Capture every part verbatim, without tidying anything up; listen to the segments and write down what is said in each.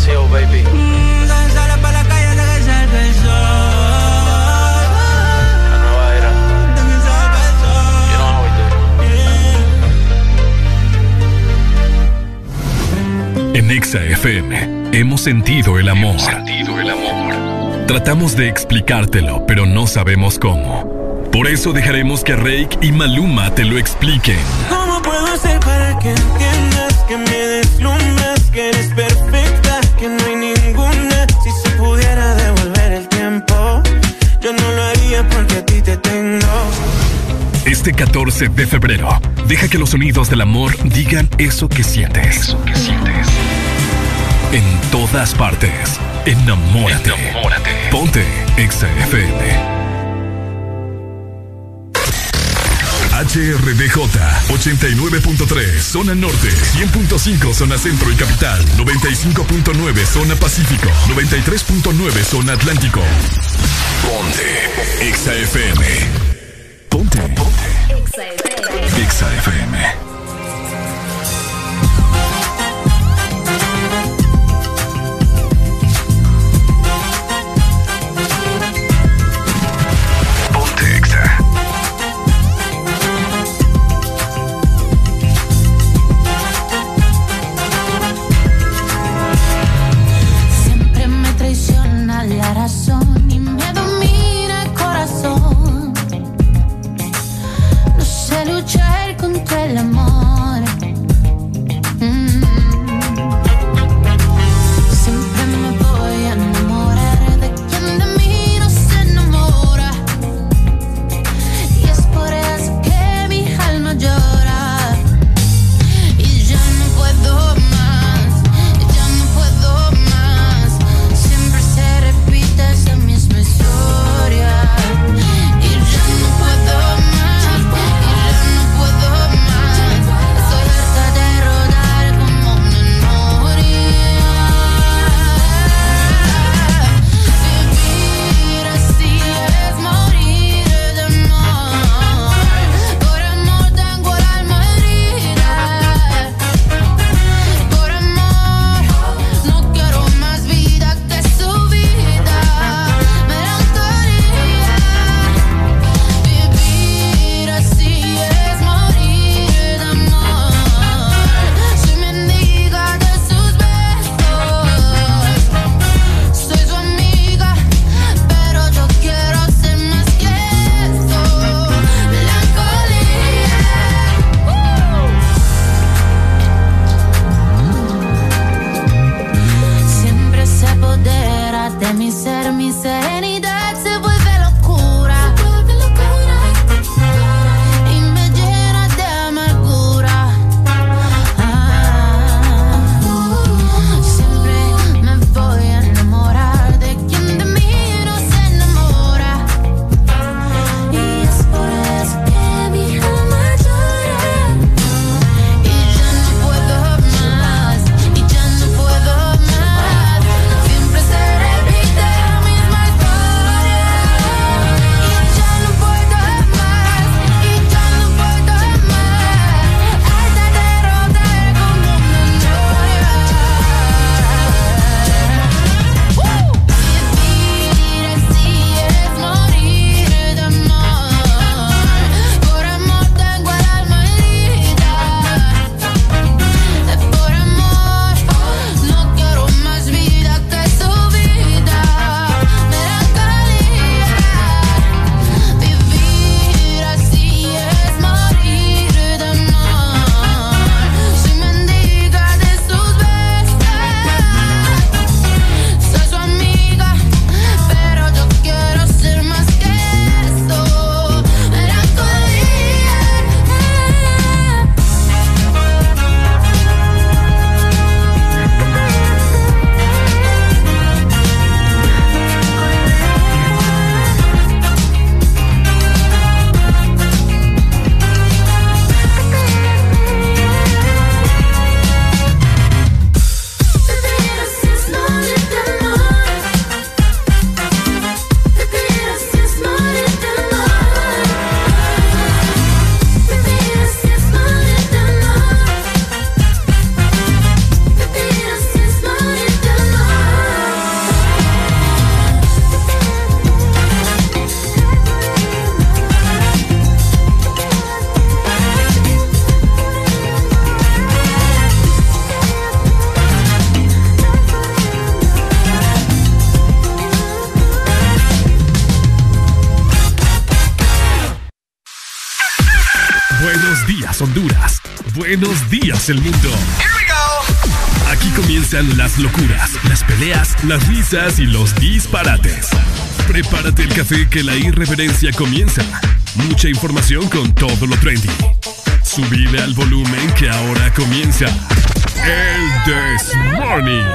deseo, baby. Mm, sale para la calle hasta que salga el sol. La nueva era. Hasta que salga el sol. You know how we do. En Exa F M hemos sentido el amor. Hemos sentido el amor. Tratamos de explicártelo, pero no sabemos cómo. Por eso dejaremos que Reik y Maluma te lo expliquen. ¿Cómo puedo hacer para que entiendas que me deslumbras, que eres perfecta, que no hay ninguna? Si se pudiera devolver el tiempo, yo no lo haría porque a ti te tengo. Este catorce de febrero, deja que los sonidos del amor digan eso que sientes. Eso que sientes. En todas partes, enamórate. Enamórate. Ponte Exa F M. H R D J ochenta y nueve punto tres Zona Norte, cien punto cinco Zona Centro y Capital, noventa y cinco punto nueve Zona Pacífico, noventa y tres punto nueve Zona Atlántico. Ponte Exa F M. Ponte, Ponte. Exa F M. Exa F M. La razón y me domina el corazón. No sé luchar contra el amor. Buenos días, Honduras. Buenos días, el mundo. Here we go. Aquí comienzan las locuras, las peleas, las risas y los disparates. Prepárate el café que la irreverencia comienza. Mucha información con todo lo trendy. Subile al volumen que ahora comienza el This Morning.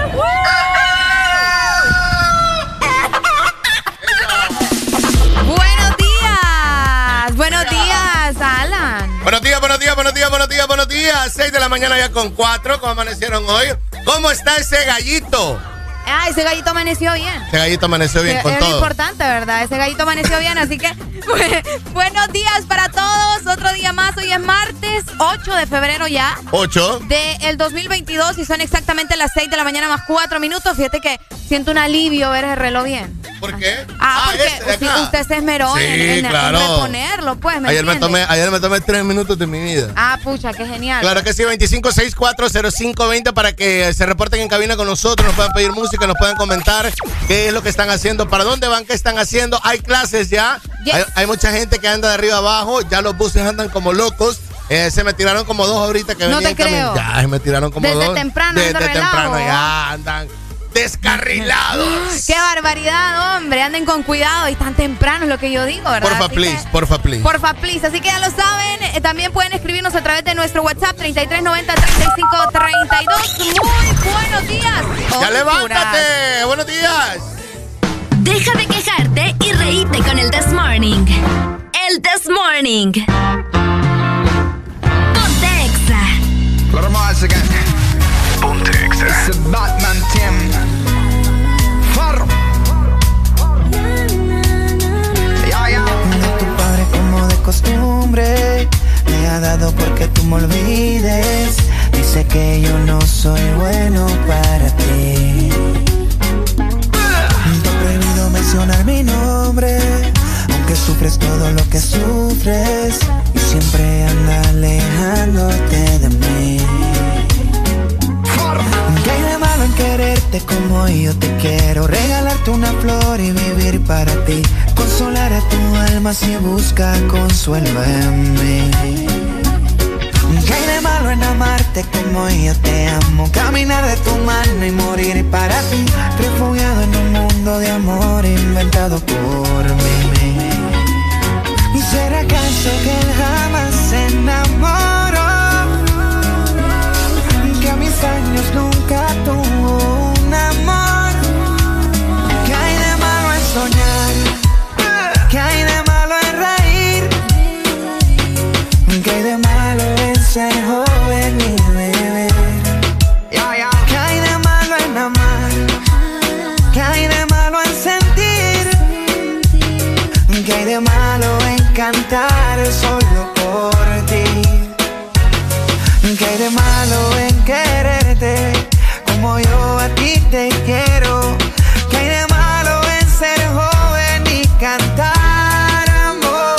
Buenos días, buenos días, Alan. Buenos días, buenos días, buenos días, buenos días, buenos días. seis de la mañana ya con cuatro, ¿cómo amanecieron hoy? ¿Cómo está ese gallito? Ah, ese gallito amaneció bien. Ese gallito amaneció bien que con es todo. Es importante, ¿verdad? Ese gallito amaneció bien, así que buenos días para todos. Otro día más. Hoy es martes ocho de febrero ya. ocho. Del dos mil veintidós y son exactamente las seis de la mañana más cuatro minutos. Fíjate que siento un alivio ver el reloj bien. ¿Por qué? Ah, porque este de si acá. usted se esmeró Sí, en, en, claro. en reponerlo, pues, ¿me Ayer me, entiende? tomé, ayer me tomé tres minutos de mi vida. Ah, pucha, qué genial. Claro que sí, veinticinco sesenta y cuatro cero cinco veinte para que se reporten en cabina con nosotros, nos puedan pedir música, nos puedan comentar qué es lo que están haciendo, para dónde van, qué están haciendo. Hay clases ya, Yes. hay, hay mucha gente que anda de arriba abajo, ya los buses andan como locos. Eh, se me tiraron como dos ahorita que No venían te creo. camin- Ya, se me tiraron como Desde dos. temprano Desde ando temprano relajo. ya andan descarrilados. Qué barbaridad, hombre. Anden con cuidado y tan temprano es lo que yo digo, ¿verdad? Porfa, Así please, que- porfa, please. Porfa, please. Así que ya lo saben. eh, también pueden escribirnos a través de nuestro WhatsApp treinta y tres noventa, treinta y cinco treinta y dos. Muy buenos días. ¡Ya Honduras. levántate! ¡Buenos días! Deja de quejarte y reíte con el This Morning. El This Morning. Ponte Exa. Vamos again. Ponte Exa. It's a Batman team. Farro. Ya, ya. Tu padre como de costumbre me ha dado porque tú me olvides. Dice que yo no soy bueno para ti. Te he prohibido mencionar mi nombre, aunque sufres todo lo que sufres y siempre anda alejándote de mí. ¿Qué hay de malo en quererte como yo te quiero? Regalarte una flor y vivir para ti. Consolar a tu alma si busca consuelo en mí. ¿Qué hay de malo en amarte como yo te amo? Caminar de tu mano y morir para ti. Refugiado en un mundo de amor inventado por mí. ¿Será acaso que él jamás se enamoró? Que a mis años nunca tuvo un amor. ¿Qué hay de malo en soñar? ¿Qué hay de malo en reír? ¿Qué hay de malo en ser joven y beber? Ya, ya. ¿Qué hay de malo en amar? ¿Qué hay de malo en sentir? ¿Qué hay de malo en cantar solo por ti? ¿Qué hay de malo en quererte como yo a ti te quiero? ¿Qué hay de malo en ser joven y cantar amor?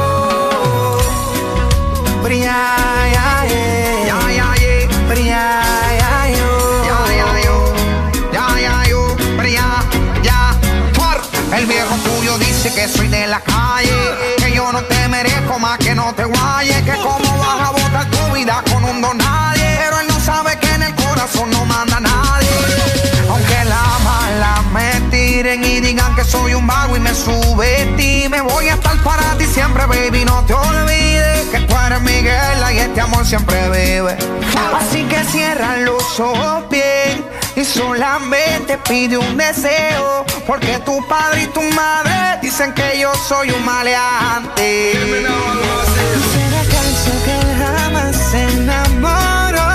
Bria, ya, yeah. Ya, ya, yeah. Bria, ya, yo. Ya, ya, yo. Ya, ya, yo. Pero ya, ya. Farro. El viejo tuyo dice que soy de la calle, que yo no te merezco más que no te guayes, que cómo vas a botar tu vida con un don nadie, pero él no sabe que en el corazón no manda nadie. Aunque la mala me tiren y digan que soy un vago y me subestime, voy a estar para ti siempre, baby, no te olvides que tú eres mi guerra y este amor siempre vive. Así que cierra los ojos bien y solamente pide un deseo, porque tu padre y tu madre dicen que yo soy un maleante. ¿Será acaso que él jamás se enamoró?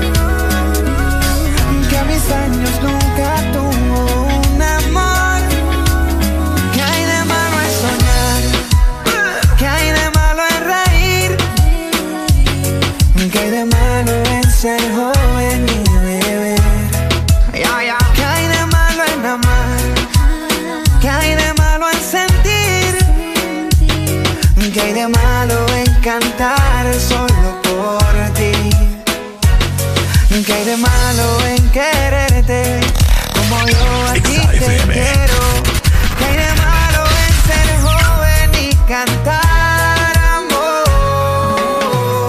Que a mis años nunca tuvo un amor. ¿Qué hay de malo en soñar? ¿Qué hay de malo en reír? ¿Qué hay de malo en ser joven y beber? Ya, ya. ¿Qué hay de malo en amar? ¿Qué hay de malo en sentir? ¿Qué hay de malo en cantar solo por ti? ¿Qué hay de malo en quererte como yo a ti te quiero? ¿Qué hay de malo en ser joven y cantar amor?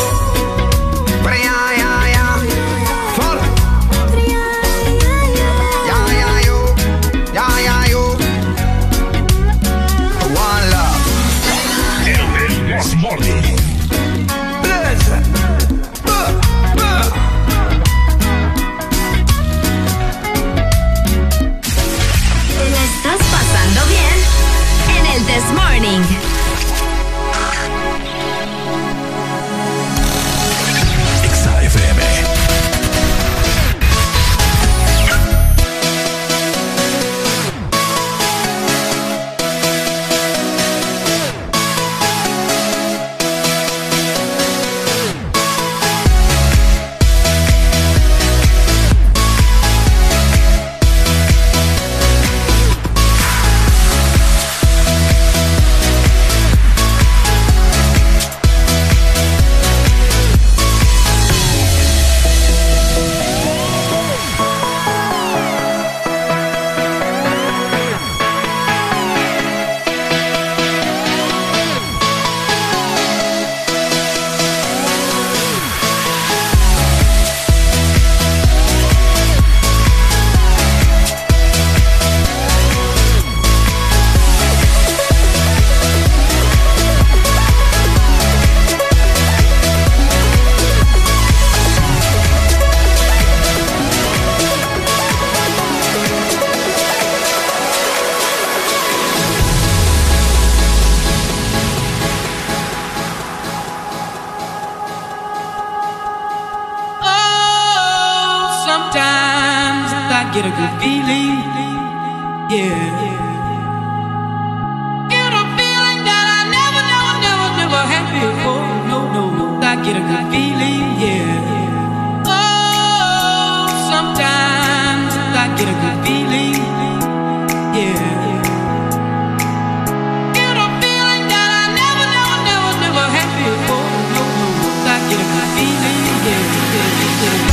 get a good feeling, yeah. Get a feeling that I never, never, never, never had before. No, no, no, I get a good feeling, yeah. Oh, sometimes I get a good feeling, yeah. Get a feeling that I never, never, never, never had before. No, no, no, I get a good feeling, yeah, yeah, yeah.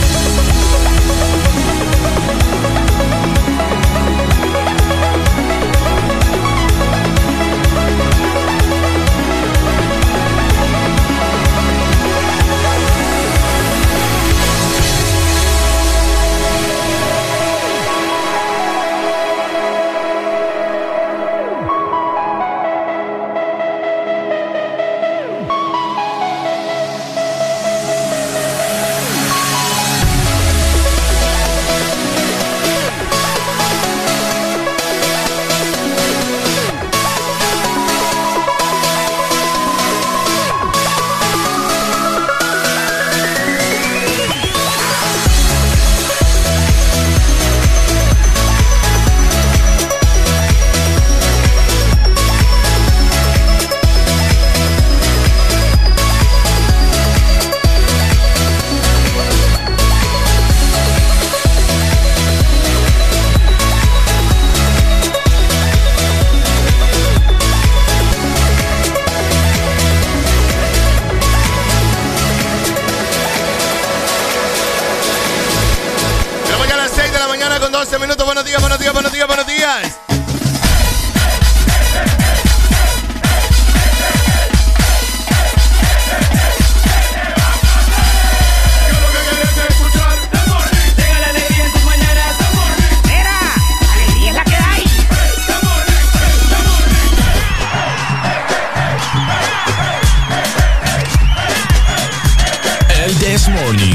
Minutos, buenos días, buenos días, buenos días, buenos días. El This Morning.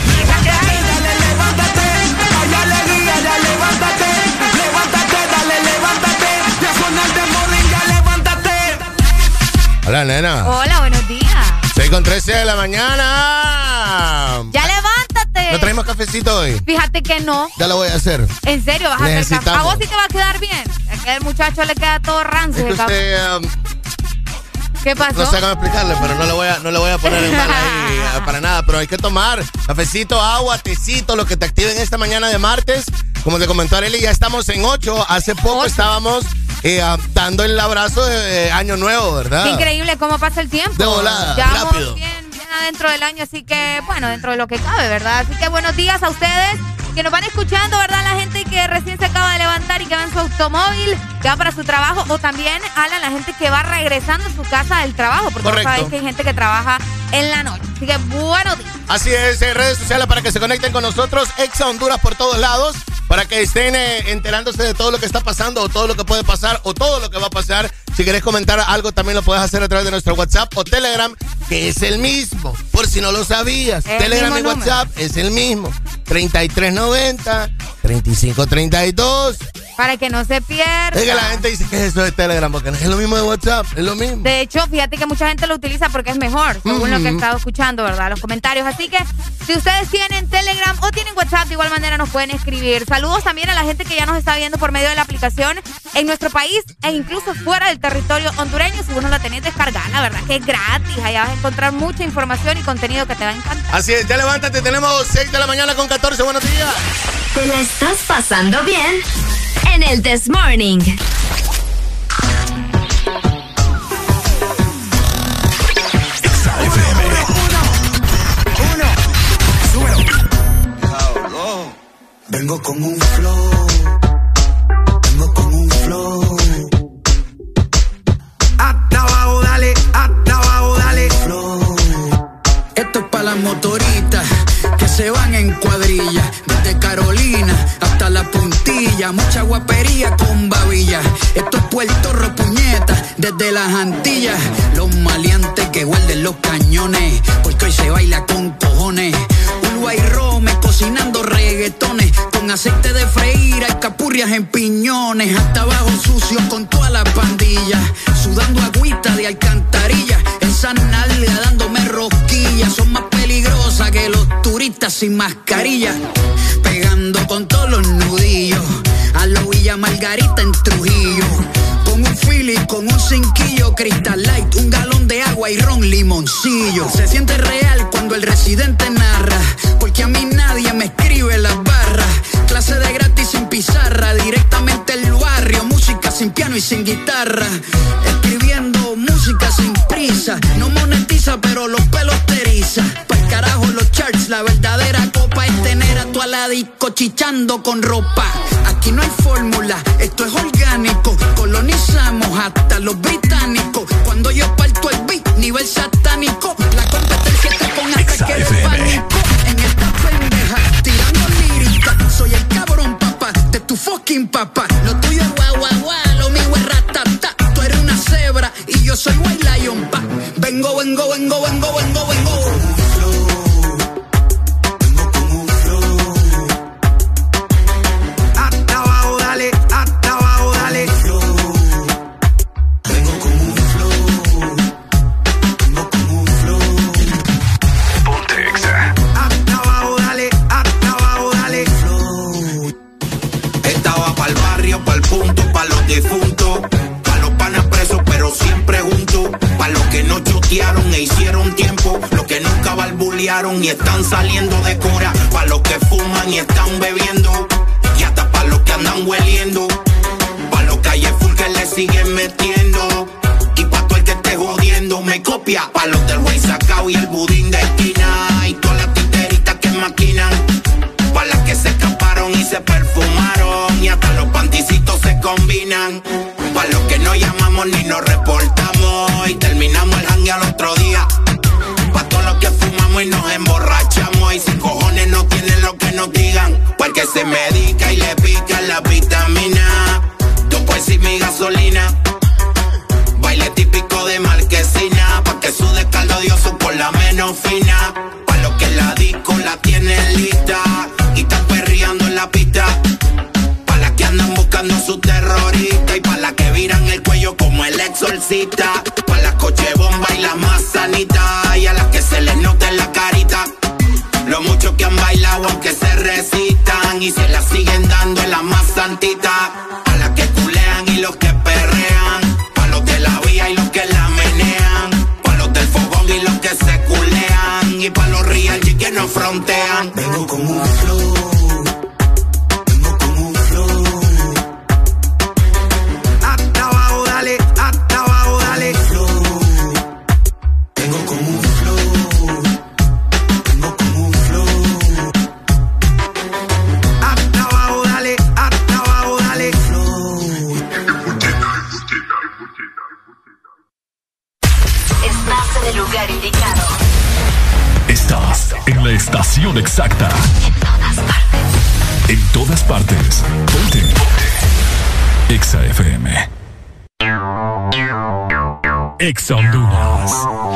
Hola, nena. Hola, buenos días. seis con trece de la mañana. Ya levántate. ¿No traemos cafecito hoy? Fíjate que no. Ya lo voy a hacer. ¿En serio vas a hacer café? Necesitamos. A vos sí te va a quedar bien. Es que al muchacho le queda todo rancio. Es que el café. usted, um, ¿Qué pasó? no sé cómo explicarle, pero no le voy a, no le voy a poner en mal ahí eh, para nada. Pero hay que tomar cafecito, agua, tecito, lo que te activen esta mañana de martes. Como te comentó Arely, ya estamos en ocho. Hace poco Ocho. estábamos eh, uh, dando el abrazo de eh, Año Nuevo, ¿verdad? Qué increíble cómo pasa el tiempo. De volada, ya vamos rápido. bien, bien adentro del año, así que, bueno, dentro de lo que cabe, ¿verdad? Así que buenos días a ustedes que nos van escuchando, ¿verdad? La gente que recién se acaba de levantar y que va en su automóvil, que va para su trabajo, o también, Alan, la gente que va regresando a su casa del trabajo, porque Correcto. sabéis que hay gente que trabaja en la noche. Así que buenos días. Así es, eh, redes sociales para que se conecten con nosotros, Exa Honduras por todos lados, para que estén eh, enterándose de todo lo que está pasando, o todo lo que puede pasar, o todo lo que va a pasar. Si querés comentar algo, también lo puedes hacer a través de nuestro WhatsApp o Telegram, que es el mismo, por si no lo sabías. El Telegram y mismo número. WhatsApp es el mismo. treinta y tres noventa, treinta y cinco treinta y dos. Para que no se pierda. Es que la gente dice que es eso de Telegram, porque no es lo mismo de WhatsApp, es lo mismo. De hecho, fíjate que mucha gente lo utiliza porque es mejor, según lo que he estado escuchando, ¿verdad? Los comentarios. Así que, si ustedes tienen Telegram o tienen WhatsApp, de igual manera nos pueden escribir. Saludos también a la gente que ya nos está viendo por medio de la aplicación en nuestro país e incluso fuera del territorio hondureño. Si vos no la tenés descargada, la verdad que es gratis. Allá vas a encontrar mucha información y contenido que te va a encantar. Así es, ya levántate, tenemos seis de la mañana con catorce, buenos días. ¿Te la estás pasando bien? En el This Morning. Vengo con un flow, vengo con un flow. Hasta abajo, dale, hasta abajo, dale. Flow. Esto es para las motoritas que se van en cuadrilla, desde Carolina hasta la puntilla, mucha guapería con babilla. Esto es Puerto Rico, puñeta, desde las Antillas. Los maleantes que guarden los cañones, porque hoy se baila con cojones. Uruguay Rome cocinando reggaetones, con aceite de freír, alcapurrias en piñones. Hasta abajo sucio con toda la pandilla, sudando agüita de alcantarilla. Esa nalga dándome rosquillas, son más peligrosas que los turistas turista sin mascarilla, pegando con todos los nudillos, a lo Villa Margarita en Trujillo, con un Philly, con un cinquillo, Crystal Light, un galón de agua y ron limoncillo. Se siente real cuando el residente narra, porque a mí nadie me escribe las barras. Clase de gratis sin pizarra, directamente el barrio, música sin piano y sin guitarra. Escribiendo música sin prisa, no monetiza pero los pelos te eriza. Pa'l carajo los charts, la verdadera copa es tener a tu aladico chichando con ropa. Aquí no hay fórmula, esto es orgánico, colonizamos hasta los británicos. Cuando yo parto el beat, nivel satánico, la competencia te pone hasta que el pánico. En esta pendeja, tirando lírica, soy el cabrón papá, de tu fucking papá. Lo tuyo es guau guau guau, lo mío es ratata. Tú eres una cebra y yo soy White Lion, pa. Vengo, vengo, vengo, vengo, vengo, vengo. Difunto, pa' los panas presos pero siempre juntos, pa' los que no chotearon e hicieron tiempo, los que nunca balbulearon y están saliendo de cura, pa' los que fuman y están bebiendo, y hasta pa' los que andan hueliendo, pa' los calle full que le siguen metiendo, y pa' todo el que esté jodiendo me copia, pa' los del güey sacao y el budín de esquina, y todas las titeritas que maquinan, pa' las que se escaparon y se perfumaron, y hasta los panticitos se combinan, pa' los que no llamamos ni nos reportamos, y terminamos el jangue al otro día, pa' todos los que fumamos y nos emborrachamos, y sin cojones no tienen lo que nos digan, porque se medica y le pica la vitamina, yo pues y mi gasolina, baile típico de Marquesina, pa' que sude caldo dioso por la menos fina, pa' los que la disco la tienen lista, y están perreando en la pista, pa' las que andan buscando su terrorista, y pa' las que viran el cuello como el exorcista, pa' las coche bomba y las más sanitas, y a las que se les nota en la carita lo mucho que han bailado aunque se resistan, y se la siguen dando en la más santita, a las que culean y los que perrean, pa' los de la vía y los que la menean, pa' los del fogón y los que se culean, y pa' los real G que no frontean. Vengo con un flow, vengo con un flow, hasta abajo dale, hasta abajo dale, flow, vengo con un flow, vengo con un flow, hasta abajo dale, hasta abajo dale, flow. Estás en el lugar indicado. Estás en la estación exacta. En todas partes. En todas partes. Ponte. Ponte. Exa F M. Exa Honduras.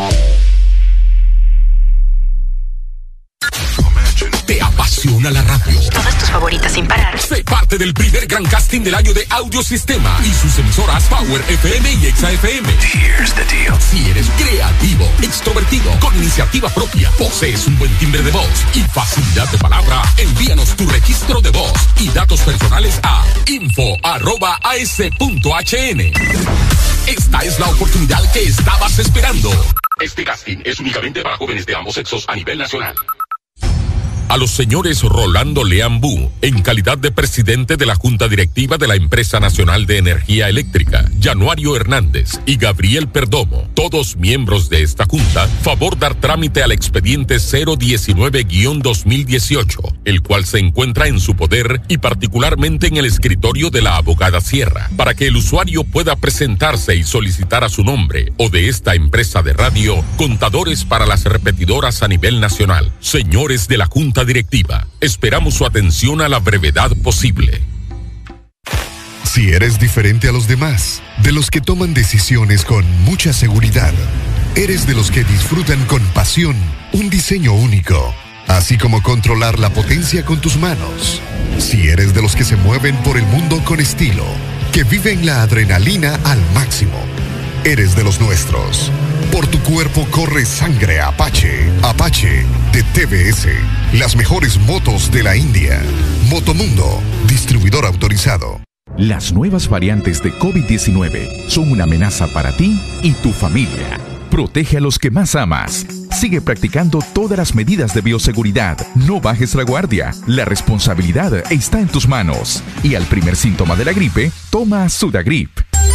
¿Te apasiona la radio? Todas tus favoritas sin parar. Sé parte del primer gran casting del año de Audiosistema y sus emisoras Power F M y Exa F M. Here's the deal. Si eres creativo, extrovertido, con iniciativa propia, posees un buen timbre de voz y facilidad de palabra, envíanos tu registro de voz y datos personales a info arroba as punto h n. Esta es la oportunidad que estabas esperando. Este casting es únicamente para jóvenes de ambos sexos a nivel nacional. A los señores Rolando Leambú, en calidad de presidente de la Junta Directiva de la Empresa Nacional de Energía Eléctrica, Januario Hernández y Gabriel Perdomo, todos miembros de esta Junta, favor dar trámite al expediente cero diecinueve guión dos mil dieciocho, el cual se encuentra en su poder y particularmente en el escritorio de la abogada Sierra, para que el usuario pueda presentarse y solicitar a su nombre o de esta empresa de radio contadores para las repetidoras a nivel nacional. Señores de la Junta Directiva, esperamos su atención a la brevedad posible. Si eres diferente a los demás, de los que toman decisiones con mucha seguridad, eres de los que disfrutan con pasión un diseño único, así como controlar la potencia con tus manos. Si eres de los que se mueven por el mundo con estilo, que viven la adrenalina al máximo, eres de los nuestros. Por tu cuerpo corre sangre Apache. Apache de T V S. Las mejores motos de la India. Motomundo, distribuidor autorizado. Las nuevas variantes de COVID diecinueve son una amenaza para ti y tu familia. Protege a los que más amas. Sigue practicando todas las medidas de bioseguridad. No bajes la guardia. La responsabilidad está en tus manos. Y al primer síntoma de la gripe, toma Sudagrip.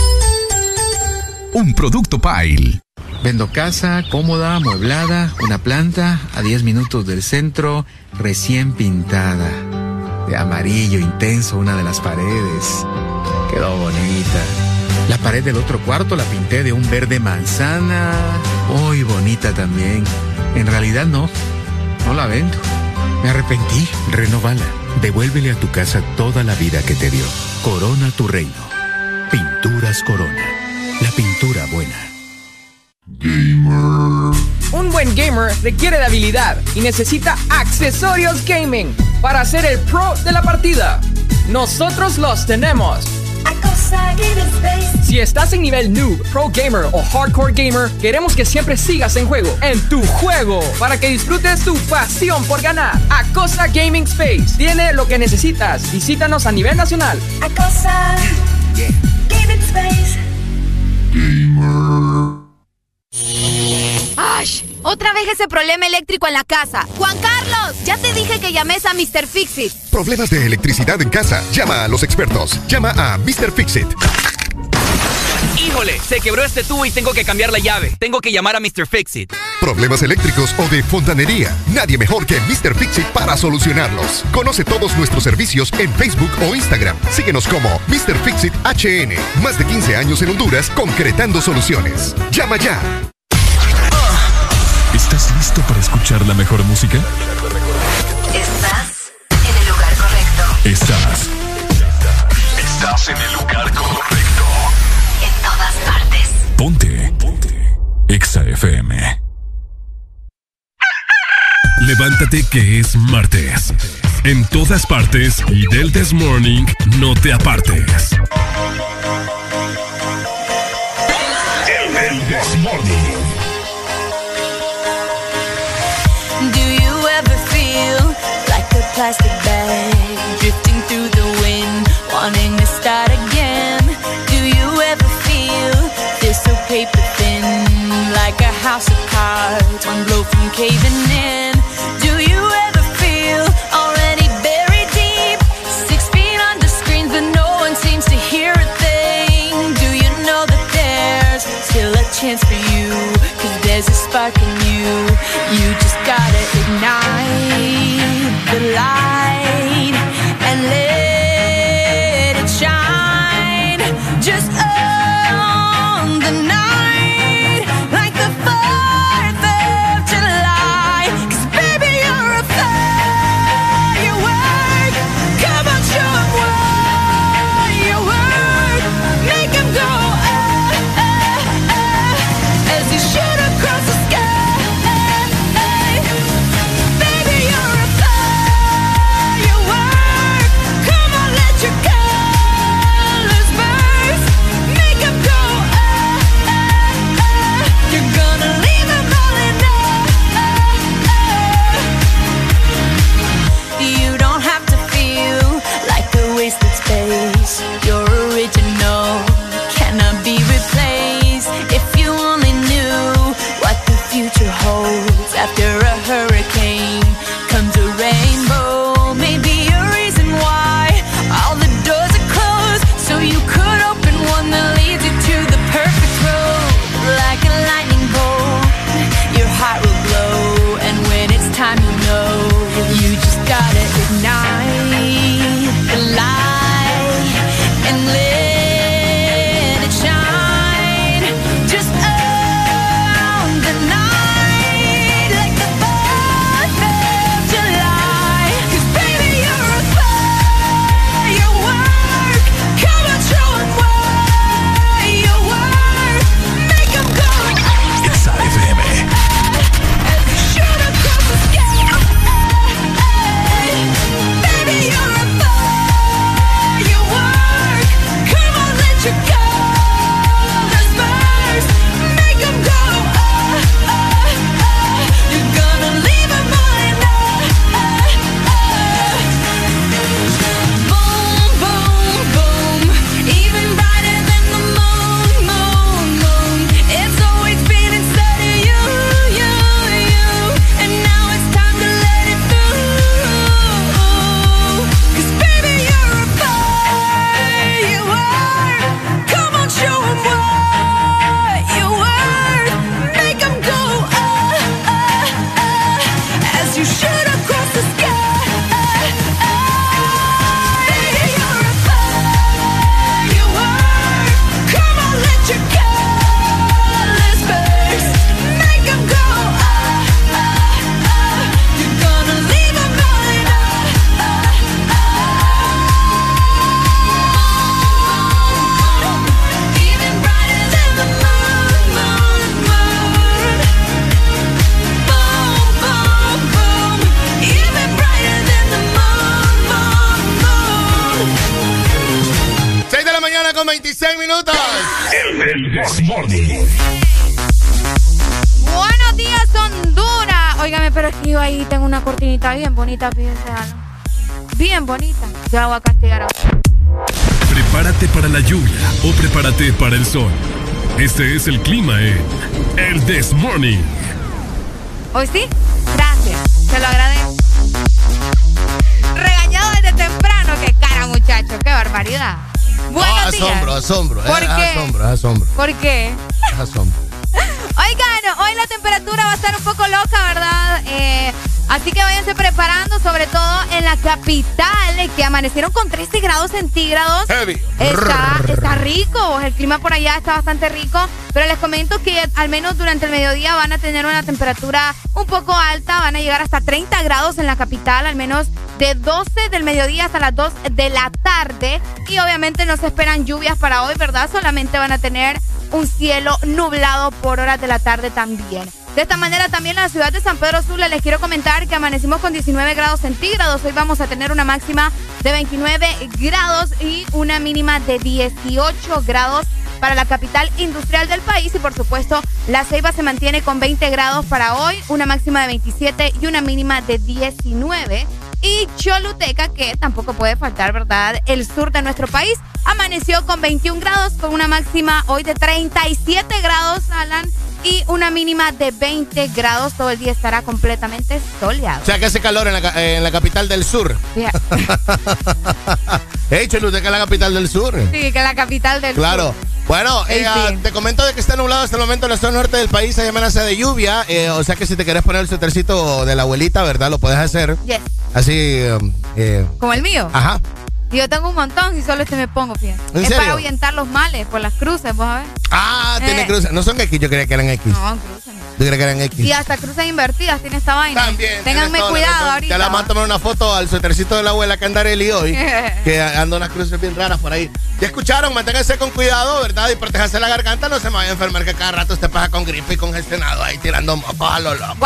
Un producto Pile. Vendo casa, cómoda, amueblada, una planta a diez minutos del centro, recién pintada. De amarillo intenso una de las paredes. Quedó bonita. La pared del otro cuarto la pinté de un verde manzana. Muy bonita también. En realidad no, no la vendo. Me arrepentí. Renóvala. Devuélvele a tu casa toda la vida que te dio. Corona tu reino. Pinturas Corona. La pintura buena. Gamer. Un buen gamer requiere de habilidad y necesita accesorios gaming para ser el pro de la partida. Nosotros los tenemos. Si estás en nivel noob, pro gamer o hardcore gamer, queremos que siempre sigas en juego, en tu juego, para que disfrutes tu pasión por ganar. Acosa Gaming Space tiene lo que necesitas. Visítanos a nivel nacional. Acosa yeah. Gaming Space. Gamer. ¡Ash! Otra vez ese problema eléctrico en la casa. ¡Juan Carlos! Ya te dije que llames a mister Fixit. Problemas de electricidad en casa. Llama a los expertos. Llama a mister Fixit. Híjole, se quebró este tubo y tengo que cambiar la llave. Tengo que llamar a mister Fixit. Problemas eléctricos o de fontanería. Nadie mejor que mister Fixit para solucionarlos. Conoce todos nuestros servicios en Facebook o Instagram. Síguenos como mister Fixit H N. Más de quince años en Honduras concretando soluciones. Llama ya. ¿Estás listo para escuchar la mejor música? Estás en el lugar correcto. Estás. Estás en el lugar correcto. En todas partes. Ponte. Ponte. Exa F M. Levántate que es martes. En todas partes y del This Morning no te apartes. El This Morning. Plastic bag drifting through the wind, wanting to start again. Do you ever feel this so paper thin, like a house of cards, one blow from caving in? Do you ever feel already buried deep, six feet under screens but no one seems to hear a thing? Do you know that there's still a chance for you, 'cause there's a spark in you, you just gotta ignite the light and let it shine just on the night like the fourth of July. 'Cause baby you're a firework. Come on, show 'em what you work. Make 'em go ah, ah, ah, as you shoot across the sky. Your original cannot be replaced. If you only knew what the future holds, after a hurricane comes a rainbow. Maybe a reason why all the doors are closed, so you could open one that leads you to the perfect road. Like a lightning bolt, your heart will glow, and when it's time you know, you just gotta ignite the light and let it shine just on the night like the fire. This Morning. Buenos días, Honduras. Óigame, pero es que yo ahí tengo una cortinita bien bonita, fíjense algo. Bien bonita. Yo la voy a castigar ahora. Prepárate para la lluvia o prepárate para el sol. Este es el clima en el This Morning. ¿Hoy sí? Gracias. Se lo agradezco. Regañado desde temprano. Qué cara, muchacho. Qué barbaridad. Buenos no, días. asombro, asombro. ¿Por eh, qué? Asombro, asombro. ¿Por qué? Asombro. Oigan, hoy la temperatura va a estar un poco loca, ¿verdad? Eh, así que váyanse preparando, sobre todo en la capital, que amanecieron con trece grados centígrados. Heavy. Está, está rico, el clima por allá está bastante rico, pero les comento que al menos durante el mediodía van a tener una temperatura un poco alta, van a llegar hasta treinta grados en la capital, al menos de doce del mediodía hasta las dos de la tarde. Y obviamente no se esperan lluvias para hoy, ¿verdad? Solamente van a tener un cielo nublado por horas de la tarde también. De esta manera también en la ciudad de San Pedro Sula les quiero comentar que amanecimos con diecinueve grados centígrados. Hoy vamos a tener una máxima de veintinueve grados y una mínima de dieciocho grados para la capital industrial del país. Y por supuesto, La Ceiba se mantiene con veinte grados para hoy, una máxima de veintisiete y una mínima de diecinueve. Y Choluteca, que tampoco puede faltar, ¿verdad? El sur de nuestro país amaneció con veintiún grados, con una máxima hoy de treinta y siete grados, Alan, y una mínima de veinte grados. Todo el día estará completamente soleado. O sea, que hace calor en la, eh, en la capital del sur. Yeah. Hey, Choluteca es la capital del sur. Sí, que es la capital del claro. sur. Claro. Bueno, Sí, eh, sí. te comento de que está nublado hasta el momento en la zona norte del país. Hay amenaza de lluvia. Eh, o sea que si te querés poner el suétercito de la abuelita, ¿verdad? Lo puedes hacer. Yes. Así. Eh, Como el mío. Ajá. Y yo tengo un montón y solo este me pongo, fíjate. ¿En es serio? para ahuyentar los males por las cruces, vos a ver. Ah, Eh. tiene cruces. No son X, yo creía que eran X. No, cruces. Yo creía que eran X. Y hasta cruces invertidas tiene esta vaina. También. Ténganme tienes toda la cuidado razón. ahorita. Ya la vamos a tomar una foto al suétercito de la abuela que anda Arely hoy. Que anda unas cruces bien raras por ahí. Ya escucharon, manténganse con cuidado, ¿verdad? Y protéjanse la garganta, no se me vaya a enfermar que cada rato usted pasa con gripe y congestionado ahí tirando mocos a lo loco.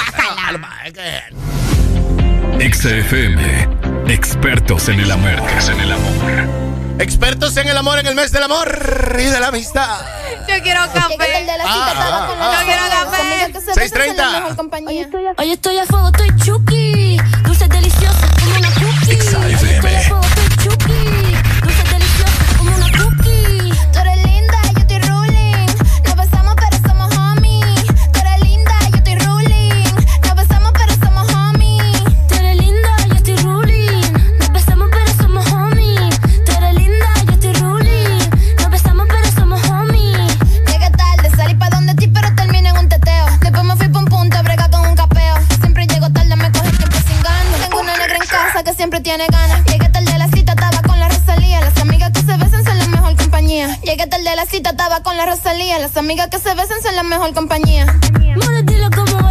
Exa F M. Expertos en el amor. En el amor. Expertos en el amor en el mes del amor y de la amistad. Yo quiero café. Ah, ah, Yo quiero café. seis treinta. Hoy estoy a fuego, estoy chuki. Dulces deliciosas como una cookie. Exa F M. Estoy a fuego, estoy chuki. Dulces deliciosas como una cookie. Tú eres linda, yo estoy ruling. Nos besamos pero somos homies. Tú eres linda, yo estoy ruling. Nos besamos pero somos homies. Tú eres linda, yo estoy ruling. Nos besamos pero somos homies. Tú eres linda, yo estoy ruling. Nos besamos pero somos homies. Llegué tarde, salí pa' donde ti pero terminé en un teteo. Después me fui pa' un punto, brega con un capeo. Siempre llego tarde, me coge el tiempo sin ganas. Tengo una negra en casa que siempre tiene ganas. Llegué tarde a la cita, estaba con la Rosalía. Las amigas que se besan son la mejor compañía. Llegué tarde a la cita, estaba con la Rosalía. Las amigas que se besan son la mejor compañía. More, dilo como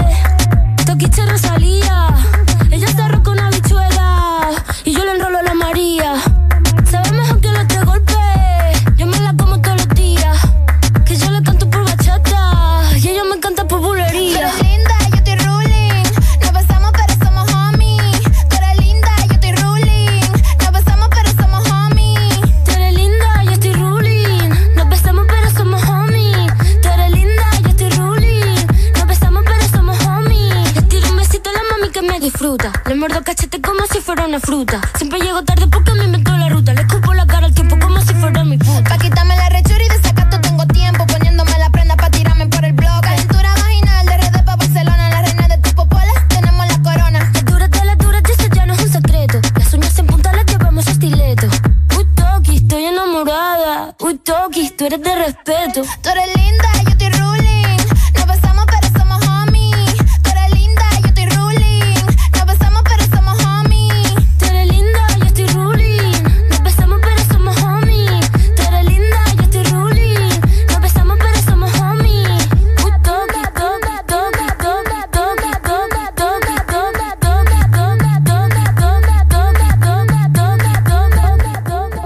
es. Toquiche Rosalía. Ella se arroja una bichuela y yo le enrolo a la María. Sabe mejor que los tres golpes. Yo me la como todos los días. Que yo le canto por bachata y ella me canta por Tú bulería. eres linda, yo estoy ruling. Nos besamos pero somos homies. Tú eres linda, yo estoy ruling. Nos besamos pero somos homies. Tú eres linda, yo estoy ruling. Nos besamos pero somos homies. Tú eres linda, yo estoy ruling. Nos besamos pero somos homies. Le tiro un besito a la mami que me disfruta. Le muerdo cachete como si fuera una fruta. Siempre llego tarde porque me inventó la ruta. Le escupo la cara al tiempo como si fuera mi puta. Pa' quitarme la rechura y desacato tengo tiempo. Poniéndome la prenda pa' tirarme por el blog. Calentura vaginal de R D pa' Barcelona. La reina de tu popola, tenemos la corona. Las duras de las duras, eso ya no es un secreto. Las uñas en punta las llevamos a estileto. Uy, Toki, estoy enamorada. Uy, Toki, tú eres de respeto. Tú eres linda, yo estoy ruling. Nos besamos pero somos homies. Tú eres linda, yo estoy ruling. Nos besamos pero somos homies. Tú eres linda, yo estoy ruling. Nos besamos pero somos homies. Tú eres linda, yo estoy ruling. Nos besamos pero somos homies. Uy, Toki, Toki, Toki, Toki, Toki, Toki, Toki, Toki, Toki, Toki, Toki,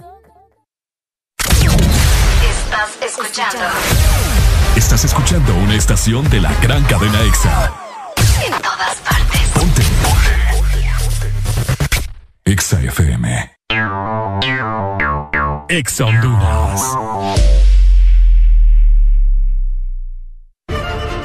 Toki, Estás escuchando Estás escuchando una estación de la gran cadena Exa. en todas partes. Ponte. Exa F M. Exa Honduras.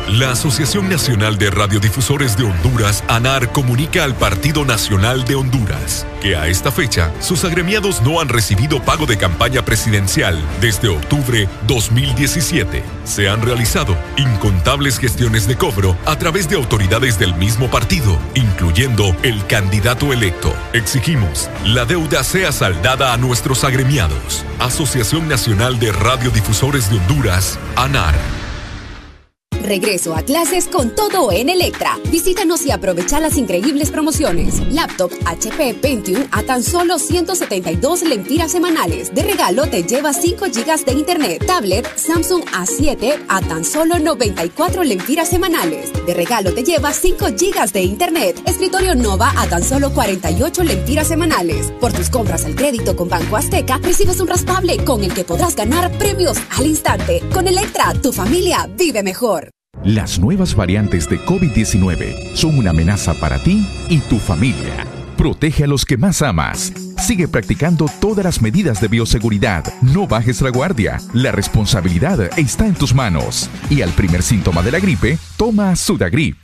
La Asociación Nacional de Radiodifusores de Honduras, ANAR, comunica al Partido Nacional de Honduras que a esta fecha sus agremiados no han recibido pago de campaña presidencial desde octubre dos mil diecisiete. Se han realizado incontables gestiones de cobro a través de autoridades del mismo partido, incluyendo el candidato electo. Exigimos la deuda sea saldada a nuestros agremiados. Asociación Nacional de Radiodifusores de Honduras, ANAR. Regreso a clases con todo en Electra. Visítanos y aprovecha las increíbles promociones. Laptop H P Pentium a tan solo ciento setenta y dos lempiras semanales. De regalo te lleva cinco gigas de internet. Tablet Samsung A siete a tan solo noventa y cuatro lempiras semanales. De regalo te lleva cinco gigas de internet. Escritorio Nova a tan solo cuarenta y ocho lempiras semanales. Por tus compras al crédito con Banco Azteca, recibes un raspable con el que podrás ganar premios al instante. Con Electra, tu familia vive mejor. Las nuevas variantes de COVID diecinueve son una amenaza para ti y tu familia. Protege a los que más amas. Sigue practicando todas las medidas de bioseguridad. No bajes la guardia. La responsabilidad está en tus manos. Y al primer síntoma de la gripe, toma Sudagrip.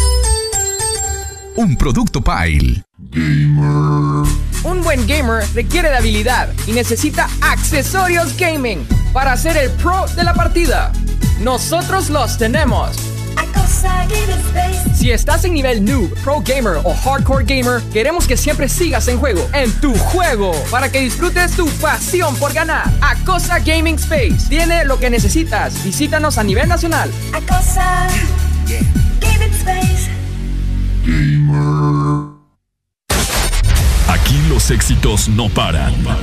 Un producto Pile. Un buen gamer requiere de habilidad y necesita accesorios gaming para ser el pro de la partida. Nosotros los tenemos. Si estás en nivel noob, pro gamer o hardcore gamer, queremos que siempre sigas en juego, en tu juego, para que disfrutes tu pasión por ganar. Acosa Gaming Space tiene lo que necesitas. Visítanos a nivel nacional. Acosa Gaming Space. Gamer. Aquí los éxitos no paran. En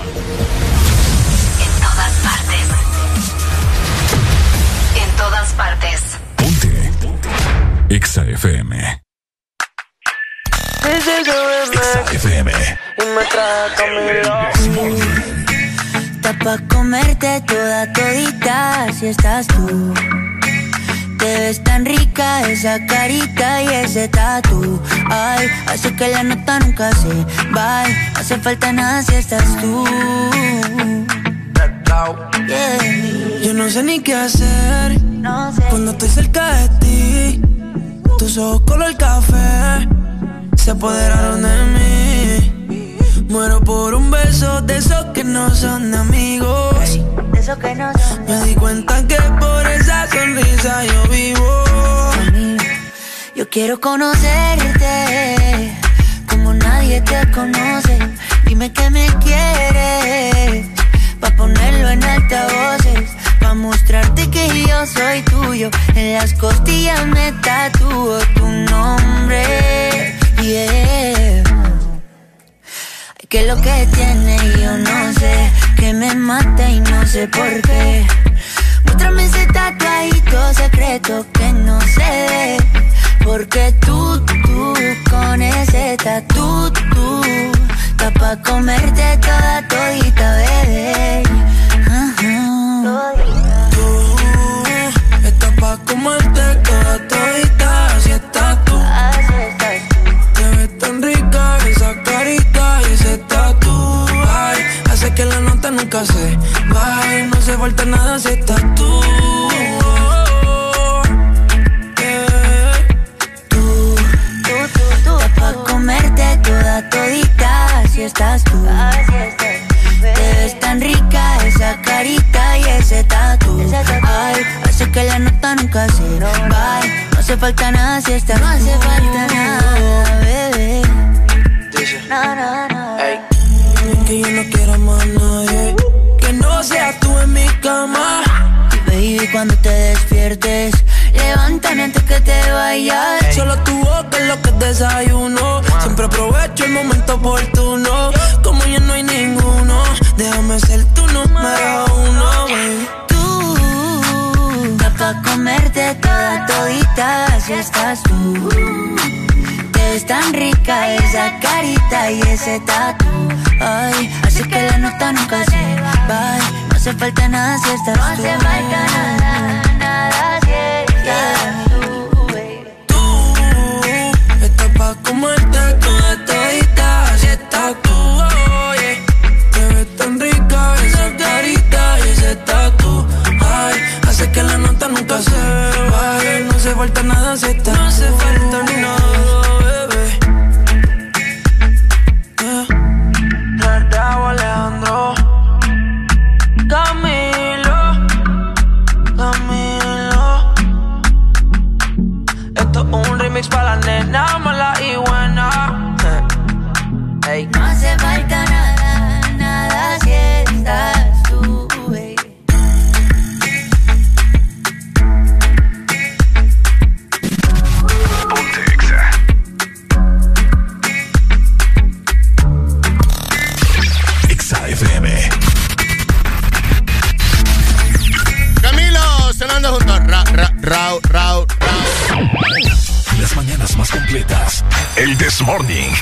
todas partes. En todas partes. Ponte. Exa F M. Exa F M. Y me trae conmigo. Está pa' comerte toda todita si estás tú. Te ves tan rica esa carita y ese tatu. Ay, hace que la nota nunca se va. Hace falta nada si estás tú. Yeah. Yo no sé ni qué hacer no sé. Cuando estoy cerca de ti. Tus ojos color café se apoderaron de mí. Muero por un beso de esos que no son amigos. Hey, de esos que no son. Me di cuenta que por esa sonrisa yo vivo. Yo quiero conocerte como nadie te conoce. Dime que me quieres pa' ponerlo en altavoces, pa' mostrarte que yo soy tuyo. En las costillas me tatúo tu nombre. Yeah. Que lo que tiene yo no sé, que me mata y no sé por qué. Muéstrame ese tatuajito secreto que no se ve. Porque tú, tú, con ese tatu, tú, está pa' comerte toda todita, bebé. Uh-huh. Tú, estás pa' comerte toda todita, así estás tú. Así estás tú. Te ves tan rica esa carita y ese tatu. Ay, hace que la nota nunca se vaya. No hace falta nada si estás tú. Comerte toda todita, si estás tú. Así estás tú, te ves tan rica esa carita y ese tatu. Ay, hace que la nota nunca se va. No hace falta nada si estás. No hace falta nada, bebé. No, no, no. Hey. Que yo no quiero más nadie que no seas tú en mi cama. Baby, cuando te despiertes, levántame antes que te vayas. Hey. Solo tu boca es lo que desayuno. Wow. Siempre aprovecho el momento oportuno. Como ya no hay ninguno, déjame ser tu número uno, baby. Tú, da pa' comerte toda todita, si estás tú. Te ves tan rica esa carita y ese tatu. Ay, así que la nota nunca se va. No hace falta nada si estás tú. No hace falta nada, nada si estás tú, baby. Tú, estás pa' comerte toda todita, si estás tú, oh, yeah. Te ves tan rica esa carita y ese tatu. Ay, hace que la nota nunca se va. No falta nada, si está. No hace falta nada, bebé. Yeah. Raúl Alejandro. Camilo. Camilo. Esto es un remix para la nena mala y buena. Hey. No hace falta nada, nada si estás tú, baby. F M. Camilo sonando junto a Ra, Ra, Rau, Rau, Rau. Las mañanas más completas. El This Morning.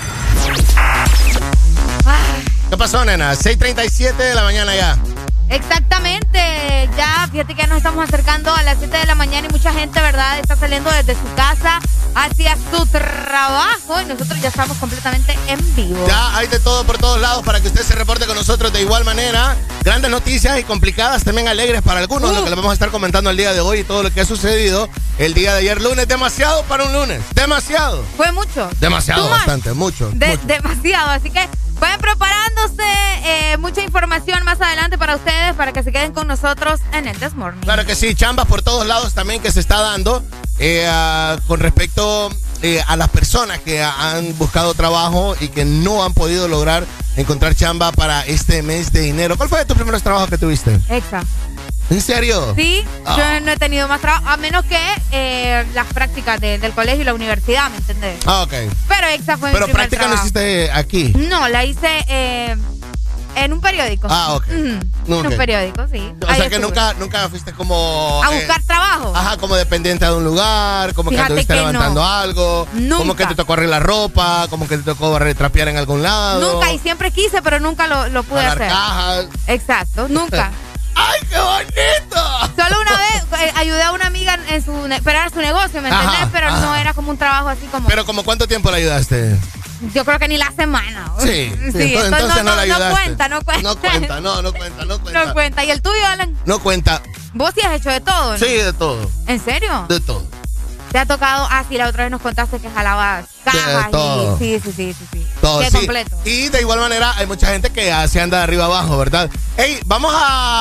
¿Qué pasó, nena? seis treinta y siete de la mañana ya. Exactamente, ya fíjate que nos estamos acercando a las siete de la mañana y mucha gente, ¿verdad?, está saliendo desde su casa hacia su trabajo y nosotros ya estamos completamente en vivo. Ya hay de todo por todos lados para que usted se reporte con nosotros de igual manera. Grandes noticias y complicadas, también alegres para algunos, uh. lo que les vamos a estar comentando el día de hoy y todo lo que ha sucedido el día de ayer lunes. Demasiado para un lunes, demasiado. Fue mucho. Demasiado, bastante, mucho, de, mucho. Demasiado, así que vayan preparándose, eh, mucha información más adelante para ustedes, para que se queden con nosotros en el This Morning. Claro que sí, chambas por todos lados también que se está dando eh, uh, con respecto eh, a las personas que han buscado trabajo y que no han podido lograr encontrar chamba para este mes de enero. ¿Cuál fue de tus primeros trabajos que tuviste? Exa. ¿En serio? Sí, oh. Yo no he tenido más trabajo, a menos que eh, las prácticas de, del colegio y la universidad, ¿me entendés? Ah, ok. Pero Exa fue Pero mi primer práctica trabajo. no hiciste aquí. No, la hice eh, en un periódico. Ah, ok. Uh-huh. Okay. En un periódico, sí. O Ahí sea que estuve. nunca, nunca fuiste como... ¿A buscar eh, trabajo? Ajá, como dependiente de un lugar, como Fíjate que anduviste que levantando no. algo, Nunca. como que te tocó arreglar ropa, como que te tocó retrapear en algún lado. Nunca, y siempre quise, pero nunca lo, lo pude Jalar hacer. cajas. Exacto, nunca. ¡Ay, qué bonito! Solo una vez eh, ayudé a una amiga en su, pero era su negocio, ¿me entendés? Ajá, pero ajá. no era como un trabajo así como... Pero como ¿cuánto tiempo le ayudaste? Yo creo que ni la semana. Sí, sí, entonces, entonces, entonces no, no, no, la ayudaste. no cuenta, no cuenta. No cuenta, no, no cuenta, no cuenta. No cuenta. ¿Y el tuyo, Alan? No cuenta. Vos sí has hecho de todo, ¿no? Sí, de todo. ¿En serio? De todo. ¿Te ha tocado? Ah, sí, la otra vez nos contaste que jalabas cajas de todo. y... Sí, sí, sí, sí, sí. Todo, sí, sí. completo. Y de igual manera hay mucha gente que se anda de arriba abajo, ¿verdad? Ey, vamos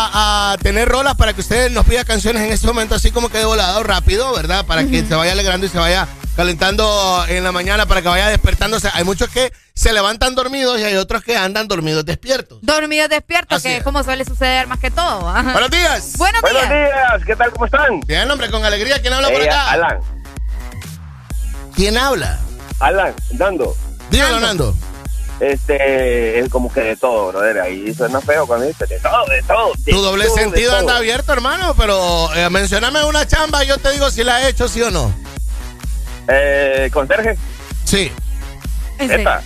a, a tener rolas para que ustedes nos pidan canciones en este momento, así como que de volado, rápido, ¿verdad? Para uh-huh. que se vaya alegrando y se vaya calentando en la mañana, para que vaya despertándose. Hay muchos que se levantan dormidos y hay otros que andan dormidos despiertos. Dormidos despiertos, Así que es es como suele suceder más que todo. Ajá. Buenos días. Buenos días. Buenos días, ¿qué tal? ¿Cómo están? Bien, hombre, con alegría. ¿Quién habla por eh, acá? Alan. ¿Quién habla? Alan, Nando. Dígalo, Nando. Este, es como que de todo, brother. Ahí suena feo cuando dice de todo, de todo. De tu doble todo, sentido todo. anda abierto, hermano, pero eh, mencioname una chamba y yo te digo si la he hecho, sí o no. Eh, ¿Conserje? Sí. ¿Esta?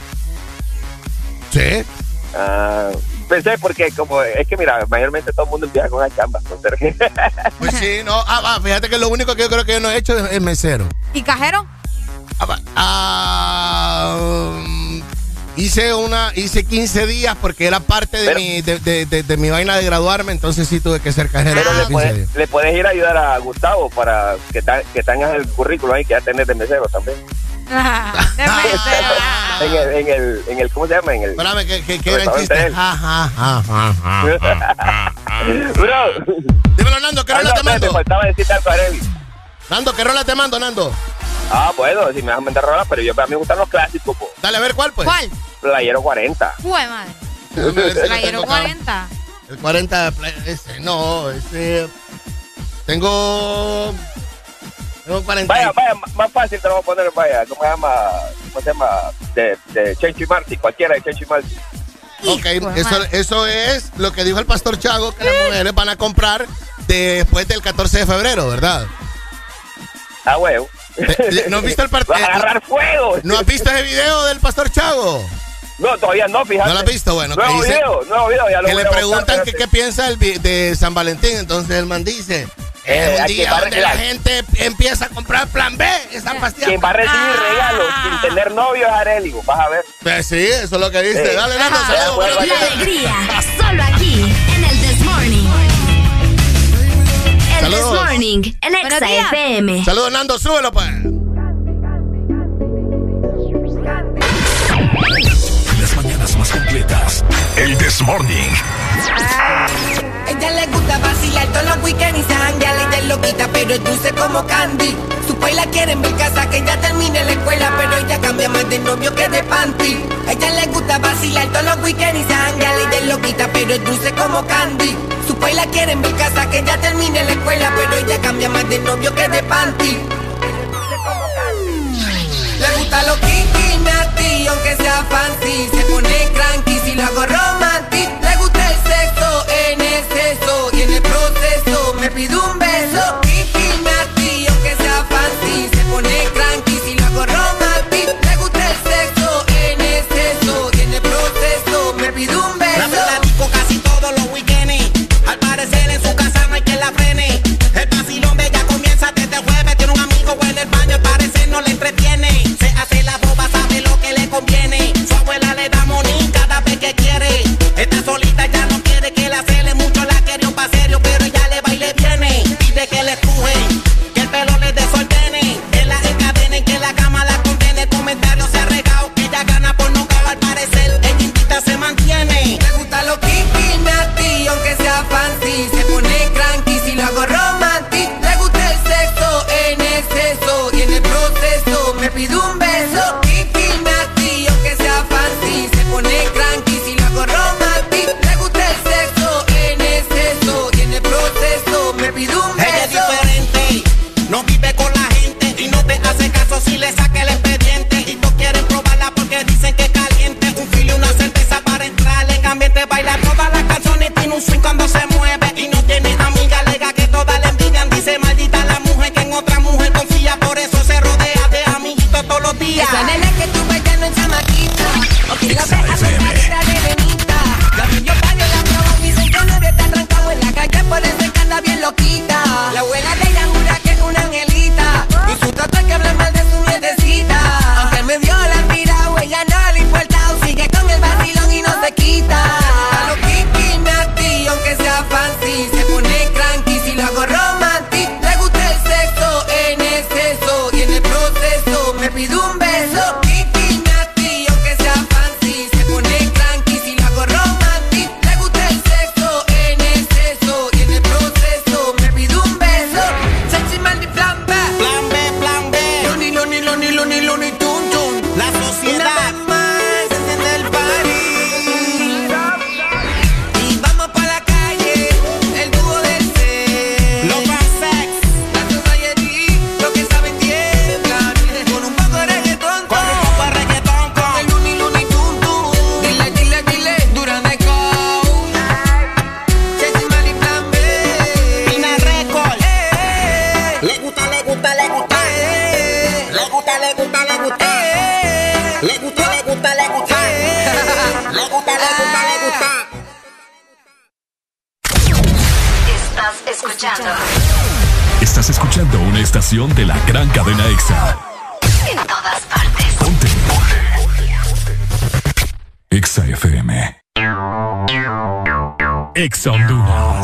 Sí. Ah, pensé porque como, es que mira, mayormente todo el mundo empieza con una chamba, conserje. Pues sí, no. Ah, va, fíjate que lo único que yo creo que yo no he hecho es, es mesero. ¿Y cajero? Ah, va. Ah, um, hice una, hice quince días porque era parte de, pero, mi, de, de, de, de mi vaina de graduarme, entonces sí tuve que ser cajero. Pero ah, le, puedes, le puedes ir a ayudar a Gustavo para que, ta, que tengas el currículo ahí que ya tenés de mesero también. de mesero. en, el, en el, en el, ¿cómo se llama? En el. Espérame, que, que, que era el chiste. Ja, ja, ja, ja, ja, Bro. Dímelo, Nando, ¿qué rola te mando? Me faltaba decirte algo a Arely. Nando, ¿qué rola te mando, Nando? Ah, bueno, si me vas a mandar rolas, pero yo, a mí me gustan los clásicos, po. Dale, a ver, ¿cuál, pues? ¿Cuál? Playero cuarenta. Jue madre. Si Playero cuarenta. El cuarenta, ese, no, ese... Tengo... Tengo cuarenta. Vaya, vaya, más fácil te lo voy a poner, vaya, ¿cómo se llama? ¿Cómo se llama? De, de Chencho y Marty, cualquiera de Chencho y Marty. Ok, eso, eso es lo que dijo el pastor Chago, que las mujeres van a comprar después del catorce de febrero, ¿verdad? Ah, huevo. ¿No has visto el partido? ¡Va a agarrar fuego! ¿No has visto ese video del pastor Chago? No, todavía no, fíjate. ¿No lo has visto? Bueno, nuevo que dice, video, nuevo video, ya lo que voy le a preguntan buscar, que qué piensa el, de San Valentín, entonces el man dice... Eh, es un día donde la regalar. gente empieza a comprar plan B, esa pastilla. Quien va a recibir ah. regalos sin tener novio es Arely, vas a ver. Pues sí, eso es lo que dice. Sí. Dale, Nando, saludos. La alegría, solo aquí, en el This Morning. El This Morning, en Exa F M. Saludos, Nando, súbelo, pues. Las mañanas más completas. El This Morning. Ella le gusta vacilar todos los weekends y se janguea, ella es loquita, pero es dulce como candy. Su país la quieren ver casa, que ella termine la escuela, pero ella cambia más de novio que de panty. Ella le gusta vacilar todos los weekends y se janguea, ella es loquita, pero es dulce como candy. Su país la quieren ver casa, que ella termine la escuela, pero ella cambia más de novio que de panty. Le gusta lo kinky, nasty, aunque sea fancy. Se pone cranky si lo hago romantic. Le gusta el sexo en exceso y en el proceso me pide un beso. Kinky, nasty, aunque sea fancy. Se pone cranky si lo hago romantic. Le gusta el sexo en exceso y en el proceso me pide un beso. La platico casi todos los weekends. Al parecer en su casa no hay quien la frene. El vacilón de ella comienza desde el jueves. Tiene un amigo en el baño, al parecer no le entretiene. Se hace la boba, sabe lo que le conviene. Su abuela le da money cada vez que quiere. Está solita, ya no quiere que la cele mucho. La querió pa' serio, pero ella le va y le viene. Pide que le empuje, que el pelo le desordene. Que la encadene, que la cama la condene. Comentarios se ha regado, que ella gana por no caber. Al parecer, ella invita se mantiene. Le gusta lo kinky, nasty, aunque sea fancy. Se pone cranky si lo hago romantic. Le gusta el sexo en exceso y en el proceso me pide un beso. Kinky, nasty, aunque sea fancy. Se pone cranky si lo hago romantic. Le gusta el sexo en exceso y en el proceso me pide un beso. Ella es diferente, no vive con la gente y no te hace caso si le saca el expediente. Y todos quieren probarla porque dicen que es caliente. Un filo y una cerveza para entrar en ambiente. Baila todas las canciones, tiene un swing cuando se mueve. Y no tiene amiga, alega que todas le envidian. Dice maldita la mujer que en otra mujer confía. Por eso se rodea de amiguitos todos los días. Esa nena que tú ves ya no es chamaquita, o que la ves hace carita de nenita. Ya vi yo varios la proban, dicen que nadie está trancado en la calle, por eso es que anda bien loquita. La abuela de ella jura que es una angelita, y su tata que habla mal de su nietecita. Aunque me dio la mirada, ella no le importa, sigue con el vacilón y no se quita. A lo kinky, nasty, aunque sea fancy. Se pone cranky si lo hago romantic. Le gusta el sexo en exceso y en el proceso me pide un beso. Kinky, nasty, aunque sea fancy. Se pone cranky si lo hago romantic. Le gusta el sexo en exceso y en el proceso me pide un beso. Sexy man y plan B. Plan B, plan B. Luni, luni, luni, luni, luni, tun, tun. La sociedad. Una vez más se enciende el party. Y vamos pa' la calle, el dúo del sex. Los sex. La society, lo que saben tiemblan. Con un poco de reggaetón, Con un poco de reggaetón, con el luni, luni, tun, tun. Dile, dile, dile, Duran de Cow. Chelsea Man y Plan B. Pina Record. Eh, Le gusta, le gusta, le gusta. eh, Le gusta, le gusta, le gusta. eh. Le gusta, le gusta, le gusta. Le gusta, le gusta, le gusta. Estás escuchando Estás escuchando una estación de la gran cadena EXA. en todas partes. Ponte. EXA F M. EXA Honduras.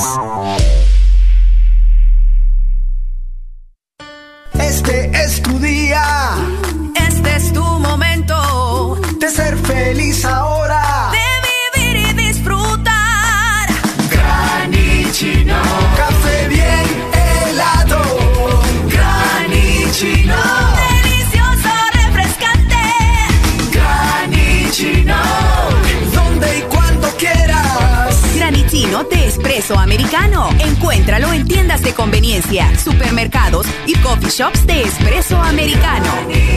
Este es tu día Este es tu momento de ser feliz ahora. de vivir y disfrutar. Granichino, café bien helado. Granichino, Delicioso, refrescante. Granichino, donde y cuando quieras. Granitino de espresso americano. Encuéntralo en tiendas de conveniencia, supermercados y coffee shops de espresso americano.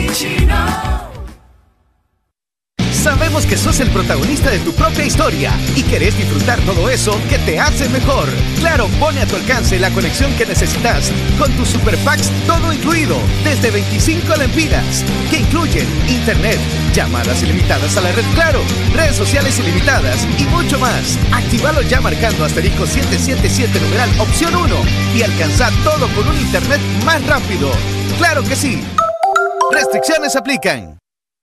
Sabemos que sos el protagonista de tu propia historia y querés disfrutar todo eso que te hace mejor. Claro, pone a tu alcance la conexión que necesitas con tus super packs todo incluido desde veinticinco lempiras, que incluyen internet, llamadas ilimitadas a la red Claro, redes sociales ilimitadas y mucho más. Actívalo ya marcando asterisco siete siete siete numeral opción uno y alcanza todo con un internet más rápido. ¡Claro que sí! Restricciones aplican.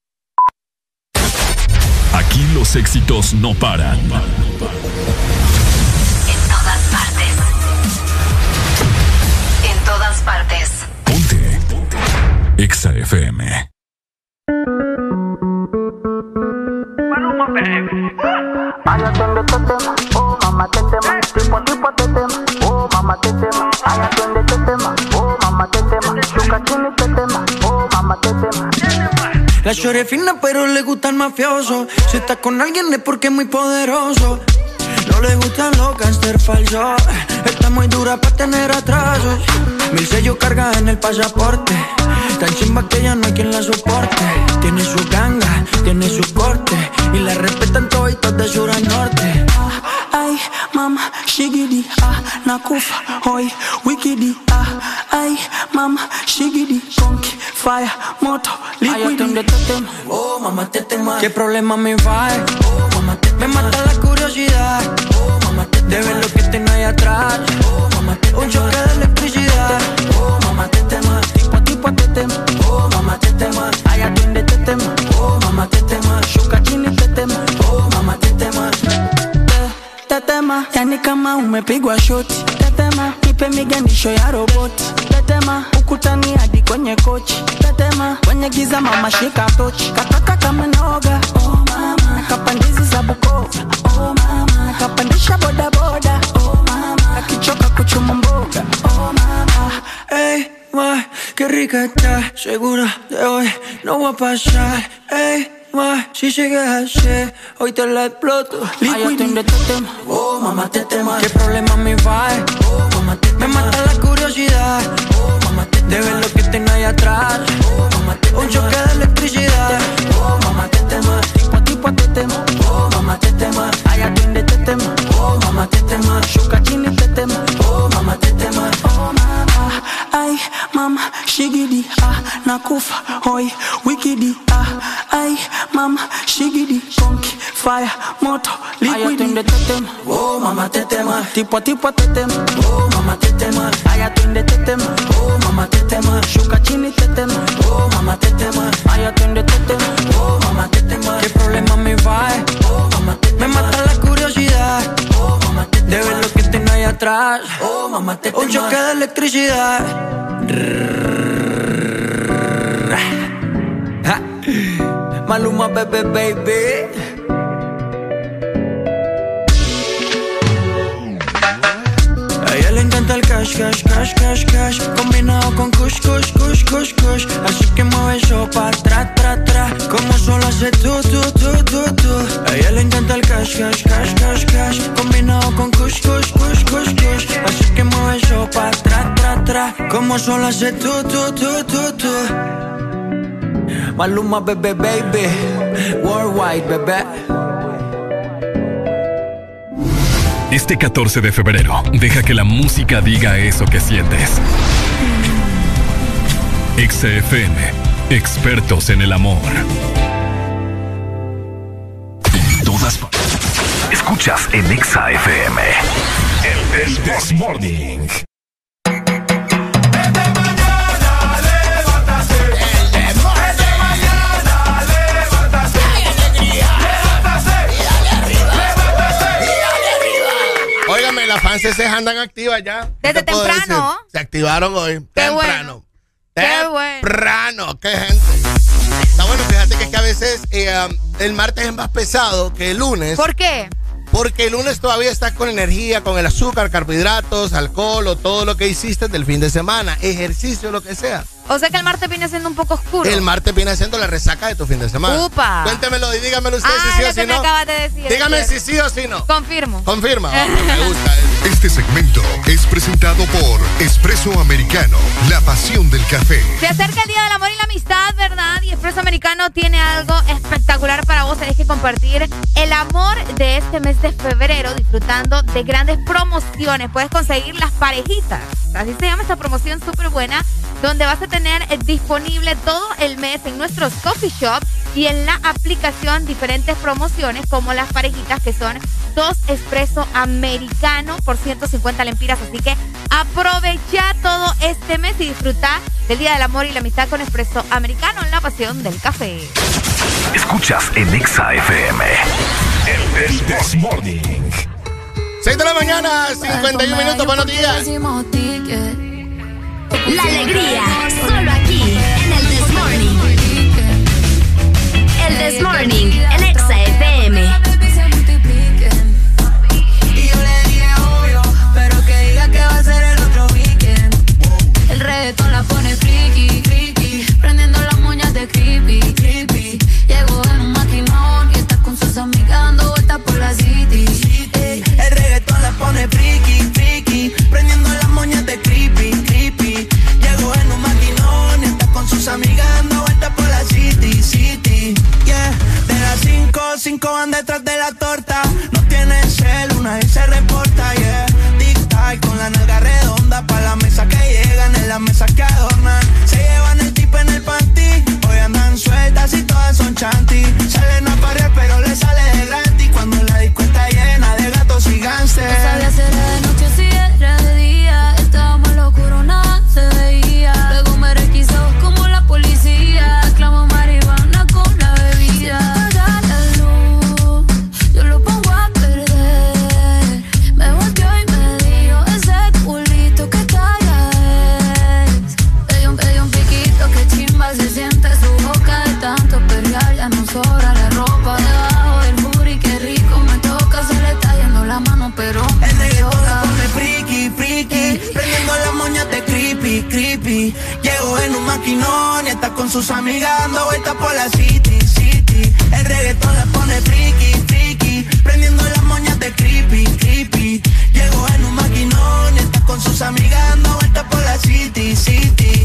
Aquí los éxitos no paran. En todas partes. partes. Ponte. Ponte. Exa F M. Ay, atiende este tema, oh mamá te tema, tipo tipo te tema, oh mamá te tema. Ay, atiende este tema, oh mamá te tema, chuca chini te tema, oh mamá te tema. La shorty es fina pero le gusta el mafioso. Si está con alguien es porque es muy poderoso. No le gustan los gangsters falsos. Está muy dura para tener atrasos. Mil sellos carga en el pasaporte. Tan chimba que ya no hay quien la soporte. Tiene su ganga, tiene su corte. Y la respetan toditos de sur a norte. Ay, mama, shigidi, ah, nakufa, hoy, wikidi, ah. Ay, mama, shigidi, conky, fire, moto, liquidi. Ay, atiende este tema, oh mamá te tema. ¿Qué problema me va? Oh mamá te me mata la curiosidad. Oh mamá te de ver lo que tengo ahí atrás. Oh mamá te un choque de electricidad. Oh mamá te tema, tipo tipo te tema. Oh mamá te tema, ay, atiende este tema. Oh mamá te tema, shuka chini te tema. Oh mamá te tema. Tetema, yani kama umepigwa shoti. Tetema, nipe miganisho ya roboti. Tetema, ukutani hadi kwenye kochi. Tetema, kwenye giza mama shika tochi. Kataka kama noga, oh mama. Kapandizi za Bukova, oh mama. Kapandisha boda boda, oh mama. Akichoka kuchuma mboga, oh mama. Ey, ma, qué rica está. Segura de hoy no va a pasar. Ey, ma, si llegas así, hoy te la exploto. Ay, atiende este tema, oh mamá te tema. ¿Qué problema me va? Oh mamá te tema. Me mata la curiosidad. Oh mamá te tema. De ver lo que tengo ahí atrás. Oh mamá te tema. Un choque de electricidad. Oh mamá te tema. Tipo tipo te tema. Oh mamá te tema. Ay, atiende este tema. Oh mamá te tema. Shuka chini te tema. Oh mamá te tema. Oh mama. Ay, mama, shigidi, ah, nakufa, hoy, wikidi, ah. Ay, mama, shigidi, conky, fire, moto, liquidi. Ay, atiende este tema. Oh mamá te tema. Tipo tipo te tema. Oh mamá te tema. Ay, atiende este tema. Oh mamá te tema. Shuka chini te tema. Oh mamá te tema. Ay, atiende este tema. Oh mamá te tema. ¿Qué problema me va? Oh mamá te tema. Me mata la curiosidad. Oh mamá te tema. De ver lo que tengo ahí atrás. Oh mamá te tema. Un choque de electricidad. Maluma, baby, baby. A ella le encanta el cash, cash, cash, cash, cash. Combinado con kush, kush, kush, kush, kush. Así que mueve eso pa' tra, tra, tra. Como solo hace tú, tú, tú, tú, tú. A ella le encanta el cash, cash, cash, cash, cash. Combinado con kush, kush, kush, kush, kush. Así que mueve eso pa' tra, tra, tra. Como solo hace tú, tú, tú, tú, tú. Maluma, bebé, baby. Worldwide, bebé. Este catorce de febrero, deja que la música diga eso que sientes. Exa F M, expertos en el amor. En todas partes. Escuchas en Exa F M. El This Morning. Óigame, las fans se andan activas ya. Desde temprano. Se activaron hoy. Qué temprano. Bueno. Qué bueno. Temprano. Qué gente. Está bueno, fíjate que, es que a veces eh, um, el martes es más pesado que el lunes. ¿Por qué? Porque el lunes todavía estás con energía, con el azúcar, carbohidratos, alcohol o todo lo que hiciste del fin de semana, ejercicio, lo que sea. O sea que el martes viene siendo un poco oscuro. El martes viene siendo la resaca de tu fin de semana. Upa. Cuéntemelo y dígamelo usted ah, si sí lo o si que no. me acabas de decir. Dígame si sí o si no. Confirmo. Confirma. Oh, me gusta eso. Este segmento es presentado por Espresso Americano, la pasión del café. Se acerca el Día del Amor y la Amistad, ¿verdad? Y Espresso Americano tiene algo espectacular para vos. Tenés que compartir el amor de este mes de febrero disfrutando de grandes promociones. Puedes conseguir las parejitas. Así se llama esta promoción súper buena, donde vas a tener disponible todo el mes en nuestros coffee shops y en la aplicación diferentes promociones como las parejitas, que son dos espresso americano por ciento cincuenta lempiras. Así que aprovecha todo este mes y disfruta del Día del Amor y la Amistad con Espresso Americano, en la pasión del café. Escuchas en Exa F M. El This Morning. seis de la mañana, cincuenta y un minutos, buenos días. La alegría, solo aquí, en el This Morning. El This Morning, en Exa F M. Y yo le dije obvio, pero que diga que va a ser el otro weekend. El reggaetón la pone friki, friki, prendiendo las moñas de creepy, creepy. Llegó en un maquinón y está con sus amigas dando vueltas por la city. Ey, el reggaetón la pone friki, friki, prendiendo las moñas de creepy, creepy. Llegó en un maquinón y está con sus amigas dando vueltas por la city, city. Yeah, de las cinco, cinco van detrás de la torta. No tiene cel, una y se reporta, yeah. Tic-tac con la nalga redonda pa' la mesa que llegan, en la mesa que adornan. Se llevan el tipo en el panty, hoy andan sueltas y todas son chanty. Salen a parear pero le sale de gratis cuando la disco está llena de gatos y gánster. No sabía si era de noche o si era de día. Estábamos locuro, nada se veía. Luego me requisó como la policía. Exclamó marihuana con la bebida. Apaga la luz, yo lo pongo a perder. Me volteó y me dijo ese culito que talla es. Pedí un, pedí un piquito que chimba se siente su boca de tanto perrear. Ya no sobra la ropa debajo del booty, qué rico me toca. Se le está yendo la mano pero el reggaetón la pone friki, friki, prendiendo las moñas de creepy, creepy. Llegó en un maquinón y está con sus amigas dando vueltas por la city, city. El reggaetón la pone friki, friki, prendiendo las moñas de creepy, creepy. Llegó en un maquinón y está con sus amigas dando vueltas por la city, city.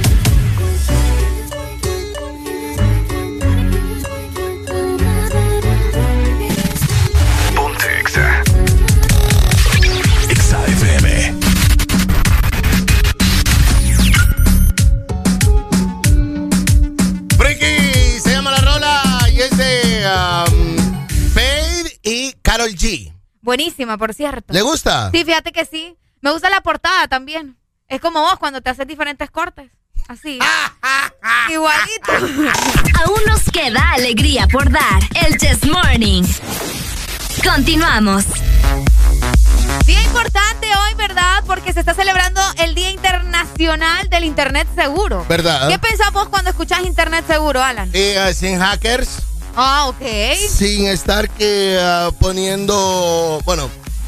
Ponte Exa. Exa F M. Freaky se llama la rola y es de um, Fade y Karol G. Buenísima, por cierto. ¿Le gusta? Sí, fíjate que sí. Me gusta la portada también. Es como vos cuando te haces diferentes cortes. Así. Igualito. Aún nos queda alegría por dar. El This Morning. Continuamos. Día importante hoy, ¿verdad? Porque se está celebrando el Día Internacional del Internet Seguro. ¿Verdad? ¿Qué pensás vos cuando escuchás Internet Seguro, Alan? Eh, uh, sin hackers. Ah, ok. Sin estar que uh, poniendo, bueno,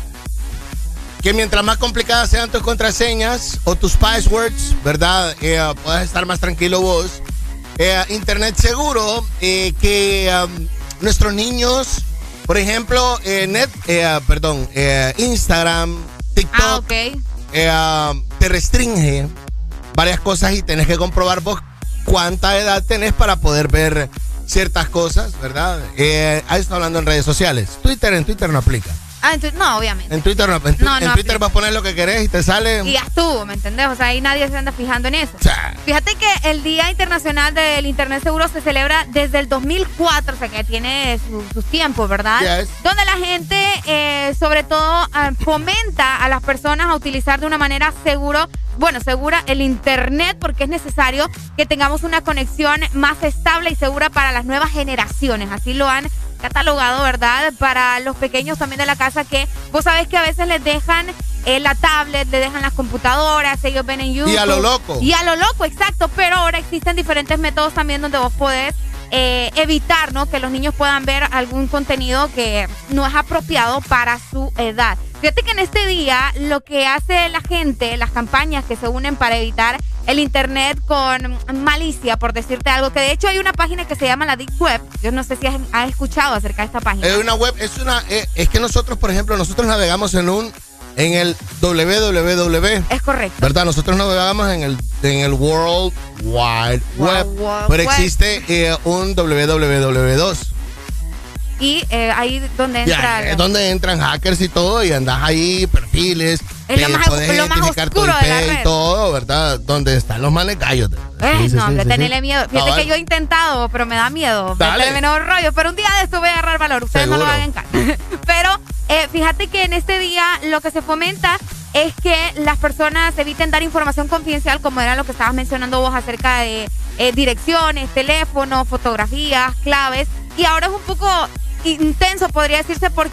que mientras más complicadas sean tus contraseñas o tus passwords, ¿verdad? Eh, uh, puedas estar más tranquilo vos. Eh, internet seguro, eh, que um, nuestros niños, por ejemplo, eh, net, eh, uh, perdón, eh, Instagram, TikTok, ah, okay. eh, uh, te restringe varias cosas y tenés que comprobar vos cuánta edad tenés para poder ver ciertas cosas, ¿verdad? Eh, ahí está hablando en redes sociales. Twitter, en Twitter no aplica. Ah, en Twitter, no, obviamente. En Twitter no, en, tu, no, no en Twitter aplica. vas a poner lo que querés y te sale. Y ya estuvo, ¿me entendés? O sea, ahí nadie se anda fijando en eso. O sea, fíjate que el Día Internacional del Internet Seguro se celebra desde el dos mil cuatro, o sea que tiene su, sus tiempos, ¿verdad? Yes. Donde la gente, eh, sobre todo, eh, fomenta a las personas a utilizar de una manera seguro, bueno, segura el Internet, porque es necesario que tengamos una conexión más estable y segura para las nuevas generaciones. Así lo han catalogado, ¿verdad? Para los pequeños también de la casa, que vos sabés que a veces les dejan eh, la tablet, les dejan las computadoras, ellos ven en YouTube. Y a lo loco. Y a lo loco, exacto. Pero ahora existen diferentes métodos también donde vos podés eh, evitar, ¿no? Que los niños puedan ver algún contenido que no es apropiado para su edad. Fíjate que en este día lo que hace la gente, las campañas que se unen para evitar el internet con malicia, por decirte algo, que de hecho hay una página que se llama la Deep Web. Yo no sé si has, has escuchado acerca de esta página. Es una web, es una, eh, es que nosotros, por ejemplo, nosotros navegamos en un, en el doble u doble u doble u. Es correcto. ¿Verdad? Nosotros navegamos en el, en el World Wide Web, World Wide pero Web. existe eh, un doble u doble u doble u dos. Y eh, ahí donde entra... Ya, es donde entran hackers y todo, y andas ahí, perfiles. Es lo eh, más, podés lo más identificar tu oscuro I P de la red. y todo, ¿verdad? Donde están los manes gallos. Eh, Sí, sí, no, sí, hombre, sí, tenerle sí. miedo. Fíjate No, que vale. yo he intentado, pero me da miedo. Dale. Meterme en un rollo. Pero un día de esto voy a agarrar valor. Ustedes no lo Seguro. hagan caso. Pero eh, fíjate que en este día lo que se fomenta es que las personas eviten dar información confidencial, como era lo que estabas mencionando vos acerca de eh, direcciones, teléfonos, fotografías, claves. Y ahora es un poco intenso, podría decirse, porque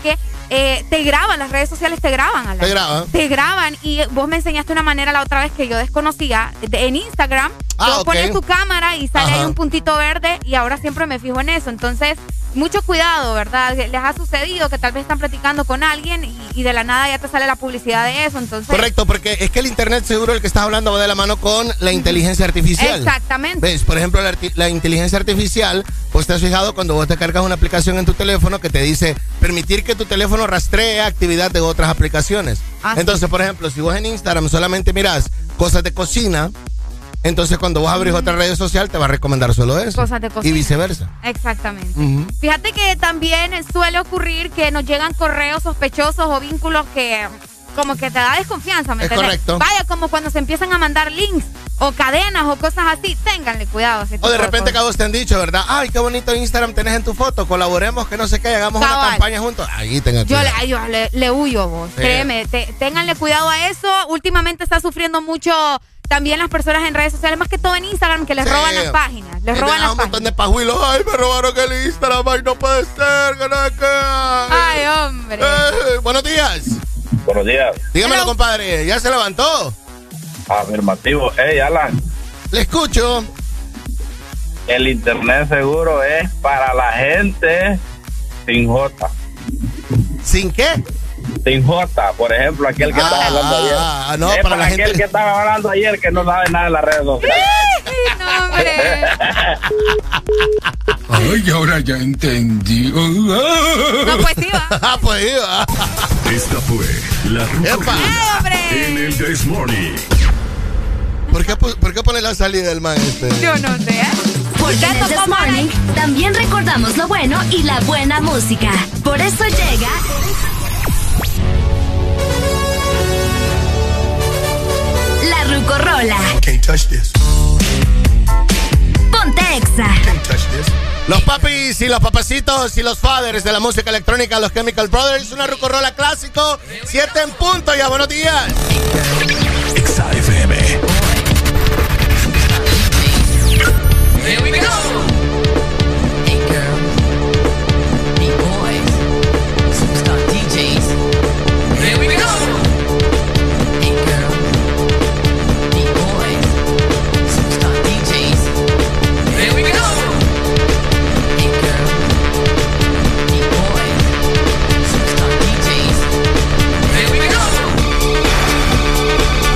eh, te graban, las redes sociales te graban. Alan. Te graban. Te graban y vos me enseñaste una manera la otra vez que yo desconocía. De, en Instagram, ah, vos okay. pones tu cámara y sale Ajá. ahí un puntito verde y ahora siempre me fijo en eso. Entonces, mucho cuidado, ¿verdad? Les ha sucedido que tal vez están platicando con alguien y, y de la nada ya te sale la publicidad de eso. Entonces, correcto, porque es que el internet seguro el que estás hablando va de la mano con la inteligencia artificial. Exactamente. ¿Ves? Por ejemplo, la, la inteligencia artificial, pues te has fijado cuando vos te cargas una aplicación en tu teléfono que te dice permitir que tu teléfono rastree actividad de otras aplicaciones. Ah, entonces, por ejemplo, si vos en Instagram solamente mirás cosas de cocina, entonces cuando vos abrís otra red social te va a recomendar solo eso. Cosas de cocina. Y viceversa. Exactamente. Uh-huh. Fíjate que también suele ocurrir que nos llegan correos sospechosos o vínculos que como que te da desconfianza, ¿me Es entiendes? correcto. Vaya, como cuando se empiezan a mandar links o cadenas o cosas así, ténganle cuidado. Ese O tipo de repente cosas. que a vos te han dicho, ¿verdad? Ay, qué bonito Instagram tenés en tu foto, colaboremos, que no sé qué, hagamos Cabal. una campaña juntos. Ahí tengan Yo, cuidado. le, yo le, le huyo, vos. Sí. Créeme, te- ténganle cuidado a eso. Últimamente está sufriendo mucho también las personas en redes sociales, más que todo en Instagram, que les Sí. roban las páginas. Les Y roban me da las un montón páginas. de pajuilos. Ay, me robaron el Instagram. Ay, no puede ser. Que no es que... Ay, hombre. Eh, buenos días. Buenos días. Dígamelo, compadre. ¿Ya se levantó? Afirmativo. Hey, Alan. Le escucho. El internet seguro es para la gente sin J. ¿Sin qué? Sin J. Por ejemplo, aquel que Ah, estaba hablando ayer. ah, no, es para para, la aquel gente- que estaba hablando ayer que no sabe nada de las redes sociales. No, hombre. Ay, ahora ya entendí. No, pues sí, va. Ah, pues iba. Esta fue la Ruca Epa. ¡Eh, hombre! en el This Morning. ¿Por qué, pu- ¿Por qué pone la salida del man este? Yo no sé, ¿eh? Porque Ya en el This tocó mal Morning ahí. también recordamos lo bueno y la buena música. Por eso llega La Rucorola. Can't touch this. Ponte Exa. Can't touch this. Los papis y los papacitos y los fathers de la música electrónica, los Chemical Brothers, una rucorola clásico, siete en punto, ya buenos días. Exa F M. Here we go. Hey girls, hey boys, superstar D Js. Here we go. Hey girls, hey boys, superstar D Js. Here we go. Hey girls, hey boys, superstar D Js. Here we go.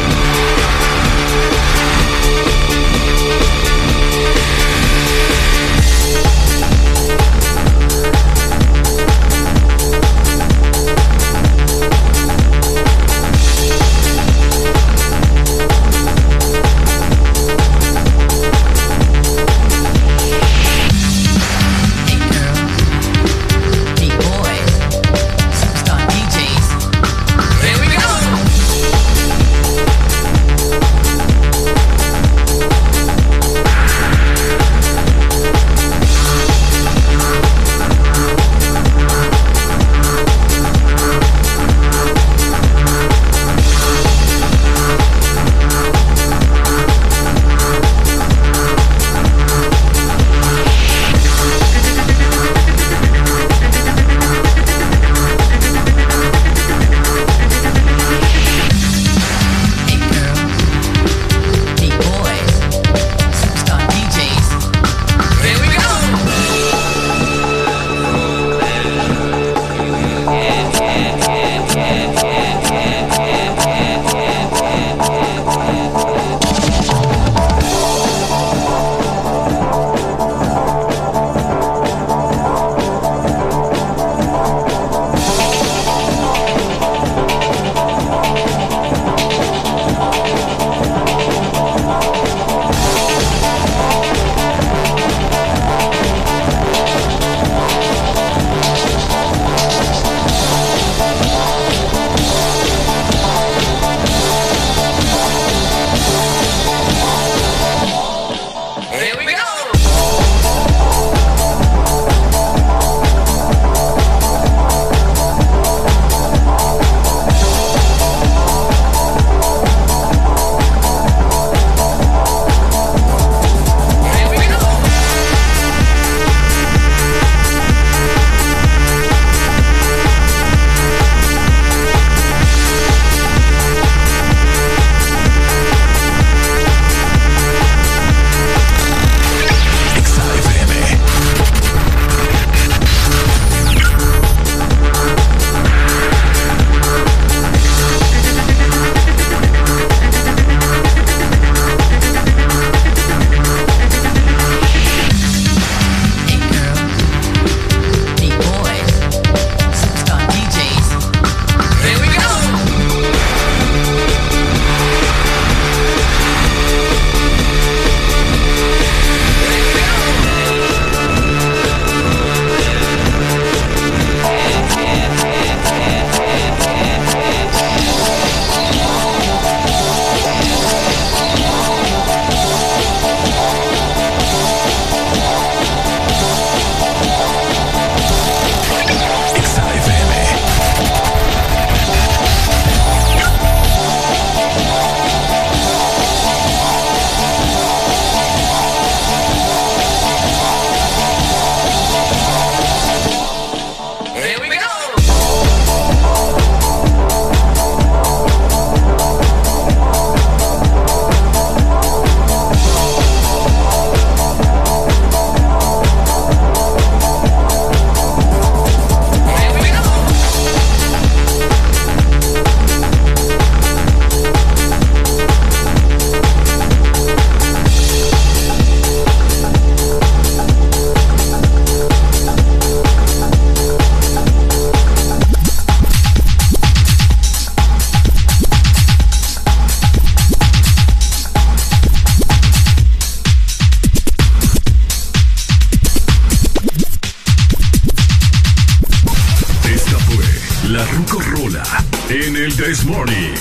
La Rucorola en el This Morning.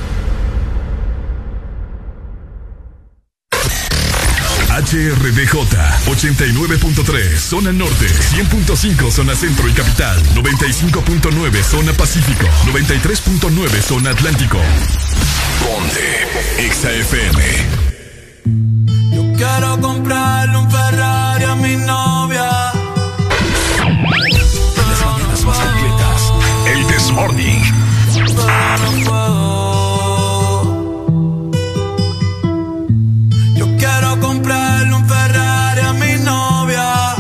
H R D J ochenta y nueve punto tres zona norte, cien punto cinco zona centro y capital, noventa y cinco punto nueve zona pacífico, noventa y tres punto nueve zona atlántico. Ponte Exa F M. Yo quiero comprarle un Ferrari a mi novia. Las mañanas más completas. El This Morning. Pero no puedo. Yo quiero comprarle un Ferrari a mi novia,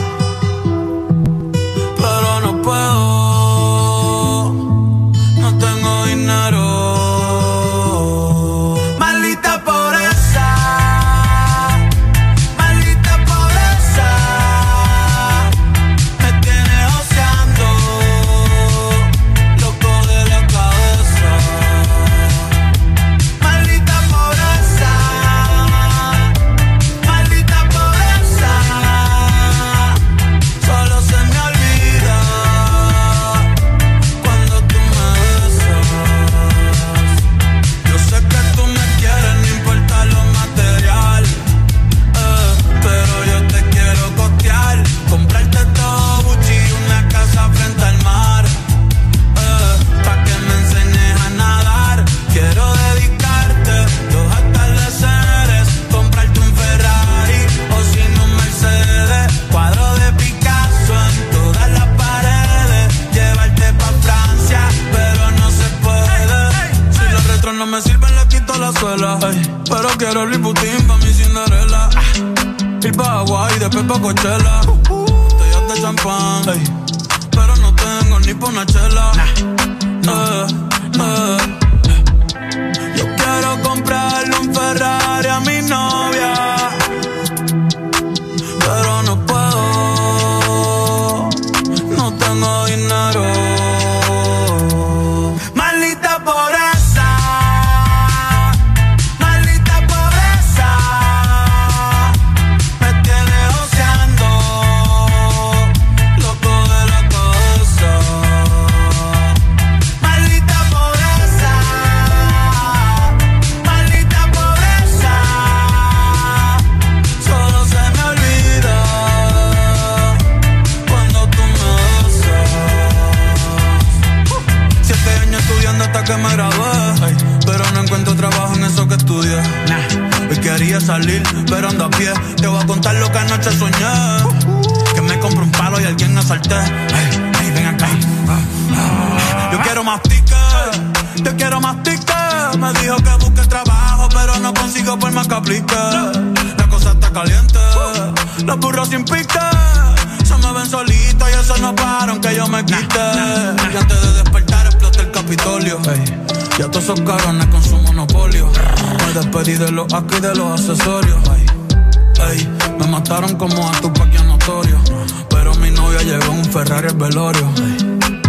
pero no puedo. No tengo dinero. Maldita pobreza. Maldita pobreza. Me tiene oceando. Loco de la cabeza. Maldita pobreza. Maldita pobreza. Solo se me olvida cuando tú me besas. Yo sé que tú me quieres, no importa lo material, eh, pero yo te quiero costear, comprarte todo Gucci y una casa frente al mar, eh, pa' que me enseñes a nadar. Quiero dedicarte dos atardeceres, comprarte un Ferrari o si no un Mercedes, cuadro de Picasso en todas las paredes, llevarte pa' Francia, pero no se puede. Si los retros no me sirven, le quito la suela, ey, pero quiero Louis Vuitton pa' mi Cinderella, ir pa' Hawaii, después pa' Coachella, botellas de champán, ey, pero no tengo ni pa' una chela, eh, eh. Yo quiero comprarle un Ferrari a mi novia, pero no puedo, no tengo dinero. Maldita pobreza. Maldita pobreza. Me tiene oceando. Loco de la cabeza. Maldita pobreza. Maldita pobreza. Solo se me olvida cuando tú me besas. Siete años estudiando hasta que me gradué, ey, pero no encuentro trabajo en eso que estudié. Hoy quería salir, pero ando a pie. Te voy a contar lo que anoche soñé. Que me compré un palo y alguien me asalté. Ey, ey, ven acá. Yo quiero más tickets, yo quiero más tickets. Me dijo que busque trabajo, pero no consigo por más que aplique. La cosa está caliente, los burros sin pique. Se me ven solitos y eso no para aunque yo me quite. Y antes de despertar exploté el Capitolio. Ey, ya todos esos cabrones con su monopolio. Me despedí de los aquí y de los accesorios. Ey, ey, me mataron como a Tupac y a Notorio, pero mi novia llegó en un Ferrari al velorio. Ey.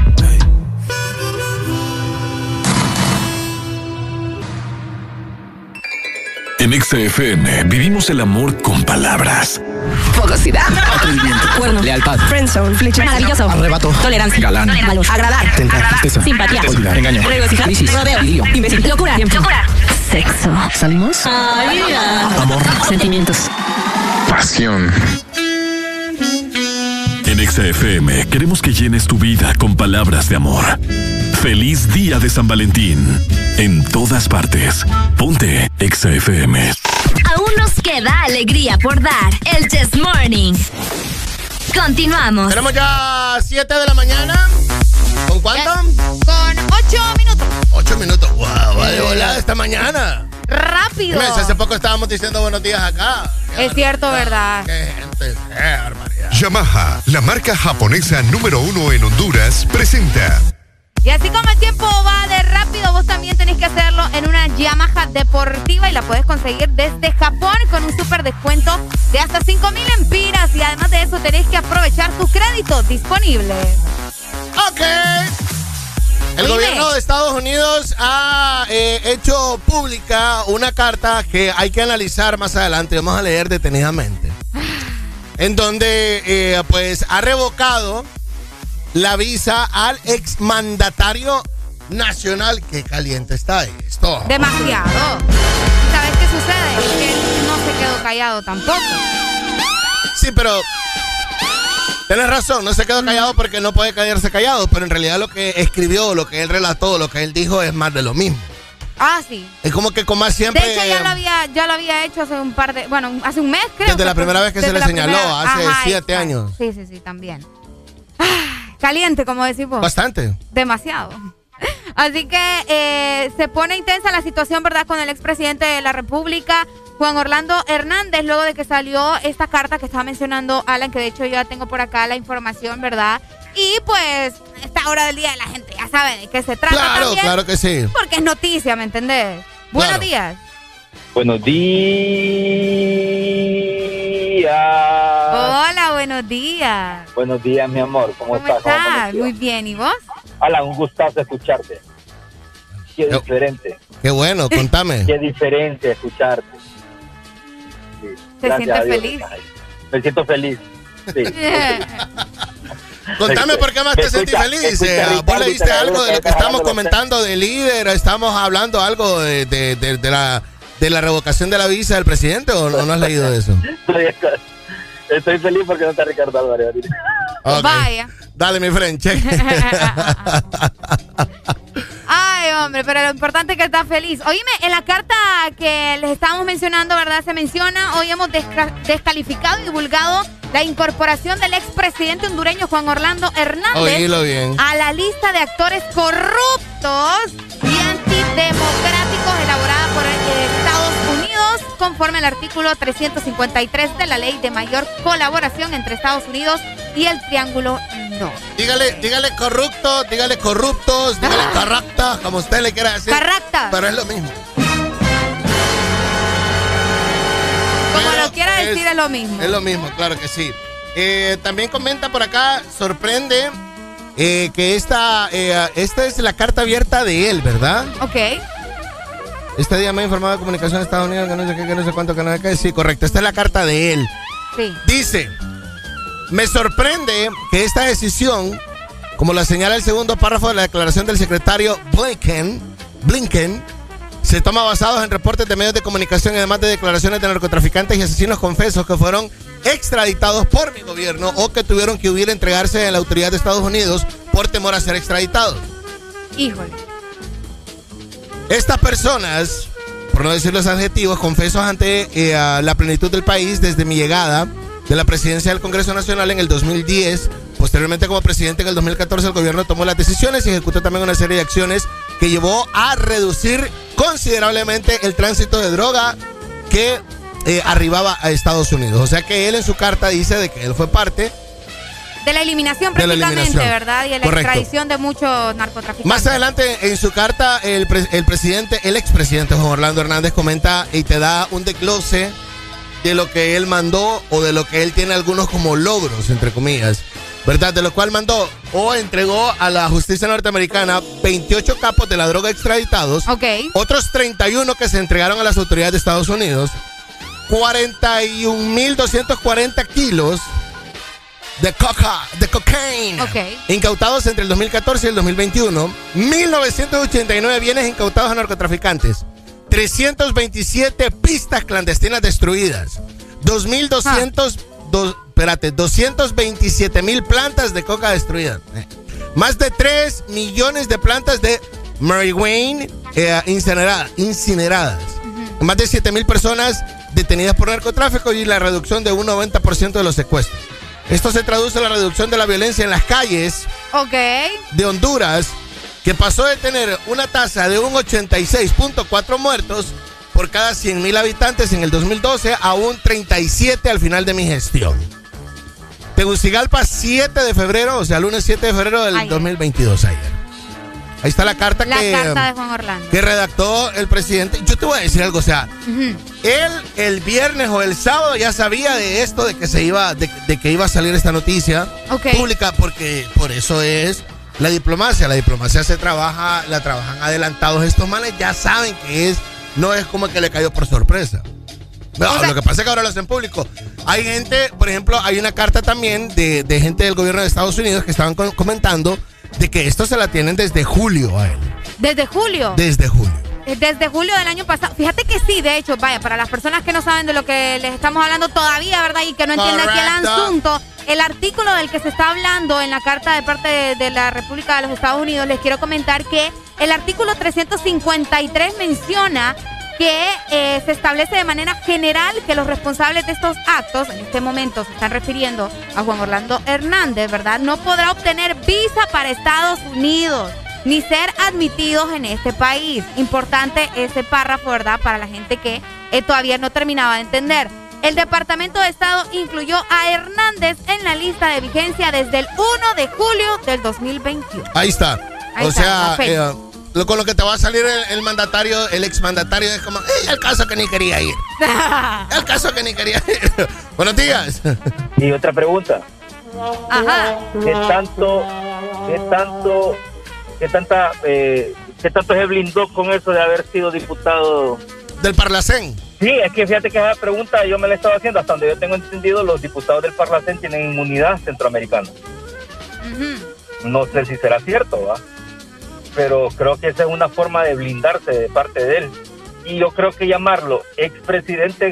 En Exa F M vivimos el amor con palabras. Fogosidad. Atrevimiento. Cuerno. Lealtad. Friendzone. Flecha. Maravilloso. Arrebato. Tolerancia. Galán. Valor. Agradar. Tentar. Tristeza. Simpatía. Olvidar. Engaño. Regocijar. Crisis. Rodeo. Lío. Imbécil. Locura. Locura. Sexo. ¿Salimos? Ay, Amor. Sentimientos. Pasión. En Exa F M queremos que llenes tu vida con palabras de amor. Feliz día de San Valentín. En todas partes. Ponte Exa F M. Aún nos queda alegría por dar. El This Morning. Continuamos. Tenemos ya siete de la mañana. ¿Con cuánto? Con ocho minutos. ocho minutos. Wow, va de volada esta mañana. Rápido. Mes, hace poco estábamos diciendo buenos días acá. Es cierto, ¿verdad? Qué gente, qué barbaridad. Yamaha, la marca japonesa número uno en Honduras, presenta. Y así como el tiempo va de rápido, vos también tenés que hacerlo en una Yamaha deportiva y la puedes conseguir desde Japón con un súper descuento de hasta cinco mil empiras y además de eso tenés que aprovechar tus créditos disponibles. Ok. El Oíme. gobierno de Estados Unidos ha eh, hecho pública una carta que hay que analizar más adelante. Vamos a leer detenidamente. En donde, eh, pues, ha revocado la visa al exmandatario nacional. Qué caliente está esto. Demasiado. ¿Sabes qué sucede? Que él no se quedó callado tampoco. Sí, pero tienes razón, no se quedó callado porque no puede quedarse callado, pero en realidad lo que escribió, lo que él relató, lo que él dijo es más de lo mismo. Ah, sí. Es como que como siempre... De hecho, ya lo había, ya lo había hecho hace un par de... Bueno, hace un mes, creo. Desde la primera vez que se le señaló, primera, hace ajá, siete exacto. años. Sí, sí, sí, también. Ah, caliente, como decís vos. Bastante. Demasiado. Así que eh, se pone intensa la situación, ¿verdad?, con el expresidente de la República, Juan Orlando Hernández, luego de que salió esta carta que estaba mencionando Alan, que de hecho yo ya tengo por acá la información, ¿verdad? Y pues, esta hora del día la gente ya sabe de qué se trata. Claro, también, claro que sí. Porque es noticia, ¿me entendés? Buenos Claro. días. Buenos días. Hola, buenos días. Buenos días, mi amor. ¿Cómo, ¿Cómo estás? ¿Cómo estás? amaneció? Muy bien, ¿y vos? Alan, un gustazo escucharte. Qué Qué- diferente. Qué bueno, contame. Qué diferente escucharte. Sí, ¿Te gracias sientes a Dios. feliz? Ay, me siento feliz. Sí. Contame por qué más te sentís Escucha, feliz. escucha, Eh, ¿Vos Ricardo, leíste te algo de lo que agradezco, estamos te comentando de líder? ¿Estamos hablando algo de, de, de, de la, de la revocación de la visa del presidente o no, no has leído eso? Estoy, estoy feliz porque no está Ricardo Álvarez ahorita. Ok. Vaya. Dale, mi friend, check. Ay, hombre, pero lo importante es que está feliz. Oíme, en la carta que les estábamos mencionando, ¿verdad? Se menciona, hoy hemos desca- descalificado y divulgado la incorporación del expresidente hondureño Juan Orlando Hernández Oílo bien. a la lista de actores corruptos y antidemocráticos elaborada por eh, Estados Unidos conforme al artículo trescientos cincuenta y tres de la Ley de Mayor Colaboración entre Estados Unidos y el Triángulo Norte. Dígale, dígale corrupto, dígale corruptos, dígale carracta, como usted le quiera decir. Carracta. Pero es lo mismo. Como Pero lo quiera decir, es lo mismo. Es lo mismo, claro que sí. Eh, también comenta por acá, sorprende eh, que esta, eh, esta es la carta abierta de él, ¿verdad? Ok. Este día me ha informado de comunicación de Estados Unidos que no sé qué, que no sé cuánto, que no sé qué. Sí, correcto. Esta es la carta de él. Sí. Dice, me sorprende que esta decisión, como la señala el segundo párrafo de la declaración del secretario Blinken, Blinken, se toma basados en reportes de medios de comunicación y además de declaraciones de narcotraficantes y asesinos confesos que fueron extraditados por mi gobierno o que tuvieron que huir a entregarse a la autoridad de Estados Unidos por temor a ser extraditados. Híjole. Estas personas, por no decir los adjetivos, confesos ante eh, a la plenitud del país desde mi llegada de la presidencia del Congreso Nacional en el dos mil diez. Posteriormente, como presidente en el dos mil catorce, el gobierno tomó las decisiones y ejecutó también una serie de acciones que llevó a reducir considerablemente el tránsito de droga que eh, arribaba a Estados Unidos. O sea que él en su carta dice de que él fue parte De la eliminación de la prácticamente, eliminación. ¿verdad? Y de la Correcto. extradición de muchos narcotraficantes. Más adelante en su carta el, pre- el presidente, el expresidente Juan Orlando Hernández comenta y te da un desglose de lo que él mandó o de lo que él tiene algunos como logros, entre comillas, ¿verdad? De lo cual mandó o entregó a la justicia norteamericana veintiocho capos de la droga extraditados, okay. Otros treinta y uno que se entregaron a las autoridades de Estados Unidos, cuarenta y un mil doscientos cuarenta kilos de coca, de cocaine, okay. Incautados entre el dos mil catorce y el dos mil veintiuno, mil novecientos ochenta y nueve bienes incautados a narcotraficantes, trescientos veintisiete pistas clandestinas destruidas, dos mil doscientos, ah. dos, espérate, doscientos veintisiete mil plantas de coca destruidas, eh. Más de tres millones de plantas de marihuana eh, incinerada, incineradas, uh-huh. Más de siete mil personas detenidas por narcotráfico y la reducción de un noventa por ciento de los secuestros. Esto se traduce en la reducción de la violencia en las calles okay. de Honduras, que pasó de tener una tasa de un ochenta y seis punto cuatro muertos por cada cien mil habitantes en el dos mil doce a un treinta y siete al final de mi gestión. Tegucigalpa, siete de febrero, o sea, lunes siete de febrero del ayer. dos mil veintidós, ayer. Ahí está la carta, la que, carta de Juan Orlando. que redactó el presidente. Yo te voy a decir algo, o sea, uh-huh. él el viernes o el sábado ya sabía de esto, de que se iba, de, de que iba a salir esta noticia okay. pública, porque por eso es la diplomacia. La diplomacia se trabaja, la trabajan adelantados estos manes, ya saben que es, no es como que le cayó por sorpresa. No, o sea, lo que pasa es que ahora lo hacen público. Hay gente, por ejemplo, hay una carta también de, de gente del gobierno de Estados Unidos que estaban co- comentando de que esto se la tienen desde julio a él. ¿Desde julio? Desde julio. Desde julio del año pasado. Fíjate que sí, de hecho, vaya, para las personas que no saben de lo que les estamos hablando todavía, ¿verdad? Y que no entienden aquí el asunto, el artículo del que se está hablando en la carta de parte de, de la República de los Estados Unidos, les quiero comentar que el artículo trescientos cincuenta y tres menciona que eh, se establece de manera general que los responsables de estos actos, en este momento se están refiriendo a Juan Orlando Hernández, ¿verdad? No podrá obtener visa para Estados Unidos ni ser admitidos en este país. Importante ese párrafo, ¿verdad? Para la gente que eh, todavía no terminaba de entender. El Departamento de Estado incluyó a Hernández en la lista de vigencia desde el primero de julio del dos mil veintiuno. Ahí está. Ahí o está, sea, la fecha. eh, lo, con lo que te va a salir el, el mandatario, el exmandatario, es como, ¡eh, el caso que ni quería ir! El caso que ni quería ir. Buenos días. Y otra pregunta. Ajá. ¿Qué tanto, qué tanto, qué tanta, eh, qué tanto se blindó con eso de haber sido diputado del Parlacén? Sí, es que fíjate que esa pregunta yo me la estaba haciendo. Hasta donde yo tengo entendido, los diputados del Parlacén tienen inmunidad centroamericana. Uh-huh. No sé si será cierto, ¿va? Pero creo que esa es una forma de blindarse de parte de él. Y yo creo que llamarlo expresidente,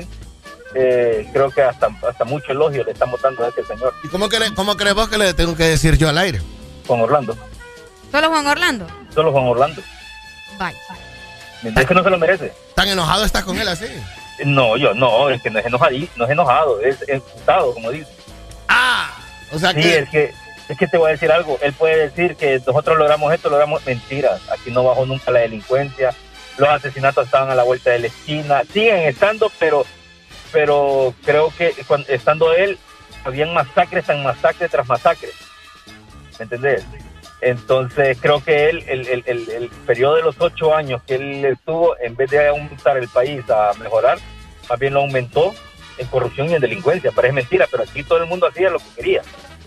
eh, creo que hasta, hasta mucho elogio le estamos dando a este señor. ¿Y cómo, cre- cómo crees vos que le tengo que decir yo al aire? Juan Orlando. ¿Solo Juan Orlando? Solo Juan Orlando. Vaya. Es que no se lo merece. ¿Tan enojado estás con él así? No, yo no, es que no es enojado, no es enojado, es imputado, como dice. Ah, o sea sí, que... es que es que te voy a decir algo. Él puede decir que nosotros logramos esto, logramos mentiras. Aquí no bajó nunca la delincuencia. Los asesinatos estaban a la vuelta de la esquina. Siguen estando, pero pero creo que cuando, estando él, habían masacres tras masacre tras masacre. ¿Me entendés? Entonces creo que él, el, el, el, el periodo de los ocho años que él estuvo, en vez de aumentar el país a mejorar, más bien lo aumentó en corrupción y en delincuencia. Parece mentira, pero aquí todo el mundo hacía lo que quería.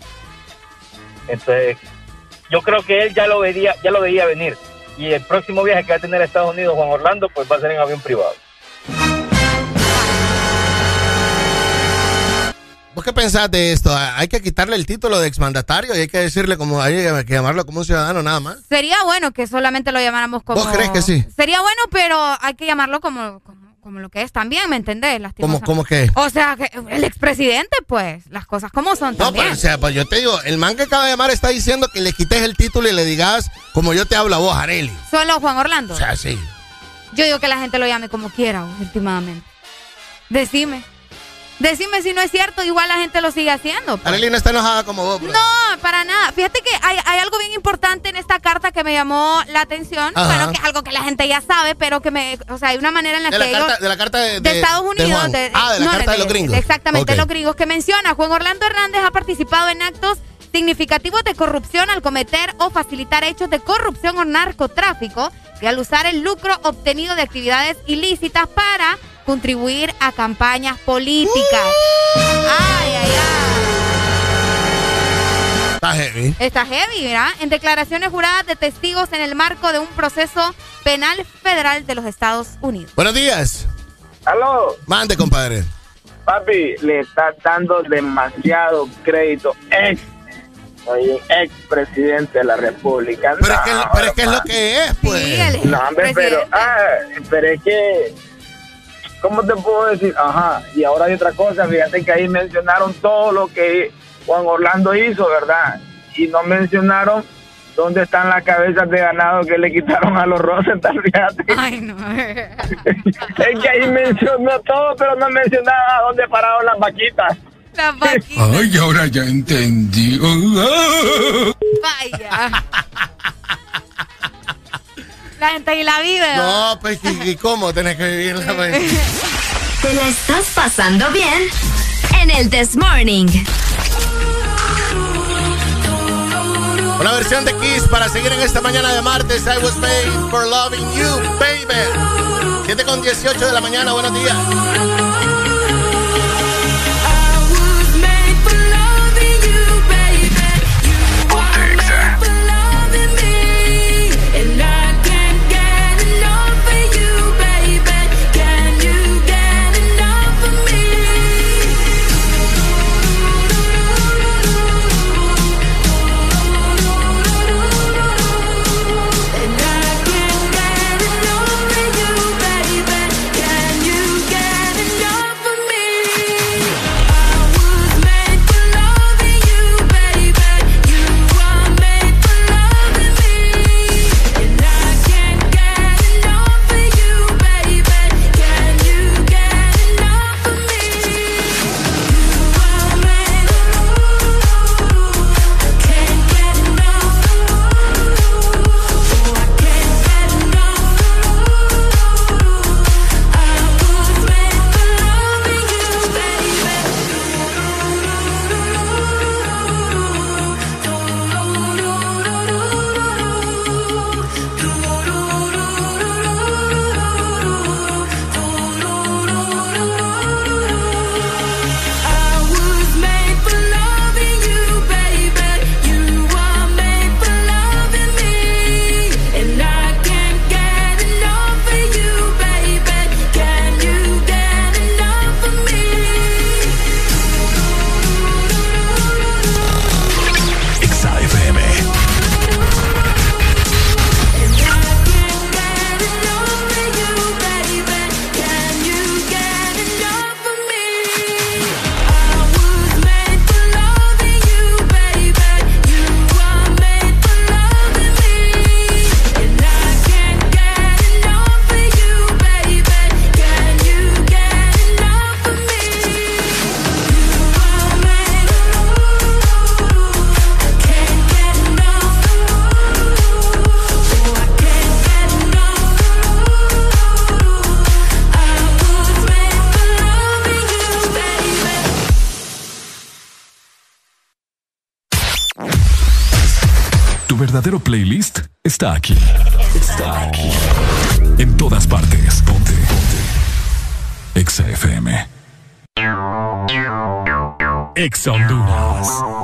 Entonces yo creo que él ya lo veía, ya lo veía venir. Y el próximo viaje que va a tener a Estados Unidos Juan Orlando, pues va a ser en avión privado. ¿Vos qué pensás de esto? ¿Hay que quitarle el título de exmandatario y hay que decirle como, hay que llamarlo como un ciudadano nada más? Sería bueno que solamente lo llamáramos como... ¿Vos crees que sí? Sería bueno, pero hay que llamarlo como, como, como lo que es también, ¿me entendés? ¿Cómo, ¿Cómo qué? O sea, que el expresidente, pues, las cosas como son No, también. pero o sea, pues yo te digo, el man que acaba de llamar está diciendo que le quites el título y le digas como yo te hablo a vos, Arely. ¿Solo Juan Orlando? O sea, sí. Yo digo que la gente lo llame como quiera, últimamente. Decime. Decime si no es cierto, igual la gente lo sigue haciendo. Pues. Arely no está enojada como vos, bro. No, para nada. Fíjate que hay, hay algo bien importante en esta carta que me llamó la atención. Ajá. Bueno, que es algo que la gente ya sabe, pero que me... O sea, hay una manera en la de que la ellos... carta, de la carta de, de, de Estados Unidos. de de, ah, de la no, carta de, de los gringos. Exactamente, okay. Los gringos, que menciona Juan Orlando Hernández ha participado en actos significativos de corrupción al cometer o facilitar hechos de corrupción o narcotráfico y al usar el lucro obtenido de actividades ilícitas para contribuir a campañas políticas. Uh. Ay, ay, ay. Está heavy. Está heavy, ¿verdad? En declaraciones juradas de testigos en el marco de un proceso penal federal de los Estados Unidos. Buenos días. Aló. Mande, compadre. Papi, le está dando demasiado crédito. Ex, soy un ex presidente de la República. Pero, no, es, que, pero es que es lo que es, pues. Sí, no, hombre, pero, ah, pero es que, ¿cómo te puedo decir? Ajá, y ahora hay otra cosa, fíjate que ahí mencionaron todo lo que Juan Orlando hizo, ¿verdad? Y no mencionaron dónde están las cabezas de ganado que le quitaron a los Rosenthal, fíjate. Ay, no. Es que ahí mencionó todo, pero no mencionaba dónde pararon las vaquitas. Las vaquitas. Ay, ahora ya entendí. Vaya. La gente ahí la vive. No, pues, ¿y cómo tenés que vivirla? Pues? ¿Te la estás pasando bien? En el This Morning. Una versión de Kiss para seguir en esta mañana de martes. I was made for loving you, baby. siete con dieciocho de la mañana, buenos días. Tu verdadero playlist está aquí. Está aquí. En todas partes. Ponte. Ponte. Exa F M. Exa Honduras.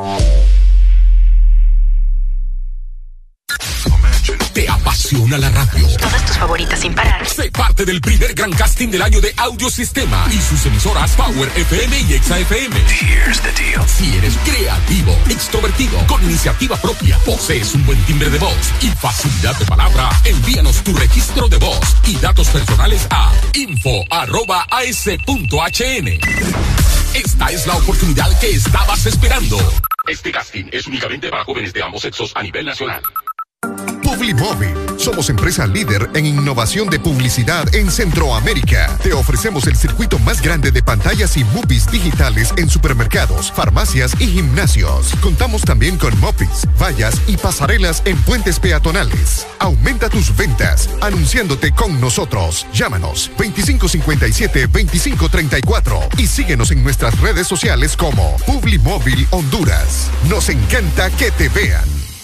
¿Te apasiona la radio? Todas tus favoritas sin parar. Sé parte del primer gran casting del año de Audiosistema y sus emisoras Power F M y Exa F M. Here's the deal. Si eres creativo, extrovertido, con iniciativa propia, posees un buen timbre de voz y facilidad de palabra, envíanos tu registro de voz y datos personales a info arroba as punto h n. Esta es la oportunidad que estabas esperando. Este casting es únicamente para jóvenes de ambos sexos a nivel nacional. Publimóvil. Somos empresa líder en innovación de publicidad en Centroamérica. Te ofrecemos el circuito más grande de pantallas y movies digitales en supermercados, farmacias y gimnasios. Contamos también con mopis, vallas y pasarelas en puentes peatonales. Aumenta tus ventas anunciándote con nosotros. Llámanos veinticinco cincuenta y siete, veinticinco treinta y cuatro y síguenos en nuestras redes sociales como Publimóvil Honduras. Nos encanta que te vean.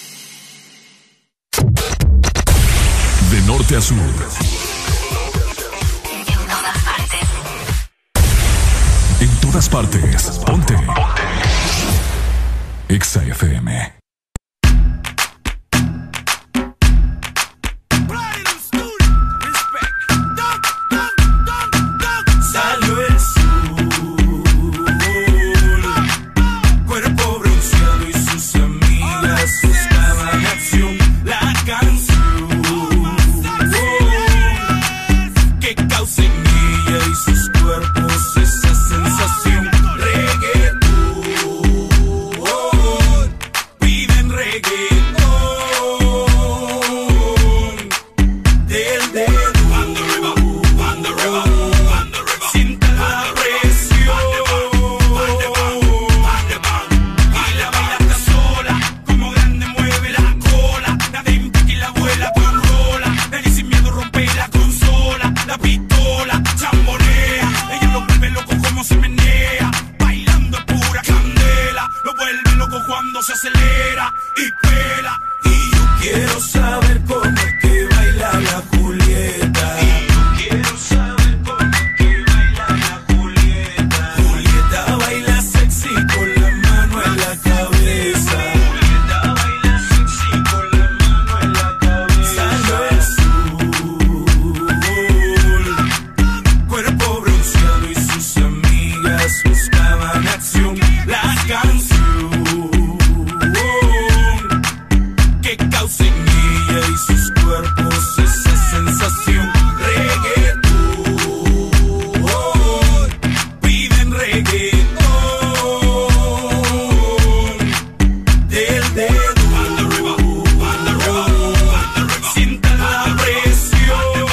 De norte a sur. En todas partes. En todas partes. Ponte. Ponte. Exa F M. Se acelera y pela. Y yo quiero saber cómo es que baila la Julieta. Y yo quiero saber cómo es que baila la Julieta. Julieta baila sexy con la mano en la cabeza. Julieta baila sexy con la mano en la cabeza. Salió el sol, cuerpo bronceado y sus amigas buscaban acción. La canción causa en ella y sus cuerpos esa sensación. Reggaetón, piden reggaetón del dedo. Sientan la presión.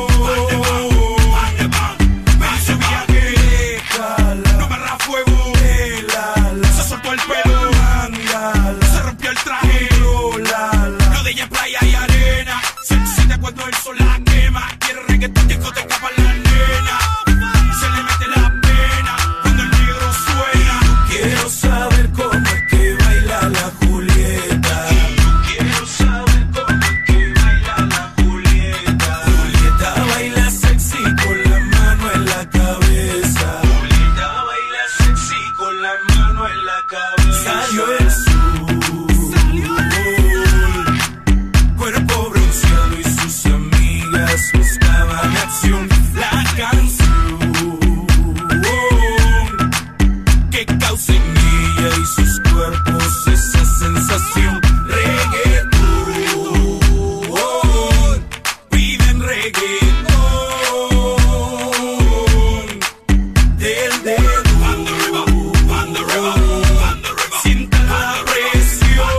Me subía que no me arra fuego. Se soltó el pelo. Se rompió el traje. Lo de ella es playa y arena. Se excita cuando el sol la quema. Quiere reggaetón, discoteca para la nena. Se le mete la pena cuando el negro suena. Yo quiero saber cómo es que baila la Julieta. Yo quiero saber cómo es que baila la Julieta. Julieta baila sexy con la mano en la cabeza. Julieta baila sexy con la mano en la cabeza. Salió el cuerpo bronceado y sus amigas buscaban acción. La canción que causa en ella y sus cuerpos esa sensación. Reggaetón, piden reggaetón del dedo. Sientan la presión.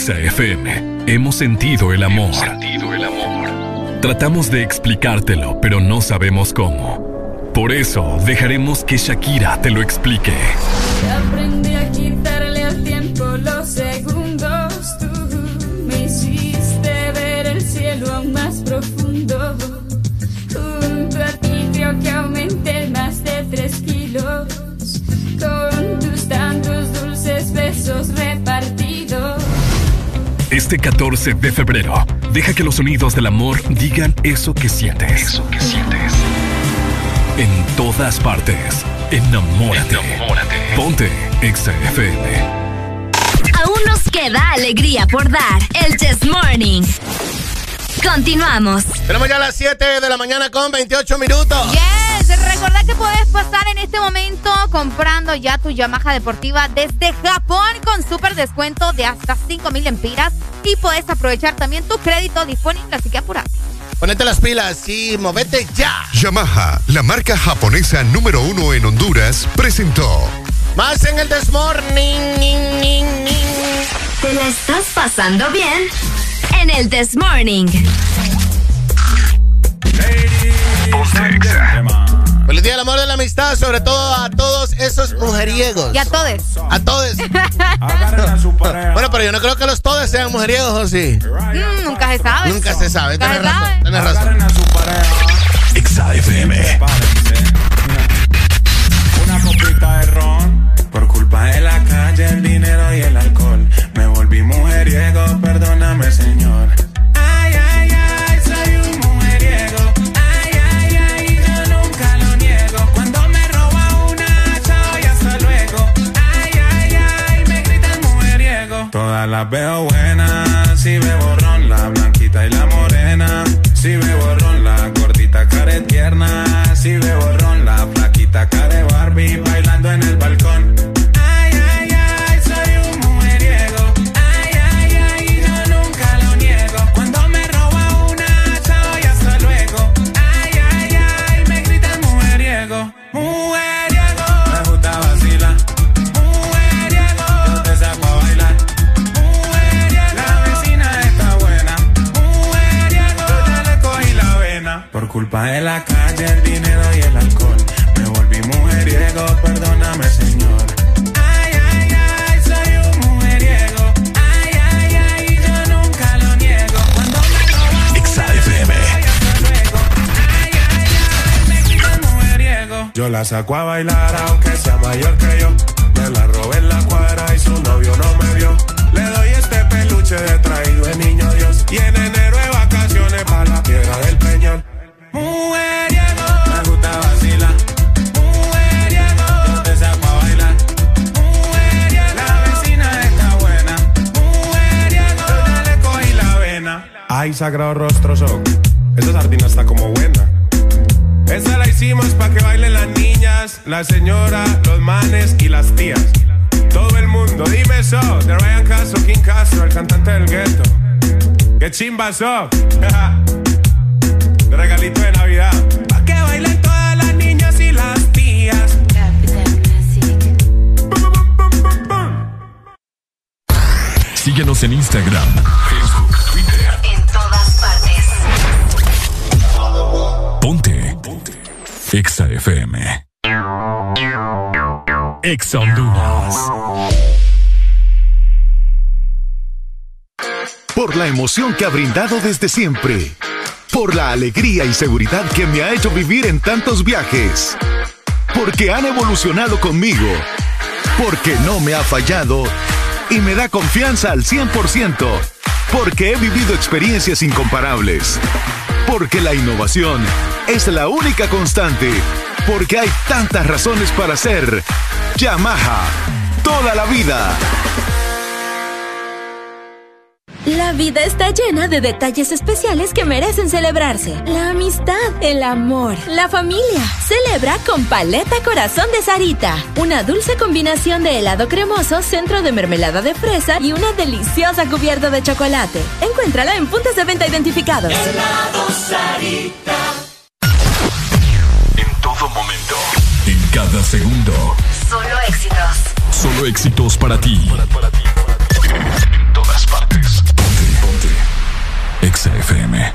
Exa F M. Hemos sentido el amor. Hemos sentido el amor. Tratamos de explicártelo, pero no sabemos cómo. Por eso dejaremos que Shakira te lo explique. Aprendí a quitarle al tiempo los segundos. Tú me hiciste ver el cielo aún más profundo. Junto a ti creo que aumenté más de tres kilos. Con tus tantos dulces besos repartidos. Este catorce de febrero, deja que los sonidos del amor digan eso que sientes. Eso que sientes. En todas partes, enamórate. Enamórate. Ponte Exa F M. Aún nos queda alegría por dar. El Chess Morning. Continuamos. Tenemos ya las siete de la mañana con veintiocho minutos. Yes, recuerda que puedes pasar en este momento comprando ya tu Yamaha deportiva desde Japón con súper descuento de hasta cinco mil lempiras y puedes aprovechar también tu crédito disponible, así que apurate. Ponete las pilas y movete ya. Yamaha, la marca japonesa número uno en Honduras, presentó Más en el This Morning. ¿Te la estás pasando bien? En el This Morning. Feliz día del amor y de la amistad, sobre todo a todos esos mujeriegos. Y a todes. A todes. Bueno, pero yo no creo que los todes sean mujeriegos, ¿o sí? Mm, nunca se sabe. Nunca se sabe. Nunca Tienes se razón. sabe. Tienes razón. Exa F M. Una copita de ron. Por culpa de la calle, el dinero y el alcohol. Me volví mujeriego, perdóname, señor. Ay, ay, ay, soy un mujeriego. Ay, ay, ay, yo nunca lo niego. Cuando me roba una, chao y hasta luego. Ay, ay, ay, me gritan mujeriego. Todas las veo buenas, si bebo ron, la blanquita y la morena. Si bebo ron, la gordita care tierna. Si bebo ron, la flaquita care Barbie bailando en el balcón. Ay, ay, ay, soy un mujeriego. Ay, ay, ay, yo nunca lo niego. Cuando me roba una, chao y hasta luego. Ay, ay, ay, me gritan mujeriego. Mujeriego. Me gusta vacilar. Mujeriego. Yo te saco a bailar. Mujeriego. La vecina está buena. Mujeriego. Yo ya le cogí la vena. Por culpa de la calle, el dinero y el alcohol. Me volví mujeriego, perdóname, señor. Ay, ay, ay, soy un mujeriego. Ay, ay, ay, yo nunca lo niego. Cuando me roba Exa F M. ay, ay, ay, me gritan mujeriego. Yo la saco a bailar aunque sea mayor que yo. Me la robé en la cuadra y su novio no me vio. Le doy este peluche de traído de niño Dios. Y en enero de vacaciones pa' la piedra del Peñol. Mujeriego. Me gusta vacilar. Mujeriego. Yo te saco a bailar. Mujeriego. La vecina está buena. Mujeriego. Yo ya le cogí la vena. Ay, sagrado rostro soc. Esa sardina está como buena. Esa la hicimos pa' que bailen las niñas, la señora, los manes y las tías. Todo el mundo, dime eso. De Ryan Castro, King Castro, el cantante del gueto. ¡Qué chimba eso! De regalito de Navidad. Pa' que bailen todas las niñas y las tías. Síguenos en Instagram, Facebook, Twitter. En todas partes. Ponte. Ponte. Exa F M. Exa Honduras. Por la emoción que ha brindado desde siempre. Por la alegría y seguridad que me ha hecho vivir en tantos viajes. Porque han evolucionado conmigo. Porque no me ha fallado y me da confianza al cien por ciento. Porque he vivido experiencias incomparables. Porque la innovación es la única constante. Porque hay tantas razones para ser Yamaha toda la vida. La vida está llena de detalles especiales que merecen celebrarse. La amistad, el amor, la familia. Celebra con Paleta Corazón de Sarita. Una dulce combinación de helado cremoso, centro de mermelada de fresa y una deliciosa cubierta de chocolate. Encuéntrala en puntos de venta identificados. Helado Sarita. En todo momento. En cada segundo. Solo éxitos. Solo éxitos para ti. Para, para ti, para ti. En todas partes. Exa F M.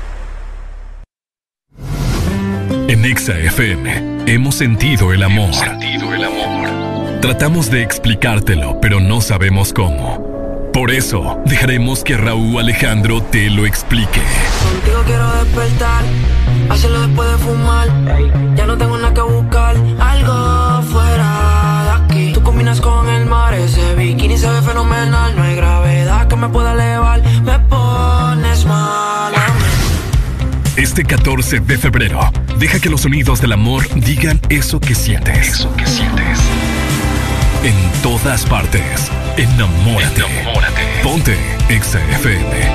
En Exa F M hemos sentido el amor. Hemos sentido el amor. Tratamos de explicártelo, pero no sabemos cómo. Por eso, dejaremos que Raúl Alejandro te lo explique. Contigo quiero despertar, hacerlo después de fumar. Ya no tengo nada que buscar, algo fuera de aquí. Tú combinas con el mar, ese bikini se ve fenomenal. No hay gravedad que me pueda elevar, me pones mal a mí. Este catorce de febrero, deja que los sonidos del amor digan eso que sientes. Eso que sientes. En todas partes, enamórate. Enamórate. Ponte Exa F M.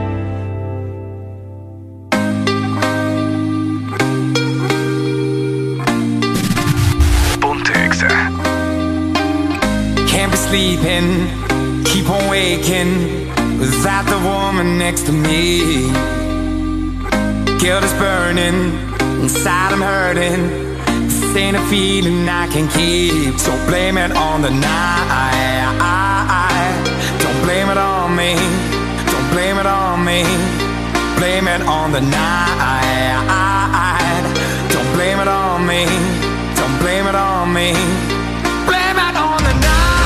Ponte Exa. Can't be sleeping, keep on waking without the woman next to me. Guilt is burning, inside I'm hurting. This ain't a feeling I can keep, so blame it on the night. Don't blame it on me, don't blame it on me. Blame it on the night. Don't blame it on me, don't blame it on me. Blame it on the night.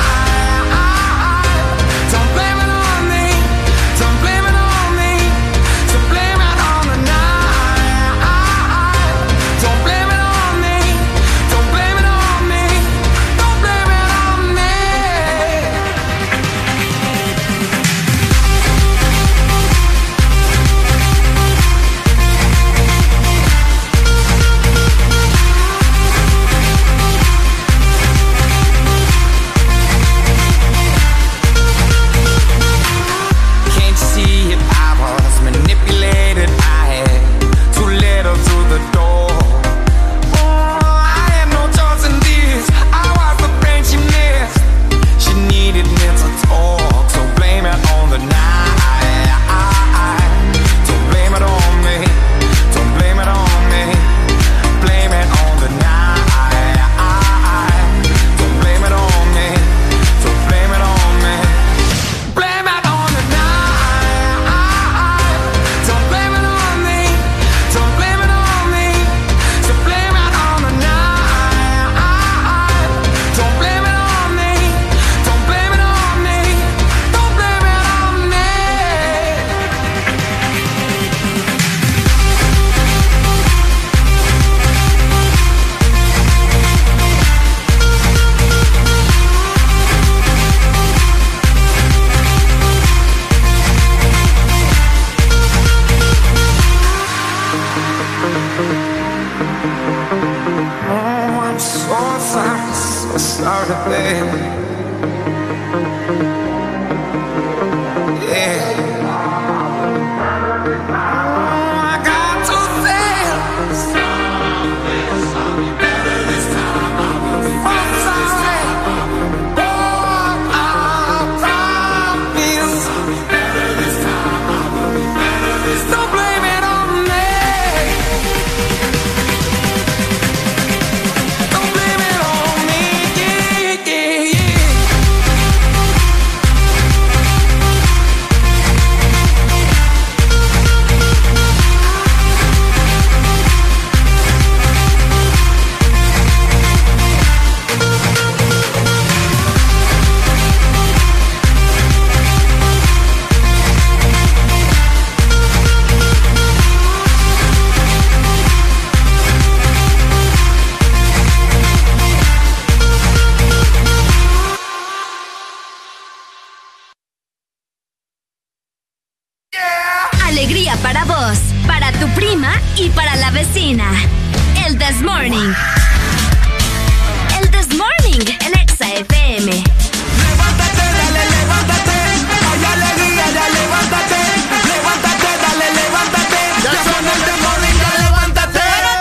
Don't blame it on me, don't blame it on me. So blame it on the night. Don't blame it on me, don't blame it on me. Don't blame it on me. Can't you see it? I was manipulated. I had too little through the door. Oh, I had no choice in this. I was the friend she missed. She needed me to talk, so blame it on the night. Don't blame it on me. Don't blame it on me. Blame it on the night. Don't blame it on me. Don't blame it on me. Blame it on the night. Don't blame it on me. Don't blame it on me. So blame it on the night. Don't blame it on me. Don't blame it on me. Don't blame it on me. Oh, I'm so sorry, so sorry, baby. Yeah. Oh, I got to say, I'm sorry. Oh, I promise. Don't blame it on me. Don't blame it on me. Yeah, yeah, yeah. Alegría para vos, para tu prima y para la vecina. El This Morning. El This Morning, en Exa F M. Levántate, dale, levántate. Hay alegría, ya levántate. Levántate, dale, levántate. Ya son el This Morning, ya levántate.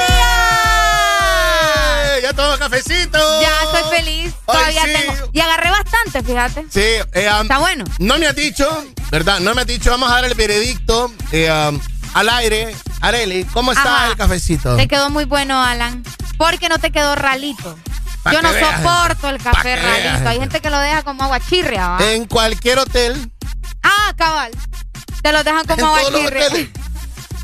Ya tomo cafecito. Ya estoy feliz. Todavía sí. tengo. Y agarré bastante, fíjate. Sí, eh, um, está bueno. No me has dicho, ¿verdad? No me has dicho, vamos a dar el veredicto eh, um, al aire. Arely, ¿cómo está Ajá. el cafecito? Te quedó muy bueno, Alan. Porque no te quedó ralito. Pa' Yo que no veas. soporto el Pa' café que ralito. veas. Hay gente que lo deja como aguachirria, ¿va? En cualquier hotel. Ah, cabal. Te lo dejan como En todos los aguachirria. hoteles.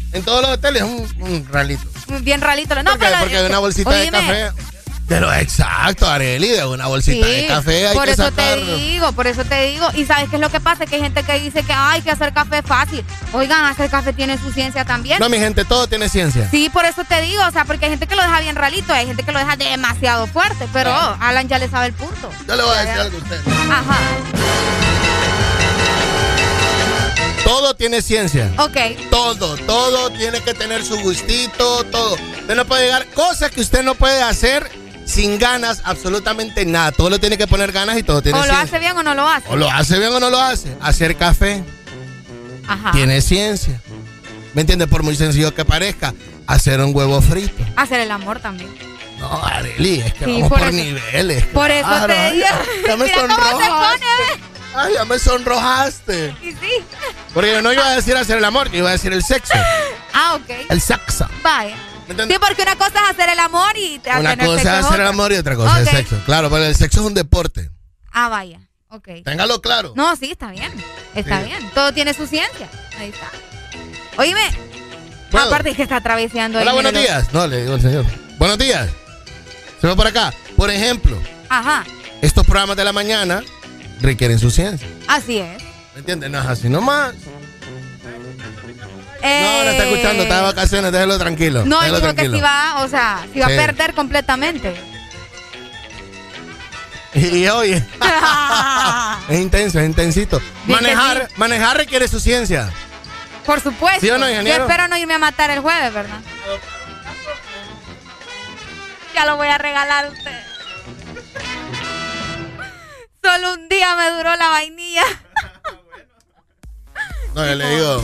En todos los hoteles un, un ralito. Bien ralito. No, ¿Por qué? pero, Porque hay una bolsita oíme, de café. Pero exacto, Arely, de una bolsita sí, de café hay por que eso sacar. te digo, por eso te digo. Y ¿sabes qué es lo que pasa? Que hay gente que dice que hay que hacer café fácil. Oigan, hacer café tiene su ciencia también. No, mi gente, todo tiene ciencia. Sí, por eso te digo, o sea, porque hay gente que lo deja bien ralito, hay gente que lo deja demasiado fuerte, pero Claro. oh, Alan ya le sabe el punto. Yo le voy a Ya, decir ya. algo a usted. Ajá, Todo tiene ciencia. ok. Todo, todo tiene que tener su gustito, todo. Usted no puede llegar, cosas que usted no puede hacer sin ganas, absolutamente nada. Todo lo tiene que poner ganas y todo tiene O lo ciencia. hace bien o no lo hace. O lo hace bien o no lo hace. Hacer café Ajá. tiene ciencia. ¿Me entiende? Por muy sencillo que parezca. Hacer un huevo frito. Hacer el amor también. No, Arely, es que Sí, vamos por por, eso- niveles. Por eso Claro, te ay, digo. ya me Mira cómo se sonrojaste. pone, Ay, ya me sonrojaste. ¿ve? Y sí. Porque yo no iba a decir hacer el amor, yo iba a decir el sexo. Ah, ok. El sexo. Vaya. ¿Me entiendes? Sí, porque una cosa es hacer el amor y Una tener cosa sexo es hacer el otra. amor y otra cosa Ok. es el sexo. Claro, pero el sexo es un deporte. Ah, vaya. Ok. Téngalo claro. No, sí, está bien. Está Sí. bien. Todo tiene su ciencia. Ahí está. Oíme. ¿Puedo? Aparte es que está atravesando Hola, ahí, buenos míralo. días. No, le digo al señor. Buenos días. Se va por acá. Por ejemplo, Ajá. estos programas de la mañana requieren su ciencia. Así es. ¿Me entiendes? No es así nomás. Eh, No, no está escuchando, está de vacaciones, déjelo tranquilo. No, él déjelo dijo tranquilo. que si va, o sea, si va Sí. a perder completamente. Y, y oye, es intenso, es intensito. Bien que Manejar, sí. manejar requiere su ciencia. Por supuesto. ¿Sí o no, Yo ingeniero? espero no irme a matar el jueves, ¿verdad? Ya lo voy a regalar a usted. Solo un día me duró la vainilla. No, yo le digo,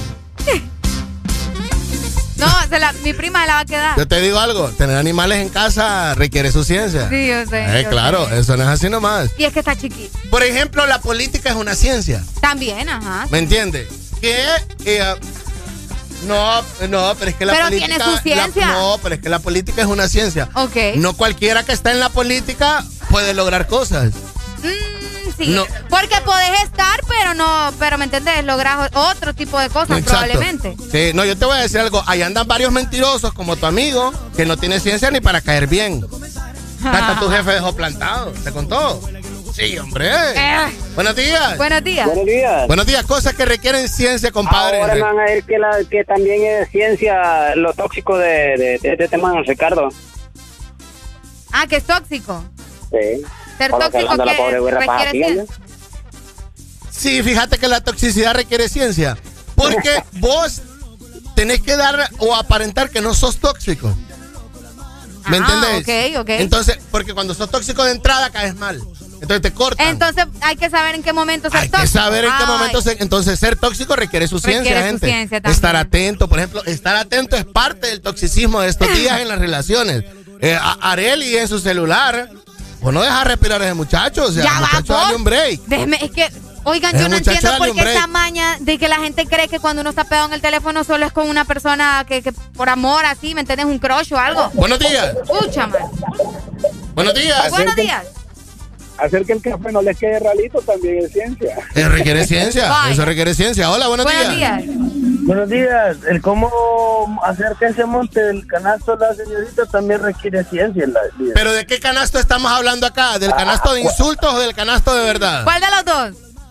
No, se la- mi prima se la va a quedar. yo te digo algo, tener animales en casa requiere su ciencia. Sí, yo sé. Eh, yo claro, sé. eso no es así nomás. Y es que está chiquito. Por ejemplo, la política es una ciencia. También, ajá. ¿Me entiendes? Que eh, no, no, pero es que la Pero política. tiene su la- ciencia. no, pero es que la política es una ciencia. Ok. No cualquiera que está en la política puede lograr cosas. Mm, sí. No. Porque podés estar, pero no, pero ¿me entendés? Lográs otro tipo de cosas, Exacto. probablemente. Sí, no, yo te voy a decir algo. Ahí andan varios mentirosos como tu amigo que no tiene ciencia ni para caer bien. Hasta tu jefe dejó plantado. ¿Te contó? Sí, hombre. Eh. Buenos días. Buenos días. Buenos días. Buenos días. Cosas que requieren ciencia, compadre. Ahora me van a decir que, la, que también es ciencia lo tóxico de, de, de este tema, Ricardo. Ah, que es tóxico. Sí. Ser Por lo que tóxico hablando la que pobre güera requiere pasajilla. ciencia. Sí, fíjate que la toxicidad requiere ciencia. Porque vos tenés que dar o aparentar que no sos tóxico. ¿Me Ah, entendés? ok, ok. Entonces, porque cuando sos tóxico de entrada caes mal. Entonces te cortan. Entonces hay que saber en qué momento ser Hay tóxico. que saber en qué Ay. momento se- entonces ser tóxico requiere su Requiere ciencia, su gente. ciencia también. Estar atento, por ejemplo, estar atento es parte del toxicismo de estos días en las relaciones. Eh, a- Arely en su celular, o no deja respirar a ese muchacho, o sea, Ya el va, muchacho vos. dale un break. Déjeme, es que, oigan, Ese yo no muchacho entiendo dale por un qué break. esa maña de que la gente cree que cuando uno está pegado en el teléfono solo es con una persona que, que por amor así, ¿me entiendes? Un crush o algo. Buenos días. Escucha, man. Buenos días. Buenos días. Hacer que el café no les quede ralito también es ciencia. Eh, requiere ciencia, Vaya. eso requiere ciencia. Hola, buenos, Buenos días. Buenos días. El cómo hacer que se monte el canasto la señorita también requiere ciencia. La, Pero ¿de qué canasto estamos hablando acá? ¿Del canasto de insultos o del canasto de verdad? ¿Cuál de los dos?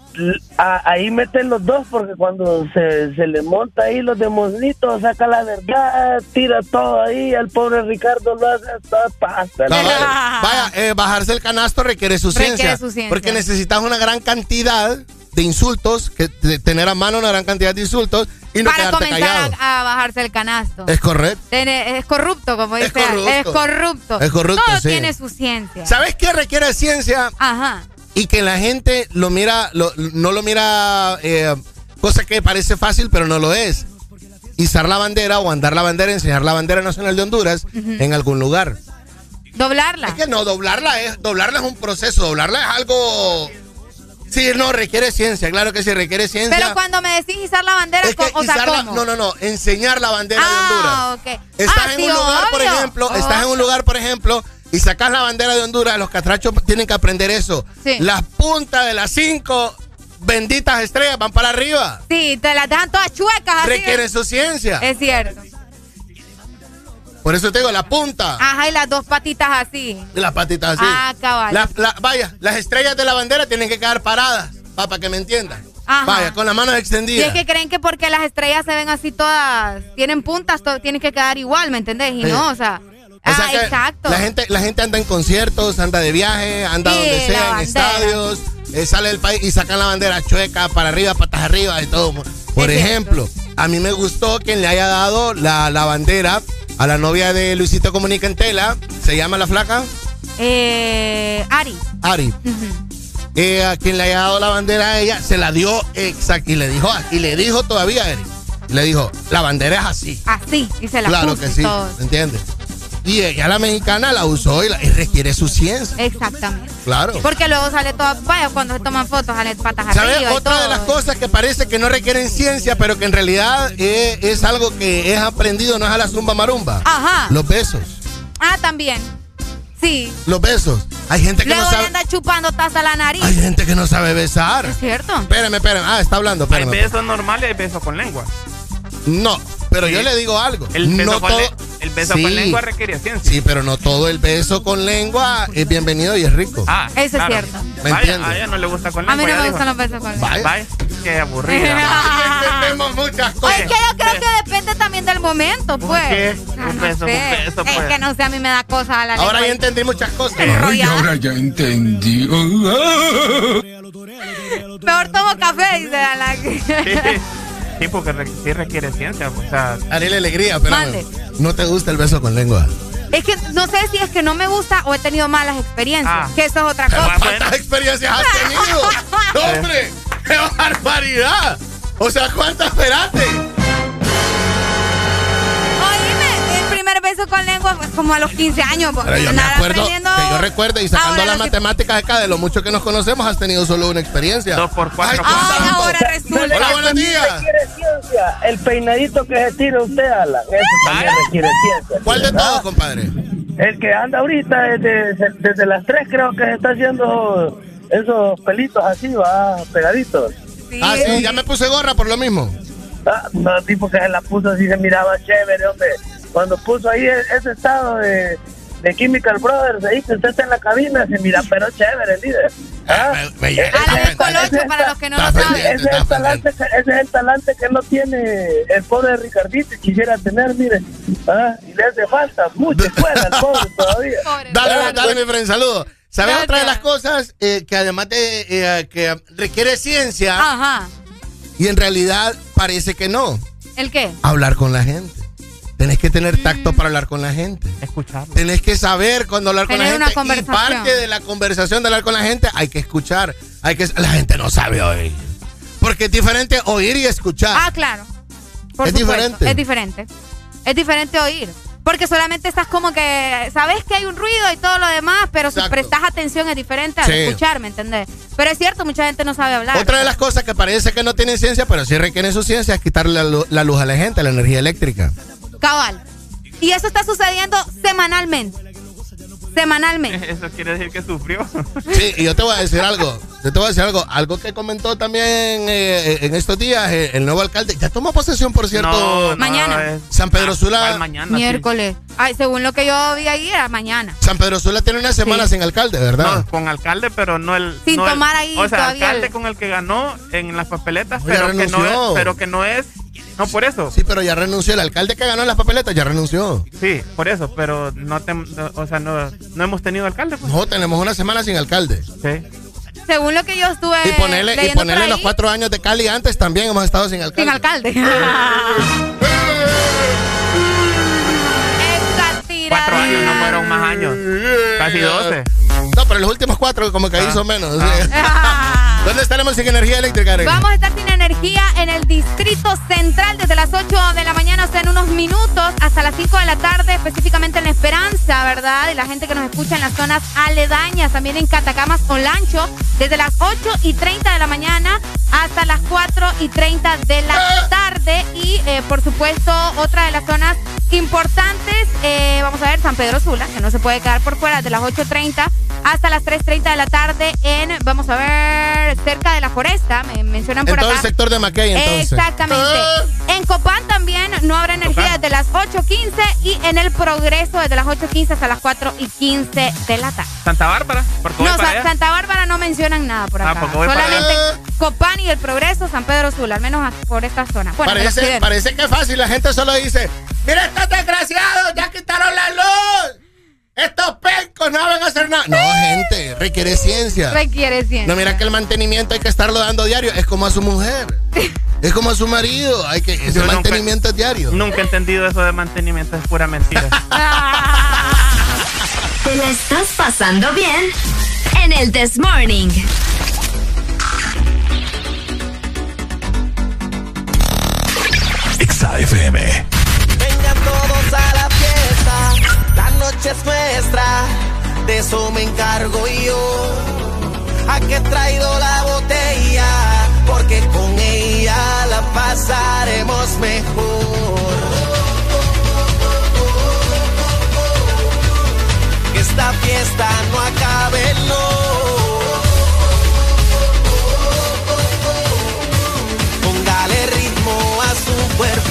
A- ahí meten los dos porque cuando se, se le monta ahí los demonitos, saca la verdad, tira todo ahí, al pobre Ricardo lo hace hasta pasta. No, vaya, vaya, eh, bajarse el canasto requiere su, Requiere ciencia, su ciencia. porque necesitas una gran cantidad de insultos, que de tener a mano una gran cantidad de insultos y no Para quedarte comenzar callado. a, a bajarse el canasto. Es correcto. Tiene- es corrupto, como dice. corrupto. Es corrupto. Es corrupto, Todo sí. tiene su ciencia. ¿Sabes qué requiere ciencia? Ajá. Y que la gente lo mira, lo- no lo mira, eh, cosa que parece fácil, pero no lo es. Izar la bandera o andar la bandera, enseñar la bandera nacional de Honduras Ujú. en algún lugar. Doblarla. Es que no, doblarla es, doblarla es un proceso, doblarla es algo. Sí, no, requiere ciencia, claro que sí, requiere ciencia. Pero cuando me decís izar la bandera, Es que co- o sea, izarla- ¿cómo? no, no, no, enseñar la bandera de Honduras. Ah, ok. Estás Ah, en sí, un lugar, por obvio. ejemplo, estás en Obvio. un lugar, por ejemplo, y sacas la bandera de Honduras, los catrachos tienen que aprender eso. Sí. Las puntas de las cinco benditas estrellas van para arriba. Sí, te las dejan todas chuecas. Así Requieren su ciencia. Es cierto. Por eso te digo, la punta. Ajá, y las dos patitas así. Y las patitas así. Ah, cabal. La, la, vaya, las estrellas de la bandera tienen que quedar paradas, para que me entiendan. Ajá. Vaya, con las manos Y extendidas. es que creen que porque las estrellas se ven así todas, tienen puntas, todo, tienen que quedar igual, ¿me entendés? Y Sí. no, o sea... O sea ah, que exacto. La gente, la gente anda en conciertos, anda de viaje, anda Sí, donde la sea, en bandera. estadios, eh, sale del país y sacan la bandera chueca, para arriba, patas arriba y todo. Por Es ejemplo, a mí me gustó quien le haya dado la, la bandera a la novia de Luisito Comunica en Tela. ¿Se llama la flaca? Eh, Ari. Ari. Ujú. Eh, a quien le haya dado la bandera a ella, se la dio exacto. Y le dijo, y le dijo todavía a Ari. Le dijo, la bandera es así. Así, y se la Claro puso que y sí, todo. ¿me entiendes? Y ella, la mexicana, la usó y, la, y requiere su ciencia. Exactamente. Claro. Porque luego sale todo, vaya, cuando se toman fotos salen patas ¿Sabes? arriba y Otra todo. de las cosas que parece que no requieren ciencia, pero que en realidad es, es algo que es aprendido, no es a la zumba marumba. Ajá. Los besos. Ah, también. Sí. Los besos. Hay gente que Luego no le sabe. anda chupando taza a la nariz. Hay gente que no sabe besar. ¿Es cierto? Espérame, espérame. Ah, está hablando. Hay Espérame. besos normales y hay besos con lengua. No, pero yo le digo algo. El beso, no con, todo... le- el beso Sí. con lengua requiere ciencia. Sí, pero no todo el beso con lengua es bienvenido y es rico. Ah, Eso claro. es cierto. ¿Me Vaya, entiendes? a ella no le gusta con A lengua. mí no ya me dijo. gustan los besos con lengua. Vaya. Vaya, qué aburrida. Entendemos muchas cosas. Oye, que yo creo que depende también del momento, pues. qué? Ah, Un no beso, sé. un beso, Es pues. que no sé, a mí me da cosa a la Ahora ya lengua. entendí muchas cosas. Ay, ahora ya entendí. Peor tomo café, dice a la Sí, sí, porque re- sí requiere ciencia. O sea, Ariel Alegría, pero Mande. no te gusta el beso con lengua. Es que no sé si es que no me gusta o he tenido malas experiencias. Ah. Que eso es otra Pero cosa. ¿cuántas experiencias has tenido? ¡No, ¡Hombre! ¡Qué barbaridad! O sea, ¿cuántas esperaste? Oíme, el primer beso con lengua fue como a los quince años. Pues, Pero yo me andar acuerdo, aprendiendo que yo recuerdo, y sacando ahora las lo que- matemáticas acá, de lo mucho que nos conocemos, has tenido solo una experiencia. dos por cuatro. Ay, Ay, santo. ahora resulta. Hola, buenos días. Requiere ciencia. El peinadito que se tira usted, Alan. Eso también Vaya. requiere ciencia. ¿Cuál de ¿verdad? todos, compadre? El que anda ahorita desde, desde las tres creo que se está haciendo esos pelitos así, va, pegaditos. Sí. Ah, sí, ya me puse gorra por lo mismo. Ah, no, tipo que se la puso así, se miraba chévere, hombre. Cuando puso ahí e- ese estado de, de Chemical Brothers, ahí que usted está en la cabina, se mira, pero chévere, líder. Ah, Me- me llega- A la del está colocho, pendiente. para los que no lo Está saben. pendiente. ese, es el talante que, ese es el talante que no tiene el pobre Ricardito y quisiera tener, mire. Ah, y le hace falta mucha escuela al pobre todavía. Pobre. Dale, Ah, dale, mi friend, saludos. ¿Sabes Gracias. otra de las cosas eh, que además de eh, que requiere ciencia Ajá. y en realidad parece que no? ¿El qué? Hablar con la gente. Tenés que tener tacto Mm. para hablar con la gente. Escucharlo. Tenés que saber cuándo hablar con la Tener gente. una Y conversación. parte de la conversación de hablar con la gente hay que escuchar. Hay que, la gente no sabe oír. Porque es diferente oír y escuchar. Ah, claro. Por Es supuesto, diferente. Es diferente. Es diferente oír. Porque solamente estás como que sabes que hay un ruido y todo lo demás, pero Exacto. si prestas atención es diferente a Sí. escuchar, ¿me entendés? Pero es cierto, mucha gente no sabe hablar. Otra de las cosas que parece que no tienen ciencia, pero sí requieren su ciencia, es quitarle la, lu- la luz a la gente, la energía eléctrica. Cabal. Y eso está sucediendo semanalmente. Semanalmente. Eso quiere decir que sufrió. Sí, y yo te voy a decir algo. Yo te voy a decir algo. Algo que comentó también eh, en estos días eh, el nuevo alcalde. Ya tomó posesión, por cierto. No, no, Mañana. es- San Pedro Ah, Sula. ¿cuál mañana? Sí. Miércoles. Ay, según lo que yo vi ahí era mañana. San Pedro Sula tiene una semana Sí. sin alcalde, ¿verdad? No, con alcalde, pero no el. Sin no el- tomar ahí O sea, todavía alcalde el- con el que ganó en las papeletas, Oye, pero que, no renunció. es, pero que no es. No por eso. Sí, pero ya renunció. El alcalde que ganó en las papeletas ya renunció. Sí, por eso, pero no, te, no- o sea, no, no hemos tenido alcalde. Pues. No, tenemos una semana sin alcalde. Sí. Según lo que yo estuve Y ponerle, y leyendo ponerle por los ahí, cuatro años de Cali antes también hemos estado sin alcalde. sin alcalde. Esa tiradera. Cuatro años, no fueron más años. Casi doce. No, pero los últimos cuatro como que Ah. hizo menos. Ah. ¿Dónde estaremos sin energía eléctrica, Arely? Vamos a estar sin energía en el Distrito Central desde las ocho de la mañana, o sea, en unos minutos, hasta las cinco de la tarde, específicamente en La Esperanza, ¿verdad? Y la gente que nos escucha en las zonas aledañas, también en Catacamas, Olancho, desde las ocho y treinta de la mañana hasta las cuatro y treinta de la tarde. Y, eh, por supuesto, otra de las zonas importantes eh, vamos a ver, San Pedro Sula, que no se puede quedar por fuera, de las ocho treinta hasta las tres treinta de la tarde en, vamos a ver, cerca de la Foresta, me mencionan por acá. En todo el sector de Mackay, entonces. Exactamente. Ah. En Copán también no habrá energía desde las ocho quince y en el Progreso desde las ocho quince hasta las cuatro y quince de la tarde. ¿Santa Bárbara? ¿Por qué no, para Sa- Santa Bárbara no mencionan nada por acá. Ah, solamente Copán y el Progreso, San Pedro Sula, al menos por esta zona. Bueno, parece, parece que es fácil, la gente solo dice, mira estos desgraciados, ya quitaron la luz. Estos pencos no van a hacer nada. No, gente, requiere ciencia. Requiere ciencia. No, mira que el mantenimiento hay que estarlo dando diario. Es como a su mujer. Es como a su marido. Hay que, ese Yo mantenimiento nunca, es diario. Nunca he entendido eso de mantenimiento. Es pura mentira. ¿Te la estás pasando bien? En el This Morning. Exa F M. Vengan todos a la fiesta. La noche es nuestra, de eso me encargo yo. Aquí he traído la botella, porque con ella la pasaremos mejor. Que esta fiesta no acabe, no. Póngale ritmo a su cuerpo.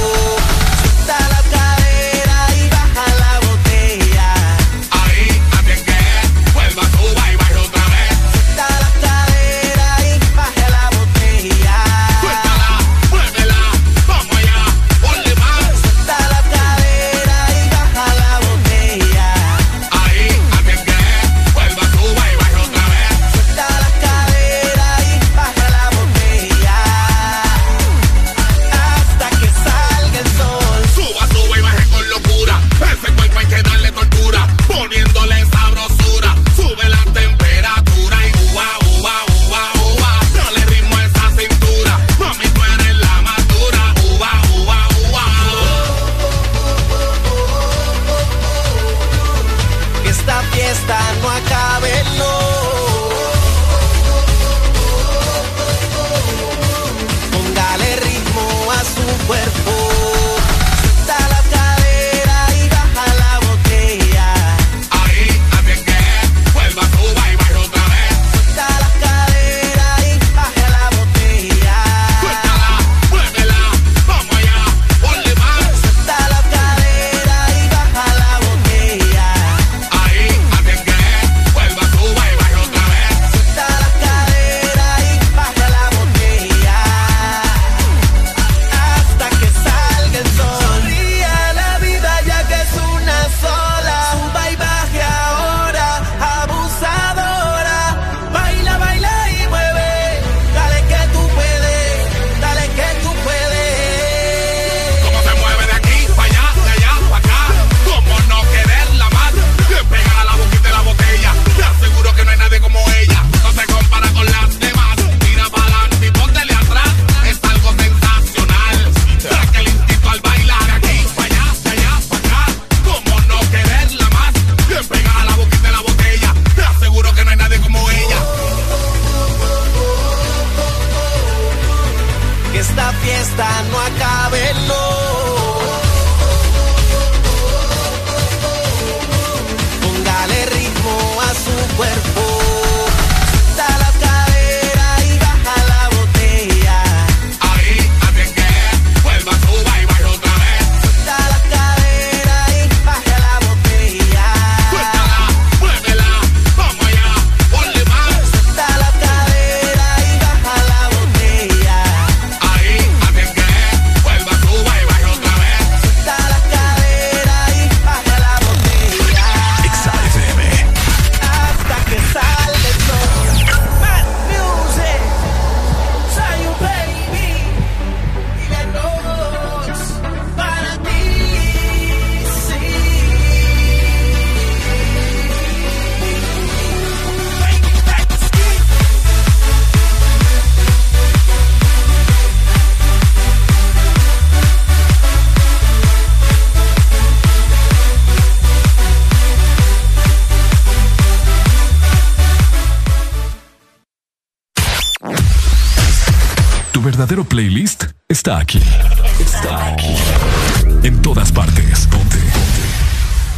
verdadero playlist está aquí. Está aquí. En todas partes. Ponte. Ponte.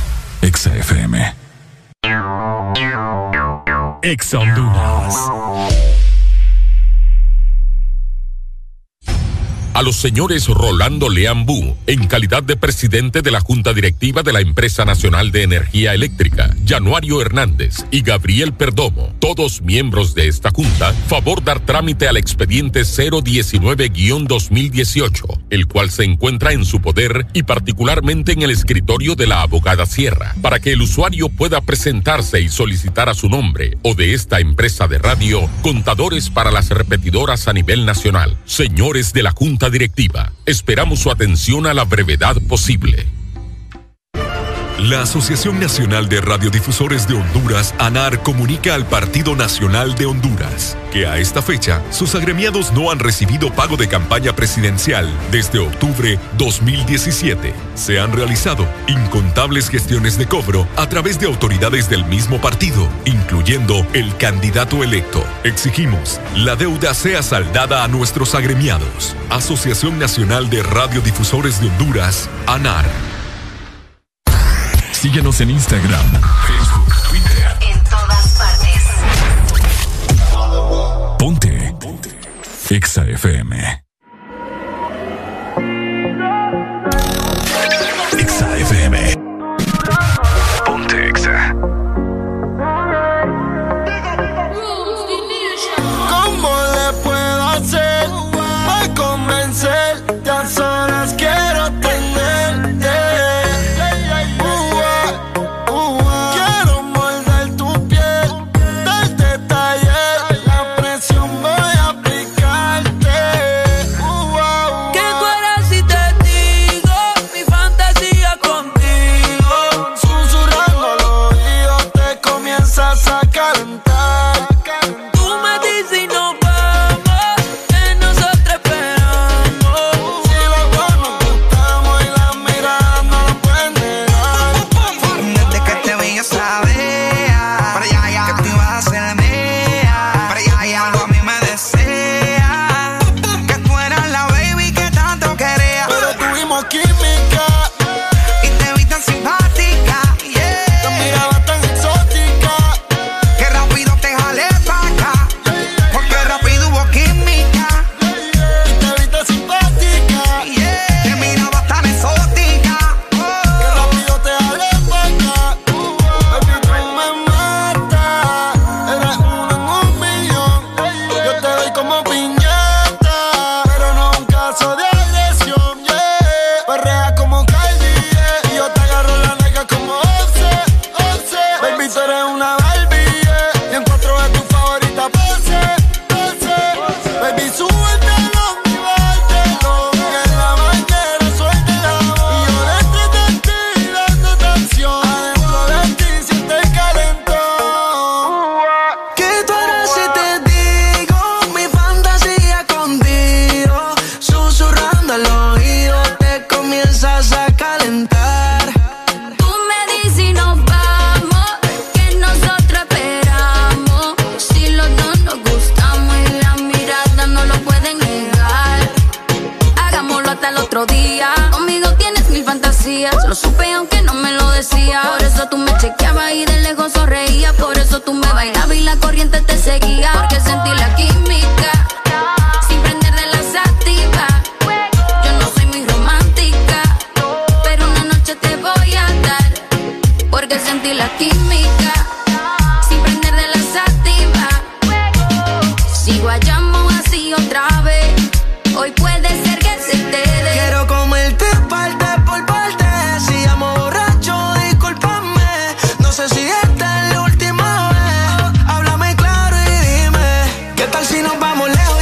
Exa Honduras. A los señores Rolando Leambú, en calidad de presidente de la Junta Directiva de la Empresa Nacional de Energía Eléctrica, Januario Hernández y Gabriel Perdomo, todos miembros de esta Junta, favor dar trámite al expediente cero diecinueve guión dos mil dieciocho, el cual se encuentra en su poder y particularmente en el escritorio de la abogada Sierra, para que el usuario pueda presentarse y solicitar a su nombre o de esta empresa de radio contadores para las repetidoras a nivel nacional. Señores de la Junta Directiva, esperamos su atención a la brevedad posible. La Asociación Nacional de Radiodifusores de Honduras, ANAR, comunica al Partido Nacional de Honduras que a esta fecha sus agremiados no han recibido pago de campaña presidencial desde octubre dos mil diecisiete. Se han realizado incontables gestiones de cobro a través de autoridades del mismo partido, incluyendo el candidato electo. Exigimos la deuda sea saldada a nuestros agremiados. Asociación Nacional de Radiodifusores de Honduras, ANAR. Síguenos en Instagram, Facebook, Twitter. En todas partes. Ponte. Ponte. Exa F M. Exa F M. Ponte Exa. ¿Cómo le puedo hacer para convencerte? A solas quiero tenerte. Si nos vamos lejos.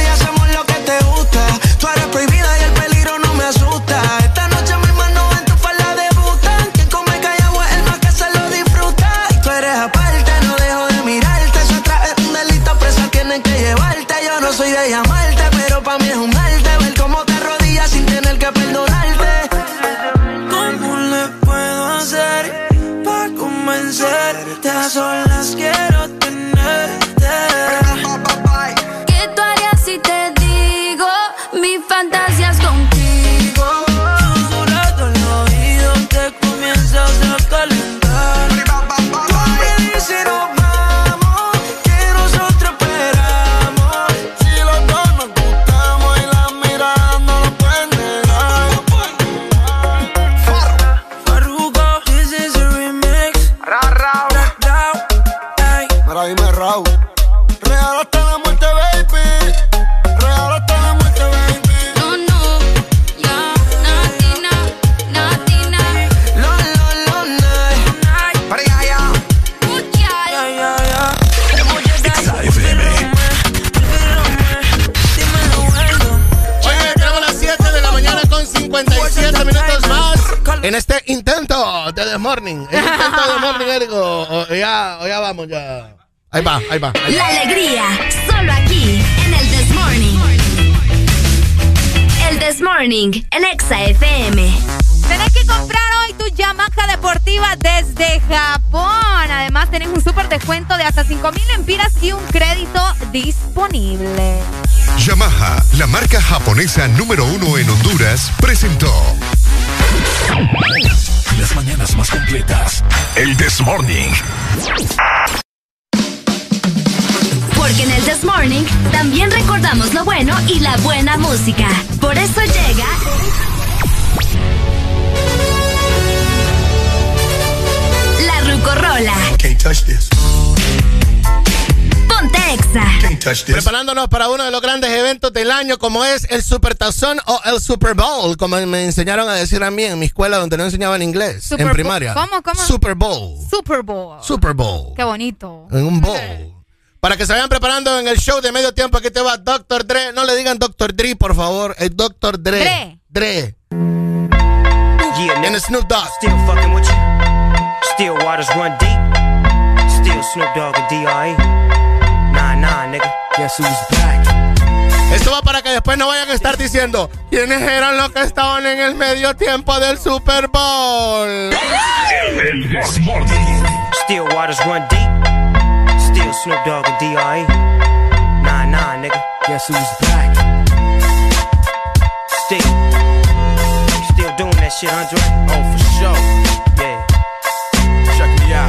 siete minutos más en este intento de The Morning. El intento de The Morning, Érico. O ya, o ya vamos, ya. Ahí va, ahí va. Ahí va. La alegría, solo aquí, en el This Morning. El This Morning, en Exa F M. Tenés que comprar hoy tu Yamaha deportiva desde Japón. Además, tenés un súper descuento de hasta cinco mil lempiras y un crédito disponible. Yamaha, la marca japonesa número uno en Honduras, presentó las mañanas más completas. El This Morning. Porque en el This Morning también recordamos lo bueno y la buena música. Por eso llega... La Rucorola. Can't touch this. Ponte Exa. Can't touch this. Preparándonos para uno de los grandes eventos del año, como es el Supertazón o el Super Bowl, como me enseñaron a decir a mí en mi escuela donde no enseñaban inglés, Super en primaria. ¿Cómo, cómo? Super Bowl. Super Bowl. Super Bowl. Qué bonito. En un bowl. Para que se vayan preparando en el show de medio tiempo, aquí te va doctor Dre. No le digan doctor Dre, por favor. Es doctor Dre. Dre. Dre. Yeah, and Snoop Dogg. Still fucking with you. Still waters run deep. Still Snoop Dogg and D R E. Nah, nah, nigga. Guess who's back? Esto va para que después no vayan a estar diciendo quiénes eran los que estaban en el medio tiempo del Super Bowl. Still waters run deep. Still Snoop Dogg and D R E. Nah, nah, nigga. Guess who's back? Still. Still doing that shit, Andre? Oh, for sure. Yeah. Check me out.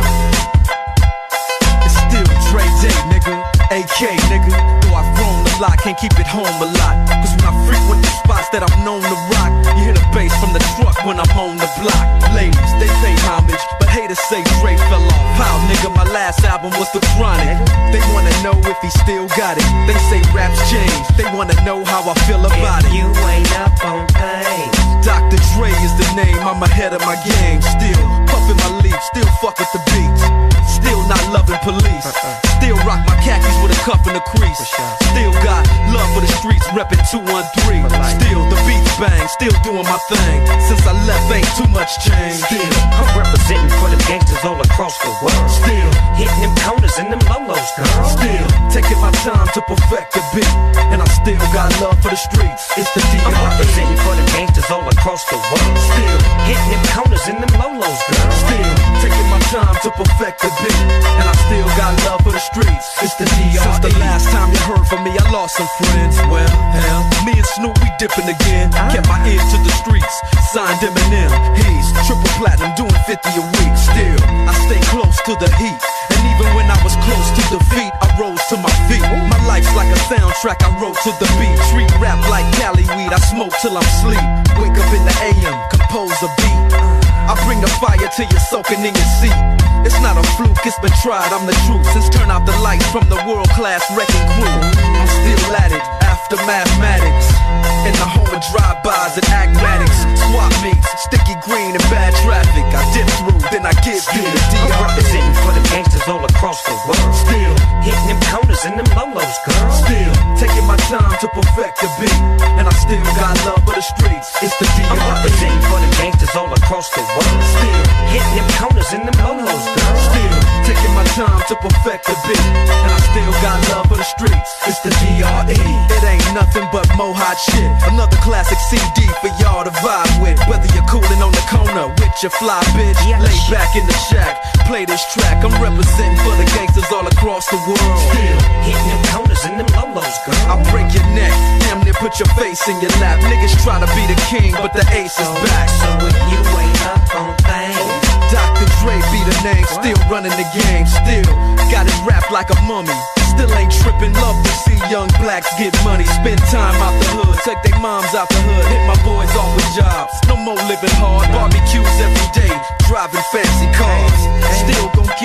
It's still Dre Day, nigga. A K, nigga. Though I've grown a lot, can't keep it home a lot. Cause when I frequent the spots that I'm known to rock, you hear the bass from the truck when I'm on the block. Ladies, they pay homage, but haters say Dre fell off. Pow, nigga, my last album was The Chronic. They wanna know if he still got it. They say raps change. They wanna know how I feel about if it. You ain't up on things. Doctor Dre is the name, I'm ahead of my game. Still puffin' my leaf, still fuck with the beats. Still not loving police. Still rock my khakis with a cuff in the crease. Still got love for the streets, reppin' two one three. Still the beats bang, still doing my thing. Since I left, ain't too much change. Still, I'm representing for the gangsters all across the world. Still hitting them corners and them lolos, girl. Still taking my time to perfect the beat, and I still got love for the streets. It's the D R E. I'm representing for the gangsters all across the world. Still hitting them corners and them lolos, girl. Still taking my time to perfect the beat, and I still got love for the streets. It's the D R E. Since the last time you heard from me, I lost some friends. Well, hell, me and Snoop, we dipping again. Kept my ear to the streets, signed Eminem. He's triple platinum, doing fifty a week. Still, I stay close to the heat, and even when I was close to defeat, I rose to my feet. My life's like a soundtrack, I wrote to the beat. Treat rap like Cali weed, I smoke till I'm sleep. Wake up in the A M, compose a beat. I bring the fire till you're soaking in your seat. It's not a fluke, it's been tried, I'm the truth. Since turn out the lights from the world-class wrecking crew, I'm still at it, after mathematics. In the home of drive-bys and acmatics. Swap meets, sticky green and bad traffic. I dip through, then I give you the D R E. I'm representing for the gangsters all across the world. Still hitting them corners and them lolos, girl. Still taking my time to perfect the beat, and I still got love for the streets. It's the D R E. I'm representing for the gangsters all across the world. Still hitting them corners and them lolos, girl. Still taking my time to perfect the beat, and I still got love for the streets. It's the D R E. It ain't nothing but mo hot shit. Another classic C D for y'all to vibe with. Whether you're coolin' on the corner with your fly bitch, yeah, lay back in the shack, play this track. I'm representing for the gangsters all across the world. Still hitting them corners and them lolos, girl. I'll break your neck, damn near put your face in your lap. Niggas try to be the king, but the ace is back. So if you ain't up on things, Doctor Dre be the name, still running the game. Still got it wrapped like a mummy. Still ain't trippin', love to see young blacks get money. Spend time out the hood, take their moms out the hood. Hit my boys off with jobs, no more living hard. Barbecues every day, driving fancy cars. Still gon'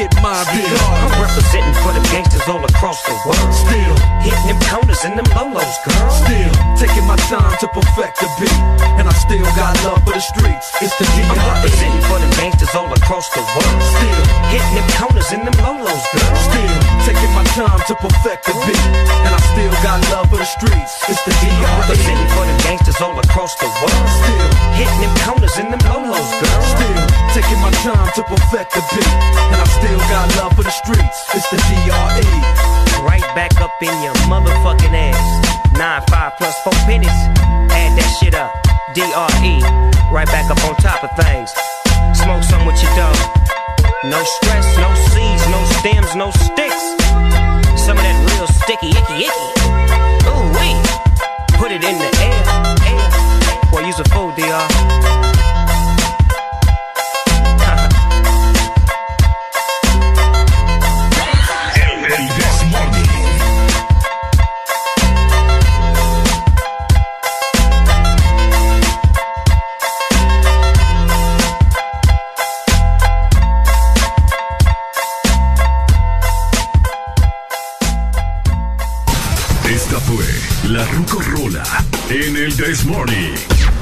get my regard. I'm representing for the gangsters all across the world. Still hitting them counters and them lolos, girl. Still taking my time to perfect the beat, and I still got love for the streets. It's the D R E. I'm representing for the gangsters all across the world. Still hitting them counters and them lolos, girl. Still taking my time to perfect the beat, and I still got love for the streets. It's the D R E. I'm representing for the gangsters all across the world. Still hitting them counters and them lolos, girl. Still taking my time to perfect the beat, and I still got love for the streets. It's the D R E. Right back up in your motherfucking ass. Nine, five plus four pennies. Add that shit up. D R E. Right back up on top of things. Smoke some with your dog. No stress, no seeds, no stems, no sticks. Some of that real sticky, icky, icky. Ooh, wee. Put it in the air, air. Boy, use a fool, D R. La Rucorola en el This Morning.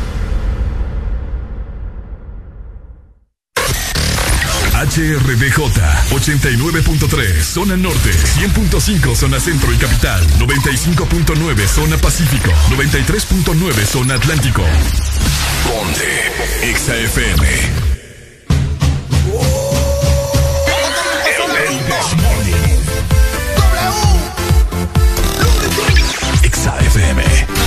H R D J ochenta y nueve punto tres zona norte, cien punto cinco zona centro y capital, noventa y cinco punto nueve zona pacífico, noventa y tres punto nueve zona atlántico. Ponte Exa F M. El This Morning. Exa F M.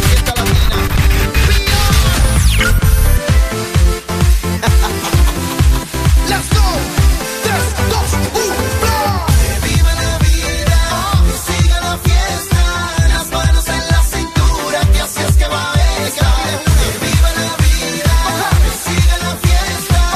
Let's go. tres, dos, uno. Que viva la vida y siga la fiesta. Las manos en la cintura, que así es que va esta. Que viva la vida y siga la fiesta.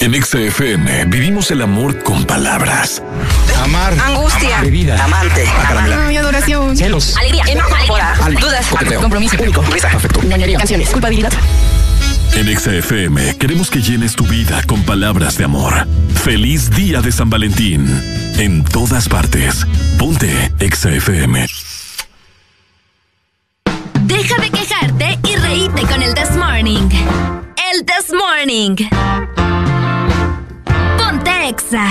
En Exa F M vivimos el amor con palabras. Amar. Angustia. Amar. Bebida. Amante. Ay, adoración. Celos. Alegría. Enojo. Alma. Dudas. Coqueteo. Compromiso. Único. Risa. Afecto. Ñoñería. Canciones. Culpabilidad. En Exa F M queremos que llenes tu vida con palabras de amor. Feliz día de San Valentín. En todas partes. Ponte Exa F M. Deja de quejarte y reíte con el This Morning. El This Morning. Ponte Exa.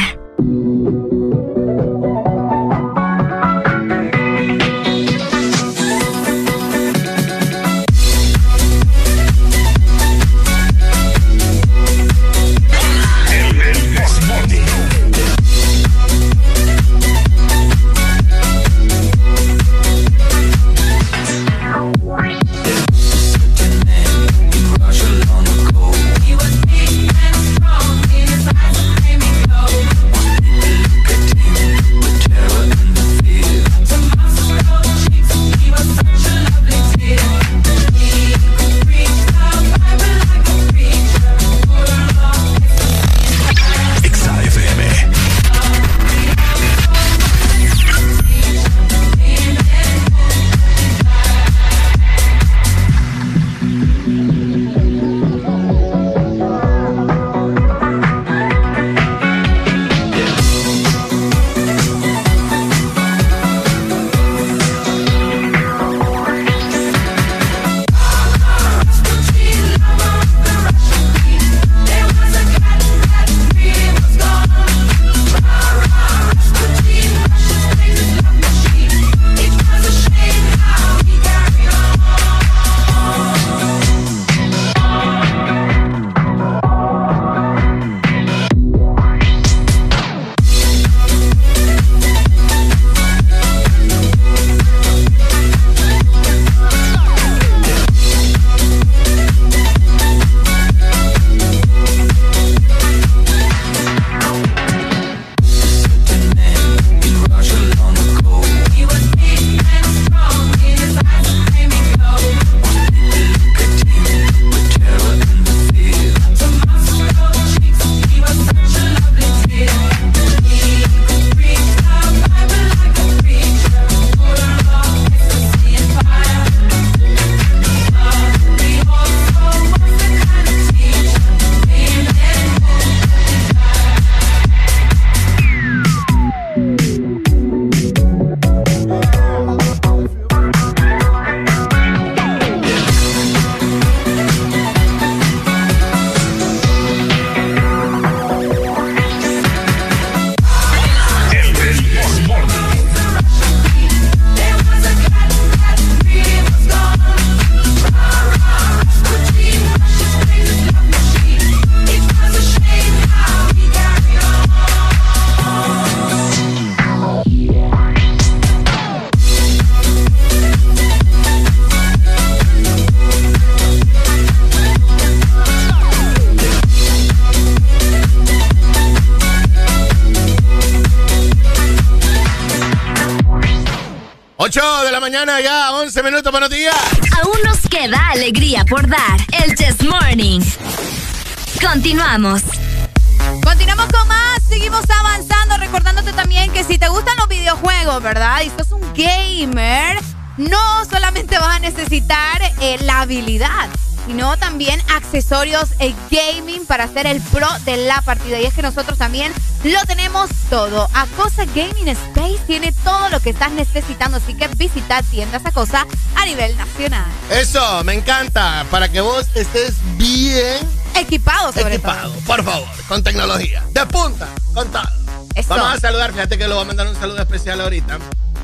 Mañana ya, once minutos, buenos días. Aún nos queda alegría por dar. El This Morning. Continuamos. Continuamos con más, seguimos avanzando, recordándote también que si te gustan los videojuegos, ¿verdad? Y sos un gamer, no solamente vas a necesitar eh, la habilidad, sino también accesorios eh, gaming para ser el pro de la partida. Y es que nosotros también lo tenemos todo. Acosa Gaming Space tiene todo lo que estás necesitando, así que visita tiendas Acosa a nivel nacional. Eso, me encanta, para que vos estés bien equipado, sobre equipado, todo. por favor, con tecnología, de punta, con todo. Eso. Vamos a saludar, fíjate que le voy a mandar un saludo especial ahorita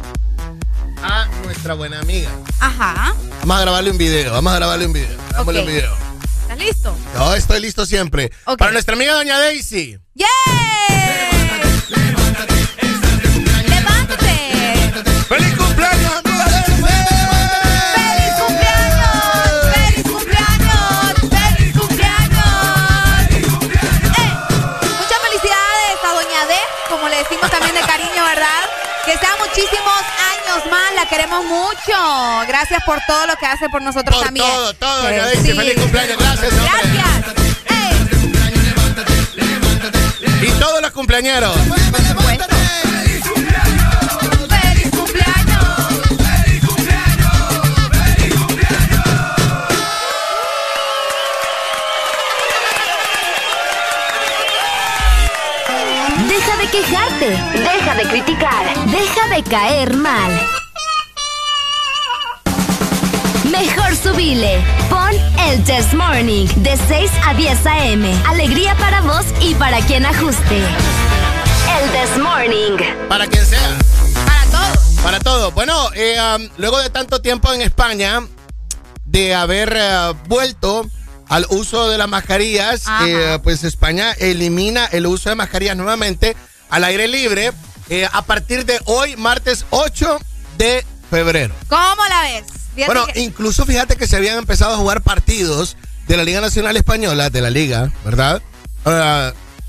a nuestra buena amiga. Ajá. Vamos a grabarle un video, vamos a grabarle un video. Hagámosle Okay. un video. ¿Estás listo? Yo estoy listo siempre. Okay. Para nuestra amiga doña Daisy. ¡Yeah! ¡Levántate! ¡Feliz cumpleaños, amiga Daisy! ¡Feliz cumpleaños! ¡Feliz cumpleaños! ¡Feliz cumpleaños! ¡Eh! Muchas felicidades a doña D, como le decimos también de cariño, ¿verdad? Que sean muchísimos años más, la queremos mucho. Gracias por todo lo que hace por nosotros Por también. todo, todo, Que doña Daisy. sí. Feliz cumpleaños, gracias, hombre. Gracias. Ey. cumpleañeros. Deja de quejarte, deja de criticar, deja de caer mal. Mejor subile. Pon el This Morning de seis a diez a eme. Alegría para vos y para quien ajuste. El This Morning. Para quien sea. Para todos. Para todo. Bueno, eh, um, luego de tanto tiempo en España, de haber uh, vuelto al uso de las mascarillas, eh, pues España elimina el uso de mascarillas nuevamente al aire libre eh, a partir de hoy, martes ocho de febrero. ¿Cómo la ves? Fíjate Bueno, que... incluso fíjate que se habían empezado a jugar partidos de la Liga Nacional Española, de la Liga, ¿verdad? Uh,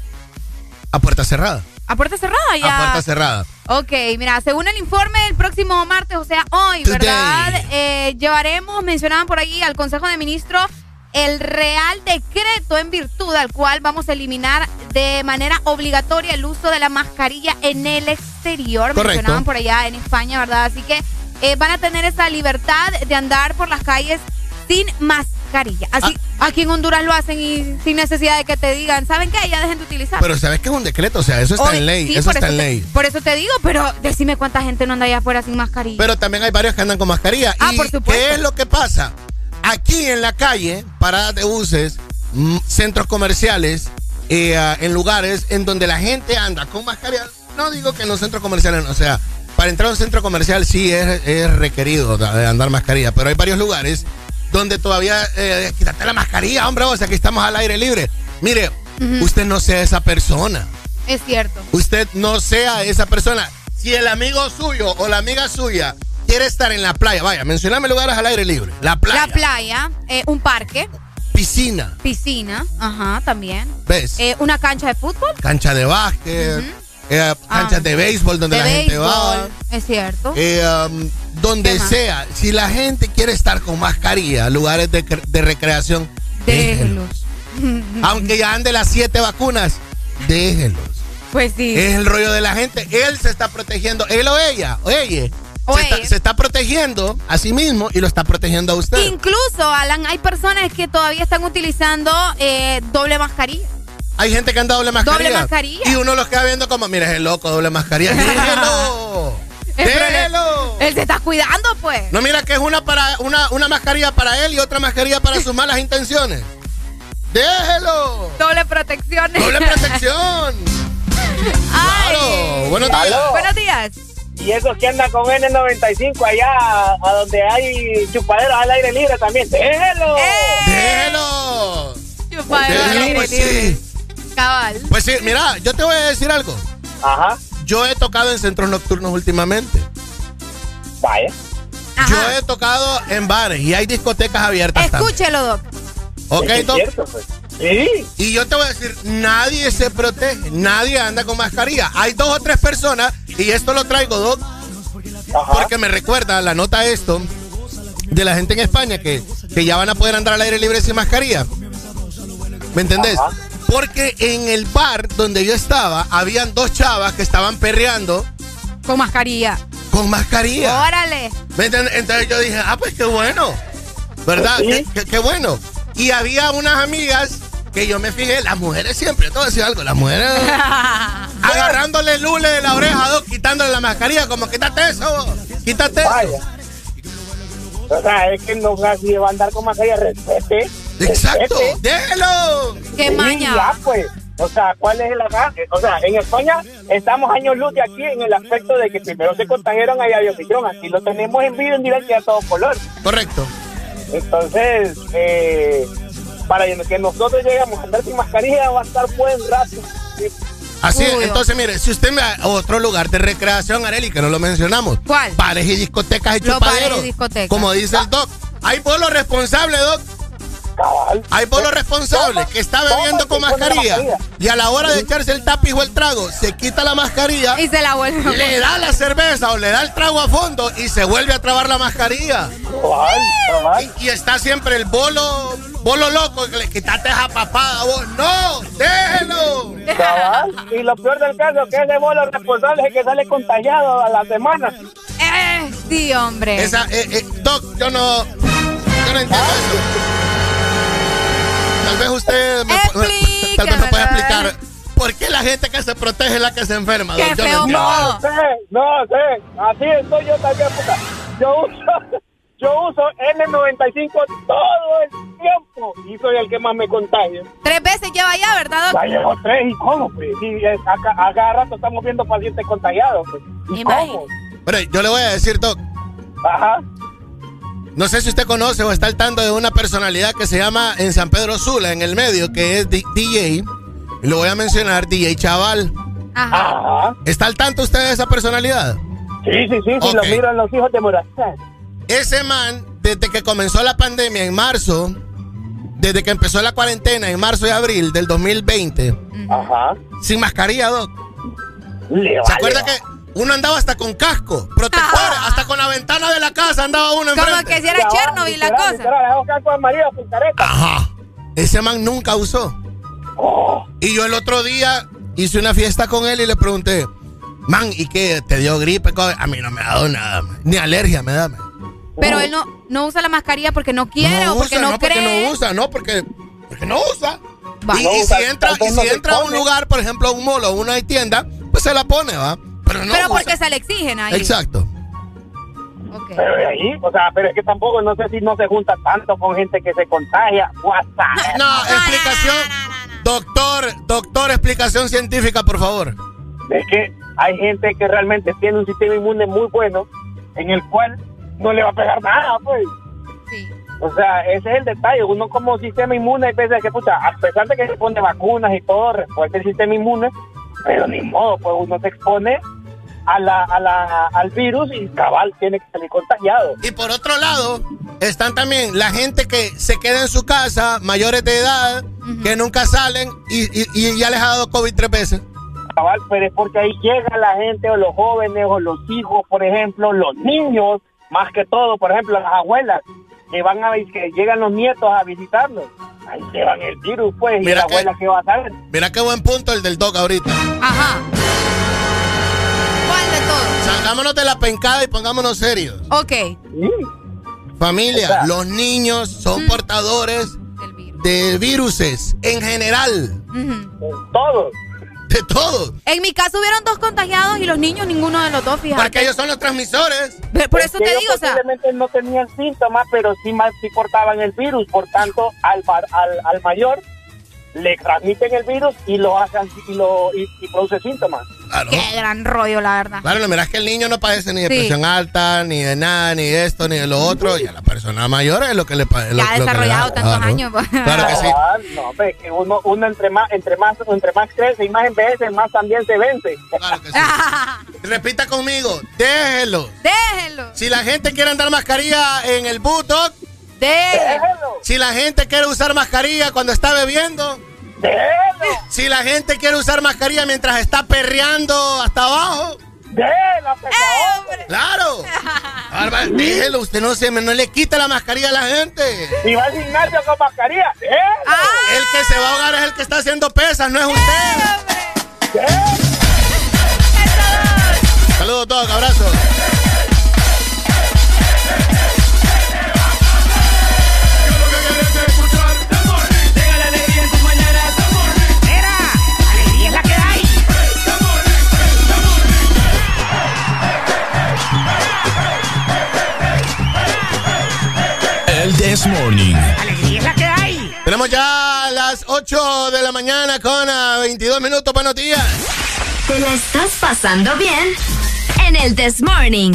a puerta cerrada. ¿A puerta cerrada ya? A puerta cerrada. Ok, mira, según el informe del próximo martes, o sea, hoy, Today. ¿verdad? Eh, llevaremos, mencionaban por ahí, al Consejo de Ministros el Real Decreto en virtud al cual vamos a eliminar de manera obligatoria el uso de la mascarilla en el exterior. Correcto. Mencionaban por allá en España, ¿verdad? Así que eh, van a tener esa libertad de andar por las calles sin mascarilla. Así, Ah. aquí en Honduras lo hacen y sin necesidad de que te digan, ¿saben qué? Ya dejen de utilizar. Pero ¿sabes qué es un decreto? O sea, eso está Hoy- en ley. sí, eso por está en te- ley. Por eso te digo, pero decime cuánta gente no anda allá afuera sin mascarilla. Pero también hay varios que andan con mascarilla. Ah, ¿Y por supuesto. qué es lo que pasa? Aquí en la calle, paradas de buses, mm, centros comerciales, eh, ah, en lugares en donde la gente anda con mascarilla. No digo que en los centros comerciales, no, o sea, para entrar a un centro comercial sí es, es requerido de andar mascarilla, pero hay varios lugares donde todavía, eh, quítate la mascarilla, hombre, o sea, que estamos al aire libre. Mire, Ujú. usted no sea esa persona. Es cierto. Usted no sea esa persona. Si el amigo suyo o la amiga suya quiere estar en la playa, vaya, mencioname lugares al aire libre. La playa, La playa, eh, un parque, piscina, piscina, ajá, también. ¿ves? Eh, una cancha de fútbol. Cancha de básquet, Ujú. eh, canchas Ah. de béisbol donde de la gente va. béisbol, es cierto. Eh, um, donde ¿Qué más? sea. Si la gente quiere estar con mascarilla, lugares de, cre- de recreación, déjenlos. Aunque ya ande las siete vacunas, déjenlos. Pues sí. Es el rollo de la gente. Él se está protegiendo, él o ella, o ella. O se, está, ella. se está protegiendo a sí mismo y lo está protegiendo a usted. Incluso, Alan, hay personas que todavía están utilizando eh, doble mascarilla. Hay gente que anda doble mascarilla. Doble mascarilla. Y uno los queda viendo como, mira, es el loco, doble mascarilla. ¡Déjelo! El ¡Déjelo! Él se está cuidando, pues. No, mira que es una, para, una, una mascarilla para él y otra mascarilla para sus malas intenciones. ¡Déjelo! Doble protección. ¡Doble protección! Ay. Claro. Buenos días. Aló. Buenos días. Y esos que andan con ene noventa y cinco allá, a donde hay chupaderos al aire libre también. ¡Déjelo! ¡Déjelo! Chupadero al Déjelo, aire pues libre. sí. Cabal. Pues sí, mira, yo te voy a decir algo. Ajá. Yo he tocado en centros nocturnos últimamente. Vaya. Ajá. Yo he tocado en bares y hay discotecas abiertas también. Escúchelo, Doc. ¿Ok, Es Doc? cierto, pues. Sí. Y yo te voy a decir, nadie se protege, nadie anda con mascarilla. Hay dos o tres personas, y esto lo traigo, Doc, Ajá. porque me recuerda la nota esto de la gente en España que, que ya van a poder andar al aire libre sin mascarilla. ¿Me entendés? Ajá. Porque en el bar donde yo estaba, habían dos chavas que estaban perreando Con mascarilla. con mascarilla. Órale. ¿Me entiendes? Entonces yo dije, ah, pues qué bueno. ¿Verdad? Sí. Qué, qué- qué bueno. Y había unas amigas que yo me fijé, las mujeres siempre, te voy a decir algo, las mujeres agarrándole el lule de la oreja, Doc, quitándole la mascarilla, como quítate eso, quítate eso. Vaya. O sea, es que no así va a andar con mascarilla. Respete. Exacto, Respete. déjelo. Qué Sí, maña. ya, pues. O sea, ¿cuál es el acá? O sea, en España estamos años luz de aquí en el aspecto de que primero se contagiaron allá de Omicron. Aquí lo tenemos en vivo, en directo y a todo color. Correcto. Entonces, eh, para que nosotros lleguemos a andar sin mascarilla va a estar buen rato. Sí. Así es, Uy, entonces mire, si usted me va a otro lugar de recreación, Areli, que no lo mencionamos. ¿Cuál? Bares y discotecas y Los bares y chupaderos. discotecas. Como dice el Doc. Hay pueblo responsable, Doc. Cabal. Hay pueblo responsable que está bebiendo con mascarilla y a la hora de echarse el tapiz o el trago, se quita la mascarilla, Y se la vuelve. le da la cerveza o le da el trago a fondo y se vuelve a trabar la mascarilla. Cabal, cabal. Y, y está siempre el bolo vos lo loco, que le quitaste esa papada, vos. ¡No! ¡Déjelo! Cabal. Y lo peor del caso es que ese bolo responsable es el que sale contagiado a la semana. Eh, sí, hombre. Esa, eh, eh, Doc, yo no, yo no entiendo eso. Tal vez usted me, Explica, tal vez me pueda ¿verdad? explicar por qué la gente que se protege es la que se enferma. Qué Doc, yo feo, no, No sé, no sé. Así estoy yo también, puta. Yo uso, yo uso N noventa y cinco todo el tiempo y soy el que más me contagia. Tres veces lleva ya, ¿verdad, Doc? Ya llevo tres, ¿y cómo, pues? Sí, es, acá, a cada rato estamos viendo pacientes contagiados, pues. ¿Y Imagínate. cómo? Pero yo le voy a decir, Doc. Ajá. No sé si usted conoce o está al tanto de una personalidad que se llama en San Pedro Sula, en el medio, que es D J. Y lo voy a mencionar, D J Chaval. Ajá. Ajá. ¿Está al tanto usted de esa personalidad? Sí, sí, sí, sí, Ok. lo miran los hijos de Morazán. Ese man, desde que comenzó la pandemia en marzo, desde que empezó la cuarentena en marzo y abril del dos mil veinte, Ajá. sin mascarilla, Doc. Le ¿Se vale, acuerda va. que uno andaba hasta con casco, protectores, hasta con la ventana de la casa andaba uno Como enfrente? que si era Ya va, Chernobyl la literal, cosa. literal, dejó casco de María por careta. Ajá. Ese man nunca usó. Oh. Y yo el otro día hice una fiesta con él y le pregunté, man, ¿y qué? ¿Te dio gripe? A mí no me ha dado nada, man. Ni alergia me da, man. Pero él no, no usa la mascarilla porque no quiere no o porque usa, no, no cree. porque no usa, no, porque, porque no usa. Va. Y, No y usa, si entra, tal vez y no si se entra a un pone. lugar, por ejemplo, a un mall o una tienda, pues se la pone, ¿va? Pero no Pero usa. porque se le exigen ahí. Exacto. Ok. Pero de ahí, o sea, pero es que tampoco, no sé si no se junta tanto con gente que se contagia. WhatsApp. No, explicación. Doctor, doctor, explicación científica, por favor. Es que hay gente que realmente tiene un sistema inmune muy bueno, en el cual no le va a pegar nada, pues. Sí. O sea, ese es el detalle. Uno como sistema inmune, hay veces que, pucha, a pesar de que se pone vacunas y todo, refuerza el sistema inmune, pero ni modo, pues uno se expone a la, a la, al virus y cabal tiene que salir contagiado. Y por otro lado, están también la gente que se queda en su casa, mayores de edad, uh-huh. que nunca salen y, y, y ya les ha dado COVID tres veces. Cabal, pero es porque ahí llega la gente o los jóvenes o los hijos, por ejemplo, los niños, más que todo, por ejemplo, las abuelas, que van a que llegan los nietos a visitarlos. Ahí llevan el virus, pues, Mira y la que- abuela que va a saber. Mira qué buen punto el del Doc ahorita. Ajá. ¿Cuál de todos? Salgámonos de la pencada y pongámonos serios. Ok. Familia, O sea, los niños son Mm. portadores de viruses en general. Ujú. Todos. De todo. En mi caso hubieron dos contagiados y los niños ninguno de los dos, fíjate. Porque ellos son los transmisores. Por, por Es eso que te ellos digo, o sea, posiblemente no tenían síntomas, pero sí, más, sí portaban el virus. Por tanto, al, par- al, al mayor le transmiten el virus y lo hacen y lo y, y produce síntomas. Claro. qué gran rollo, la verdad. Claro, no, mirás que el niño no padece ni de Sí. presión alta, ni de nada, ni de esto, ni de lo otro. Y a la persona mayor es lo que le pasa. Ya ha desarrollado tantos años. pues. Claro que sí. Ah, no, pues, que uno, uno entre más, entre más, entre más crece y más envejece, más también se vence. Claro que sí. Repita conmigo, déjelo. Déjenlo. Si la gente quiere andar mascarilla en el butok, Déjenlo. si la gente quiere usar mascarilla cuando está bebiendo, déjelo. Si la gente quiere usar mascarilla mientras está perreando hasta abajo, déjelo, ¡Eh, hombre! claro. Ahora, déjelo, usted no se no le quita la mascarilla a la gente. Si va al gimnasio con mascarilla, déjelo. Ah, El que se va a ahogar es el que está haciendo pesas, no es usted. déjelo. Saludos a todos, abrazos. El This Morning. Alegría es la que hay. Tenemos ya las ocho de la mañana con ah, veintidós minutos. Buenos días. ¿Te la estás pasando bien? En el This Morning.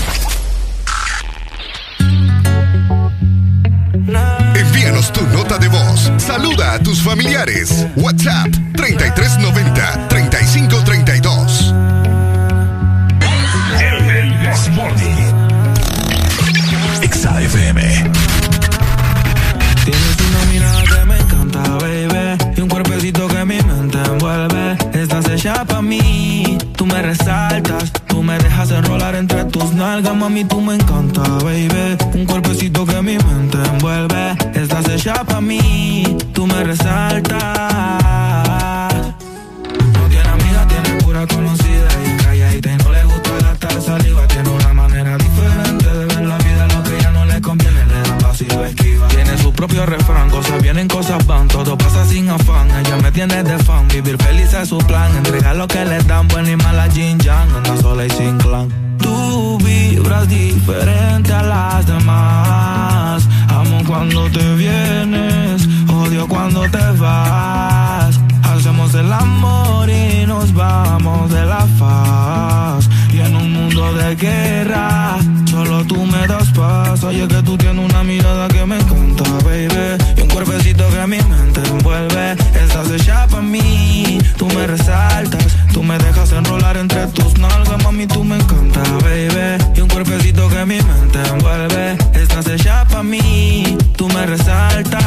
Envíanos tu nota de voz. Saluda a tus familiares. WhatsApp treinta y tres noventa, treinta y cinco treinta y dos. El This Morning. Exa F M. Tienes una mirada que me encanta, baby, y un cuerpecito que mi mente envuelve. Estás hecha pa' mí, tú me resaltas, tú me dejas enrolar entre tus nalgas, mami, tú me encanta, baby. Un cuerpecito que mi mente envuelve. Estás hecha pa' mí. mí, tú me resaltas. No tiene amiga, tiene pura conocida y calladita y no le gusta gastar saliva. Tiene una manera diferente de ver la vida, lo que ya no le conviene le dan vacío esquiva. Tiene su propio refrán, cosas vienen, cosas van, todo pasa sin afán. Ella me tiene de fan, vivir feliz es su plan. Entregar lo que le dan, buena y mala Jin Yang, anda sola y sin clan. Tú vibras diferente a las demás. Amo cuando te vienes, odio cuando te vas. Hacemos el amor y nos vamos de la faz. Y en un mundo de guerra, solo tú me das paz. Oye que tú tienes una mirada que me encanta, baby, y un cuerpecito que mi mente envuelve. Estás hecha pa' mí, tú me resaltas. Tú me dejas enrolar entre tus nalgas, mami, tú me encanta, baby, y un cuerpecito que mi mente envuelve. Estás hecha pa' mí, tú me resaltas.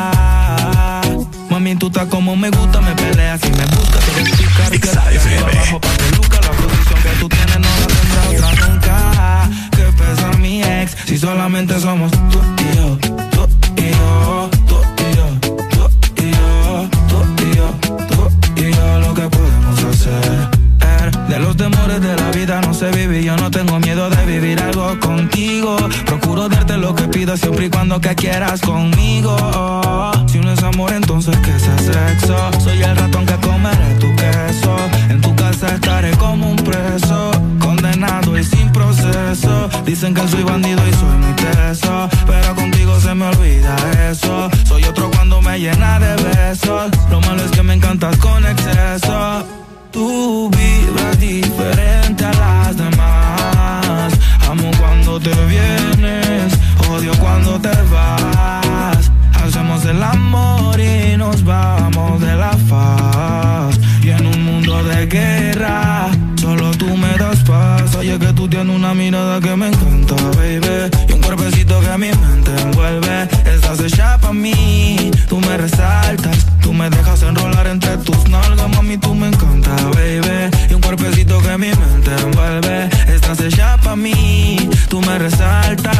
Mami, tú estás como me gusta, me peleas y me buscas. Te explicar que la abajo pa' que luzca. La posición que tú tienes no la tendrá otra nunca. Que pesa mi ex, si solamente somos tú y yo, tú y yo, tú y yo, tú y yo, tú y yo, tú y yo, lo que podemos hacer. De los temores de la vida no sé vivir, yo no tengo miedo de vivir algo contigo. Procuro darte lo que pido siempre y cuando que quieras conmigo. Si no es amor, entonces que sea sexo. Soy el ratón que comeré tu queso. En tu casa estaré como un preso, condenado y sin proceso. Dicen que soy bandido y soy muy teso, pero contigo se me olvida eso. Soy otro cuando me llena de besos. Lo malo es que me encantas con exceso. Tú vibras diferente a las demás. Amo cuando te vienes, odio cuando te vas. Hacemos el amor y nos vamos de la faz. Y en un mundo de guerra, solo tú me das paz. Oye que tú tienes una mirada que me encanta, baby, y un cuerpecito que mi mente envuelve. Estás hecha pa' mí, tú me resaltas. Tú me dejas enrolar entre tus nalgas, mami, tú me encanta, baby, y un cuerpecito que mi mente envuelve. Estás hecha pa' mí, tú me resaltas.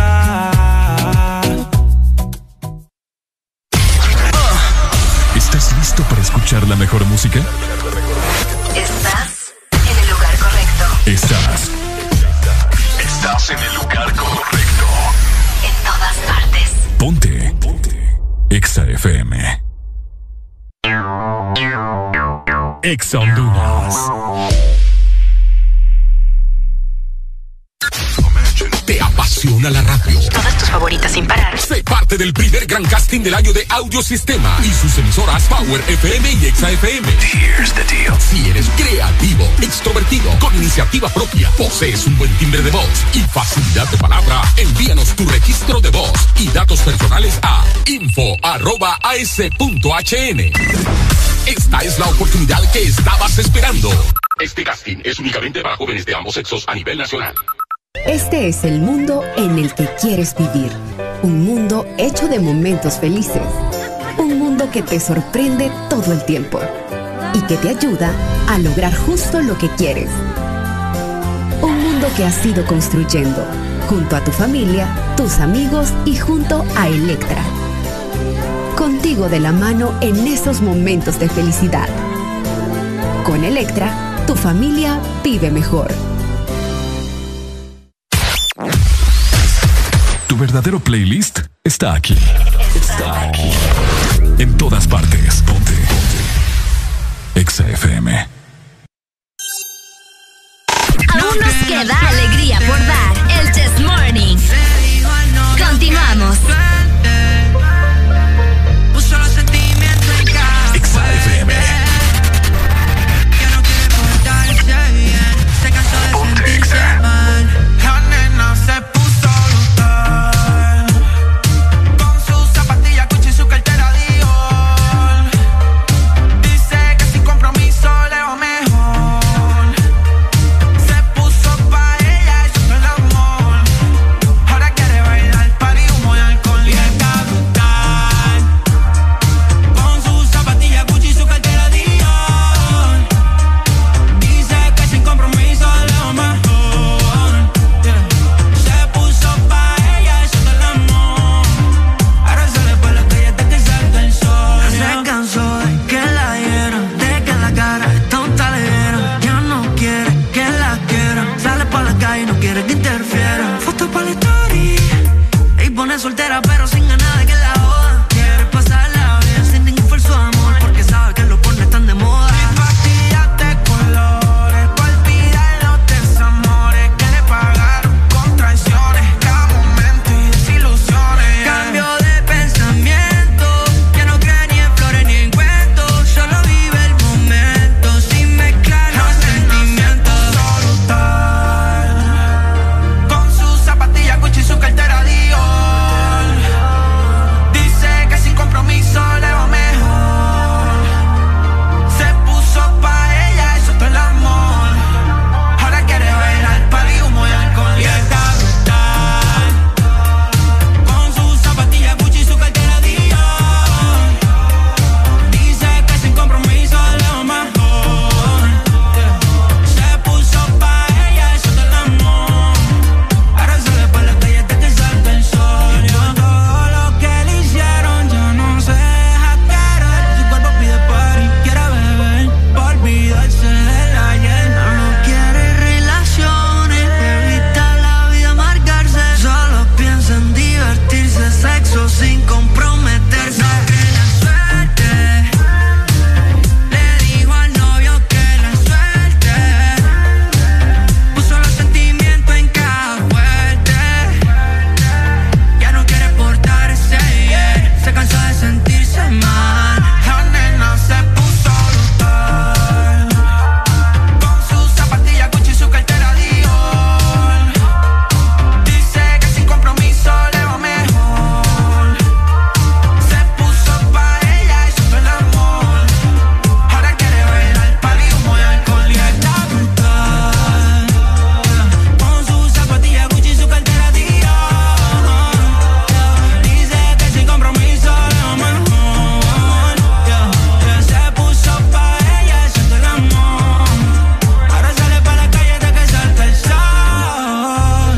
¿Estás listo para escuchar la mejor música? Estás en el lugar correcto. Estás. Estás en el lugar correcto. En todas partes. Ponte. Ponte. Exa F M. Exa Honduras. ¿Te apasiona la radio? Todas tus favoritas sin parar. Sé parte del primer gran casting del año de Audiosistema y sus emisoras Power F M y Exa F M. Here's the deal. Si eres creativo, extrovertido, con iniciativa propia, posees un buen timbre de voz y facilidad de palabra, envíanos tu registro de voz y datos personales a info arroba a s punto h n. Esta es la oportunidad que estabas esperando. Este casting es únicamente para jóvenes de ambos sexos a nivel nacional. Este es el mundo en el que quieres vivir. Un mundo hecho de momentos felices. Un mundo que te sorprende todo el tiempo y que te ayuda a lograr justo lo que quieres. Un mundo que has ido construyendo junto a tu familia, tus amigos y junto a Electra. Contigo de la mano en esos momentos de felicidad. Con Electra, tu familia vive mejor. Tu verdadero playlist está aquí. Está aquí. En todas partes. Ponte. Ponte. Exa F M. Aún nos queda alegría por dar. El This Morning. Continuamos. Exa F M. Ponte Exa. La nena se puso brutal, con su zapatilla, Gucci y su cartera. soltera pero sin ganas de que la joda. Quiere pasarla bien sin ningún falso amor, porque sabe que los pornos están de moda. Y pastillas de colores, pa' olvidar los desamores. Quiere pagar con traiciones, cada momento y desilusiones. Cambio de pensamiento, ya no cree ni en flores ni en cuentos. Solo vive el momento, sin mezclar los sentimientos. Solo tal, con sus zapatillas Gucci y su cartera Dior. Dice que sin compromiso le va mejor. Se puso pa' ella, eso todo el amor. Ahora quiere bailar party, humo y alcohol. Y está brutal, con sus zapatillas Gucci y su cartera Dior. Dice que sin compromiso le va mejor. Se puso pa' ella, eso todo el amor. Ahora sale pa' la calle hasta que salga el sol. Yo todo lo que le hicieron ya no se deja querer. Su cuerpo pide party, quiere beber pa' olvidarse del ayer. No quiere relaciones, evita la vida amargarse. Solo piensa en divertirse, sexo sin comprometerse. No que la suerte, le dijo al novio que la suelte. Puso los sentimientos en caja fuerte. Ya no quiere portarse bien, se cansó de sentirse mal. La nena se puso brutal, con sus zapatillas Gucci y su cartera Dior. Dice que sin compromiso le va mejor. Se puso pa' ella, eso todo el amor. Ahora quiere bailar party, humo y alcohol. Y está brutal, Con sus zapatillas Gucci y su cartera Dior. dice que sin compromiso le va mejor. Se puso pa' ella, eso todo el amor. Ahora sale pa' la calle hasta que salga el sol.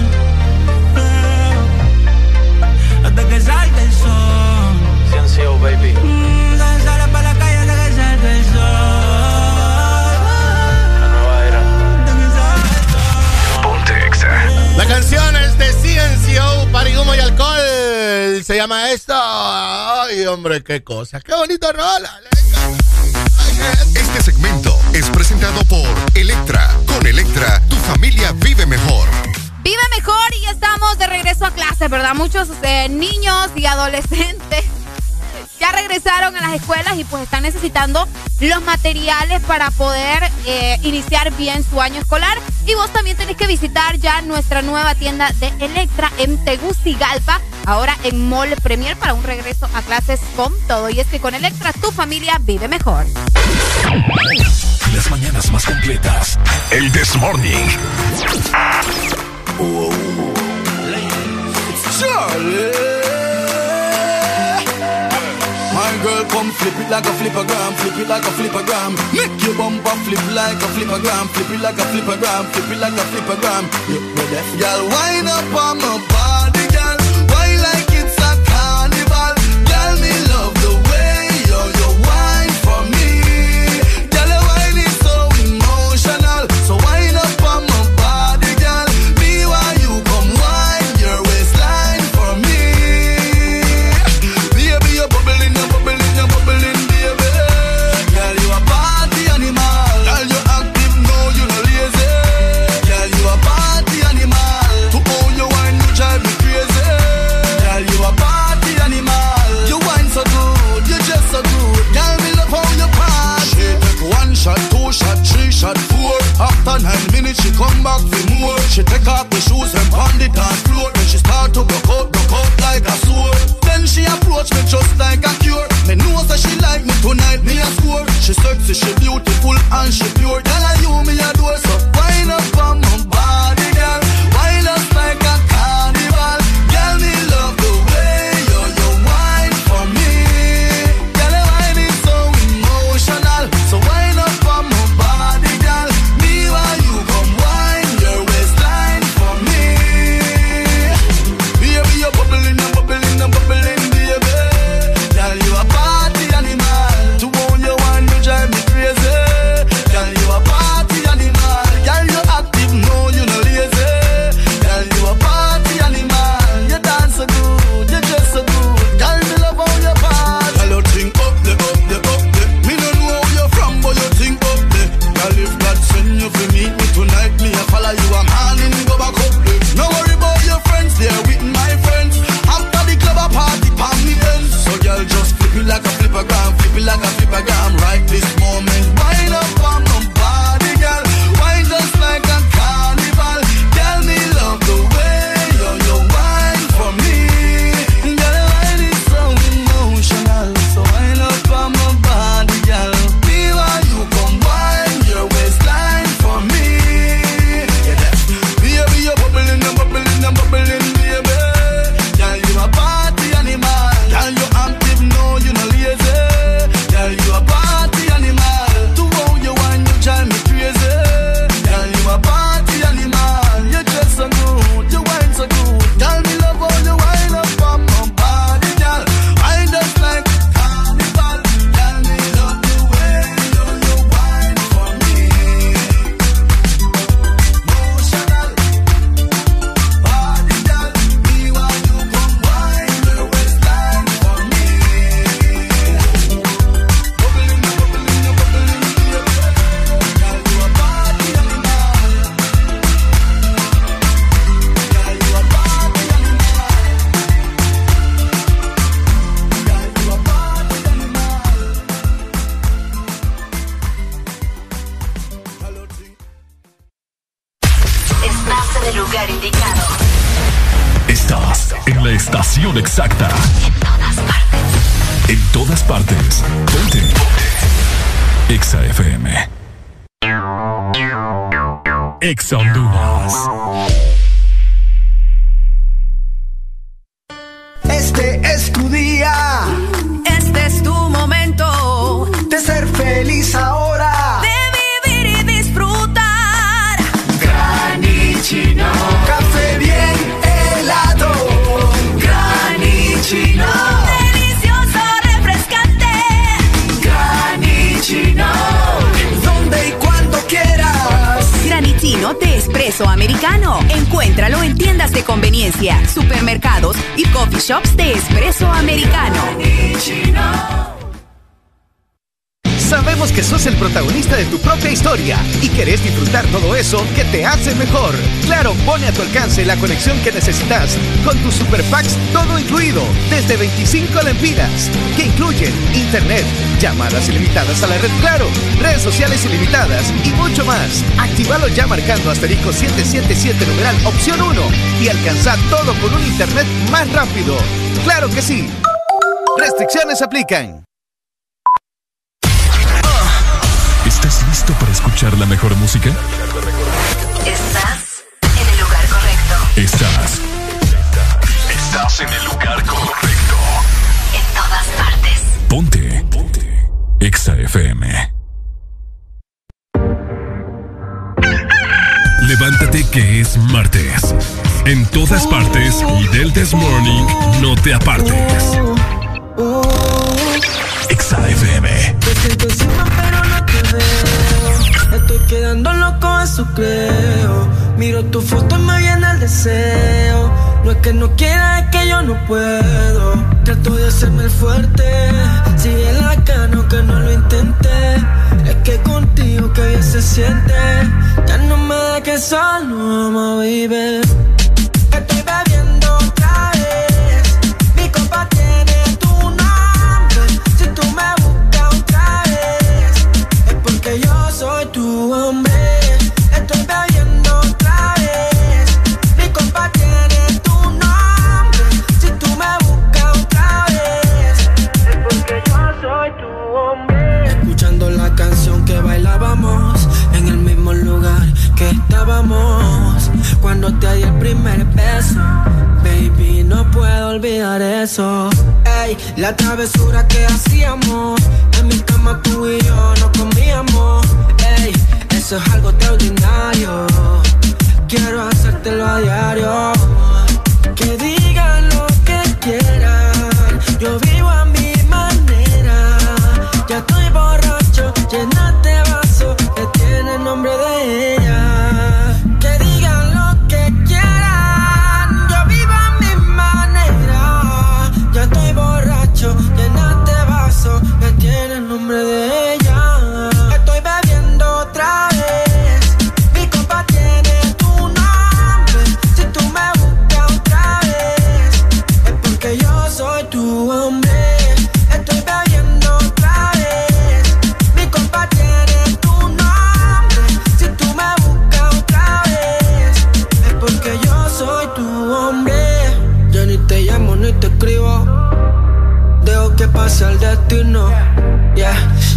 Hasta que salga el sol. Ciencio, baby. Mm, sale pa' la calle hasta que salga el sol. La nueva era. Ponte Exa. La canción es de C N C O, Party, Humo y Alcohol. Se llama esto. Ay, hombre, qué cosa. Qué bonito rola. Este segmento es presentado por Electra. Con Electra, tu familia vive mejor. Vive mejor y ya estamos de regreso a clase, ¿verdad? Muchos eh, niños y adolescentes ya regresaron a las escuelas y pues están necesitando los materiales para poder eh, iniciar bien su año escolar. Y vos también tenés que visitar ya nuestra nueva tienda de Electra en Tegucigalpa, ahora en Mall Premier, para un regreso a clases con todo. Y es que con Electra tu familia vive mejor. Las mañanas más completas. El This Morning. My girl, come flip it like a flippergram, flip it like a flippergram. Make your bumper flip like a flippergram, flip it like a flippergram, flip it like a flippergram. You ready? Girl, wind up on my body, girl. Why like it's a carnival? Girl, me love the way you you wine for me. Girl, your wine is so emotional. So wind up on my body, girl. Me while you come wine your waistline for me. Baby, you're bubbling, you're bubbling, you're bubbling, baby. Girl, you a party animal. Girl, you active, no, you no lazy. Girl, you a party animal. To own your wine, you drive me like a flipper gram, flip it like a flipper gram. Right this moment, wind up on my body, girl. Wine just like a carnival. Tell me love the way you you wine for me. Girl, wine is so emotional. So wind up on my body, girl. Me while you come wine your waistline for me. Yeah, that's baby, you're bubbling and bubbling and bubbling, baby. Girl, you a party animal. Girl, you active, no, you no lazy. Girl, you a party animal. To how you wine, you drive me crazy. Girl, you a party animal. You dress so good, you wine so good. Girl, me love how you wine up on my body, girl. Wine just like carnival. Girl, me love the way you you wine for me. Emotional body, girl. Me while you come wine your waistline for me. Bubbling, bubbling, bubbling, baby. Girl, you a party animal. Girl, you a party animal. Girl, you a party Estás en el lugar indicado. Estás en la estación exacta. En todas partes. Ponte. Exa F M. Exa Honduras. Este es tu día. Este es tu momento de ser feliz ahora. de vivir y disfrutar. Granichino. Café bien helado. Granichino. Delicioso, refrescante. Granichino. Donde y cuando quieras. Granitino de espresso americano. Encuéntralo en tiendas de conveniencia, supermercados y coffee shops de espresso americano. Sabemos que sos el protagonista de tu propia historia y querés disfrutar todo eso que te hace mejor. Claro, pone a tu alcance la conexión que necesitas con tus Super Packs todo incluido, desde veinticinco lempiras, que incluyen internet, llamadas ilimitadas a la red Claro, redes sociales ilimitadas y mucho más. Actívalo ya marcando asterisco siete siete siete numeral opción uno y alcanza todo con un internet más rápido. ¡Claro que sí! Restricciones aplican. ¿Estás listo para escuchar la mejor música? Estás en el lugar correcto. Estás. Estás en el lugar correcto. En todas partes. Ponte. Ponte. Exa F M. Levántate que es martes. En todas partes y del This Morning no te apartes. Exa F M. Te siento encima pero no te veo. Estoy quedando loco, eso creo. Miro tu foto y me viene el deseo. No es que no quiera, es que yo no puedo. Trato de hacerme el fuerte. Sigue la cano que no lo intenté. Es que contigo que bien se siente. Ya no me da que solo, my baby. Estoy bebiendo otra vez. Mi copa tiene tu nombre. Si tú me buscas otra vez, es porque yo soy tu hombre. Estoy bebiendo otra vez. Mi copa tiene tu nombre. Si tú me buscas otra vez, es porque yo soy tu hombre. Escuchando la canción que bailábamos en el mismo lugar que estábamos cuando te di el primer beso. Baby, no puedo olvidar eso. Ey, la travesura que hacíamos en mi cama, tú y yo nos comíamos. Ey, eso es algo extraordinario. Quiero hacértelo a diario. Que digan lo que quieran, yo vivo a mi manera. Ya estoy borracho, llénate vaso que tiene el nombre de ella. Que digan lo que quieran, yo vivo a mi manera. Ya estoy borracho, llénate vaso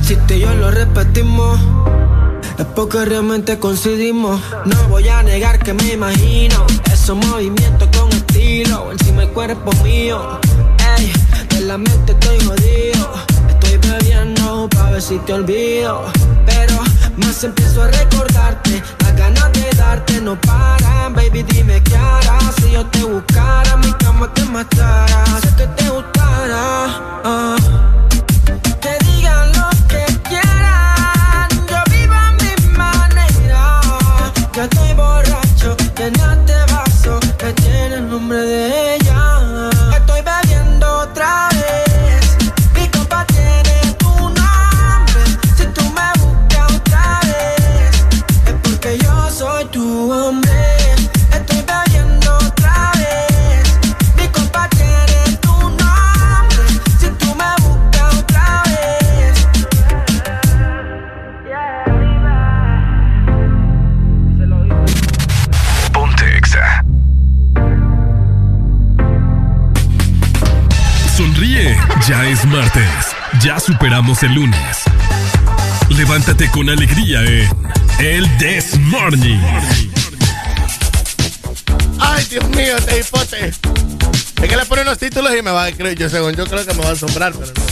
Si tú y yo lo repetimos, es porque realmente coincidimos. No voy a negar que me imagino esos movimientos con estilo encima del cuerpo mío. Ey, de la mente estoy jodido. Estoy bebiendo pa' ver si te olvido. Pero más empiezo a recordarte. Las ganas de darte no paran. Baby, dime qué harás si yo te buscara. Mi cama te matara. Sé que te gustara. Ah. Que digan lo que quieran. Yo vivo a mi manera. Ya estoy borracho. Llenaste vaso que tiene el nombre de ella. Estoy bebiendo otra vez. Mi copa tiene tu nombre. Si tú me buscas otra vez, es porque yo soy tu hombre. Estoy bebiendo otra vez. Mi copa tiene tu nombre. Si tú me buscas otra vez. Ponte Exa. Sonríe, ya es martes. Ya superamos el lunes. Levántate con alegría en el This Morning. Ay, Dios mío, este hipote. Es que le pone unos títulos y me va a creer. Yo, según yo creo que me va a asombrar, pero no.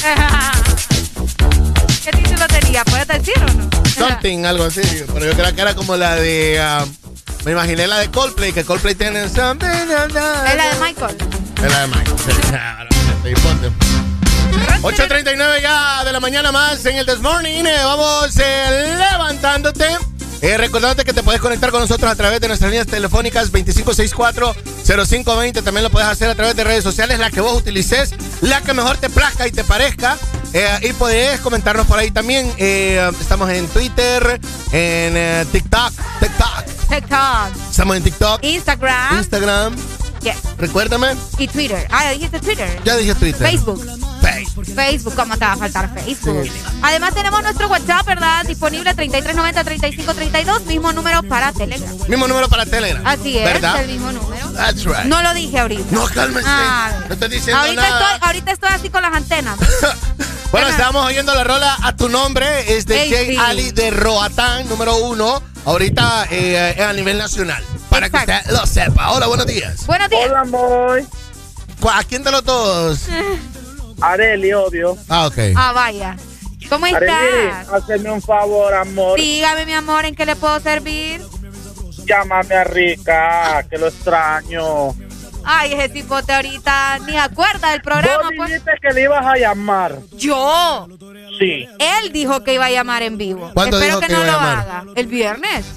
¿Qué título tenía? ¿Puedes decir o no? Something, algo así. Pero yo creo que era como la de. Um, me imaginé la de Coldplay, que Coldplay tiene something. Es la de Michael. Es la de Michael. Este hipote. ocho treinta y nueve ya de la mañana más en el This Morning. Eh, vamos eh, levantándote. Eh, recordándote que te puedes conectar con nosotros a través de nuestras líneas telefónicas veinticinco sesenta y cuatro cero cinco veinte. También lo puedes hacer a través de redes sociales, la que vos utilices, la que mejor te plazca y te parezca. Eh, y podés comentarnos por ahí también. Eh, estamos en Twitter, en eh, TikTok, TikTok. TikTok. Estamos en TikTok. Instagram. Instagram. Yes. Recuérdame. Y Twitter. Ah, dijiste Twitter. Ya dije Twitter. Facebook. Facebook. Facebook, ¿cómo te va a faltar Facebook? Sí. Además tenemos nuestro WhatsApp, ¿verdad? Disponible treinta y tres noventa treinta y cinco treinta y dos, mismo número para Telegram. Mismo número para Telegram. Así es, ¿verdad? el mismo número. That's right. No lo dije ahorita. No, cálmese. Ah, no estoy diciendo ahorita nada. Estoy, ahorita estoy así con las antenas. Bueno, estábamos oyendo la rola A Tu Nombre, es de Hey, Jay sí. Ali de Roatán, número uno, ahorita eh, a nivel nacional. Para Exacto. que usted lo sepa. Hola, buenos días. Buenos días. Hola, amor. ¿A quién de los dos? Areli, obvio. Ah, ok. Ah, vaya. ¿Cómo Areli, estás? hazme un favor, amor. Dígame, mi amor, ¿en qué le puedo servir? Llámame a Rica, que lo extraño. Ay, ese tipote ahorita ni acuerda del programa. Vos pues. dijiste que le ibas a llamar. ¿Yo? Sí. Él dijo que iba a llamar en vivo. ¿Cuándo Espero dijo que, que no iba a lo llamar? haga. ¿El viernes?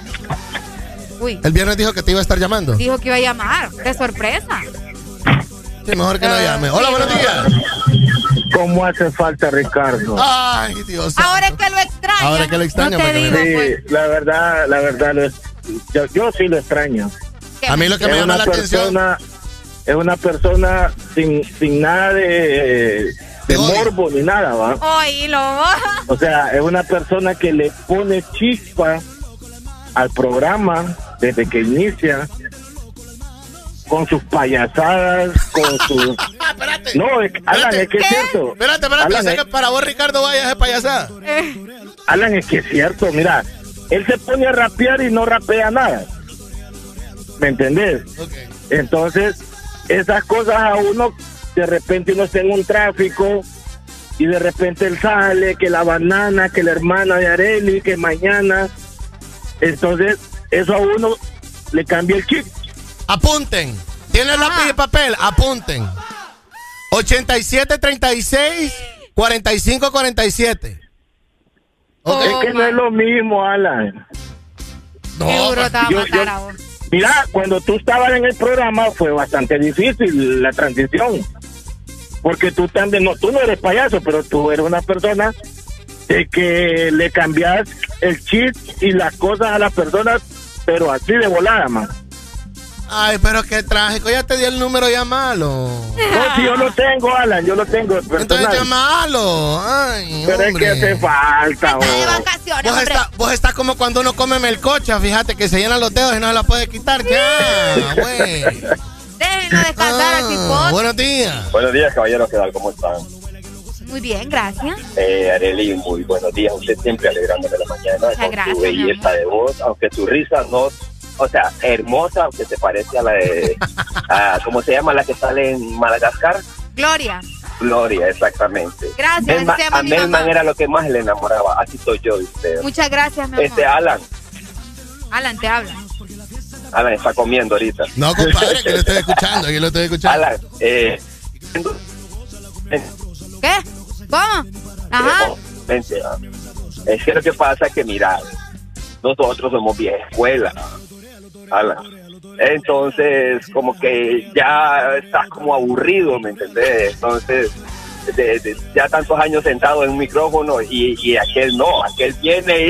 Uy. El viernes dijo que te iba a estar llamando. Dijo que iba a llamar, de sorpresa. Sí, mejor que no llame. Hola, sí, buenos días. ¿Cómo hace falta Ricardo? Ay, Dios. Ahora es que lo extraña. Ahora es que lo extraña. No te digo, Sí, pues. la verdad, la verdad, lo es- yo, yo sí lo extraño. A mí lo que me Es llama una la atención. persona, es una persona sin, sin nada de, de Te odio. morbo ni nada, ¿va? Oílo. O sea, es una persona que le pone chispa al programa desde que inicia, con sus payasadas, con sus... Espérate. No, es, Alan, es que es cierto. Espérate, espérate. Alan, Yo sé es- que para vos, Ricardo, vayas de payasada. Alan, es que es cierto, mira, él se pone a rapear y no rapea nada. ¿Me entendés? Okay. Entonces, esas cosas a uno, de repente uno está en un tráfico y de repente él sale, que la banana, que la hermana de Areli, que mañana. Entonces, eso a uno le cambia el chip. Apunten. ¿Tienen lápiz y papel? Apunten. ochenta y siete treinta y seis cuarenta y cinco cuarenta y siete. Okay. Es que no es lo mismo, Alan. No, Seguro te va a yo- matar yo- a vos. Mira, cuando tú estabas en el programa fue bastante difícil la transición. Porque tú también, no, tú no eres payaso, pero tú eres una persona de que le cambias el chip y las cosas a las personas, pero así de volada, man. Ay, pero qué trágico. Ya te di el número, llamalo. No, si yo lo tengo, Alan, yo lo tengo. Entonces personal. llamalo. Ay, Pero hombre. es que hace falta, Está de oh. vacaciones, Vos, hombre. está, vos estás como cuando uno come melcocha, fíjate que se llenan los dedos y no se la puede quitar. Ya, güey. Déjenlo descansar al Ah, tipote. buenos días. Buenos días, caballeros, ¿qué tal? ¿Cómo están? Muy bien, gracias. Eh, Arely, muy buenos días. Usted siempre alegrando de la mañana Muchas con gracias, su belleza de voz, aunque su risa no, o sea, hermosa, aunque se parece a la de, a, ¿cómo se llama la que sale en Madagascar? Gloria. Gloria, exactamente. Gracias, Melma, así se llama a mi Melman mamá. era lo que más le enamoraba. Así soy yo de usted. Muchas gracias, mi amor. Este, Alan. Alan, te habla. Alan está comiendo ahorita. No, compadre, que lo estoy escuchando, que lo estoy escuchando. Alan, eh... ¿Qué? ¿Cómo? Ajá. Vente, ah. Es que lo que pasa es que, mira, nosotros somos vieja escuela, Alan. Entonces, como que ya estás como aburrido, ¿me entendés? Entonces, de, de, ya tantos años sentado en un micrófono y, y aquel no, aquel viene y,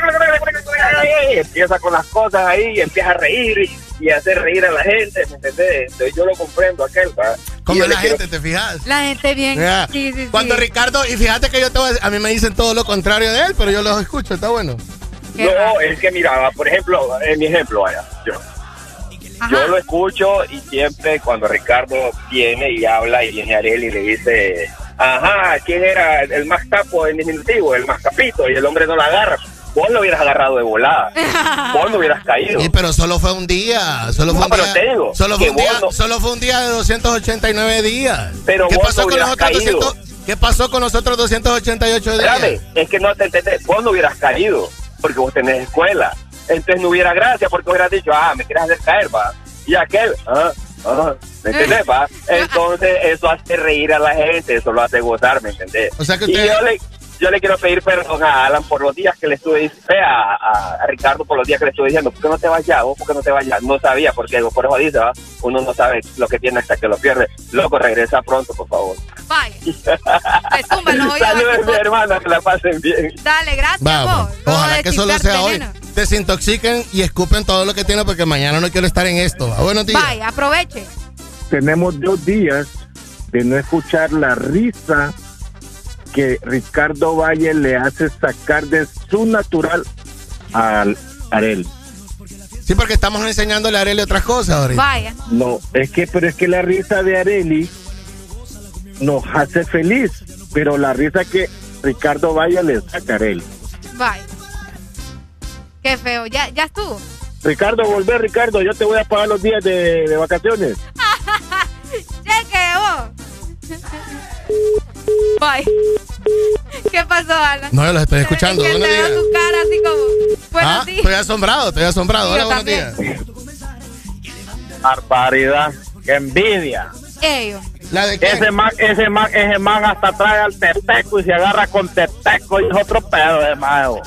y empieza con las cosas ahí y empieza a reír y, y hacer reír a la gente, ¿me entendés? Entonces yo lo comprendo, aquel, ¿verdad? Como la gente, quiero... ¿te fijas? La gente bien. Yeah. Sí, sí, Cuando sí. Ricardo, y fíjate que yo te voy a, a mí me dicen todo lo contrario de él, pero yo los escucho, está bueno. No, es que mira, por ejemplo, en mi ejemplo, vaya, yo. Ajá. Yo lo escucho y siempre cuando Ricardo viene y habla y viene a él y le dice, ajá, ¿quién era el más capo en diminutivo? El más capito, y el hombre no la agarra. Vos lo hubieras agarrado de volada. Vos no hubieras caído. Sí, pero solo fue un día. Solo fue no, un pero día. Te digo, solo, fue un día no... solo fue un día de doscientos ochenta y nueve días. Pero ¿Qué vos pasó no con los otros caído. doscientos? ¿Qué pasó con los otros doscientos ochenta y ocho días? Espérame, es que no te entendés. Vos no hubieras caído porque vos tenés escuela. Entonces no hubiera gracia porque hubieras dicho, ah, me quieres hacer caer, va. Y aquel, ah, ah, ¿me entendés, va? Entonces eso hace reír a la gente, eso lo hace gozar, ¿me entendés? O sea que y usted... yo le, yo le quiero pedir perdón a Alan por los días que le estuve diciendo, a, a, a Ricardo por los días que le estuve diciendo, ¿por qué no te vayas? ¿Vos por qué no te vayas? No sabía, porque por eso dice, ¿va? Uno no sabe lo que tiene hasta que lo pierde. Loco, regresa pronto, por favor. Vaya. Resúmelo, Saludos, mi hermana, que la pasen bien. Dale, gracias, Vamos. vos. Ojalá que solo sea hoy. Desintoxiquen y escupen todo lo que tienen porque mañana no quiero estar en esto. Ah, buenos días. Vaya, aproveche. Tenemos dos días de no escuchar la risa que Ricardo Valle le hace sacar de su natural al Arely. Sí, porque estamos enseñándole a Arely otras cosas ahorita. Vaya. No, es que, pero es que la risa de Arely nos hace feliz, pero la risa que Ricardo Valle le saca a Arely. Vaya. Qué feo, ya, ya estuvo. Ricardo, volvé, Ricardo, yo te voy a pagar los días de, de vacaciones. Cheque, vos. Bye. ¿Qué pasó, Alan? No, yo los estoy escuchando. Es que buenos te días. veo tu cara así como... Buenos Ah, días. estoy asombrado, estoy asombrado. Sí, Hola, yo buenos también. días. Barbaridad, qué envidia. Ellos. ¿La de ese man, ese man, ese man hasta trae al teteco y se agarra con teteco y es otro pedo de mago.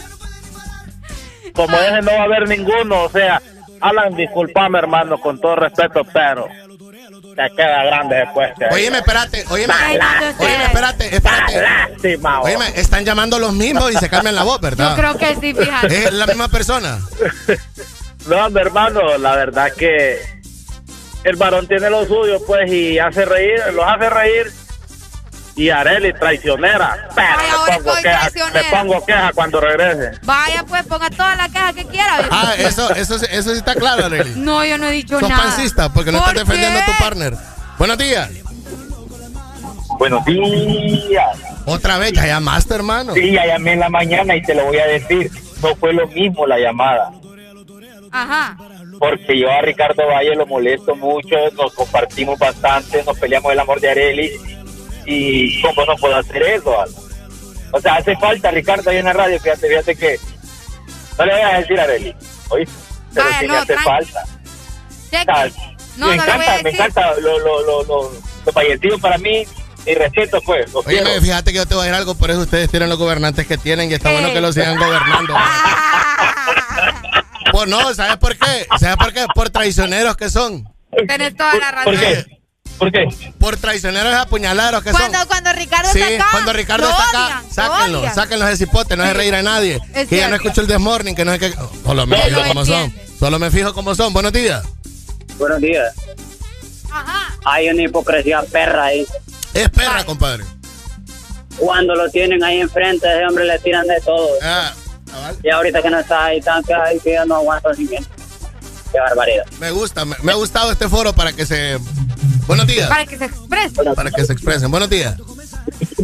Como ese no va a haber ninguno, o sea, Alan, disculpame, hermano, con todo respeto, pero te queda grande después. Óyeme, espérate, óyeme, óyeme, espérate, espérate. Lástima, óyeme, están llamando los mismos y se cambian la voz, ¿verdad? Yo creo que sí, fíjate. Es la misma persona. No, mi hermano, la verdad que el varón tiene lo suyo, pues, y hace reír, los hace reír. Y Arely, traicionera. Pero Vaya, me, pongo soy queja, traicionera. me pongo queja cuando regrese. Vaya, pues, ponga toda la queja que quiera. ¿Viste? Ah, eso, eso, eso sí está claro, Arely. No, yo no he dicho Sos nada. pancista porque no ¿Por estás defendiendo qué? a tu partner. Buenos días. Buenos días. Otra vez, ya llamaste, hermano. Sí, ya llamé en la mañana y te lo voy a decir. No fue lo mismo la llamada. Ajá. Porque yo a Ricardo Valle lo molesto mucho, nos compartimos bastante, nos peleamos el amor de Arely. Y cómo no puedo hacer eso, Alba. O sea, hace falta Ricardo ahí en la radio, fíjate, fíjate que no le voy a decir a Arely, ¿oíste? Pero Vaya, sí no, me hace tranqui. falta. Cheque. O sea, No, me no le encanta, voy a me decir. encanta lo, lo, lo, lo, los fallecidos para mí, y respeto pues, los Oye, quiero. fíjate que yo te voy a decir algo, por eso ustedes tienen los gobernantes que tienen y está bueno que los sigan gobernando. Pues no, ¿sabes por qué? ¿Sabes por qué? Por traicioneros que son. Tenés toda la razón. ¿Por qué? ¿Por qué? Por traicioneros y apuñalados que Cuando, son. cuando Ricardo Sí, está acá. cuando Ricardo lo está odian, acá, lo sáquenlo, odian. sáquenlo ese cipote, no es reír a nadie. Es Que ya no cierto. escucho el desmorning, que no es que. Solo me No, fijo no como son. entiende. Solo me fijo como son. Buenos días. Buenos días. Ajá. Hay una hipocresía perra ahí. Es perra, compadre. Cuando lo tienen ahí enfrente, ese hombre le tiran de todo. Ah, y ahorita que no está ahí, tan que ahí, que ya no aguanto ni bien. Qué barbaridad. Me gusta, me, me ha gustado este foro para que se. Buenos días. Para que se exprese. Para que se expresen. Buenos días.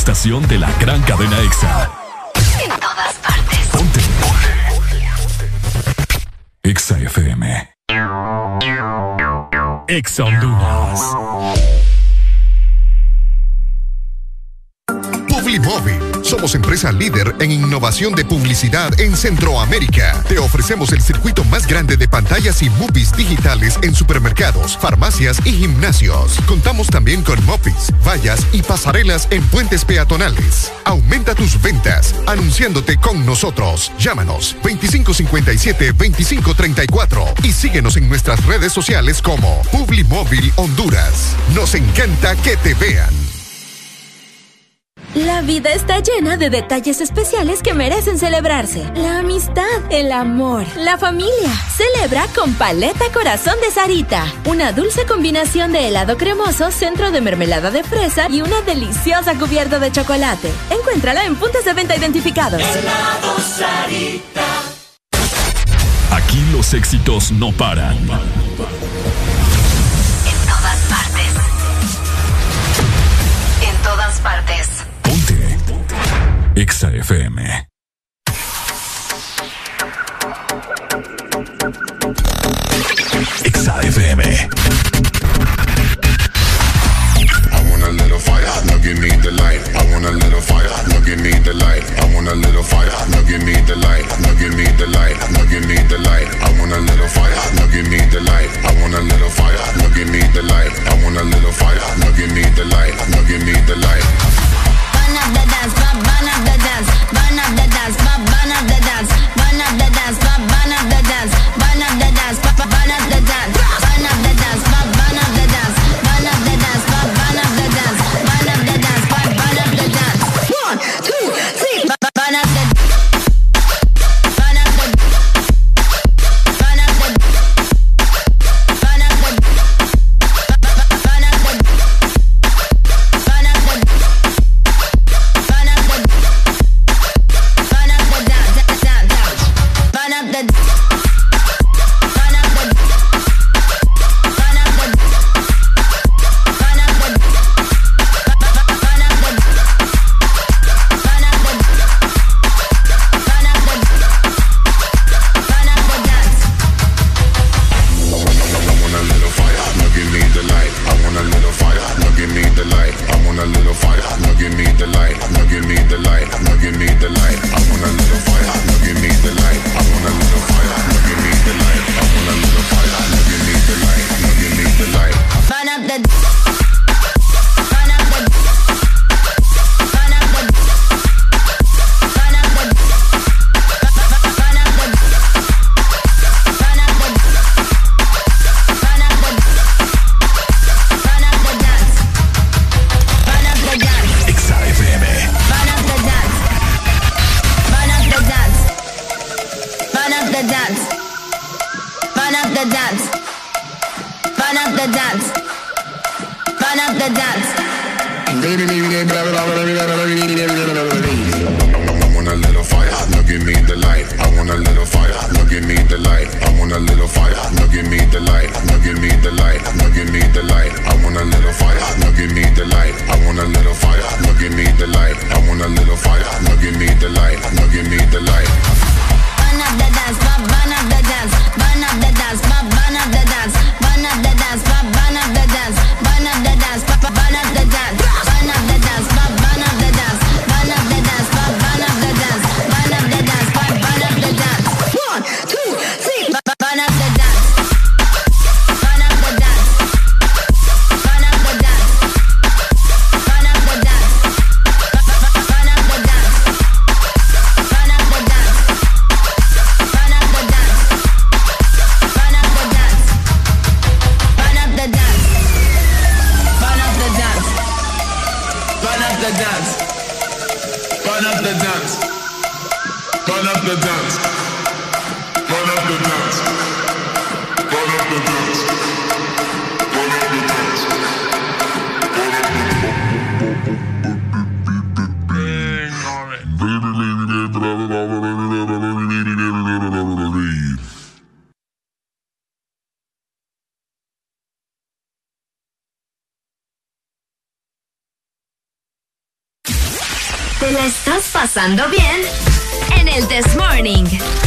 estación de la gran cadena EXA. En todas partes. Ponte. EXA F M. EXA Honduras. Publimóvil. Somos empresa líder en innovación de publicidad en Centroamérica. Te ofrecemos el circuito más grande de pantallas y movies digitales en supermercados, farmacias y gimnasios. Contamos también con mopis, vallas y pasarelas en puentes peatonales. Aumenta tus ventas anunciándote con nosotros. Llámanos veinticinco cincuenta y siete, veinticinco treinta y cuatro y síguenos en nuestras redes sociales como Publimóvil Honduras. Nos encanta que te vean. La vida está llena de detalles especiales que merecen celebrarse. La amistad, el amor, la familia. Celebra con Paleta Corazón de Sarita. Una dulce combinación de helado cremoso, centro de mermelada de fresa y una deliciosa cubierta de chocolate. Encuéntrala en puntos de venta identificados. Helado Sarita. Aquí los éxitos no paran. En todas partes. En todas partes. EXA F M. EXA F M. I want a little fire, now give me the light. I want a little fire, now give me the light. I want a little fire, now give me the light. Now give me the light, now give me the light. I want a little fire, now give me the light. I want a little fire, now give me the light. I want a little fire, now give me the light. Now give me the light. Burn up the dance, burn up the dance, burn up the dance, burn up the dance, burn up the dance, burn up the dance, burn up the dance, burn up the dance, burn up the dance, burn up the dance, burn up the dance, burn up the dance, burn up the dance, burn up the dance. One, two, three, burn up the burn up the burn up the burn up the burn up the burn up the estás pasando bien en el This Morning.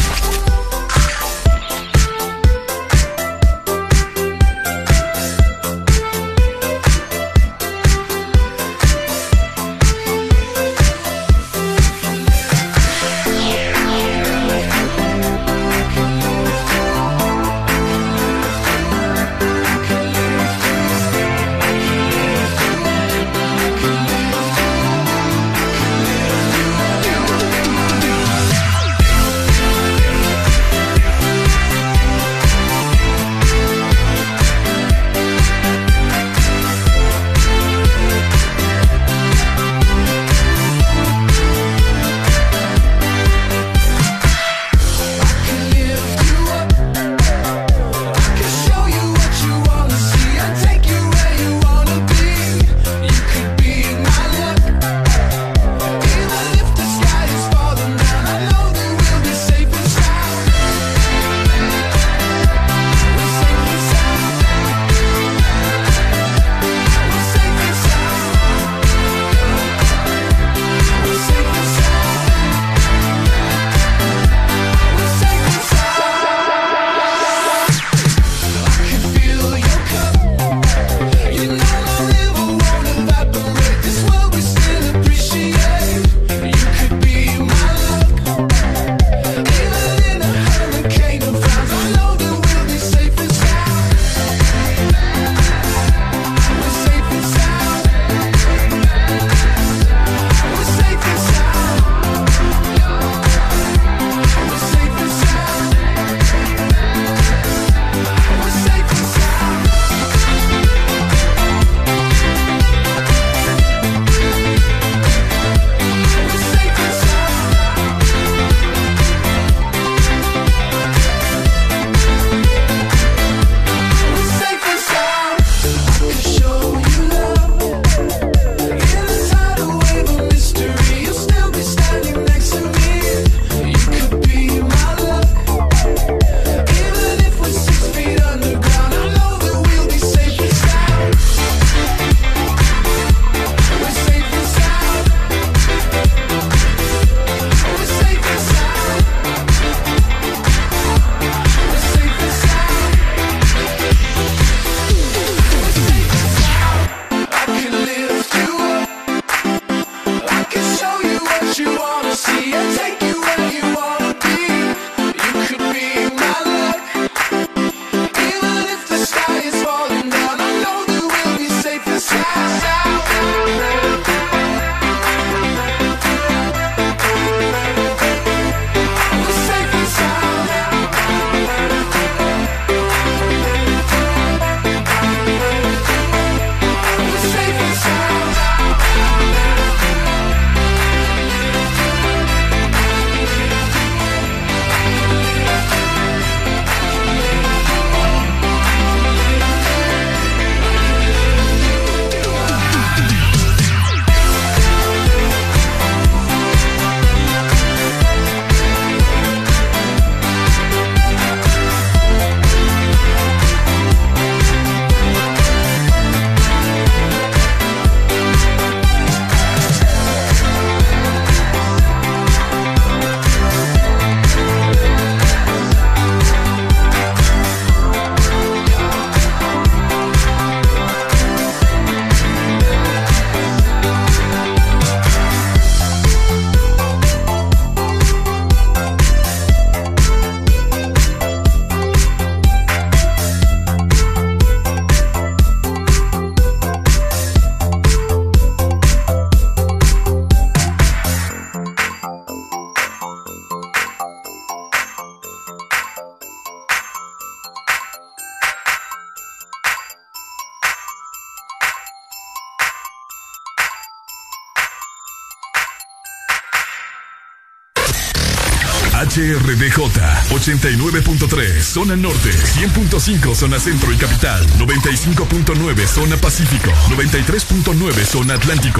H R D J ochenta y nueve punto tres zona norte, cien punto cinco zona centro y capital, noventa y cinco punto nueve zona pacífico, noventa y tres punto nueve zona atlántico.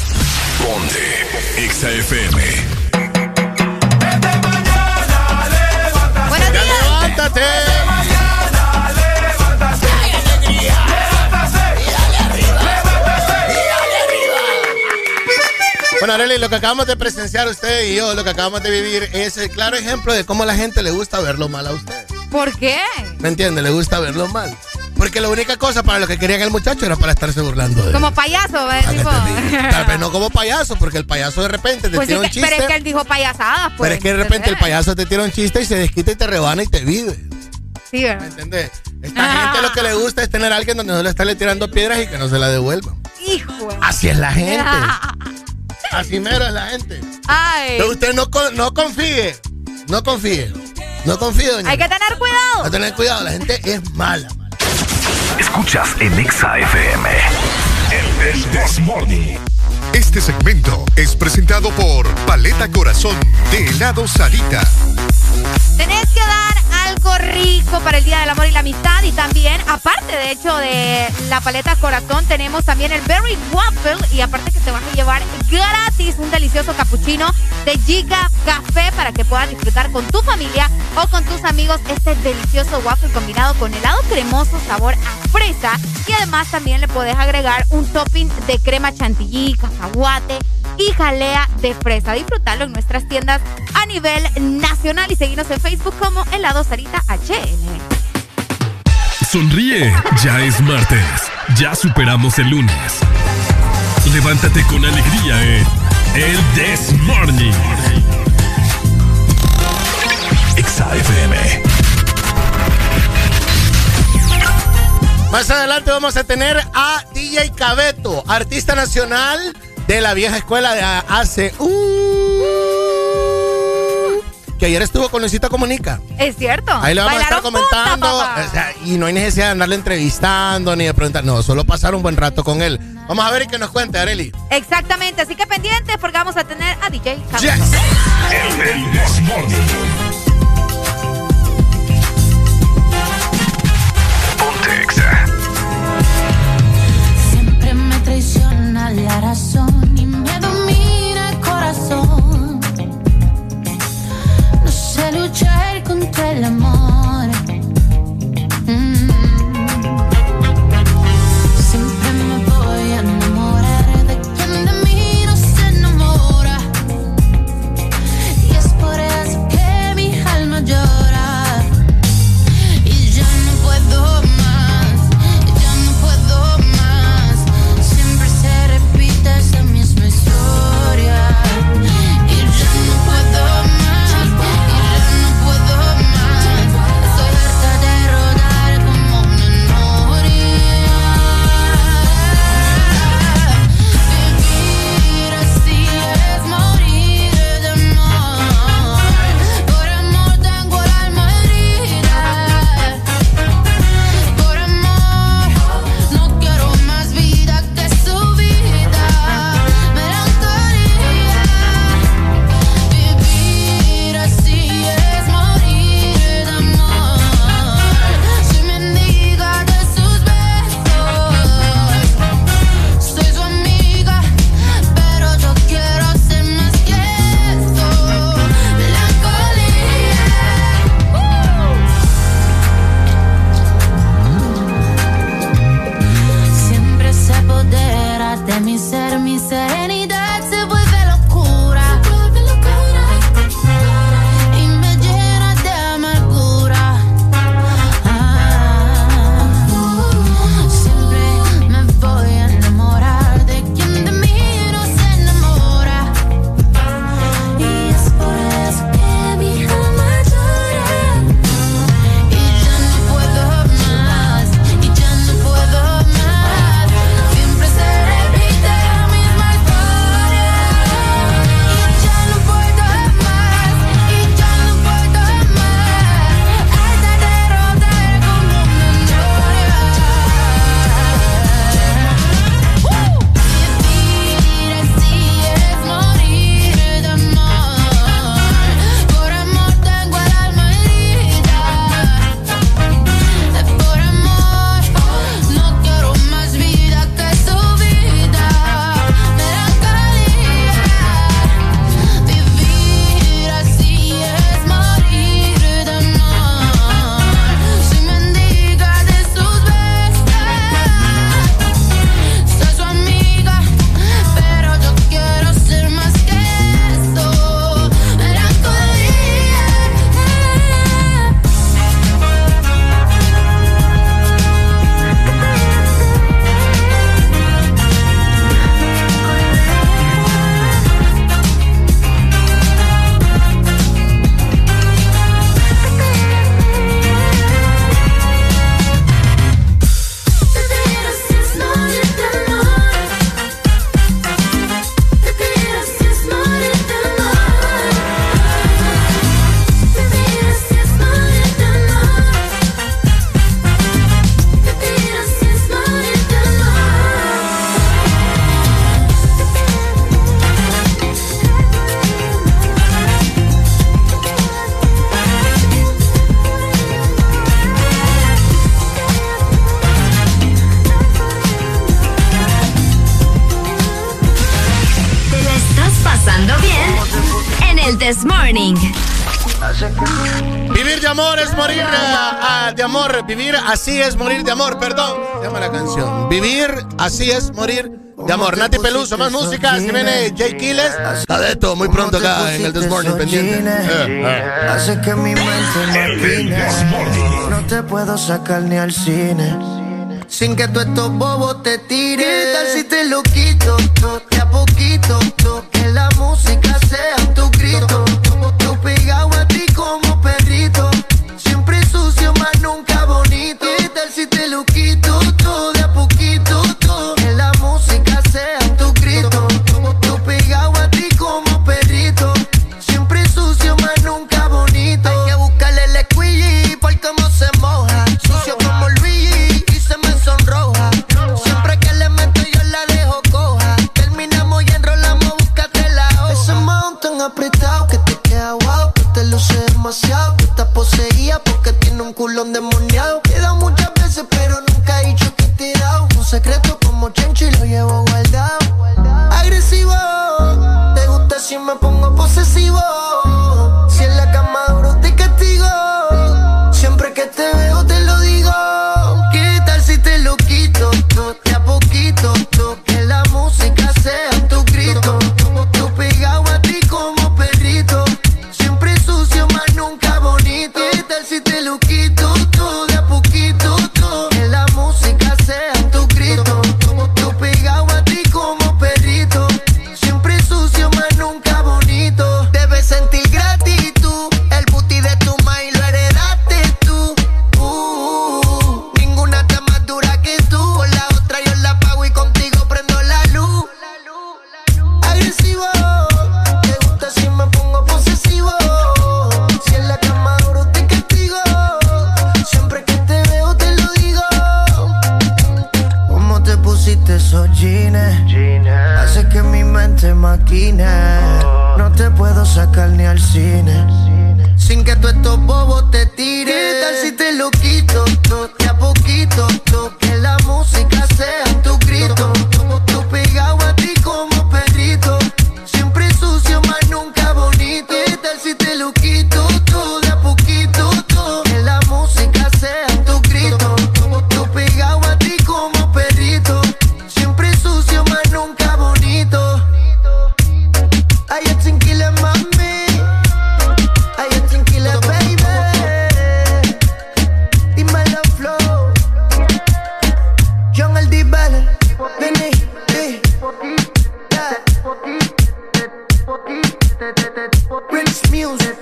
Ponte Exa F M. Buenos días. ¡Levántate! Bueno, Arely, lo que acabamos de presenciar usted y yo, lo que acabamos de vivir, es el claro ejemplo de cómo a la gente le gusta verlo mal a usted. ¿Por qué? ¿Me entiende? Le gusta verlo mal. Porque la única cosa para lo que querían el muchacho era para estarse burlando de él. Como payaso, ¿ves? Tipo... Tal vez no como payaso, porque el payaso de repente te pues tira sí, un chiste. Pero es que él dijo payasadas, pues. Pero es que de repente el payaso te tira un chiste y se desquita y te rebana y te vive. Sí, ¿verdad? ¿Me entiendes? Esta ah. gente lo que le gusta es tener a alguien donde no le estarle tirando piedras y que no se la devuelva. Hijo. Así es la gente. Así mero es la gente. Ay. Pero usted no, no confíe. No confíe. No confíe, doña. Hay que tener cuidado. Hay que tener cuidado. La gente es mala. Escuchas en Exa F M el This Morning. Este segmento es presentado por Paleta Corazón de helado Sarita. Tenés que dar algo rico para el Día del Amor y la Amistad. Y también, aparte de hecho de la paleta Corazón, tenemos también el Berry Waffle. Y aparte que te vas a llevar gratis un delicioso cappuccino de Giga Café para que puedas disfrutar con tu familia o con tus amigos este delicioso waffle combinado con helado cremoso sabor a fresa. Y además también le podés agregar un topping de crema chantilly, cacahuate y jalea de fresa. Disfrutarlo en nuestras tiendas a nivel nacional y seguirnos en Facebook como Helado Sarita H N. Sonríe, ya es martes, ya superamos el lunes. Levántate con alegría en el This Morning. Exa F M. Más adelante vamos a tener a D J Cabeto, artista nacional de la vieja escuela de A C U, que ayer estuvo con Luisito Comunica. Es cierto. Ahí le vamos a estar comentando. Punta, o sea, y no hay necesidad de andarle entrevistando ni de preguntar. No, solo pasar un buen rato con él. Vamos a ver y que nos cuente, Arely. Exactamente. Así que pendientes porque vamos a tener a D J Cabeto. Yes. El, el This Morning. Ponte Exa. Siempre me traiciona la razón y me domina el corazón. No sé luchar contra el amor. Mm. Siempre me voy a enamorar de quien de mí no se enamora. Y es por eso que This Morning. Vivir de amor es morir uh, uh, de amor. Vivir así es morir de amor. Perdón, se llama la canción. Vivir así es morir de amor. Nati Peluso, más música. Si viene Jay Quiles. Está de esto muy pronto acá en el This Morning pendiente. Eh, eh. Hace que mi mente maquine. No te puedo sacar ni al cine sin que tú estos bobos te tires. ¿Qué tal si te lo quito? De a poquito. Que la música sea tu grito. Yo pegado a ti como perrito. Siempre sucio, más nunca bonito. ¿Qué tal si te lo quito? Todo de a poquito. Que la música sea tu grito. Yo pegado a ti como perrito. Siempre sucio, más nunca bonito. Hay que buscarle el squeegee por cómo se moja. Sucio como Luigi y se me sonroja. Siempre que le meto yo la dejo coja. Terminamos y enrolamos, búscate la hoja. Ese mount tan apretado que te queda guau. Que te luce demasiado. Que está poseída porque tiene un culón demoniado. Queda muchas veces pero nunca he dicho que te he dado. Un secreto como Chencho y lo llevo guardado. Agresivo, te gusta si me pongo posesivo. Si en la cama duro te castigo. Siempre que te veo te lo digo. ¿Qué tal si te lo quito? De a poquito. Que la música sea tu grito. Yo pegado a ti como perrito. Siempre sucio, más nunca bonito. ¿Qué tal si te lo quito? De a poquito. Que la música sea tu grito. Yo pegado a ti como perrito. Siempre sucio, más nunca bonito. Debes sentir gratitud. El booty de tu maíz lo heredaste tú. Uh, ninguna está más dura que tú. Con la otra yo la pago y contigo prendo la luz. Agresivo, te gusta si me pongo posesivo. Si en la cama duro te castigo. Siempre que te veo te lo digo. ¿Cómo te pusiste esos jeans? Hace que mi mente maquine. No te puedo sacar ni al cine sin que tú estos bobos te tires. ¿Qué tal si te lo quito? De a poquito. Que la música sea tu grito. Yo pegado a ti como perrito. Siempre sucio, más nunca bonito. ¿Qué tal si te lo quito? De a poquito. Que la música sea tu grito. Yo pegado a ti como perrito. Siempre sucio, más nunca bonito. Ay, yo tranquila, mami. Ay, yo tranquila, baby. Dímelo, flow. John el D-Ball. Vení, eh. Yeah. Prince Music.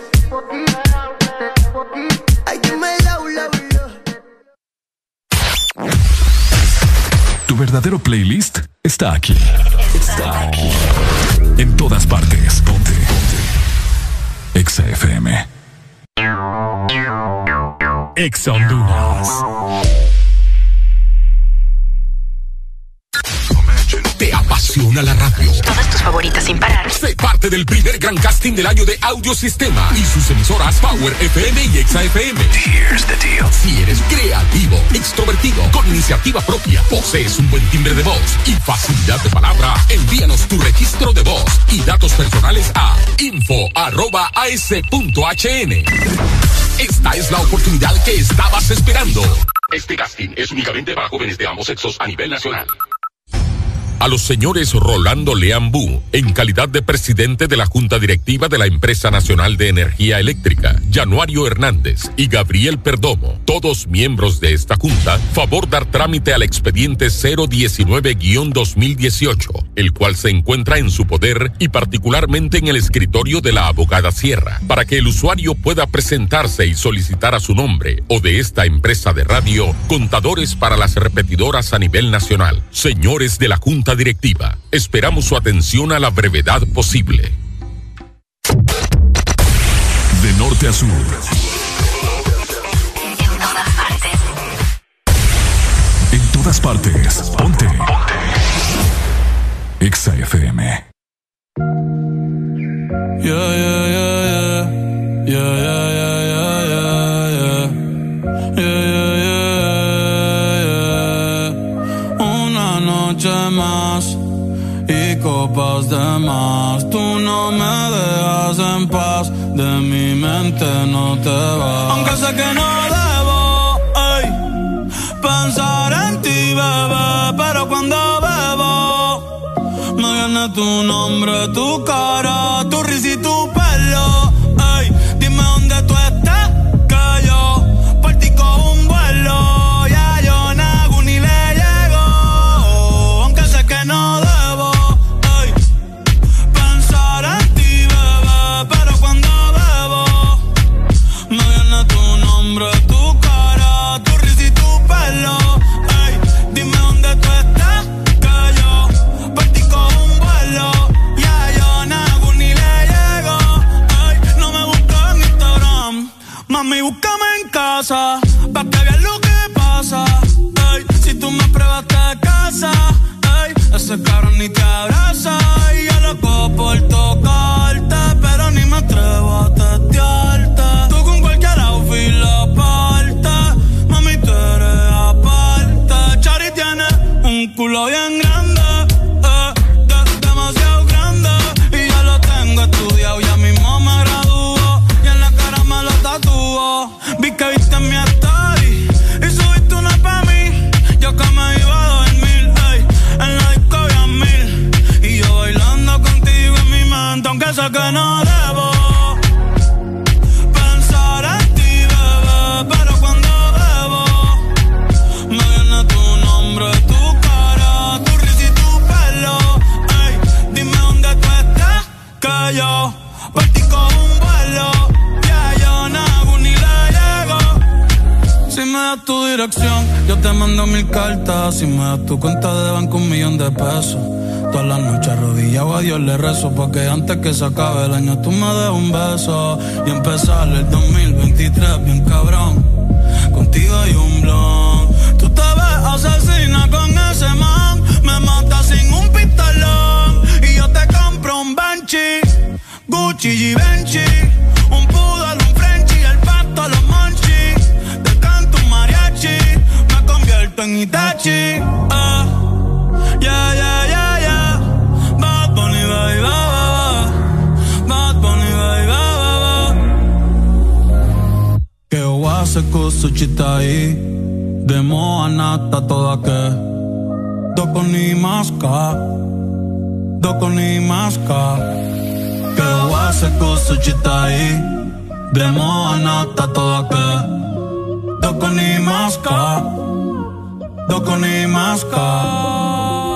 Ay, dímelo, low, low. Tu verdadero playlist está aquí. Está aquí. En todas partes. Ponte. Ponte. Exa F M. Exa Honduras. ¿Te apasiona la radio? Todas tus favoritas sin parar. Sé parte del primer gran casting del año de Audiosistema y sus emisoras Power F M y Exa F M. Here's the deal. Si eres creativo, extrovertido, con iniciativa propia, posees un buen timbre de voz y facilidad de palabra, envíanos tu registro de voz y datos personales a info arroba as punto h n. Esta es la oportunidad que estabas esperando. Este casting es únicamente para jóvenes de ambos sexos a nivel nacional. A los señores Rolando Leambú, en calidad de presidente de la Junta Directiva de la Empresa Nacional de Energía Eléctrica, Januario Hernández y Gabriel Perdomo, todos miembros de esta junta, favor dar trámite al expediente cero diecinueve guión dos mil dieciocho, el cual se encuentra en su poder y particularmente en el escritorio de la abogada Sierra, para que el usuario pueda presentarse y solicitar a su nombre o de esta empresa de radio contadores para las repetidoras a nivel nacional. Señores de la Junta Directiva, esperamos su atención a la brevedad posible. De norte a sur. En todas partes. En todas partes. Ponte. Ponte. Exa F M. Yeah, yeah, yeah, yeah. Yeah, yeah, yeah, yeah, yeah, yeah. Yeah, yeah, yeah, yeah. Una noche más y copas de más. Tú no me dejas en paz. de mi mente no te vas. Aunque sé que no debo, ey, pensar en ti, bebé, pero cuando bebo me viene tu nombre, tu cara, tu risa y tu pelo. Ey, dime dónde tú estás, que yo por ti cojo un vuelo. Ya yo nago ni le llego, aunque sé que no debo, ey, pensar en ti, bebé, pero cuando bebo me viene tu nombre, tu cara, tu risa y tu pelo. Ey, dime dónde tú estás, que yo por ti cojo un vuelo. Ya yo nago ni le llego. Ey, no me busques en Instagram, mami, búscame en casa, pa' que veas lo que pasa. Ey, si tú me pruebas te casa, ey, ese cabrón ni te abraza. Y yo loco por tocarte, pero ni me atrevo a testearte. Tú con cualquier outfit la parte, mami, tú eres aparte. Chari tiene un culo bien grande, eh, de- demasiado grande. Y ya lo tengo estudiado, ya mismo me graduó. Y en la cara me lo tatuó. Vi que viste en mi story y subiste una pa' mí. Yo que me iba a dormir, ey, en la disco había mil. Y yo bailando contigo en mi mente, aunque sé que no debo pensar en ti, bebé, pero cuando bebo me viene tu nombre, tu cara, tu risa y tu pelo. Ey, dime dónde tú estás, que yo por ti cojo un vuelo. Ya yo nago ni le llego. Si me das tu dirección, yo te mando mil cartas. Si me das tu cuenta de banco, un millón de pesos. Todas las noches arrodillado a Dios le rezo, porque antes que se acabe el año tú me des un beso y empezar el dos mil veintitrés bien cabrón. Contigo hay un blon. Tú te ves asesina con ese man, me matas sin un pistolón. Y yo te compro un Banshee, Gucci y Givenchy, un poodle, un Frenchie, el pato, los monchis. Te canto un mariachi, me convierto en Itachi. Ah, yeah, yeah, yeah, yeah. Bad Bunny, baby, ba, ba, ba. Bad Bunny, baby, ba, ba, ba. Que wase kusuchitai, demo anata toda que. Doko ni maska, doko ni maska. Que wase kusuchitai, demo anata toda que. Doko ni maska, doko ni maska.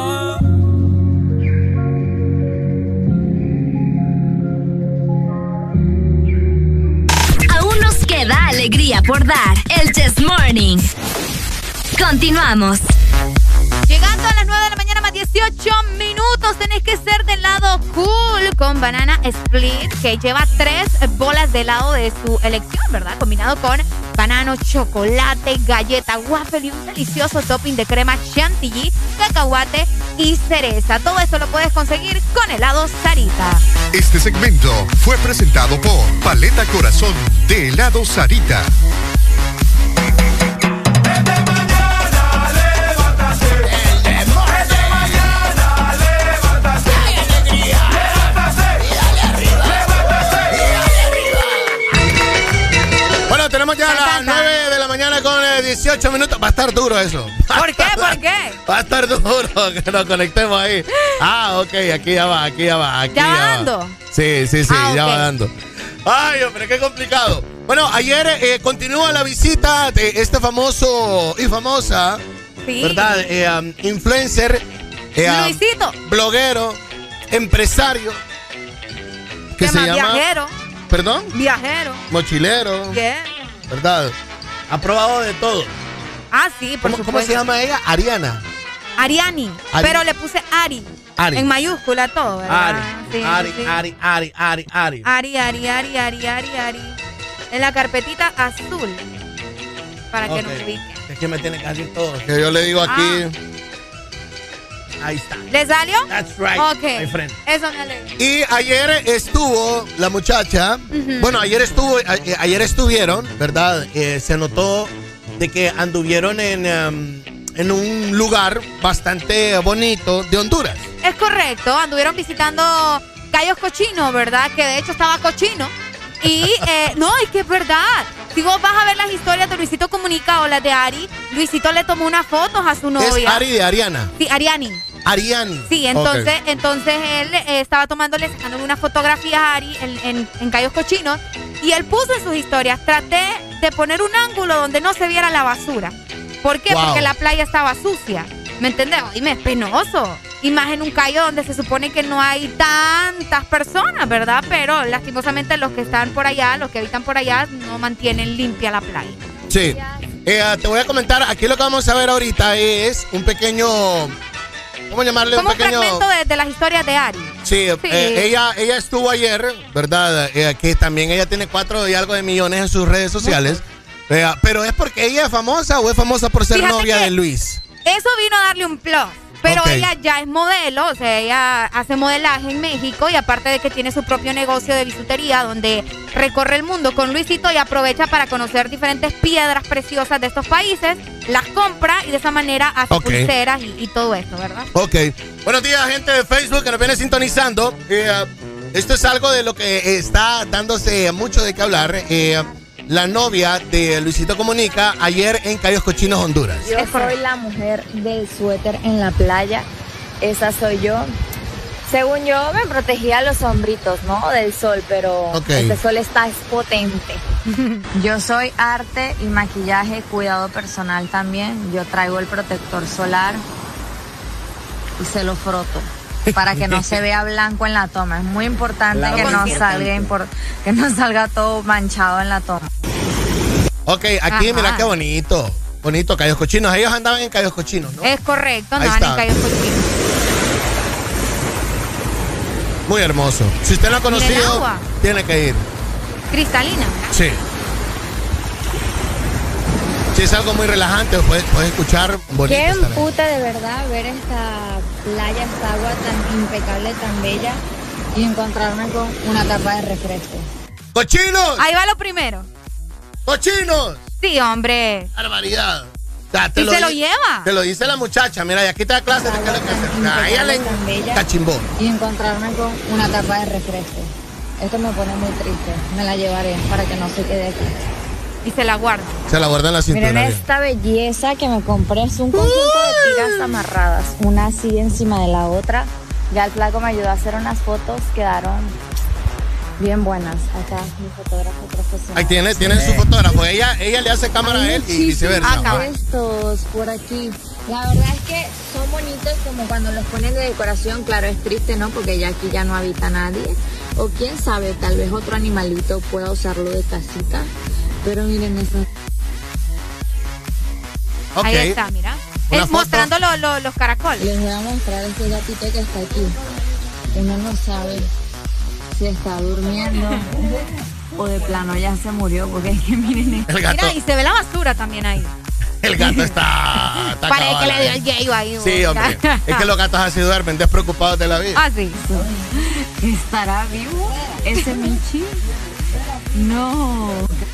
Aún nos queda alegría por dar. El Chess Morning. Continuamos. Llegando a las nueve de la mañana más dieciocho minutos, tenés que ser del lado cool con Banana Split, que lleva tres bolas de helado de su elección, ¿verdad? Combinado con banano, chocolate, galleta, waffle y un delicioso topping de crema chantilly, cacahuate y cereza. Todo esto lo puedes conseguir con helado Sarita. Este segmento fue presentado por Paleta Corazón de helado Sarita. Tenemos ya las nueve de la mañana con dieciocho minutos. Va a estar duro eso. ¿Por qué? ¿Por qué? Va a estar duro que nos conectemos ahí. Ah, ok, aquí ya va, aquí ya va. Aquí ¿Ya va ya dando? Va. Sí, sí, sí, ah, ya okay. va dando. Ay, hombre, qué complicado. Bueno, ayer eh, continúa la visita de este famoso y famosa, sí. ¿verdad? Eh, um, influencer, eh, Luisito, um, bloguero, empresario, que se llama viajero. ¿Perdón? Viajero. Mochilero. Yeah. ¿Verdad? Ha probado de todo. Ah, sí, por ¿Cómo, supuesto. ¿Cómo se llama ella? Ariana. Ariani, Ari. pero le puse Ari. Ari. En mayúscula todo, ¿verdad? Ari, Sí, Ari, sí. Ari, Ari, Ari, Ari. Ari, Ari, Ari, Ari, Ari, Ari. En la carpetita azul. Para que Ok. nos ubiquen. Es que me tiene que decir todo. Que yo le digo aquí. Ah. Ahí está. ¿Le salió? That's right, Ok. my friend. Eso me alegra. Y ayer estuvo la muchacha. Ujú. Bueno, ayer estuvo, a- eh, ayer estuvieron, ¿verdad? Eh, se notó de que anduvieron en, um, en un lugar bastante bonito de Honduras. Es correcto, anduvieron visitando Gallos Cochinos, ¿verdad? Que de hecho estaba cochino. Y, eh, no, es que es verdad. Si vos vas a ver las historias de Luisito Comunica o las de Ari, Luisito le tomó unas fotos a su novia. ¿Es Ari de Ariana? Sí, Ariani. Ariani. Sí, entonces, Okay. entonces él eh, estaba tomándole, sacándole unas fotografías a Ari en, en, en Cayos Cochinos y él puso en sus historias, traté de poner un ángulo donde no se viera la basura. ¿Por qué? Wow. Porque la playa estaba sucia. ¿Me entendés? Y me es penoso. Y más en un cayo donde se supone que no hay tantas personas, ¿verdad? Pero lastimosamente los que están por allá, los que habitan por allá, no mantienen limpia la playa. Sí. Eh, te voy a comentar, aquí lo que vamos a ver ahorita es un pequeño... ¿Cómo llamarle? Como un pequeño... un fragmento de, de las historias de Ari. Sí, Sí. eh, ella, ella estuvo ayer, ¿verdad? Eh, que también ella tiene cuatro y algo de millones en sus redes sociales. Eh, pero ¿es porque ella es famosa o es famosa por ser Fíjate novia que de Luis? Eso vino a darle un plus. Pero Ok. ella ya es modelo, o sea, ella hace modelaje en México y aparte de que tiene su propio negocio de bisutería donde recorre el mundo con Luisito y aprovecha para conocer diferentes piedras preciosas de estos países, las compra y de esa manera hace Ok. pulseras y, y todo eso, ¿verdad? Ok. Buenos días, gente de Facebook que nos viene sintonizando. Eh, esto es algo de lo que está dándose mucho de qué hablar. Eh, la novia de Luisito Comunica ayer en Cayos Cochinos, Honduras. Yo soy la mujer del suéter en la playa. Esa soy yo. Según yo, me protegía los hombritos, ¿no? Del sol, pero Ok. este sol está es potente. Yo soy arte y maquillaje, cuidado personal también. Yo traigo el protector solar y se lo froto para que no se vea blanco en la toma. Es muy importante Blanco que no es salga impor- que no salga todo manchado en la toma. Ok, aquí Ajá. mira qué bonito. Bonito, Cayos Cochinos. Ellos andaban en Cayos Cochinos, ¿no? Es correcto, Ahí andaban en está. Cayos Cochinos. Muy hermoso. Si usted no ha Mira el conocido, agua. tiene que ir. Cristalina. Sí. Sí, es algo muy relajante. Puedes, puedes escuchar bonito. Qué estar ahí. empute de verdad ver esta playa, esta agua tan impecable, tan bella y encontrarme con una tapa de refresco. ¡Cochinos! Ahí va lo primero. ¡Cochinos! Sí, hombre. ¡Barbaridad! O sea, ¿Y se lo di- lleva? Te lo dice la muchacha. Mira, y aquí te da clase de qué es lo que hacer. A ella le Tan bella. cachimbó. Y encontrarme con una tapa de refresco. Esto me pone muy triste. Me la llevaré para que no se quede aquí. Y se la guarda. Se la guarda en la cintura. Miren bien. esta belleza que me compré. Es un conjunto de tiras amarradas. Una así encima de la otra. Ya el flaco me ayudó a hacer unas fotos. Quedaron bien buenas. Acá mi fotógrafo profesional. Ahí tiene, tiene su fotógrafo. Ella, ella le hace cámara a él y viceversa. Acá estos por aquí. La verdad es que son bonitos como cuando los ponen de decoración. Claro, es triste, ¿no? Porque ya aquí ya no habita nadie. O quién sabe, tal vez otro animalito pueda usarlo de casita. Pero miren eso. Ok. Ahí está, mira. Una Es foto. mostrando lo- lo- los caracoles. Les voy a mostrar este gatito que está aquí. Uno no sabe si está durmiendo o de plano ya se murió. Porque es que miren esto. El gato, Mira, y se ve la basura también ahí. el gato está. está Parece que cabal le dio ahí. el yeyo ahí. Sí, hombre. Es que los gatos así duermen, despreocupados de la vida. Ah, sí. ¿Estará vivo ese Michi? No.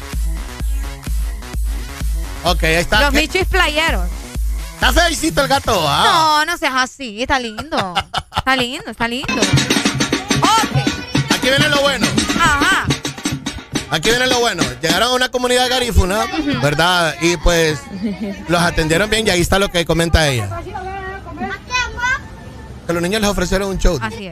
Ok, ahí está. Los ¿Qué? michis playeros. Está feicito el gato. Ah. No, no seas así. Está lindo. Está lindo, está lindo. Ok. Aquí viene lo bueno. Ajá. Aquí viene lo bueno. Llegaron a una comunidad garífuna, ¿verdad? Y pues los atendieron bien y ahí está lo que comenta ella. Que los niños les ofrecieron un show. Así es.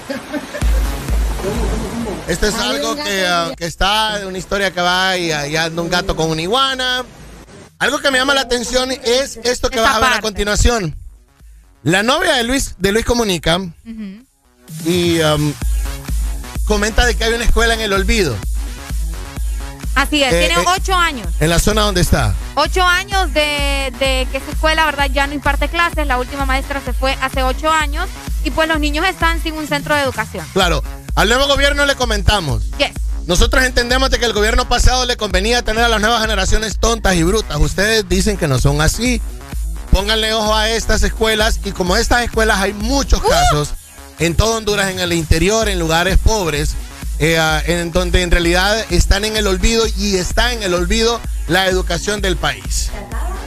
Esto es algo que, uh, que está de una historia que va y, y anda un gato con una iguana. Algo que me llama la atención es esto que Esta vas a ver a parte. continuación. La novia de Luis, de Luis Comunica Ujú. y um, comenta de que hay una escuela en el olvido, Así es. Eh, Tiene eh. ocho años. en la zona donde está. Ocho años de, de que esa escuela, ¿verdad? Ya no imparte clases. La última maestra se fue hace ocho años. Y pues los niños están sin un centro de educación. Claro, al nuevo gobierno le comentamos. Yes. Nosotros entendemos de que el gobierno pasado le convenía tener a las nuevas generaciones tontas y brutas. Ustedes dicen que no son así. Pónganle ojo a estas escuelas y como estas escuelas hay muchos casos en todo Honduras, en el interior, en lugares pobres, eh, en donde en realidad están en el olvido y está en el olvido la educación del país.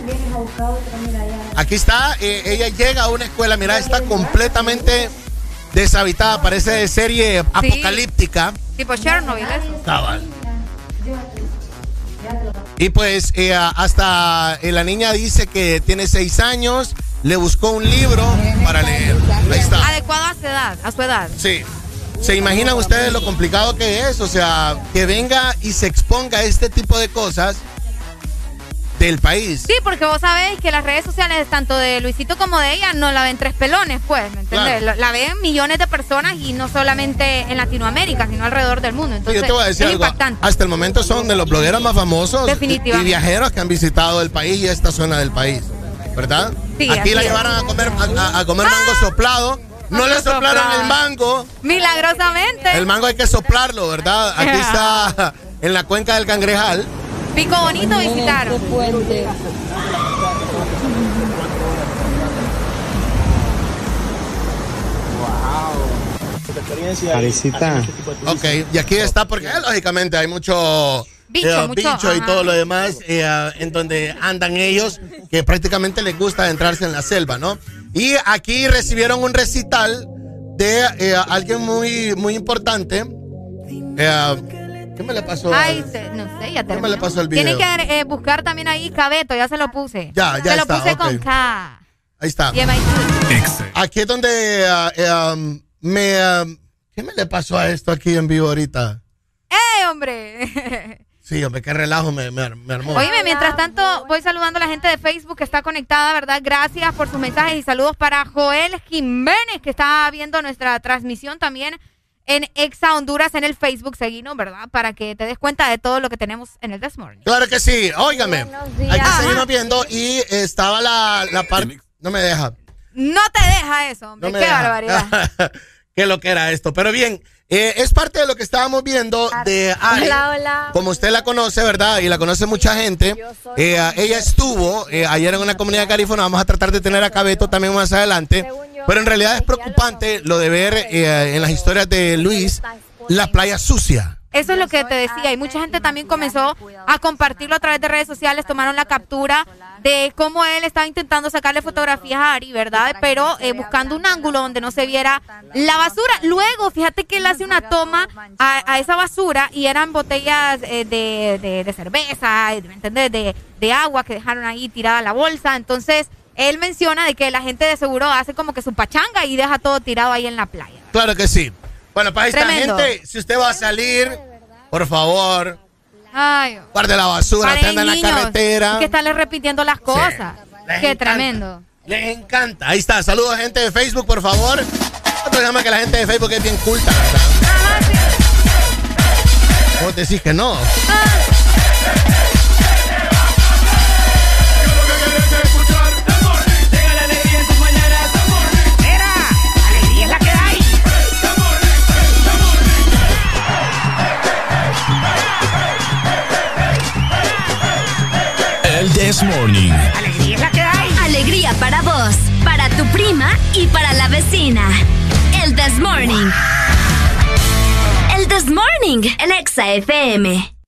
Aquí está, eh, ella llega a una escuela, mira, está completamente deshabitada, parece de serie Sí. apocalíptica. Tipo Chernobyl, ¿eh? Cabal. Y pues eh, hasta eh, la niña dice que tiene seis años, le buscó un libro para leer. Ahí está. Adecuado a su edad, a su edad. Sí. ¿Se imaginan ustedes lo complicado que es? O sea, que venga y se exponga este tipo de cosas del país. Sí, porque vos sabés que las redes sociales, tanto de Luisito como de ella, no la ven tres pelones, pues, ¿me entendés? Claro. La, la ven millones de personas y no solamente en Latinoamérica, sino alrededor del mundo. Entonces, Yo te voy a decir es algo. impactante. Hasta el momento son de los blogueros más famosos y, y Definitivamente. viajeros que han visitado el país y esta zona del país, ¿verdad? Sí, Aquí así la es. llevaron a comer, a, a comer mango soplado. No le soplaron el mango. Milagrosamente. El mango hay que soplarlo, ¿verdad? Aquí está en la cuenca del Cangrejal. Pico Bonito visitaron. Parecita. Ok, y aquí está porque eh, lógicamente hay mucho Bicho, eh, mucho, bicho y ajá. todo lo demás eh, en donde andan ellos, que prácticamente les gusta entrarse en la selva, ¿no? Y aquí recibieron un recital de eh, alguien muy, muy importante. Eh, ¿Qué me le pasó? Ay, se- no sé, ya terminó. me le pasó el video? Tiene que eh, buscar también ahí Cabeto, ya se lo puse. Ya, ya Se está, lo puse ok. con K. Ahí está. Y M I T. Aquí es donde eh, eh, um, me... um, ¿qué me le pasó a esto aquí en vivo ahorita? ¡Eh, hombre! Sí, hombre, qué relajo me, me, me armó. Oíme, mientras tanto voy saludando a la gente de Facebook que está conectada, ¿verdad? Gracias por sus mensajes y saludos para Joel Jiménez, que está viendo nuestra transmisión también en Exa Honduras en el Facebook. Seguinos, ¿verdad? Para que te des cuenta de todo lo que tenemos en el This Morning. Claro que sí, óigame. días. Hay que Ajá. seguirnos viendo y estaba la, la parte... No me deja. No te deja eso, hombre. No me Qué deja. barbaridad. ¿Qué lo que era esto? Pero bien, eh, es parte de lo que estábamos viendo de Ari. Hola, hola. Como usted la conoce, ¿verdad? Y la conoce mucha gente. Eh, ella estuvo eh, ayer en una comunidad garífuna. Vamos a tratar de tener a Cabeto también más adelante. Pero en realidad es preocupante lo de ver eh, en las historias de Luis la playa sucia. Eso es lo que te decía, y mucha gente también comenzó a compartirlo a través de redes sociales, tomaron la captura de cómo él estaba intentando sacarle fotografías a Ari, ¿verdad? Pero eh, buscando un ángulo donde no se viera la basura. Luego, fíjate que él hace una toma a, a esa basura y eran botellas eh, de, de, de cerveza, ¿me entiendes? De, de agua que dejaron ahí tirada la bolsa. Entonces, él menciona de que la gente de seguro hace como que su pachanga y deja todo tirado ahí en la playa. Claro que sí. Bueno, para esta Tremendo. gente, si usted va a salir, por favor, Ay, guarde la basura, paren, usted anda en la niños, carretera. y que estarle repitiendo las cosas. les Qué encanta. tremendo. Les encanta. Ahí está. Saludos, gente de Facebook, por favor. Otro llama que la gente de Facebook es bien culta, ¿verdad? Vos decís que no. Alegría es la que hay. El This Morning. Alegría es la que hay. Alegría para vos, para tu prima y para la vecina. El This Morning. El This Morning en Exa F M.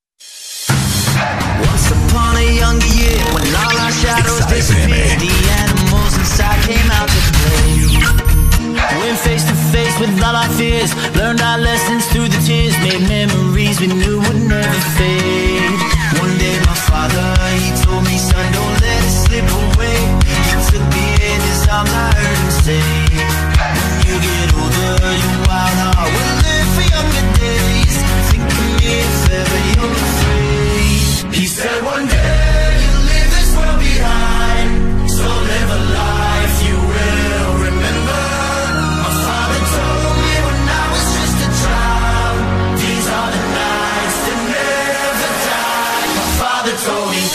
Once upon a younger year, when all our shadows disappeared, the animals inside came out to play. Went face to face with all our fears, learned our lessons through the tears, made memories we knew would never fade. One day my father, he told me, son, don't let it slip away. He took me in his arms, I heard him say, when you get older, your wild heart will live for younger days. Think of me if ever you're afraid. He said one day you'll leave this world behind, so live a life you will remember. My father told me when I was just a child, these are the nights that never die. My father told me.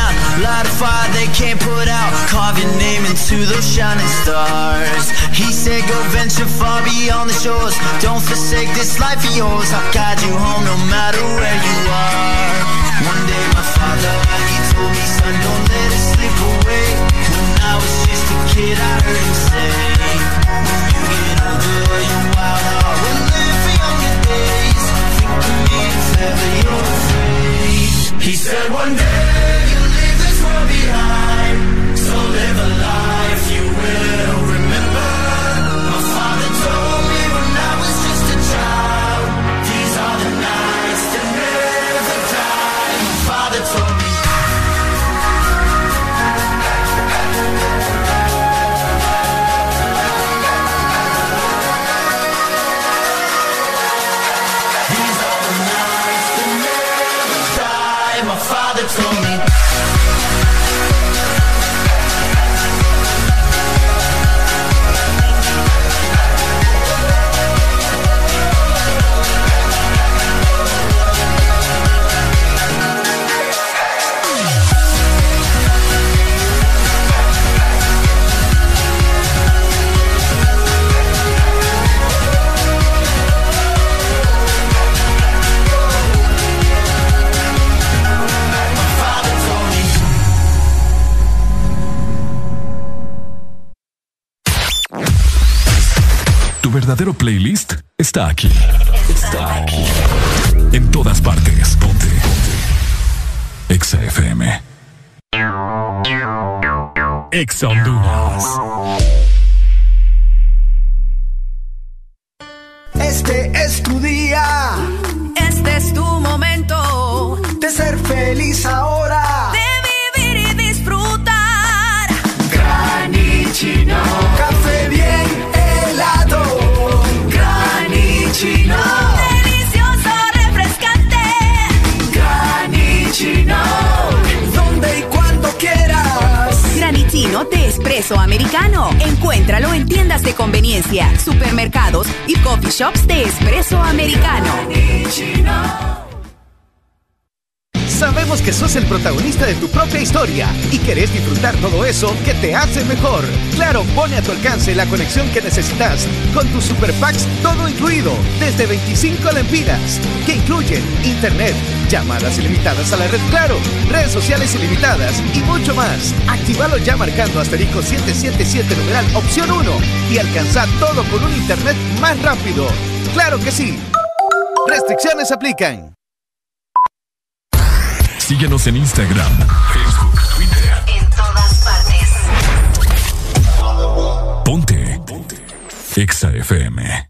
Light a fire they can't put out, carve your name into those shining stars. He said go venture far beyond the shores. Don't forsake this life of yours. I'll guide you home no matter where you are. One day my father, he told me, son, don't let it slip away. When I was just a kid, I heard him say, when you get older, your wild heart will live for younger days. Think of me if ever you're afraid. He said one day you'll leave this world behind, so live a life you will remember. My father told me when I was just a child, these are the nights that never die. My father told me. These are the nights that never die. My father told me. Tu verdadero playlist está aquí. Está aquí. En todas partes. Ponte. Ponte. Exa F M. Exa Honduras. Este es tu día. Este es tu momento de ser feliz ahora. De vivir y disfrutar. Granichino. Café bien helado. Granichino. Delicioso, refrescante. Granichino. Donde y cuando quieras. Granichino de espresso americano. Encuéntralo en tiendas de conveniencia, supermercados y coffee shops de espresso americano. Granichino. Sabemos que sos el protagonista de tu propia historia y querés disfrutar todo eso que te hace mejor. Claro, pone a tu alcance la conexión que necesitas con tus super packs todo incluido desde veinticinco lempiras, que incluyen internet, llamadas ilimitadas a la red Claro, redes sociales ilimitadas y mucho más. Actívalo ya marcando asterisco siete siete siete numeral opción uno y alcanza todo con un internet más rápido. ¡Claro que sí! Restricciones aplican. Síguenos en Instagram, Facebook, Twitter. En todas partes. Ponte. Ponte. Exa F M.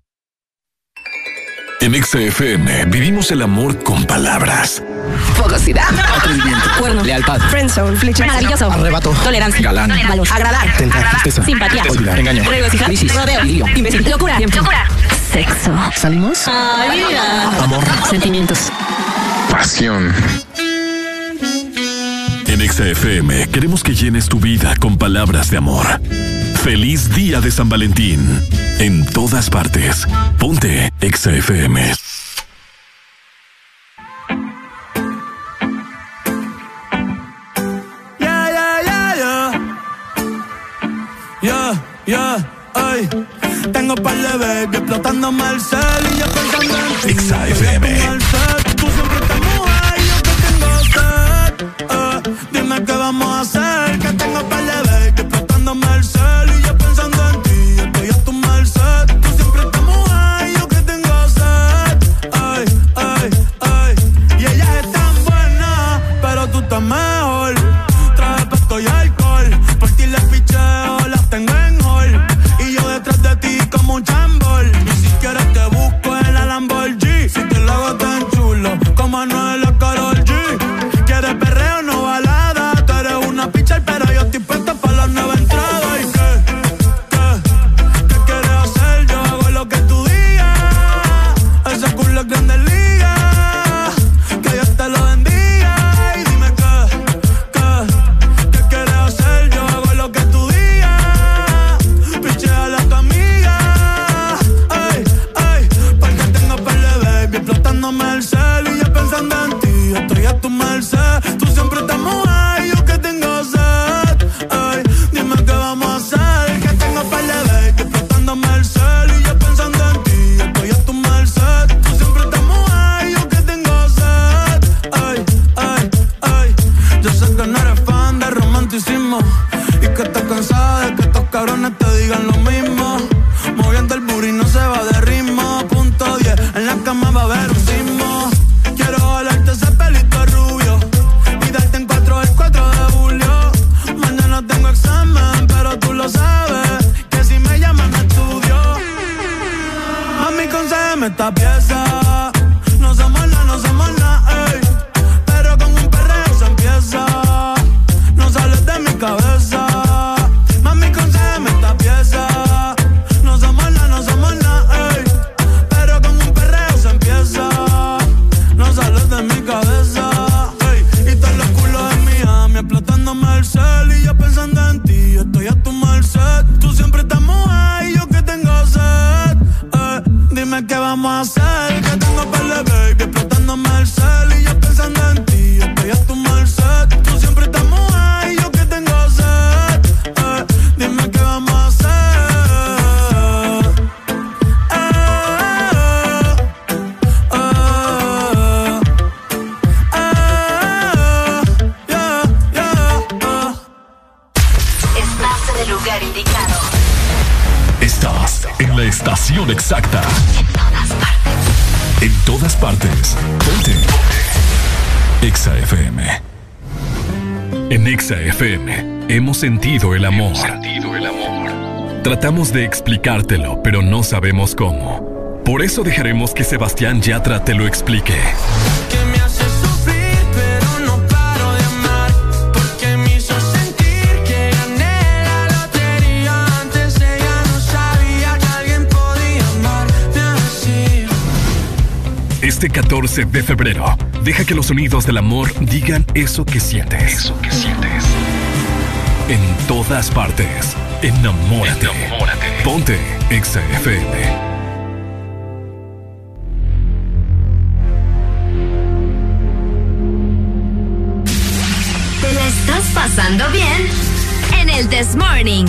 En Exa F M vivimos el amor con palabras. Fogosidad. Atrevimiento. Cuerno. Lealtad. Friendzone. Flecha. Maravilloso. Arrebato. Tolerancia. Galán. Valor. Agradar. Tentar. Tristeza. Simpatía. Olvidar. Engaño. Regocijar. Crisis. Rodeo. Delirio. Imbécil. Locura. Tiempo. Locura. Sexo. ¿Salimos? Ay, vida. Amor. Sentimientos. Pasión. En Exa F M queremos que llenes tu vida con palabras de amor. Feliz día de San Valentín. En todas partes. Ponte Exa F M. Yeah, yeah, yeah, yeah. Yeah, yeah, ay. Tengo par de baby explotándome el cel y yo pensando en ti. Exa F M. Tú siempre estás mujer y yo que tengo sed. Eh, dime qué vamos a hacer. Que tengo par de baby explotándome el cel y yo pensando en ti. Estoy a tu merced. Tú siempre estás mujer y yo que tengo sed. Ay, ay, ay. Y ella es tan buena, pero tú estás mejor. Traje pesto y alcohol. Por ti les picheo, las tengo en hall. Y yo detrás de ti como un chambol. Y si quieres te busco en la Lamborghini. Si te lo hago tan chulo como Anuel o Karol G. ¿Quieres perreo, no balada? Tú eres una pichar, pero yo estoy puesta para la nueva entrada. ¿Y qué? ¿Qué? ¿Qué quieres hacer? Yo hago lo que tú digas. Ese culo es grande liga. Que Dios te lo bendiga. Y dime qué, qué, qué quieres hacer. Yo hago lo que tú digas. Picheale a tu amiga. Ay, ay, porque tengo par de baby explotándome el cel y yo pensando en ti. Estoy a tu merced. Tú siempre estás mujer y yo que tengo sed. Ay, dime qué vamos a hacer. Que tengo par de baby explotándome el cel. estación exacta. En todas partes. En todas partes. Ponte. Exa F M. En Exa F M hemos sentido el amor. Hemos sentido el amor. Tratamos de explicártelo, pero no sabemos cómo. Por eso dejaremos que Sebastián Yatra te lo explique. Que me hace sufrir, pero no paro de amar. Porque me hizo sentir que gané la lotería. Antes ella no sabía que alguien podía amarme así. Este catorce de febrero, deja que los sonidos del amor digan eso que sientes. Eso que sientes. En todas partes, enamórate. Enamórate. Ponte Exa F M. ¿Estás pasando bien? En el This Morning.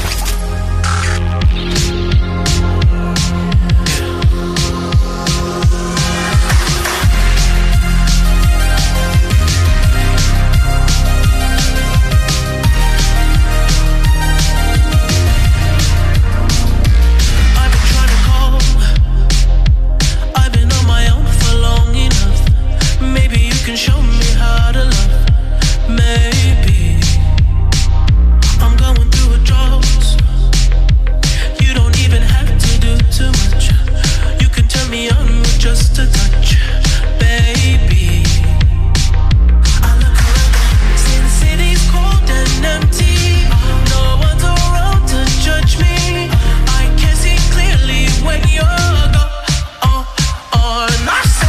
Show me how to love, maybe. I'm going through a drought. You don't even have to do too much. You can turn me on with just a touch, baby. I look around, see the city's cold and empty. No one's around to judge me. I can see clearly when you're gone. Oh, oh, and I say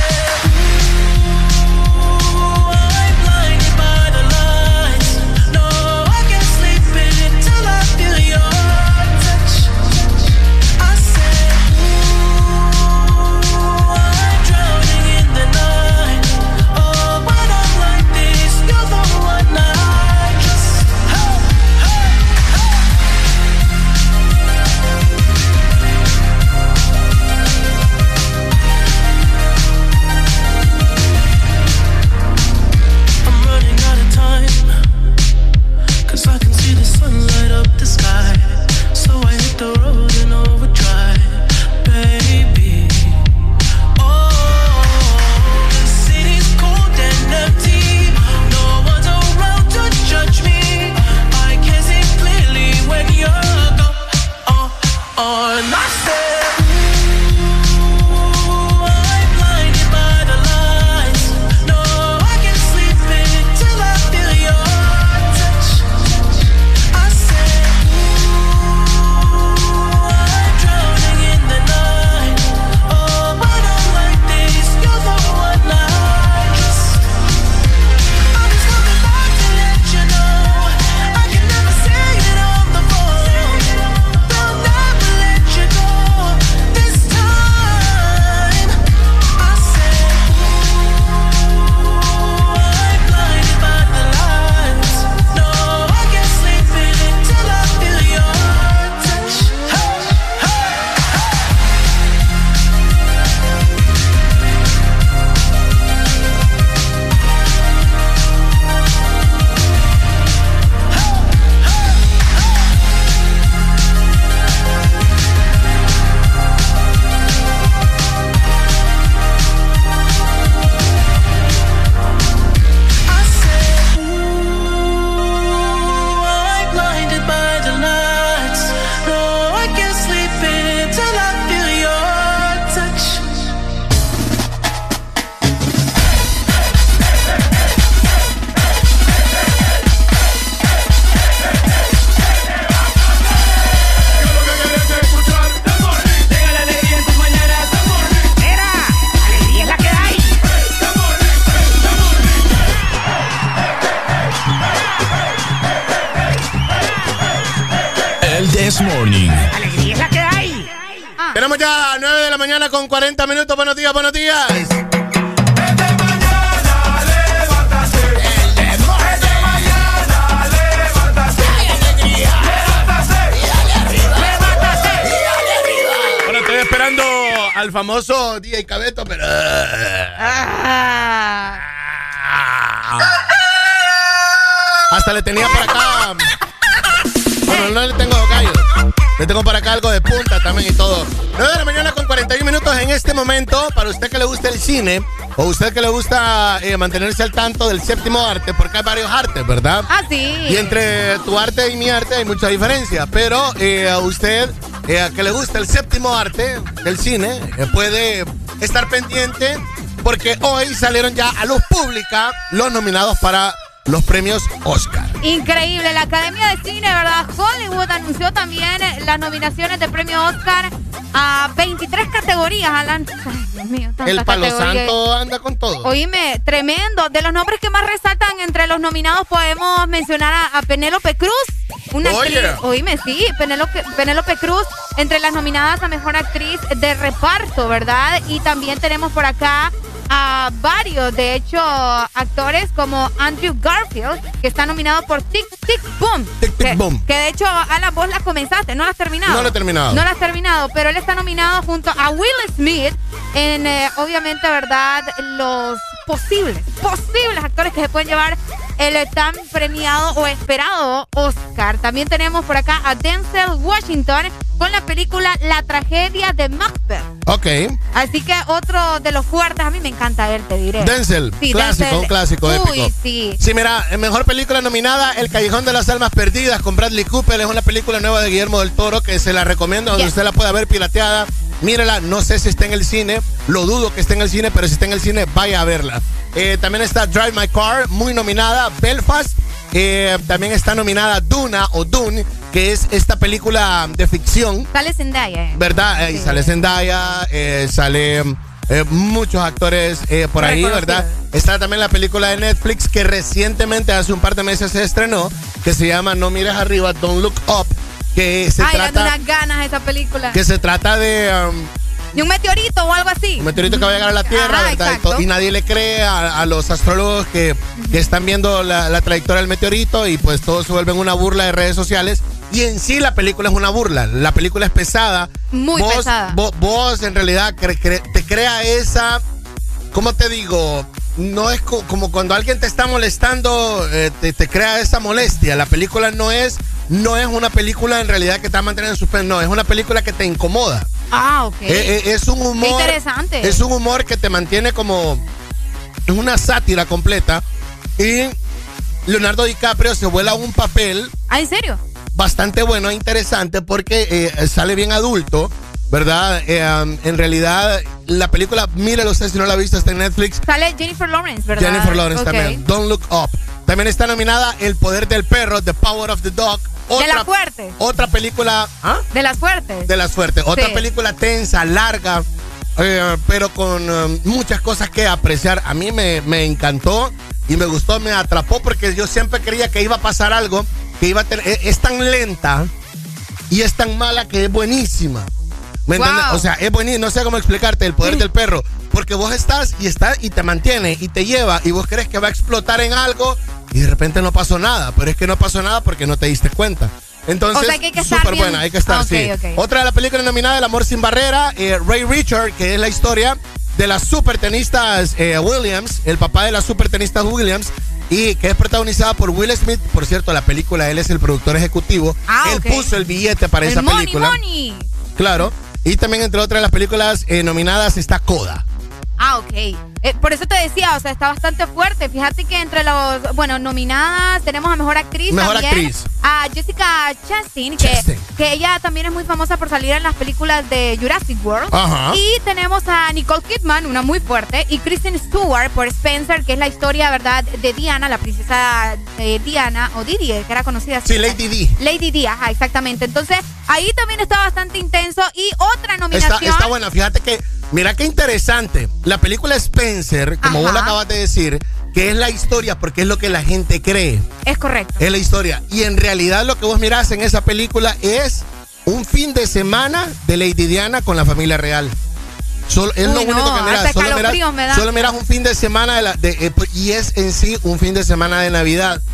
con cuarenta minutos. Buenos días, buenos días. Bueno, estoy esperando al famoso D J Cabeto, pero... Ah. Hasta le tenía por acá. Bueno, no le tengo gallo. Le tengo para acá algo de punta también y todo. nueve de la mañana con cuarenta y un minutos en este momento. Para usted que le gusta el cine o usted que le gusta eh, mantenerse al tanto del séptimo arte, porque hay varios artes, ¿verdad? Ah, sí. Y entre tu arte y mi arte hay mucha diferencia. Pero eh, a usted eh, que le gusta el séptimo arte del cine eh, puede estar pendiente porque hoy salieron ya a luz pública los nominados para los premios Oscar. Increíble, la Academia de Cine, ¿verdad? Hollywood anunció también las nominaciones de premio Oscar a veintitrés categorías, Alan. Ay, Dios mío, tantas El Palo categorías. Santo anda con todo. Oíme, tremendo. De los nombres que más resaltan entre los nominados podemos mencionar a, a Penélope Cruz, una Oye. actriz. Oíme, sí, Penélope, Penélope Cruz entre las nominadas a Mejor Actriz de Reparto, ¿verdad? Y también tenemos por acá a varios, de hecho, actores como Andrew Garfield, que está nominado por Tic Tic Boom. Tic Tic que, Boom. Que de hecho, Alan, vos la comenzaste, ¿no la has terminado? No la he terminado. No la has terminado, pero él está nominado junto a Will Smith en, eh, obviamente, ¿verdad? Los posibles, posibles actores que se pueden llevar el tan premiado o esperado Oscar. También tenemos por acá a Denzel Washington con la película La tragedia de Macbeth. Ok. Así que otro de los fuertes, a mí me encanta él, te diré. Denzel, Sí, clásico, Denzel. un clásico Uy, épico. sí. Sí, mira, en mejor película nominada, El Callejón de las Almas Perdidas con Bradley Cooper. Es una película nueva de Guillermo del Toro que se la recomiendo, donde Yes. usted la pueda ver pirateada. Mírela, no sé si está en el cine, lo dudo que esté en el cine, pero si está en el cine, vaya a verla. Eh, también está Drive My Car, muy nominada. Belfast, eh, también está nominada Duna o Dune, que es esta película de ficción. Sale Zendaya. eh. ¿Verdad? Ahí Sí. sale Zendaya, eh, sale eh, muchos actores eh, por ahí, ¿verdad? Está también la película de Netflix que recientemente, hace un par de meses, se estrenó, que se llama No Mires Arriba, Don't Look Up, que se Ay, le dan trata unas ganas esa película. que se trata de um, ¿De un meteorito o algo así? un meteorito que va a llegar a la Tierra, Ajá, ¿verdad? Y, exacto. to- y nadie le cree a, a los astrólogos que, que están viendo la, la trayectoria del meteorito y pues todo se vuelve una burla de redes sociales. Y en sí la película es una burla. La película es pesada. Muy vos, pesada. Vos, vos en realidad cre- cre- te crea esa... ¿Cómo te digo? No es co- como cuando alguien te está molestando, eh, te, te crea esa molestia. La película no es, no es una película en realidad que te va a mantener en suspenso. No, es una película que te incomoda. Ah, ok. Eh, eh, es un humor. Qué interesante. Es un humor que te mantiene como. Es una sátira completa. Y Leonardo DiCaprio se vuela un papel Ah, ¿en serio? bastante bueno e interesante porque eh, sale bien adulto, ¿verdad? Eh, um, en realidad, la película, míralo usted si no la ha visto, está en Netflix. Sale Jennifer Lawrence, ¿verdad? Jennifer Lawrence Ok. también. Don't Look Up. También está nominada El Poder del Perro, The Power of the Dog. De la fuerte. Otra película. ¿Ah? De las fuertes. De la suerte. Otra Sí. película tensa, larga, eh, pero con eh, muchas cosas que apreciar. A mí me, me encantó y me gustó, me atrapó porque yo siempre creía que iba a pasar algo, que iba a tener. Es, es tan lenta y es tan mala que es buenísima. ¿Me Wow. entiendes? O sea, es buenísimo. No sé cómo explicarte el poder del perro. Porque vos estás y estás y te mantiene y te lleva y vos crees que va a explotar en algo y de repente no pasó nada. Pero es que no pasó nada porque no te diste cuenta. Entonces, O sea, que hay que estar súper bien. buena, hay que estar, Ah, ok, sí. ok. Otra de las películas nominadas, El Amor Sin Barrera, eh, Ray Richard, que es la historia de las supertenistas eh, Williams, el papá de las supertenistas Williams, y que es protagonizada por Will Smith. Por cierto, la película, él es el productor ejecutivo. Ah, él ok. puso el billete para El esa money, película. money. Claro. Y también, entre otras de las películas eh, nominadas, está Coda. Ah, ok. Eh, por eso te decía, o sea, está bastante fuerte. Fíjate que entre los, bueno, nominadas tenemos a Mejor Actriz Mejor también. Actriz. A Jessica Chastain, que, Chastain. que ella también es muy famosa por salir en las películas de Jurassic World. Ajá. Y tenemos a Nicole Kidman, una muy fuerte, y Kristen Stewart por Spencer, que es la historia, ¿verdad?, de Diana, la princesa eh, Diana, o Didi, que era conocida así. Sí, Lady Di. Lady Di, ajá, exactamente. Entonces, ahí también está bastante intenso. Y otra Está, nominación. está buena. Fíjate que, mira qué interesante. La película Spencer, como Ajá. vos lo acabas de decir, que es la historia porque es lo que la gente cree. Es correcto. Es la historia. Y en realidad lo que vos mirás en esa película es un fin de semana de Lady Diana con la familia real. Solo, es Uy, lo único no, que mirás. hasta Solo mirás, escalofríos me da. solo mirás un fin de semana de la, de, eh, y es en sí un fin de semana de Navidad.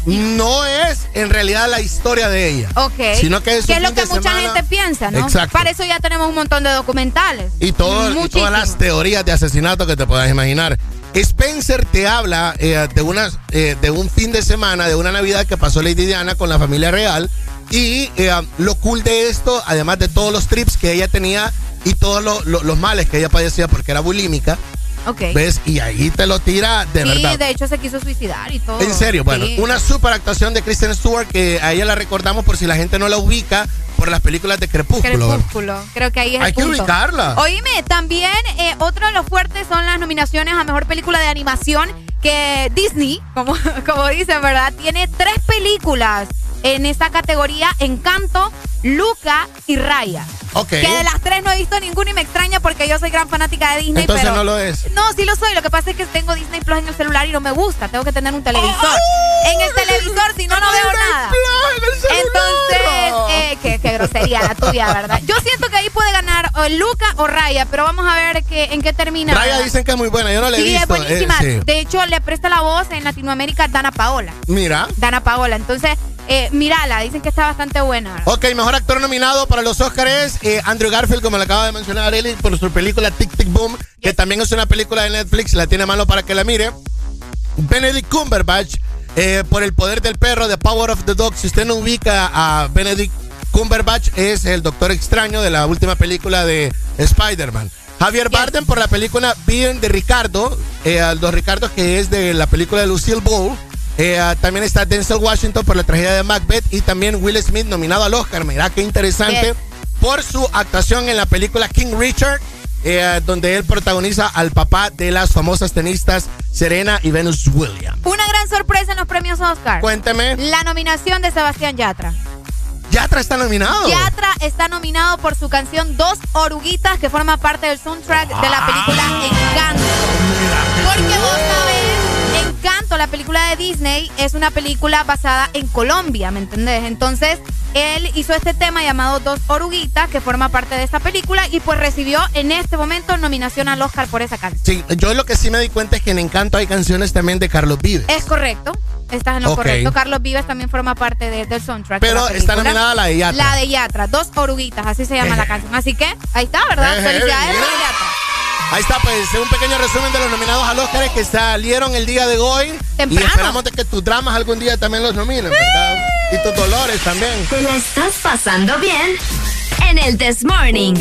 No es en realidad la historia de ella. Ok. Sino que es ¿Qué un es lo fin que de mucha semana. gente piensa, no? Exacto. Para eso ya tenemos un montón de documentales. Y, todo, y Muchísimo. todas las teorías de asesinato que te puedas imaginar. Spencer te habla eh, de, una, eh, de un fin de semana, de una Navidad que pasó Lady Diana con la familia real. Y eh, lo cool de esto, además de todos los trips que ella tenía y todos lo, lo, los males que ella padecía porque era bulímica. Ok. ¿Ves? Y ahí te lo tira de sí, verdad. Sí, de hecho se quiso suicidar y todo. En serio, bueno, sí. Una super actuación de Kristen Stewart que a ella la recordamos por si la gente no la ubica por las películas de Crepúsculo. Crepúsculo, creo que ahí es Hay el que punto. ubicarla. Oíme, también eh, otro de los fuertes son las nominaciones a Mejor Película de Animación, que Disney, como, como dicen, ¿verdad? Tiene tres películas en esa categoría: Encanto, Luca y Raya. Ok. Que de las tres no he visto ninguna y me extraña porque yo soy gran fanática de Disney. Entonces pero no lo es. No, sí lo soy. Lo que pasa es que tengo Disney Plus en el celular y no me gusta. Tengo que tener un televisor. ¡Oh! En el televisor, si no, no veo nada. Entonces, eh, qué, qué grosería la tuya, ¿verdad? Yo siento que ahí puede ganar o Luca o Raya, pero vamos a ver qué, en qué termina. Raya ¿verdad? dicen que es muy buena, yo no la he sí, visto. Sí, es buenísima. Eh, sí. De hecho, le presta la voz en Latinoamérica Dana Paola. Mira. Dana Paola. Entonces, eh, mírala, dicen que está bastante buena, ¿verdad? Ok, mejor actor nominado para los Oscars, eh, Andrew Garfield, como le acaba de mencionar Eli, por su película Tic Tic Boom, yes. que también es una película de Netflix, la tiene a mano para que la mire. Benedict Cumberbatch, eh, por El Poder del Perro, The Power of the Dog. Si usted no ubica a Benedict Cumberbatch, es el Doctor Extraño de la última película de Spider-Man. Javier yes. Bardem por la película Bien de Ricardo, eh, Dos Ricardos, que es de la película de Lucille Ball. Eh, uh, también está Denzel Washington por la tragedia de Macbeth y también Will Smith nominado al Oscar. Mirá qué interesante. Yes. Por su actuación en la película King Richard, eh, donde él protagoniza al papá de las famosas tenistas Serena y Venus Williams. Una gran sorpresa en los premios Oscar. Cuénteme. La nominación de Sebastián Yatra. ¿Yatra está nominado? Yatra está nominado por su canción Dos Oruguitas, que forma parte del soundtrack de la película Encanto. Porque vos sabés, Encanto, la película de Disney, es una película basada en Colombia, ¿me entendés? Entonces, él hizo este tema llamado Dos Oruguitas, que forma parte de esta película, y pues recibió en este momento nominación al Oscar por esa canción. Sí, yo lo que sí me di cuenta es que en Encanto hay canciones también de Carlos Vives. Es correcto. Estás en lo okay. correcto. Carlos Vives también forma parte de, del soundtrack. Pero de la está nominada la de Yatra. La de Yatra, Dos Oruguitas, así se llama la canción. Así que ahí está, ¿verdad? Eje, Felicidades a Yatra. Ahí está, pues, un pequeño resumen de los nominados al Oscar que salieron el día de hoy. Temprano. Y esperamos de que tus dramas algún día también los nominen, ¿verdad? Y tus dolores también. ¿Te la estás pasando bien? En el This Morning.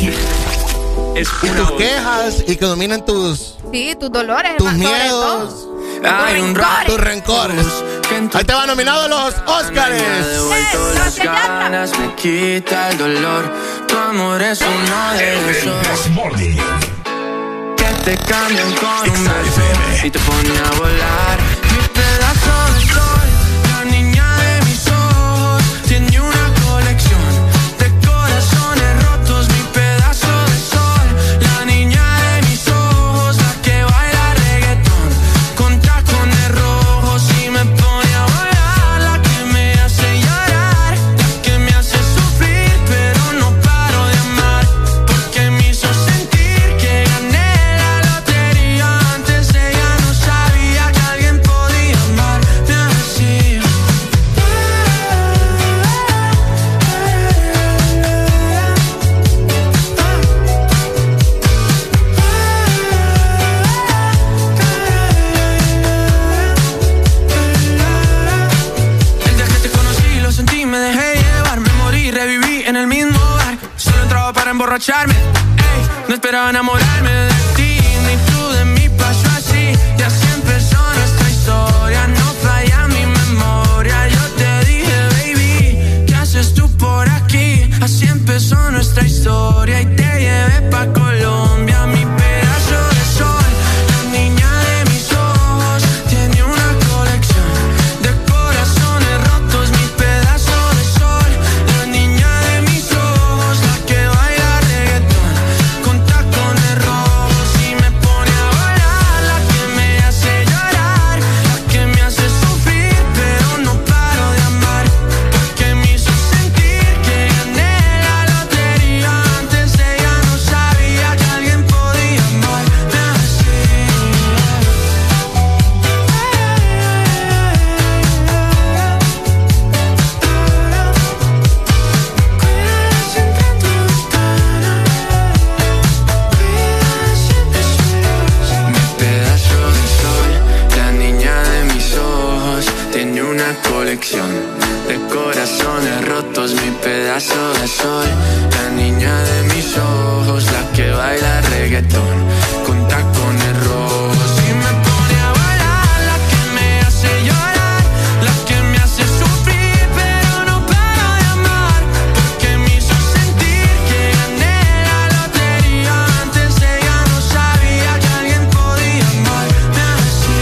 Y tus quejas y que dominen tus... Sí, tus dolores. Tus miedos. Hay un rencores. Tus rencores. Ahí te van nominados los Óscares. Las ganas me quita el dolor. Tu amor es uno de esos que te cambian con un beso y te pone a volar. Mi pedazo de sol, la niña de mis ojos, tiene una colección de corazones rotos. Mi pedazo de sol, la niña de mis ojos, la que baila reggaetón con tacones rojos y me pone a volar. La que me hace llorar, la que me hace sufrir, pero no paro de amar, porque me hizo sentir que gané la lotería. Antes ella no sabía que alguien podía amarme así. El día que te conocí lo sentí, me dejé llevar, me morí, reviví en el mismo bar. Solo entraba para emborracharme, ey, no esperaba enamorarme de ti, ni tú de mí pasó así. Y así empezó nuestra historia, no falla mi memoria. Yo te dije, baby, ¿qué haces tú por aquí? Así empezó nuestra historia y te llevé pa' Colombia. Mi pedazo de sol, la niña de mis ojos, tiene una colección de corazones rotos. Mi pedazo de sol, la niña de mis ojos, la que baila reggaetón con tacones rojos una colección de corazones rotos, mi pedazo de sol. La niña de mis ojos, la que baila reggaetón con tacones rojos y me pone a bailar, la que me hace llorar, la que me hace sufrir, pero no paro de amar, porque me hizo sentir que gané la lotería. Antes ella no sabía que alguien podía amarme así.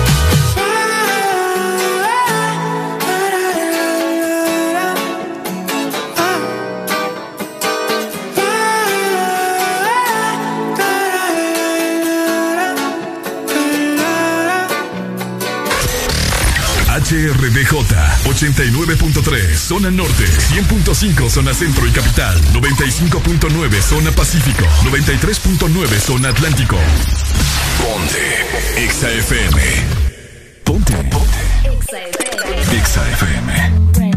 H R D J ochenta y nueve punto tres zona norte, cien punto cinco zona centro y capital, noventa y cinco punto nueve zona pacífico, noventa y tres punto nueve zona atlántico. Ponte Exa F M. Ponte Ponte Exa F M.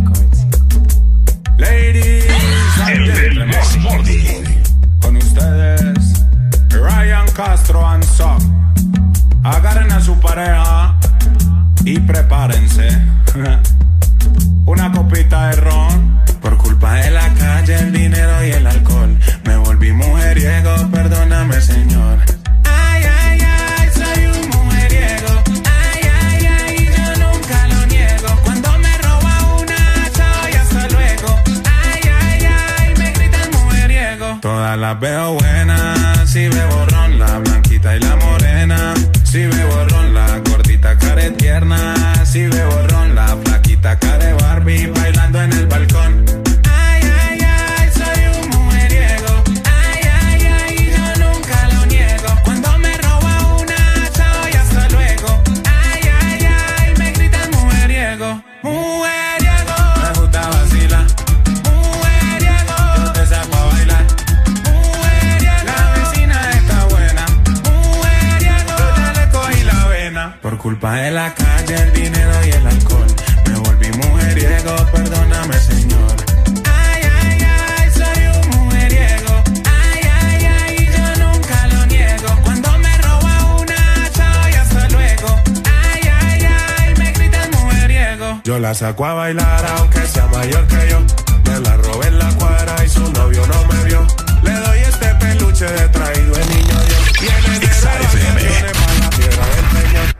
Ladies and gentlemen, con ustedes Ryan Castro and Son. Agarren a su pareja y prepárense. Una copita de ron. Por culpa de la calle, el dinero y el alcohol, me volví mujeriego, perdóname, señor. Ay, ay, ay, soy un mujeriego. Ay, ay, ay, yo nunca lo niego. Cuando me roba una, chao y hasta luego. Ay, ay, ay, me gritan mujeriego. Todas las veo buenas, si bebo ron, la blanquita y la morena. Si bebo ron, la gordita care tierna. Si bebo ron, la flaquita care Barbie bailando en el balcón. Ay, ay, ay, soy un mujeriego. Ay, ay, ay, yo nunca lo niego. Cuando me roba una, chao y hasta luego. Ay, ay, ay, me gritan mujeriego. Mujeriego. Me gusta vacilar. Mujeriego. Yo te saco a bailar. Mujeriego. La vecina está buena. Mujeriego. Yo ya le cogí la vena. Por culpa de la calle, el dinero y el alcohol, me volví mujeriego, perdóname, señor. Ay, ay, ay, soy un mujeriego. Ay, ay, ay, yo nunca lo niego. Cuando me roba una, chao y hasta luego. Ay, ay, ay, me gritan mujeriego. Yo la saco a bailar aunque sea mayor que yo. Me la robé en la cuadra y su novio no me vio. Le doy este peluche de traído el niño Dios. Viene de vacaciones para la piedra del peñón.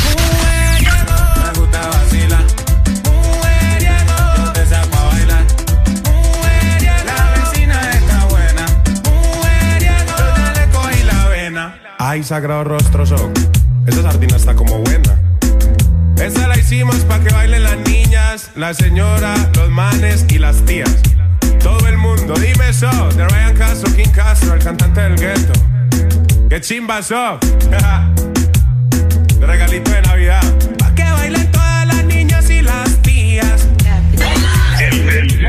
Me gusta vacilar. Mujeriego. Yo te saco a bailar. Mujeriego. La vecina está buena. Mujeriego. Yo ya le cogí la vena. Ay, sagrado rostro son. Esa sardina está como buena. Esa la hicimos pa' que bailen las niñas, la señora, los manes y las tías. Todo el mundo, dime eso. De Ryan Castro, King Castro, el cantante del gueto. ¡Qué chimba so! De regalito de Navidad. Pa' que bailen todas las niñas y las tías. El, el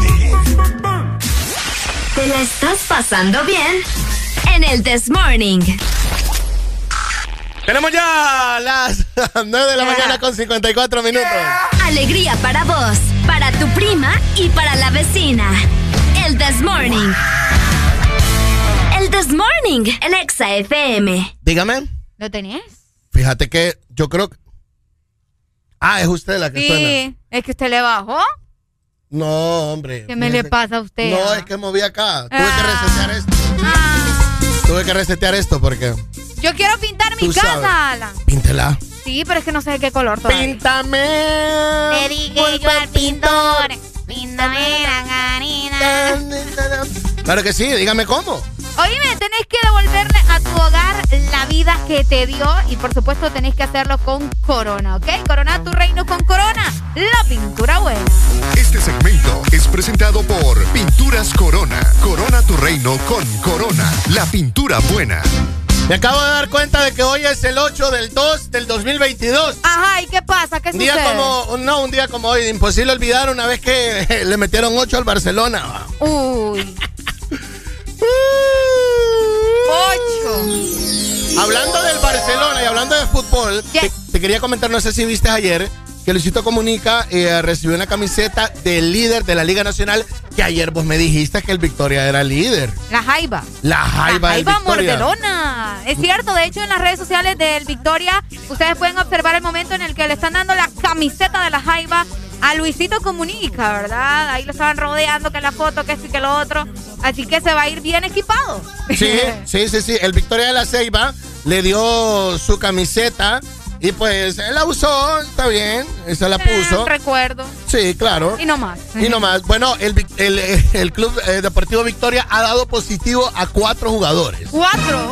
¿Te la estás pasando bien? En el This Morning. Tenemos ya las nueve de la mañana con cincuenta y cuatro minutos. Alegría para vos, para tu prima y para la vecina. El This Morning. El This Morning en Exa F M. Dígame. ¿Lo tenías? Fíjate que yo creo que... Ah, es usted la que sí, suena. Sí, es que usted le bajó. No, hombre. ¿Qué me le pasa a usted? No, ah? es que moví acá. Tuve ah. que resetear esto. Ah. Tuve que resetear esto porque... Yo quiero pintar mi casa, sabes. Alan. Píntela. Sí, pero es que no sé de qué color todavía. Píntame. Le dije yo al pintor, píntame la garina. Claro que sí, dígame cómo. Oíme, tenés que devolverle a tu hogar la vida que te dio y por supuesto tenés que hacerlo con Corona, ¿ok? Corona tu reino con Corona, la pintura buena. Este segmento es presentado por Pinturas Corona. Corona tu reino con Corona, la pintura buena. Me acabo de dar cuenta de que hoy es el ocho del dos del dos mil veintidós. Ajá, ¿y qué pasa? ¿Qué un sucede? Día como, no, un día como hoy, imposible olvidar una vez que le metieron ocho al Barcelona. Uy. Ocho. Hablando del Barcelona y hablando de fútbol, yes. te, te quería comentar, no sé si viste ayer, que Luisito Comunica eh, recibió una camiseta del líder de la Liga Nacional, que ayer vos me dijiste que el Victoria era líder. La Jaiba. La Jaiba. La Jaiba Mordelona. Es cierto, de hecho en las redes sociales del Victoria, ustedes pueden observar el momento en el que le están dando la camiseta de la Jaiba a Luisito Comunica, ¿verdad? Ahí lo estaban rodeando, que la foto, que esto y que lo otro. Así que se va a ir bien equipado. Sí, sí, sí, sí. El Victoria de la Ceiba le dio su camiseta y pues él la usó, está bien, se la puso. Eh, recuerdo. Sí, claro. Y no más. Y no más. Bueno, el, el, el Club Deportivo Victoria ha dado positivo a cuatro jugadores. ¿Cuatro?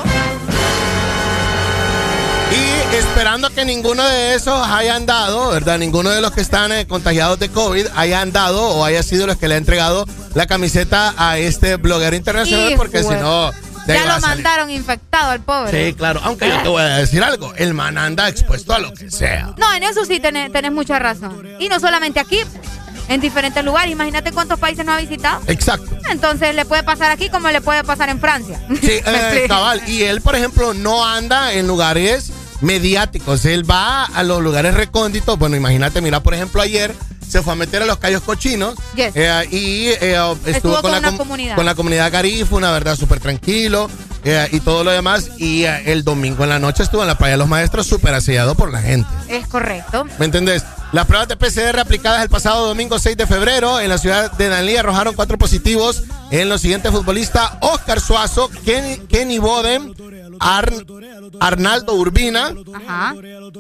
Y esperando que ninguno de esos hayan dado, ¿verdad? Ninguno de los que están eh, contagiados de COVID hayan dado o haya sido los que le ha entregado la camiseta a este bloguero internacional, y porque bueno. si no... Ya lo mandaron infectado al pobre. Sí, claro. Aunque yo te voy a decir algo. El man anda expuesto a lo que sea. No, en eso sí tenés, tenés mucha razón. Y no solamente aquí, en diferentes lugares. Imagínate cuántos países no ha visitado. Exacto. Entonces le puede pasar aquí como le puede pasar en Francia. Sí, eh, cabal. Y él, por ejemplo, no anda en lugares mediáticos. Él va a los lugares recónditos. Bueno, imagínate, mira, por ejemplo, ayer se fue a meter a los Cayos Cochinos. Yes. eh, y eh, estuvo, estuvo con, con la, la com comunidad. con la comunidad garífuna, ¿verdad? Súper tranquilo eh, y todo lo demás. Y eh, el domingo en la noche estuvo en la playa de los Maestros, súper asediado por la gente. Es correcto. ¿Me entendés? Las pruebas de P C R aplicadas el pasado domingo seis de febrero en la ciudad de Danlí arrojaron cuatro positivos en los siguientes futbolistas: Oscar Suazo, Kenny, Kenny Boden, Ar, Arnaldo Urbina. Ajá.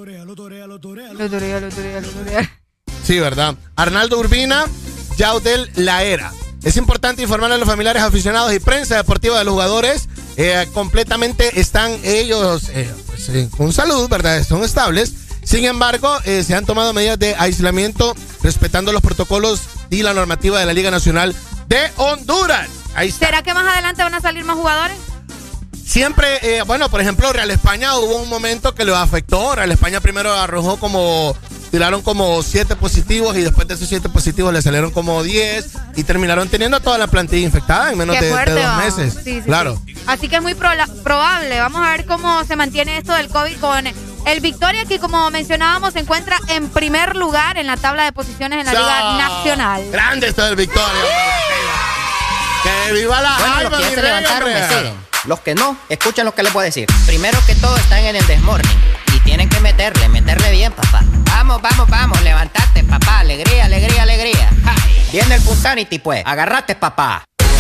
Sí, ¿verdad? Arnaldo Urbina, Yaudel Laera. Es importante informarle a los familiares, aficionados y prensa deportiva de los jugadores. Eh, completamente están ellos eh, pues, eh, con salud, ¿verdad? Son estables. Sin embargo, eh, se han tomado medidas de aislamiento respetando los protocolos y la normativa de la Liga Nacional de Honduras. Ahí está. ¿Será que más adelante van a salir más jugadores? Siempre, eh, bueno, por ejemplo, Real España hubo un momento que lo afectó. Real España primero arrojó como, tiraron como siete positivos y después de esos siete positivos le salieron como diez y terminaron teniendo toda la plantilla infectada en menos de, fuerte, de dos va. meses. Sí, sí, claro. Sí. Así que es muy prola- probable. Vamos a ver cómo se mantiene esto del COVID con el Victoria, que como mencionábamos se encuentra en primer lugar en la tabla de posiciones en la ¡Chao! Liga Nacional. Grande esto del Victoria. ¡Que viva la Bueno, Jaiba, los que ya mi se rey, levantaron me hombre! siguen. Los que no, escuchen lo que les voy a decir. Primero que todo están en el Desmorning y tienen que meterle, meterle bien, papá. Vamos, vamos, vamos, levantate, papá. Alegría, alegría, alegría. ¡Ay! Viene el Punsanity, pues. Agarrate, papá.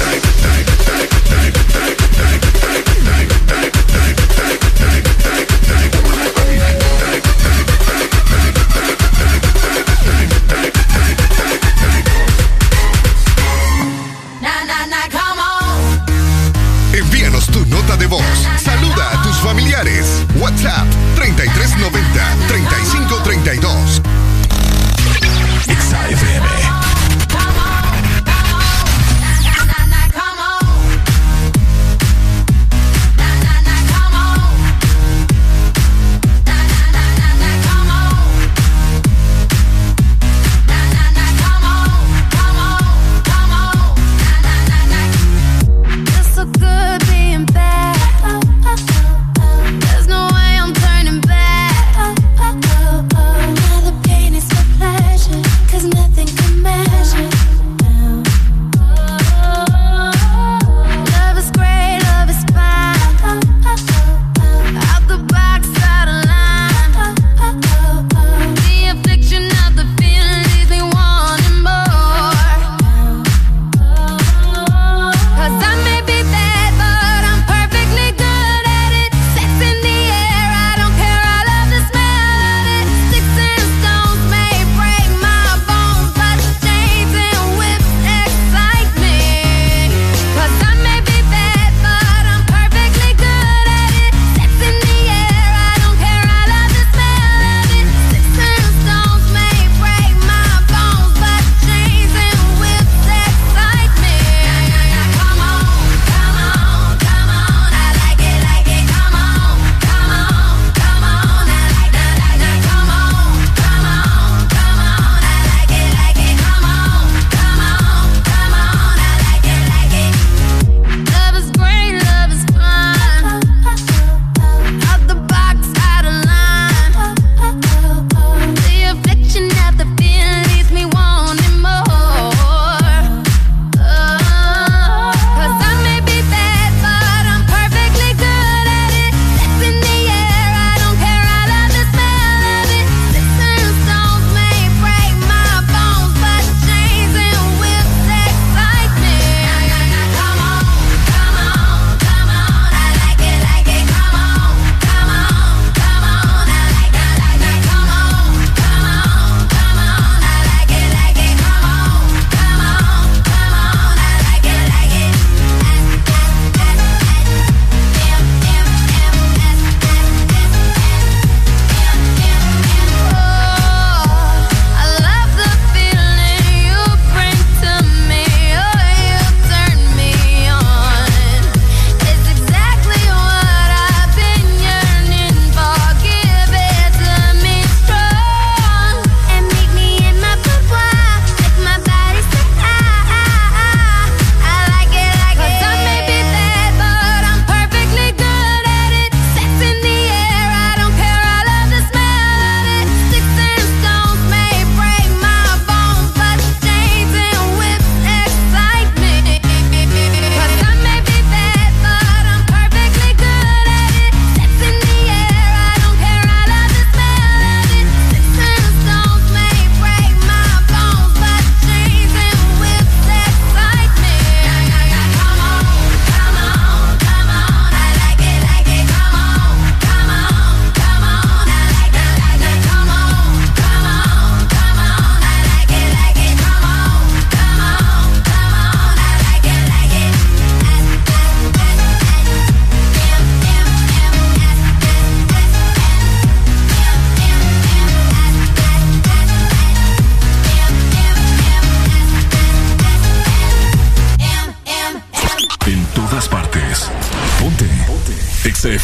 Envíanos tu nota de voz. Saluda a tus familiares. WhatsApp treinta y tres noventa, treinta y cinco treinta y dos. X A F M.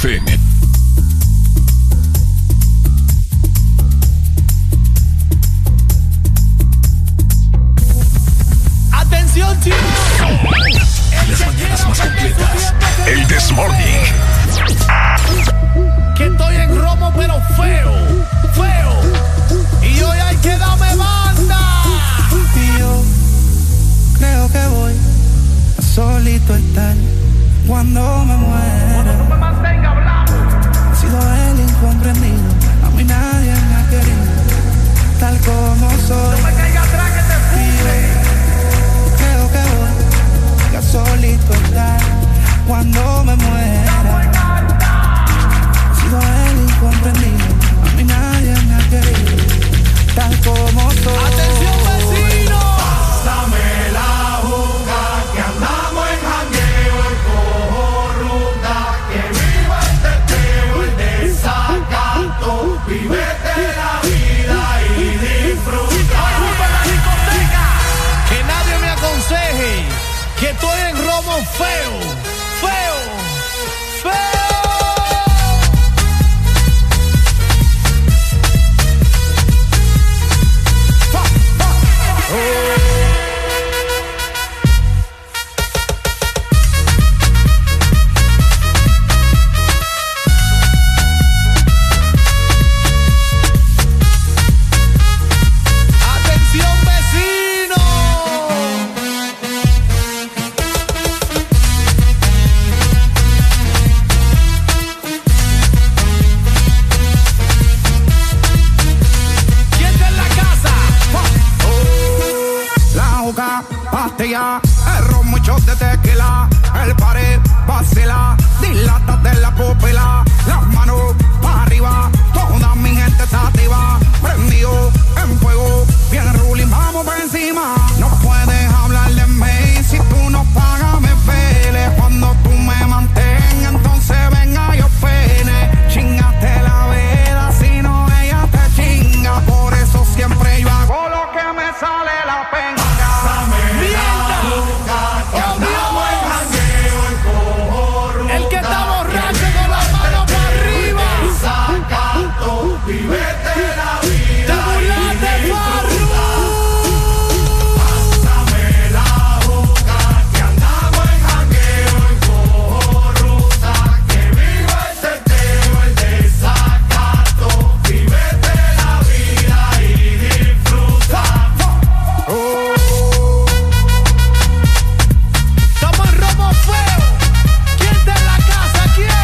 F M. ¡Atención, chicos! Las mañanas más completas. El This Morning. Que estoy en romo, pero feo, feo. Y hoy hay que darme banda. Y yo creo que voy a solito estar cuando me muera. Cuando tú me mantengas hablando. He sido el incomprendido, a mí nadie me ha querido, tal como soy. No me caiga atrás que te fume. Creo que voy a solito estar cuando me muera. He sido el incomprendido, a mí nadie me ha querido, tal como soy. ¡Atención, vecino! Pásame la juca, que andamos en jangueo, el cojo ruta, que viva el teteo, el desacato, vívete la vida y disfruta. ¡Ocupa la discoteca! Que nadie me aconseje que estoy en romo feo, feo, feo. ¡Atención, vecino! ¿Quién está en la casa? La juca, pastilla, el ron, muchos de tequila, el pared, vacila, dilata de la pupila, las manos para arriba, toda mi gente está activa, prendido en fuego, bien ruling, vamos por encima. No puedes hablar de mí si tú no pagas, me pele. Cuando tú me mantengas, entonces venga yo pene. Chingaste la vela, si no ella te chinga, por eso siempre yo hago lo que me sale la pena. El que está borracho con las manos para arriba. Vivete la Te burlaste, Farru. Pásame la boca, que andamos en jangueo, en cojo ruta, que viva el teteo, el desacato, vivete la vida y disfruta. Estamos en romo feo. ¿Quién está en la casa? ¿Quién?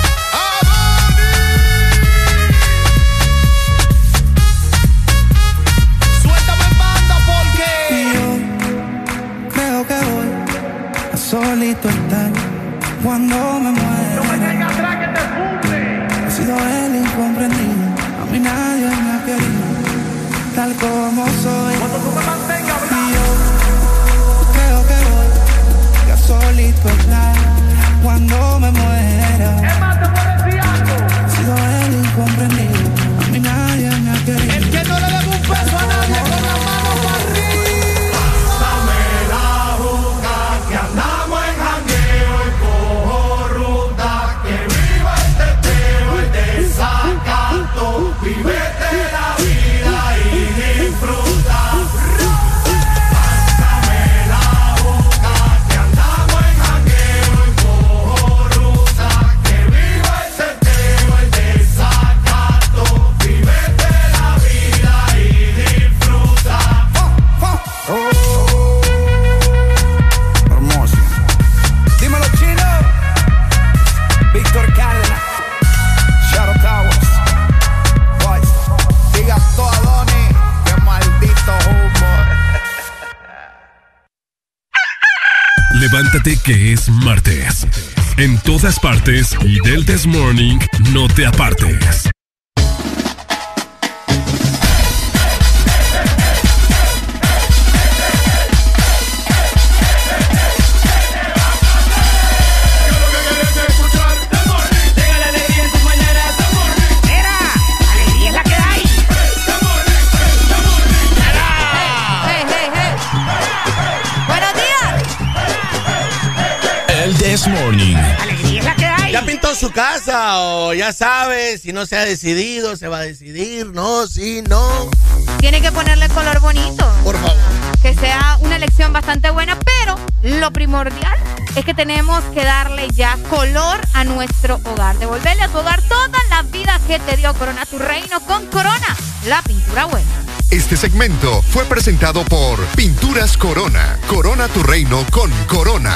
Suéltame en banda Y porque yo creo que voy a solito estar cuando me muera. no me caiga atrás que te fume. He sido el incomprendido, a mí nadie me ha querido, tal como soy. Cuando tú me mantengas Y hablando. yo creo que voy a solito estar cuando me muera. Es más, te puedo decir algo. He sido el incomprendido, a mí nadie me ha querido. El que no le debe un peso a nadie con la mano para arriba. Pásame la boca, que andamos en jangueo, el cojo ruta, que viva el teteo, el desacato, vivete la vida y disfruta. Pásame la boca, que andamos en jangueo, el cojo ruta, que viva el teteo, el desacato, vivete la vida y disfruta. Hermoso. Dímelo, Chino. Víctor Calna. Shadow Towers. Boys. Diga todo a Donnie. Qué maldito humor. Levántate que es martes. En todas partes y del This Morning no te apartes. This Morning. Alegría es la que hay. ¿Ya pintó su casa o ya sabe si no se ha decidido, se va a decidir? No, sí, no. Tiene que ponerle color bonito. Por favor. Que sea una elección bastante buena, pero lo primordial es que tenemos que darle ya color a nuestro hogar. Devolverle a tu hogar toda la vida que te dio. Corona tu reino con Corona, la pintura buena. Este segmento fue presentado por Pinturas Corona. Corona tu reino con Corona.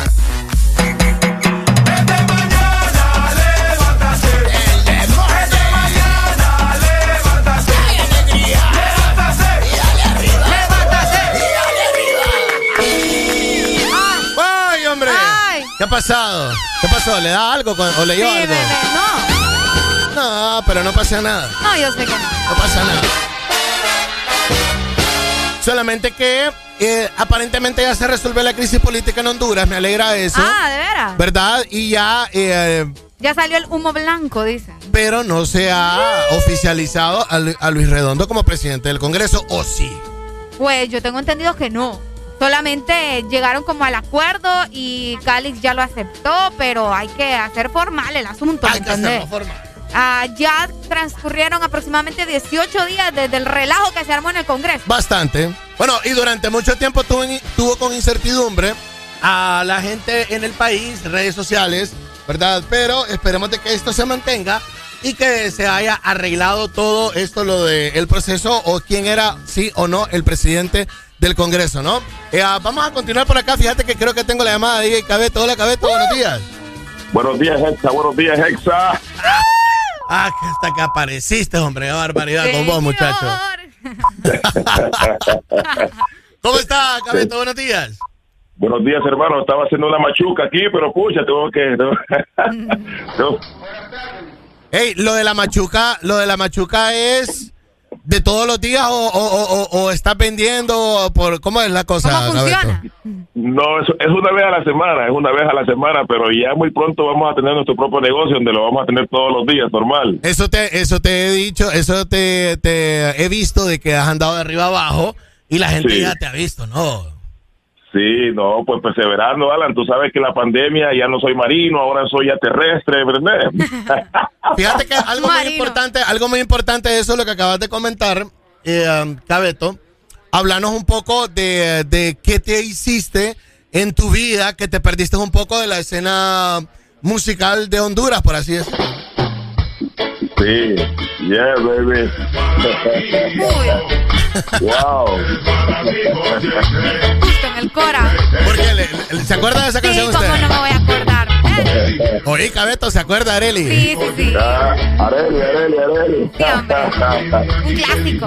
¿Qué ha pasado? ¿Qué pasó? ¿Le da algo con, o leyó sí, algo? Bebé, no. No, pero no pasa nada. No, yo sé que no. No pasa nada. Solamente que eh, aparentemente ya se resuelve la crisis política en Honduras. Me alegra eso. Ah, ¿de veras? ¿Verdad? Y ya... Eh, ya salió el humo blanco, dicen. Pero no se ha oficializado a, a Luis Redondo como presidente del Congreso, ¿o sí? Pues yo tengo entendido que no. Solamente llegaron como al acuerdo y Calix ya lo aceptó, pero hay que hacer formal el asunto, ¿me entendés? Ah, ya transcurrieron aproximadamente dieciocho días desde el relajo que se armó en el Congreso. Bastante. Bueno, y durante mucho tiempo tuvo, tuvo con incertidumbre a la gente en el país, redes sociales, ¿verdad? Pero esperemos de que esto se mantenga y que se haya arreglado todo esto, lo del proceso o quién era, sí o no, el presidente del Congreso, ¿no? Eh, vamos a continuar por acá. Fíjate que creo que tengo la llamada de D J Cabeto. Hola, Cabeto, buenos días. Buenos días, Hexa. Buenos días, Hexa. Ah, que hasta que apareciste, hombre. Qué barbaridad con vos, muchacho. ¿Cómo está, Cabeto? Buenos días. Buenos días, hermano. Estaba haciendo una machuca aquí, pero pucha, tengo que... Tengo... Ey, lo de la machuca, lo de la machuca es... ¿De todos los días o, o, o, o estás vendiendo? Por, ¿Cómo es la cosa? ¿Cómo funciona? No, es, es una vez a la semana, es una vez a la semana, pero ya muy pronto vamos a tener nuestro propio negocio donde lo vamos a tener todos los días, normal. Eso te, eso te he dicho, eso te, te he visto de que has andado de arriba abajo y la gente sí. Ya te ha visto, ¿no? Sí, no, pues perseverando, Alan. Tú sabes que la pandemia, ya no soy marino, ahora soy ya terrestre, ¿verdad? Fíjate que algo muy importante, algo muy importante de eso, lo que acabas de comentar, eh, um, Cabeto, háblanos un poco de, de qué te hiciste en tu vida, que te perdiste un poco de la escena musical de Honduras, por así decirlo. Sí, yeah, baby. Wow. Justo en el Cora. ¿Por qué? ¿Le, le, ¿Se acuerda de esa sí, canción usted? ¿Cómo no me voy a acordar? ¿Eh? Oye, Cabeto, ¿se acuerda, Areli? Sí, sí, sí. Ah, Areli, Areli, Areli. Sí, hombre. Un clásico.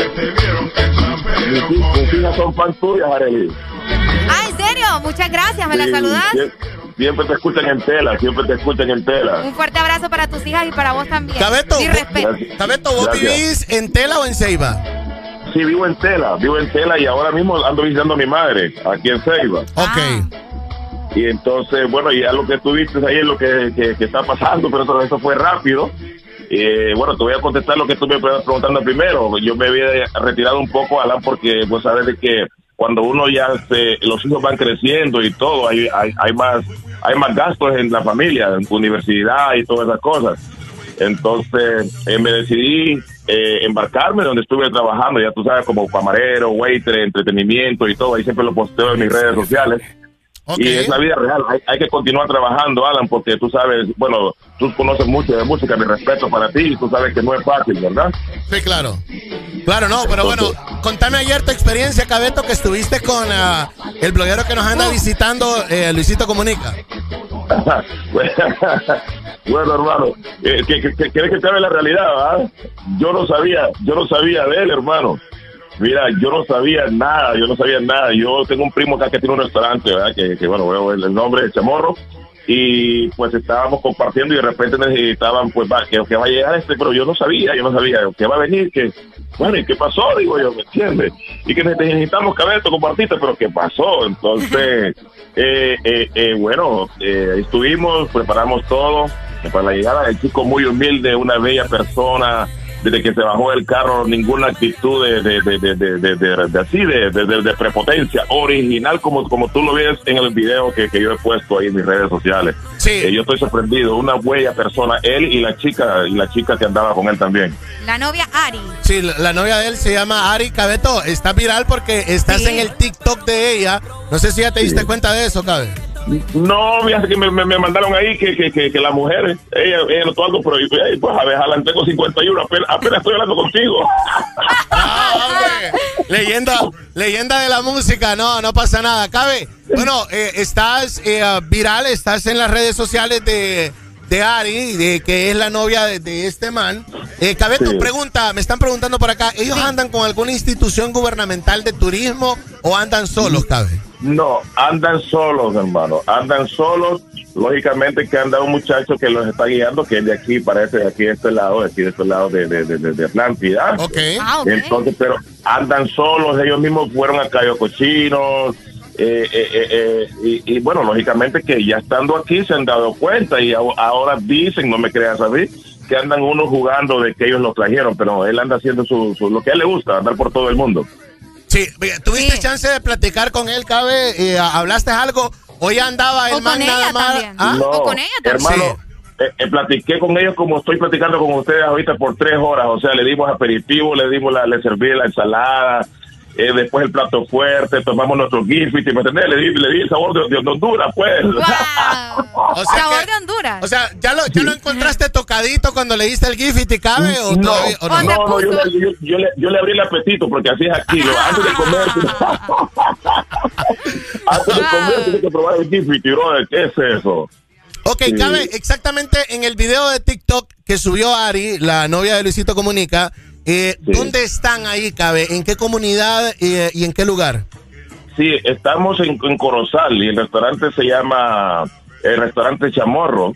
Mis hijas son fan tuyas, Areli. Ah, ¿en serio? Muchas gracias, ¿me sí, la saludas? Siempre te escuchan en tela, siempre te escuchan en tela. Un fuerte abrazo para tus hijas y para vos también. Cabeto, y respeto. Cabeto, ¿vos gracias. Vivís en Tela o en Ceiba? Sí, vivo en Tela, vivo en Tela y ahora mismo ando visitando a mi madre, aquí en Ceiba. Ok. Ah. Y entonces, bueno, ya lo que tú viste ahí es lo que, que, que está pasando, pero todo eso fue rápido. Eh, bueno, te voy a contestar lo que tú me estás preguntando primero. Yo me había retirado un poco, Alan, porque vos sabes de que cuando uno ya se, los hijos van creciendo y todo, hay, hay, hay más hay más gastos en la familia, en tu universidad y todas esas cosas. Entonces eh, me decidí eh, embarcarme donde estuve trabajando, ya tú sabes, como camarero, waiter, entretenimiento y todo. Ahí siempre lo posteo en mis redes sociales. Okay. Y es la vida real, hay, hay que continuar trabajando, Alan, porque tú sabes, bueno, tú conoces mucho de música, mi respeto para ti, y tú sabes que no es fácil, ¿verdad? Sí, claro. Claro, no, pero bueno, contame ayer tu experiencia, Cabeto, que estuviste con uh, el bloguero que nos anda visitando, eh, Luisito Comunica. Bueno, hermano, eh, que, que, que, ¿quieres que te hable la realidad, ¿verdad? Yo no sabía, yo no sabía de él, hermano. Mira, yo no sabía nada, yo no sabía nada. Yo tengo un primo acá que tiene un restaurante, ¿verdad? Que, que bueno, veo el, el nombre, Chamorro. Y pues estábamos compartiendo y de repente necesitaban, pues, va, que, que va a llegar este, pero yo no sabía, yo no sabía que va a venir, que, bueno, ¿y qué pasó? Digo yo, ¿me entiendes? Y que necesitamos Cabeto, compartiste, pero ¿qué pasó? Entonces, eh, eh, eh, bueno, eh, estuvimos, preparamos todo para la llegada del chico muy humilde, una bella persona, desde que se bajó del carro, ninguna actitud de, de, de, de, de, de, de, de así, de, de, de, de prepotencia, original, como, como tú lo ves en el video que, que yo he puesto ahí en mis redes sociales. Sí. Eh, yo estoy sorprendido, una bella persona, él y la chica, y la chica que andaba con él también. La novia Ari. Sí, la, la novia de él se llama Ari. Cabeto, está viral porque estás Sí. en el TikTok de ella. No sé si ya te diste Sí. cuenta de eso, Cabe. No, fíjate que me, me, me mandaron ahí que, que, que, que las mujeres, ella, ella notó algo, pero eh, pues a ver, Alan, tengo cincuenta y uno, apenas, apenas estoy hablando contigo. Ah, hombre. Leyenda, leyenda de la música, no, no pasa nada. Cabe, bueno, eh, estás eh, viral, estás en las redes sociales de, de Ari, de, que es la novia de, de este man. Eh, Cabeto, Sí. pregunta, me están preguntando por acá, ¿ellos andan con alguna institución gubernamental de turismo o andan solos, Cabe? No, andan solos, hermano, andan solos. Lógicamente que anda un muchacho que los está guiando, que es de aquí, parece de aquí de este lado, de aquí de este lado de, de, de, de Atlántida. Ok. Ah, ok. Entonces, pero andan solos, ellos mismos fueron a Cayo Cochinos, eh, eh, eh, eh, y, y bueno, lógicamente que ya estando aquí se han dado cuenta y a- ahora dicen, no me creas a mí, que andan unos jugando de que ellos los trajeron, pero él anda haciendo su, su- lo que a él le gusta, andar por todo el mundo. Sí, ¿tuviste Sí. chance de platicar con él, Cabe? Eh, ¿Hablaste algo? ¿Hoy andaba el O man con nada ella más? también. ¿Ah? No, O con ella también. hermano, eh, eh, platiqué con ellos como estoy platicando con ustedes ahorita por tres horas, o sea, le dimos aperitivo, le dimos la, le serví la ensalada, eh, después el plato fuerte, tomamos nuestro gifit, ¿me entendés? Le di, le di el sabor de, de Honduras, pues. Wow. O sea Sabor que- de Honduras. O sea, ¿ya lo, ya lo encontraste tocadito cuando le diste el gift y Cabe? ¿O No, todavía- o O no? se no, no, yo, puso. le- yo, yo le, yo le abrí el apetito porque así es aquí, ¿no? Antes de comer, antes de comer tienes que probar el gifit, brother, ¿qué es eso? Ok, Sí. Cabe, exactamente en el video de TikTok que subió Ari, la novia de Luisito Comunica, eh, Sí. ¿dónde están ahí, Cabe? ¿En qué comunidad eh, y en qué lugar? Sí, estamos en, en Corozal y el restaurante se llama el restaurante Chamorro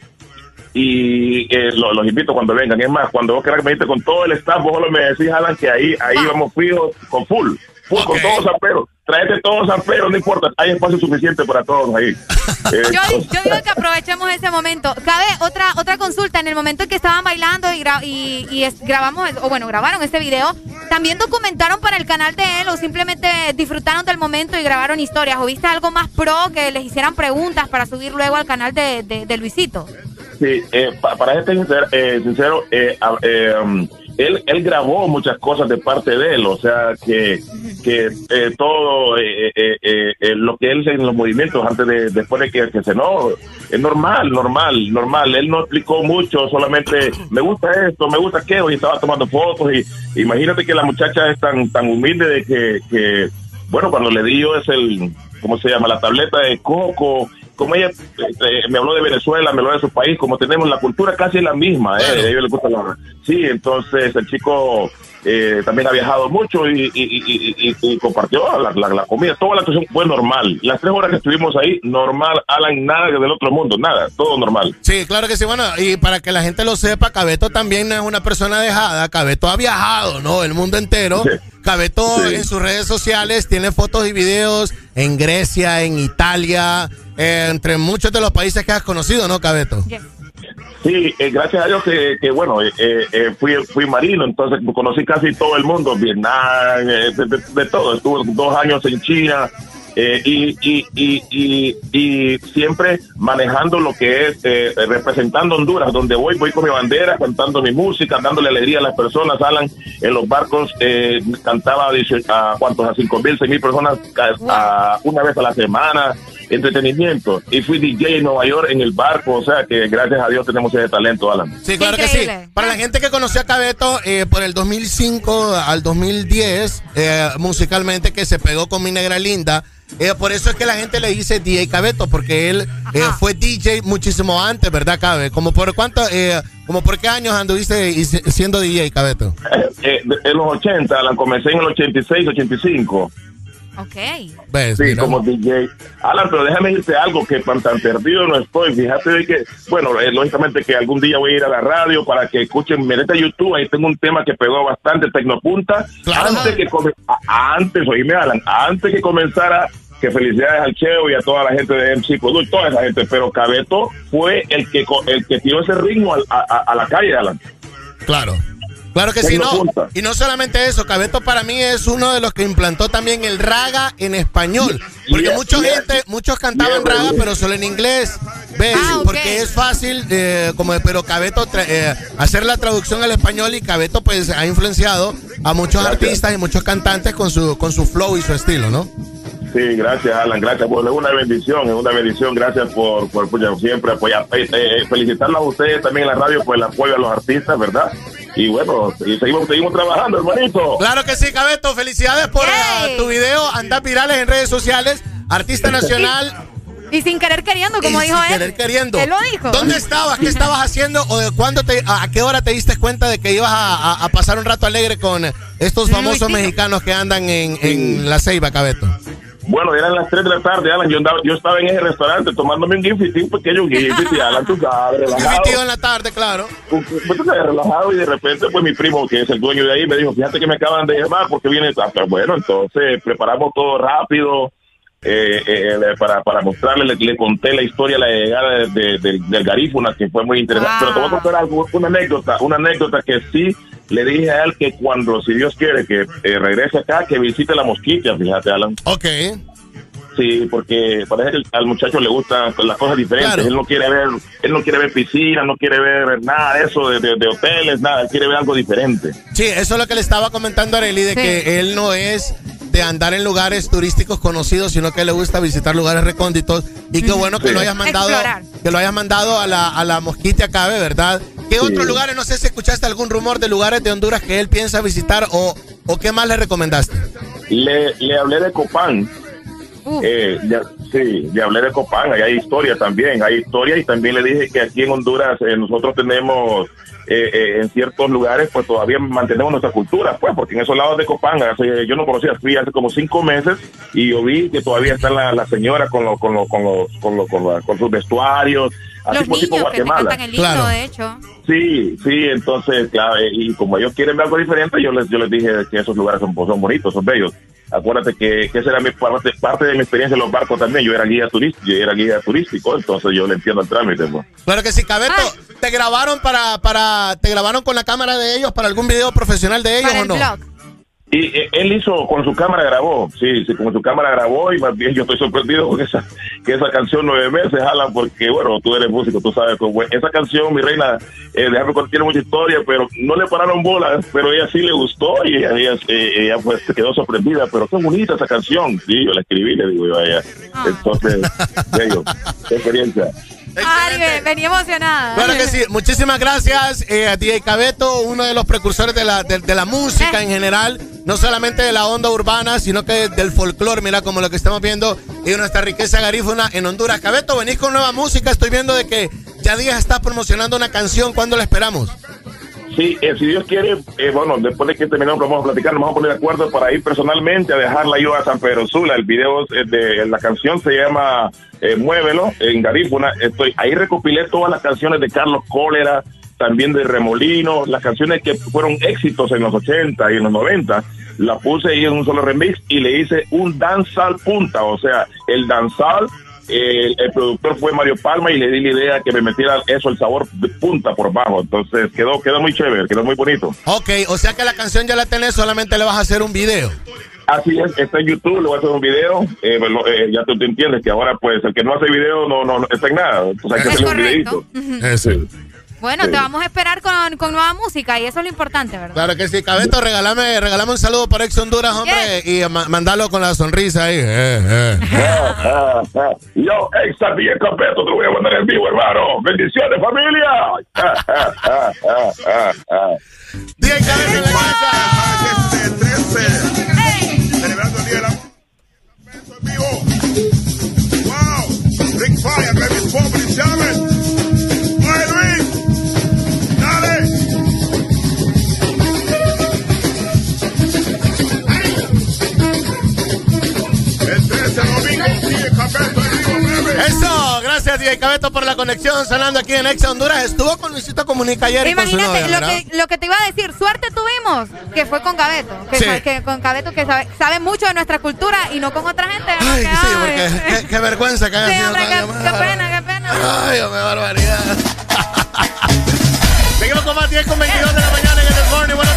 y eh, lo- los invito cuando vengan. Es más, cuando vos querás que me dices con todo el staff, vos solo me decís, Alan, que ahí ahí vamos fijos con full, full Ok. con todos zamperos. Tráete todos zamperos, no importa, hay espacio suficiente para todos ahí. Eh, Yo, yo digo que aprovechemos ese momento. Cabe otra otra consulta. En el momento en que estaban bailando y, gra- y, y es- grabamos, o bueno, grabaron este video, ¿también documentaron para el canal de él o simplemente disfrutaron del momento y grabaron historias? ¿O viste algo más pro que les hicieran preguntas para subir luego al canal de, de, de Luisito? Sí, eh, pa- para ser sincero, eh, sincero eh, a- eh, um, él, él grabó muchas cosas de parte de él, o sea, que, que eh, todo eh, eh, eh, eh, lo que él en los movimientos antes de, después de que, que se no, es normal, normal, normal. Él no explicó mucho, solamente me gusta esto, me gusta aquello, y estaba tomando fotos. Y imagínate que la muchacha es tan, tan humilde de que, que, bueno, cuando le di yo es el, ¿cómo se llama? La tableta de coco. Como ella eh, me habló de Venezuela, me habló de su país, como tenemos la cultura casi la misma, eh, a ellos les gusta la... Sí, entonces el chico eh, también ha viajado mucho y, y, y, y, y compartió la, la, la comida. Toda la actuación fue normal. Las tres horas que estuvimos ahí, normal, Alan, nada del otro mundo, nada, todo normal. Sí, claro que sí. Bueno, y para que la gente lo sepa, Cabeto también no es una persona dejada. Cabeto ha viajado, ¿no? El mundo entero. Sí. Cabeto Sí. en sus redes sociales tiene fotos y videos en Grecia, en Italia, eh, entre muchos de los países que has conocido, ¿no, Cabeto? Sí, eh, gracias a Dios que, que bueno, eh, eh, fui, fui marino, entonces conocí casi todo el mundo, Vietnam, eh, de, de- de todo. Estuve dos años en China. Eh, y, y, y, y, y siempre manejando lo que es eh, representando Honduras, donde voy, voy con mi bandera, cantando mi música, dándole alegría a las personas. Alan, en los barcos eh, cantaba a, dieciocho a cuántos, a cinco mil, seis mil personas a, a una vez a la semana, entretenimiento. Y fui D J en Nueva York en el barco, o sea que gracias a Dios tenemos ese talento, Alan. Sí, claro que sí. Para la gente que conoció a Cabeto eh, por el dos mil cinco al dos mil diez, eh, musicalmente, que se pegó con Mi Negra Linda, eh, por eso es que la gente le dice D J Cabeto, porque él eh, fue D J muchísimo antes, ¿verdad, Cabe? ¿Como por cuánto, eh, como por qué años anduviste y- siendo D J, Cabeto? Eh, eh, en los ochenta, Alan, comencé en el ochenta y seis, ochenta y cinco. Ok. ¿Ves? Sí, Mira. como D J. Alan, pero déjame decirte algo, que tan, tan perdido no estoy. Fíjate de que, bueno, eh, lógicamente que algún día voy a ir a la radio para que escuchen, merece a YouTube, ahí tengo un tema que pegó bastante, Tecnopunta. Claro. Antes que come- a- antes, oíme, Alan, antes que comenzara, que felicidades al Cheo y a toda la gente de M C Product, toda esa gente, pero Cabeto fue el que co- el que tiró ese ritmo al- a, a- a la calle, Alan. Claro. Claro que sí, no. Y no solamente eso, Cabeto para mí es uno de los que implantó también el raga en español. Porque yeah, mucha yeah. gente, muchos cantaban yeah, raga, yeah. pero solo en inglés. ¿Ves? Ah, okay. Porque es fácil, eh, como pero Cabeto eh, hacer la traducción al español, y Cabeto pues ha influenciado a muchos gracias. artistas y muchos cantantes con su, con su flow y su estilo, ¿no? Sí, gracias, Alan, gracias. Bueno, es una bendición, es una bendición. Gracias por, por, por siempre apoyar. Eh, eh, felicitarlos a ustedes también en la radio por el apoyo a los artistas, ¿verdad? Y bueno, y seguimos, seguimos trabajando, hermanito. Claro que sí, Cabeto. Felicidades por uh, tu video. Andar virales en redes sociales. Artista nacional. Y, y sin querer queriendo, como y dijo sin él. Sin querer queriendo. Él lo dijo. ¿Dónde estabas? ¿Qué estabas haciendo? ¿O de cuándo te, a qué hora te diste cuenta de que ibas a, a, a pasar un rato alegre con estos famosos mexicanos que andan en, en La Ceiba, Cabeto? Bueno, eran las tres de la tarde, Alan. Yo andaba, yo estaba en ese restaurante tomándome un gifiti, un pequeño gifiti, Alan, tú sabes, relajado. Un gifiti en la tarde, claro. Pues, relajado, y de repente, pues mi primo, que es el dueño de ahí, me dijo, fíjate que me acaban de llamar porque viene. Bueno, entonces preparamos todo rápido eh, eh, para, para mostrarle. Le, le conté la historia, la llegada de, de, de, del Garífuna, que fue muy interesante. Wow. Pero te voy a contar algo, una anécdota, una anécdota que sí. Le dije a él que cuando, si Dios quiere, que eh, regrese acá, que visite la Mosquitia, fíjate, Alan. Ok. Sí, porque parece que al muchacho le gustan las cosas diferentes. Claro. Él no quiere ver, él no quiere ver piscina, no quiere ver nada de eso, de, de, de hoteles, nada. Él quiere ver algo diferente. Sí, eso es lo que le estaba comentando a Arely, de sí. que él no es de andar en lugares turísticos conocidos, sino que le gusta visitar lugares recónditos. Y qué bueno que sí. lo hayas mandado, Explorar. que lo hayas mandado a la, a la Mosquitia Cabe, ¿verdad? ¿Qué sí. otros lugares? No sé si escuchaste algún rumor de lugares de Honduras que él piensa visitar, o, o qué más le recomendaste. Le, le hablé de Copán. Uh. Eh, ya, sí, le hablé de Copán. Ahí hay historia también, hay historia, y también le dije que aquí en Honduras eh, nosotros tenemos eh, eh, en ciertos lugares pues todavía mantenemos nuestra cultura, pues, porque en esos lados de Copán, hace, yo no conocía, fui hace como cinco meses y yo vi que todavía están las la señoras con los con los con los con los con, los, con sus vestuarios, así los por niños tipo Guatemala. Que me cantan el himno, claro. de hecho. Sí, sí, entonces, claro, y como ellos quieren ver algo diferente, yo les yo les dije que esos lugares son, son bonitos, son bellos. Acuérdate que, que esa era mi parte, parte de mi experiencia en los barcos también. Yo era guía turístico, yo era guía turístico, entonces yo le entiendo el trámite. Pues. Claro que sí, Cabeto. Ah. ¿Te grabaron para, para, te grabaron con la cámara de ellos para algún video profesional de ellos para o no? Blog. Y eh, él hizo, con su cámara grabó, sí, sí, con su cámara grabó, y más bien yo estoy sorprendido con esa, que esa canción nueve meses, Alan, porque bueno, tú eres músico, tú sabes, como esa canción, mi reina, eh, déjame contar, tiene mucha historia, pero no le pararon bolas, pero ella sí le gustó, y ella, ella, eh, ella pues se quedó sorprendida, pero qué bonita esa canción, sí, yo la escribí, le digo yo a ella, ah. entonces, bello, qué experiencia. Ay, venía emocionada. Claro que sí, muchísimas gracias eh, a D J Cabeto, uno de los precursores de la, de, de la música eh. en general, no solamente de la onda urbana, sino que del folclore, mira, como lo que estamos viendo, y nuestra riqueza garífuna en Honduras. Cabeto, venís con nueva música, estoy viendo de que ya Díaz está promocionando una canción, ¿cuándo la esperamos? Sí, eh, si Dios quiere, eh, bueno, después de que terminemos vamos a platicar, nos vamos a poner de acuerdo para ir personalmente a dejarla yo a San Pedro Sula. El video eh, de la canción se llama eh, Muévelo, en Garífuna. Estoy ahí, recopilé todas las canciones de Carlos Cólera, también de Remolino, las canciones que fueron éxitos en los ochenta y en los noventa. La puse ahí en un solo remix y le hice un danzal punta, o sea, el danzal. El, el productor fue Mario Palma y le di la idea que me metiera eso, el sabor de punta por bajo. Entonces quedó quedó muy chévere, quedó muy bonito. Ok, o sea que la canción ya la tenés, solamente le vas a hacer un video. Así es, está en YouTube, le voy a hacer un video. Eh, eh, ya tú te entiendes que ahora pues el que no hace video no, no, no está en nada. Entonces hay que hacerle un videito. Uh-huh. Sí. Bueno, sí. Te vamos a esperar con, con nueva música y eso es lo importante, ¿verdad? Claro que sí. Cabeto, regálame, regálame un saludo para Ex Honduras, hombre, yes. y ma- mandalo con la sonrisa ahí. Eh, eh. ah, ah, ah. Yo, Ex también, Cabeto, te lo voy a mandar en vivo, hermano. Bendiciones, familia. Ah, ah, ah, ah, ah, ah. Bien, Cabeto, en trece. Celebrando el día de la en vivo. Wow. Big fire, baby, pobre, ¿sabes? Eso, gracias D J Cabeto por la conexión, sonando aquí en Ex Honduras. Estuvo con Luisito Comunica ayer. Imagínate, con su novia, lo, que, lo que te iba a decir, suerte tuvimos, que fue con Cabeto, que, sí. sabe, que con Cabeto que sabe, sabe mucho de nuestra cultura y no con otra gente. Ay, que, sí, ay, porque qué, qué vergüenza que haya sí, sido hombre, qué, qué pena, qué pena. Ay, hombre, barbaridad. Seguimos con más diez con veintidós de la mañana en el This Morning. Bueno,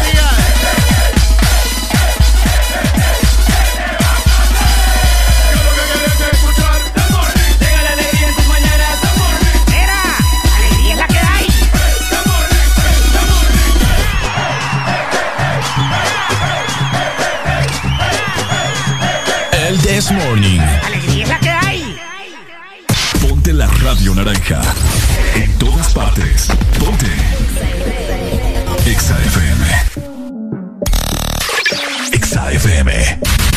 This Morning. ¡Alegría es la que hay! Ponte la radio naranja. En todas partes. Ponte. Exa F M. Exa F M.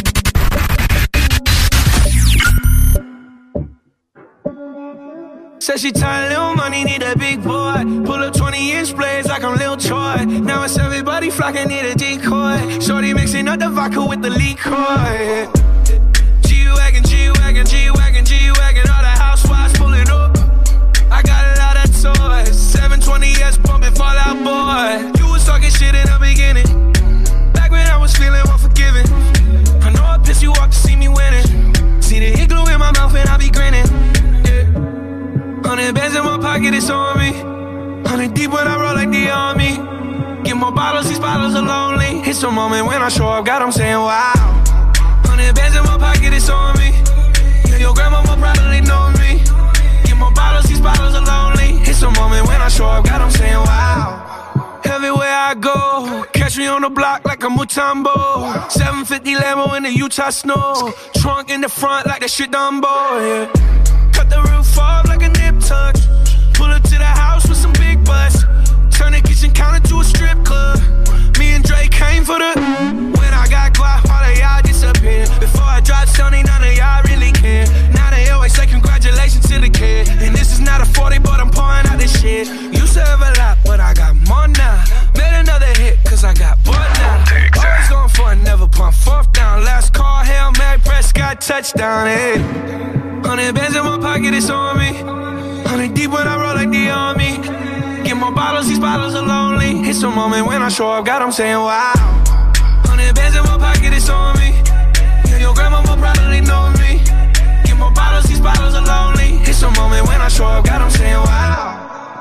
Said she tired, little money, need a big boy. Pull up twenty inch blades like I'm Lil Troy. Now it's everybody flocking, need a decoy. Shorty mixing up the vodka with the liquor. G-Wagon, G-Wagon, G-Wagon, G-Wagon. All the housewives pulling up. I got a lot of toys. seven twenty S bumping Fall Out Boy. You was talking shit in the beginning. Back when I was feeling unforgiving. I know I pissed you off to see me winning. See the igloo in my mouth and I be grinning. Hundred bands in my pocket, it's on me. Hundred deep when I roll like the army. Get more bottles, these bottles are lonely. It's a moment when I show up, God, I'm saying wow. Hundred bands in my pocket, it's on me. Yeah, your grandma will probably know me. Get more bottles, these bottles are lonely. It's a moment when I show up, God, I'm saying wow. Everywhere I go, catch me on the block like a Mutombo. seven fifty Lambo in the Utah snow. Trunk in the front like that shit Dumbo, yeah. Cut the roof off like a nip tuck. Pull up to the house with some big butts. Turn the kitchen counter to a strip club. Me and Drake came for the. When I got guap, all of y'all disappear. Before I drop Sony, none of y'all really care. Now they always say congratulations to the kid. And this is not a forty, but I'm pouring out this shit. Used to have a lot, but I got more now. Made another hit, cause I got bored now. Always going for it, never pump fourth down. Last call, Hail Mary, Prescott, touchdown, hey. Hundred bands in my pocket, it's on me. Hundred deep when I roll like the army. Get more bottles, these bottles are lonely. It's a moment when I show up, God, I'm saying wow. Hundred bands in my pocket, it's on me. Yeah, your grandma will probably know me. Get more bottles, these bottles are lonely. It's a moment when I show up, God, I'm saying wow.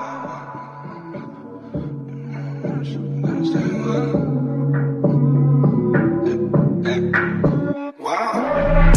Wow.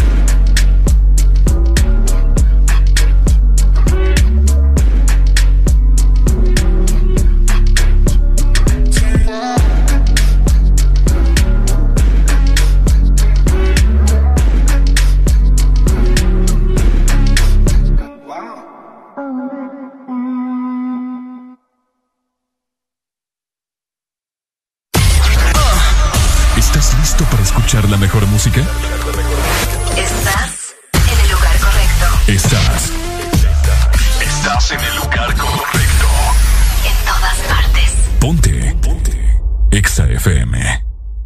Para escuchar la mejor música. Estás en el lugar correcto. Estás. Estás en el lugar correcto. En todas partes. Ponte. Ponte. Exa F M.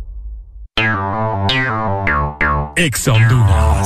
Exa Honduras.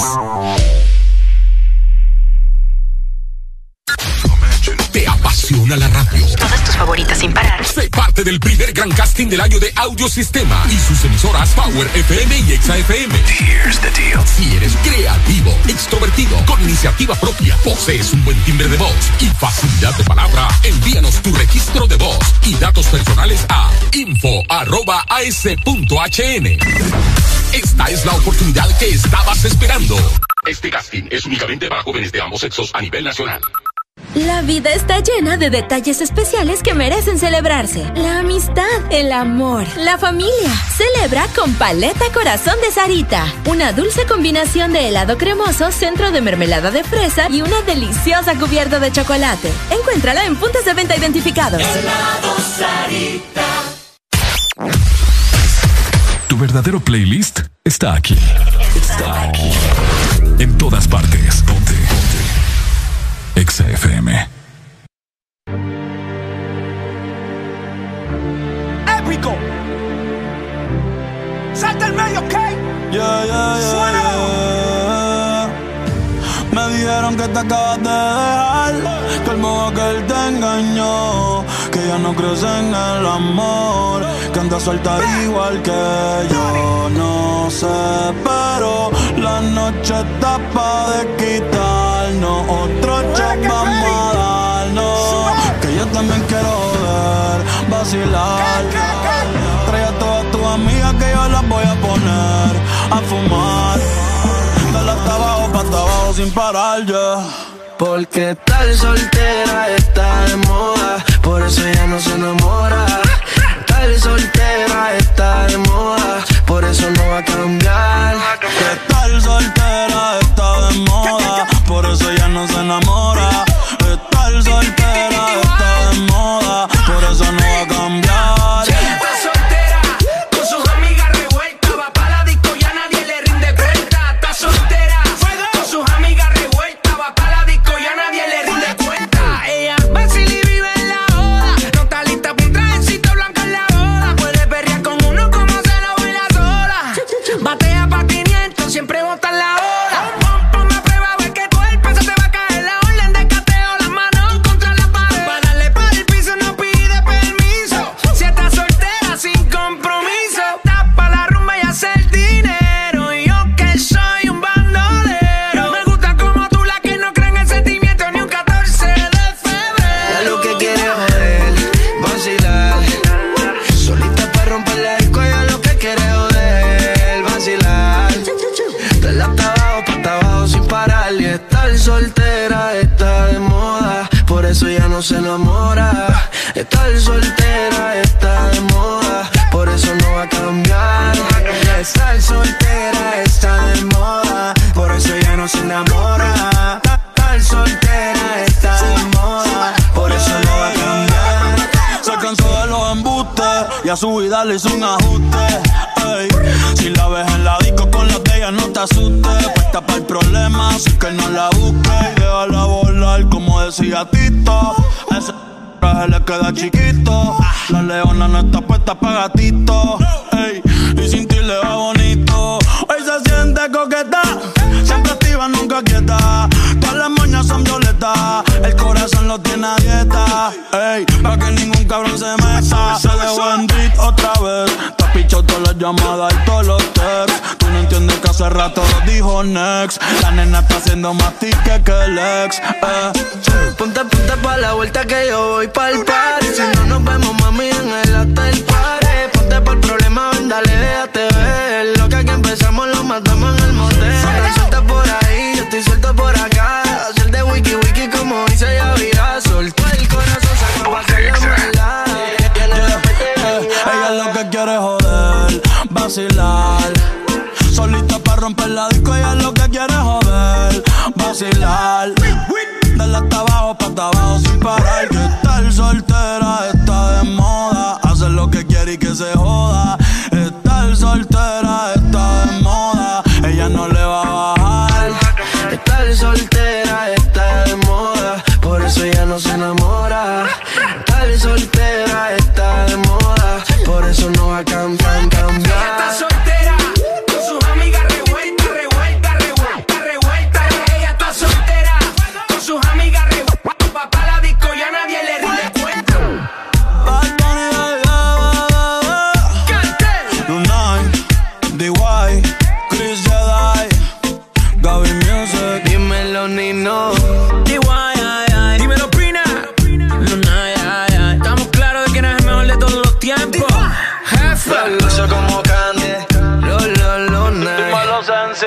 ¿Te apasiona la radio? Todas tus favoritas sin parar. Sé parte del primer gran casting del año de Audiosistema y sus emisoras Power F M y Exa F M. Here's the deal. Si eres creativo, extrovertido, con iniciativa propia, posees un buen timbre de voz y facilidad de palabra, envíanos tu registro de voz y datos personales a info arroba as punto h n. Esta es la oportunidad que estabas esperando. Este casting es únicamente para jóvenes de ambos sexos a nivel nacional. La vida está llena de detalles especiales que merecen celebrarse. La amistad, el amor, la familia. Celebra con Paleta Corazón de Sarita. Una dulce combinación de helado cremoso, centro de mermelada de fresa y una deliciosa cubierta de chocolate. Encuéntrala en puntos de venta identificados. Helado Sarita. Tu verdadero playlist está aquí. Está aquí. En todas partes. Ponte. Ponte. Exa F M. Épico. Salta el medio, ¿ok? Yeah, yeah, yeah, yeah. Me dijeron que te acabas de dejar, que el modo que él te engañó, que ya no crees en el amor, que andas suelta igual que yo. No sé, pero la noche está pa' de quitarnos. Otro shot vamos a darnos, que yo también quiero ver, vacilar. Trae a todas tus amigas que yo las voy a poner a fumar. Dale hasta abajo, pa' hasta abajo sin parar, ya. Yeah. Porque tal soltera está de moda, por eso ella no se enamora. Tal soltera está de moda, por eso no va a cambiar. Que tal soltera Ponme a prueba, a ver que tu el peso te va a caer. La orden de cateo, las manos contra la pared. Para darle para el piso no pide permiso. Si estás soltera sin compromiso, tapa la rumba y hace el dinero. Y yo que soy un bandolero. Me gusta como tú, la que no cree en el sentimiento ni un catorce de febrero. Ya lo que quiere joder, vacilar. Solita para romper la disco, ya lo que quiere joder, vacilar. De la hasta abajo, pa' hasta abajo sin parar. Y estar soltera está de moda, por eso ya no se enamora. Estar soltera está de moda, por eso no va a cambiar. Estar soltera está de moda, por eso ya no se enamora. Estar soltera está de moda, por eso no va a cambiar. Se cansó de los embustes y a su vida le hizo un ajuste. Ey, si la ves en la disco con las de ella no te asustes. Puesta para el problema, así que no la busques. Y déjala volar como decía Tito. A ese traje le queda chiquito. La leona no está puesta para gatito. Ey, y sin ti le va bonito. Hoy se siente coqueta, siempre activa, nunca quieta. Todas las moñas son violetas, el corazón lo tiene a dieta. Ey, pa' que ningún cabrón se meta. Se dejó en beat otra vez. Te ha pichado todas las llamadas y todos los texts. Tú no entiendes que hace rato lo dijo next. La nena está haciendo más tique que el ex. Eh. Ponte, ponte pa' la vuelta que yo voy pa'l party. Si no nos vemos, mami, en el hotel party. Ponte pa'l problema, ven, dale, déjate ver. Lo que aquí empezamos lo matamos en el motel. Estás suelta por ahí, yo estoy suelto por acá. Hacer de wiki wiki como dice ya vida. Soltó el corazón, sacó pa' hacer la maldad. Ella es lo que quiere joder, vacilar. Solita para romper la disco, ella es lo que quiere joder, vacilar. Dale hasta abajo, pa' hasta abajo sin parar. Que estar soltera está de moda. Hacer lo que quiere y que se joda. Estar soltera está de moda. Ella no le va a bajar. Estar soltera está de moda, por eso ella no se enamora. Estar soltera está de moda, por eso no va a cambiar, cambiar. Ella está soltera, con sus amigas revuelta, revuelta, revuelta, revuelta. Ella está soltera, con sus amigas revuelta. Papá la disco ya nadie le rinde cuento. Lunay, D Y, Chris Jedi, Gaby Music. Dímelo, Nino. D Y, ay, ay. Dímelo, Pina. Lunay, ay, ay. Estamos claros de que no es el mejor de todos los tiempos. Jefe. Lucio como Candy. Lo, lo, lo, night. Dímelo, Sensi.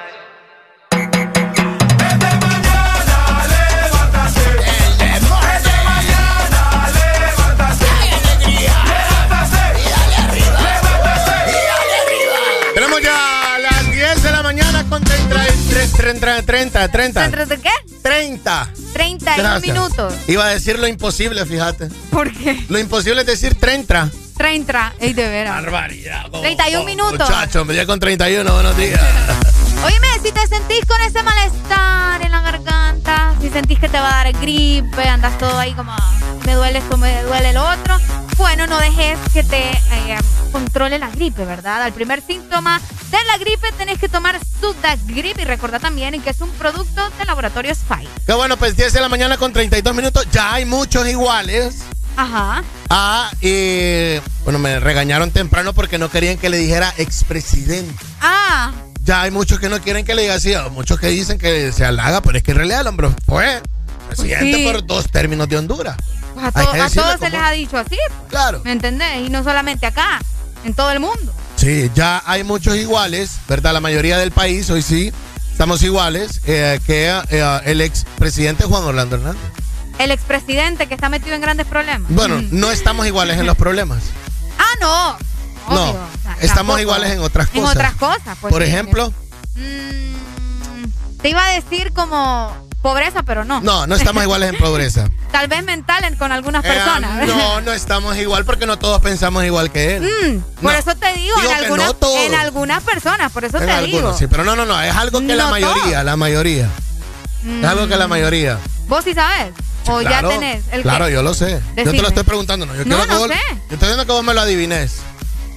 Tenemos ya las diez de la mañana con treinta, treinta, treinta, treinta. ¿Treinta de qué? treinta. treinta y un minutos. Iba a decir lo imposible, fíjate. ¿Por qué? Lo imposible es decir treinta. treinta, ey, de veras. Barbaridad. treinta y un minutos. Muchacho, me llega con treinta y uno, buenos días. Óyeme, si te sentís con ese malestar en la garganta, si sentís que te va a dar gripe, andas todo ahí como, me duele esto, me duele el otro, bueno, no dejes que te eh, controle la gripe, ¿verdad? Al primer síntoma de la gripe tenés que tomar Sudagrip y recordá también que es un producto de Laboratorios Pfizer. Qué bueno, pues diez de la mañana con treinta y dos minutos, ya hay muchos iguales. Ajá. Ah, y bueno, me regañaron temprano porque no querían que le dijera expresidente. Ah. Ya hay muchos que no quieren que le diga así, muchos que dicen que se halaga, pero es que en realidad el hombre fue presidente sí. por dos términos de Honduras. Pues a, to a todos se les ha dicho así. Pues, claro. ¿Me entendés? Y no solamente acá, en todo el mundo. Sí, ya hay muchos iguales, ¿verdad? La mayoría del país, hoy sí, estamos iguales eh, que eh, el expresidente Juan Orlando Hernández. El expresidente que está metido en grandes problemas. Bueno, mm. no estamos iguales en los problemas. Ah, no. Obvio. No, o sea, estamos tampoco. iguales en otras cosas. En otras cosas, pues. Por sí, ejemplo. Mm, te iba a decir como pobreza, pero no. No, no estamos iguales en pobreza. Tal vez mental en, con algunas eh, personas. No, no estamos igual porque no todos pensamos igual que él. Mm, por no. eso te digo, digo en, algunas, no en algunas personas, por eso en te algunos, digo. Sí, pero no, no, no, es algo que no la mayoría, todo. la mayoría. Mm. Es algo que la mayoría. ¿Vos sí sabes? ¿O claro, ya tenés? El claro, que... yo lo sé. Decime. Yo te lo estoy preguntando, ¿no? Yo, no, quiero no que vos, sé. yo estoy diciendo que vos me lo adivines.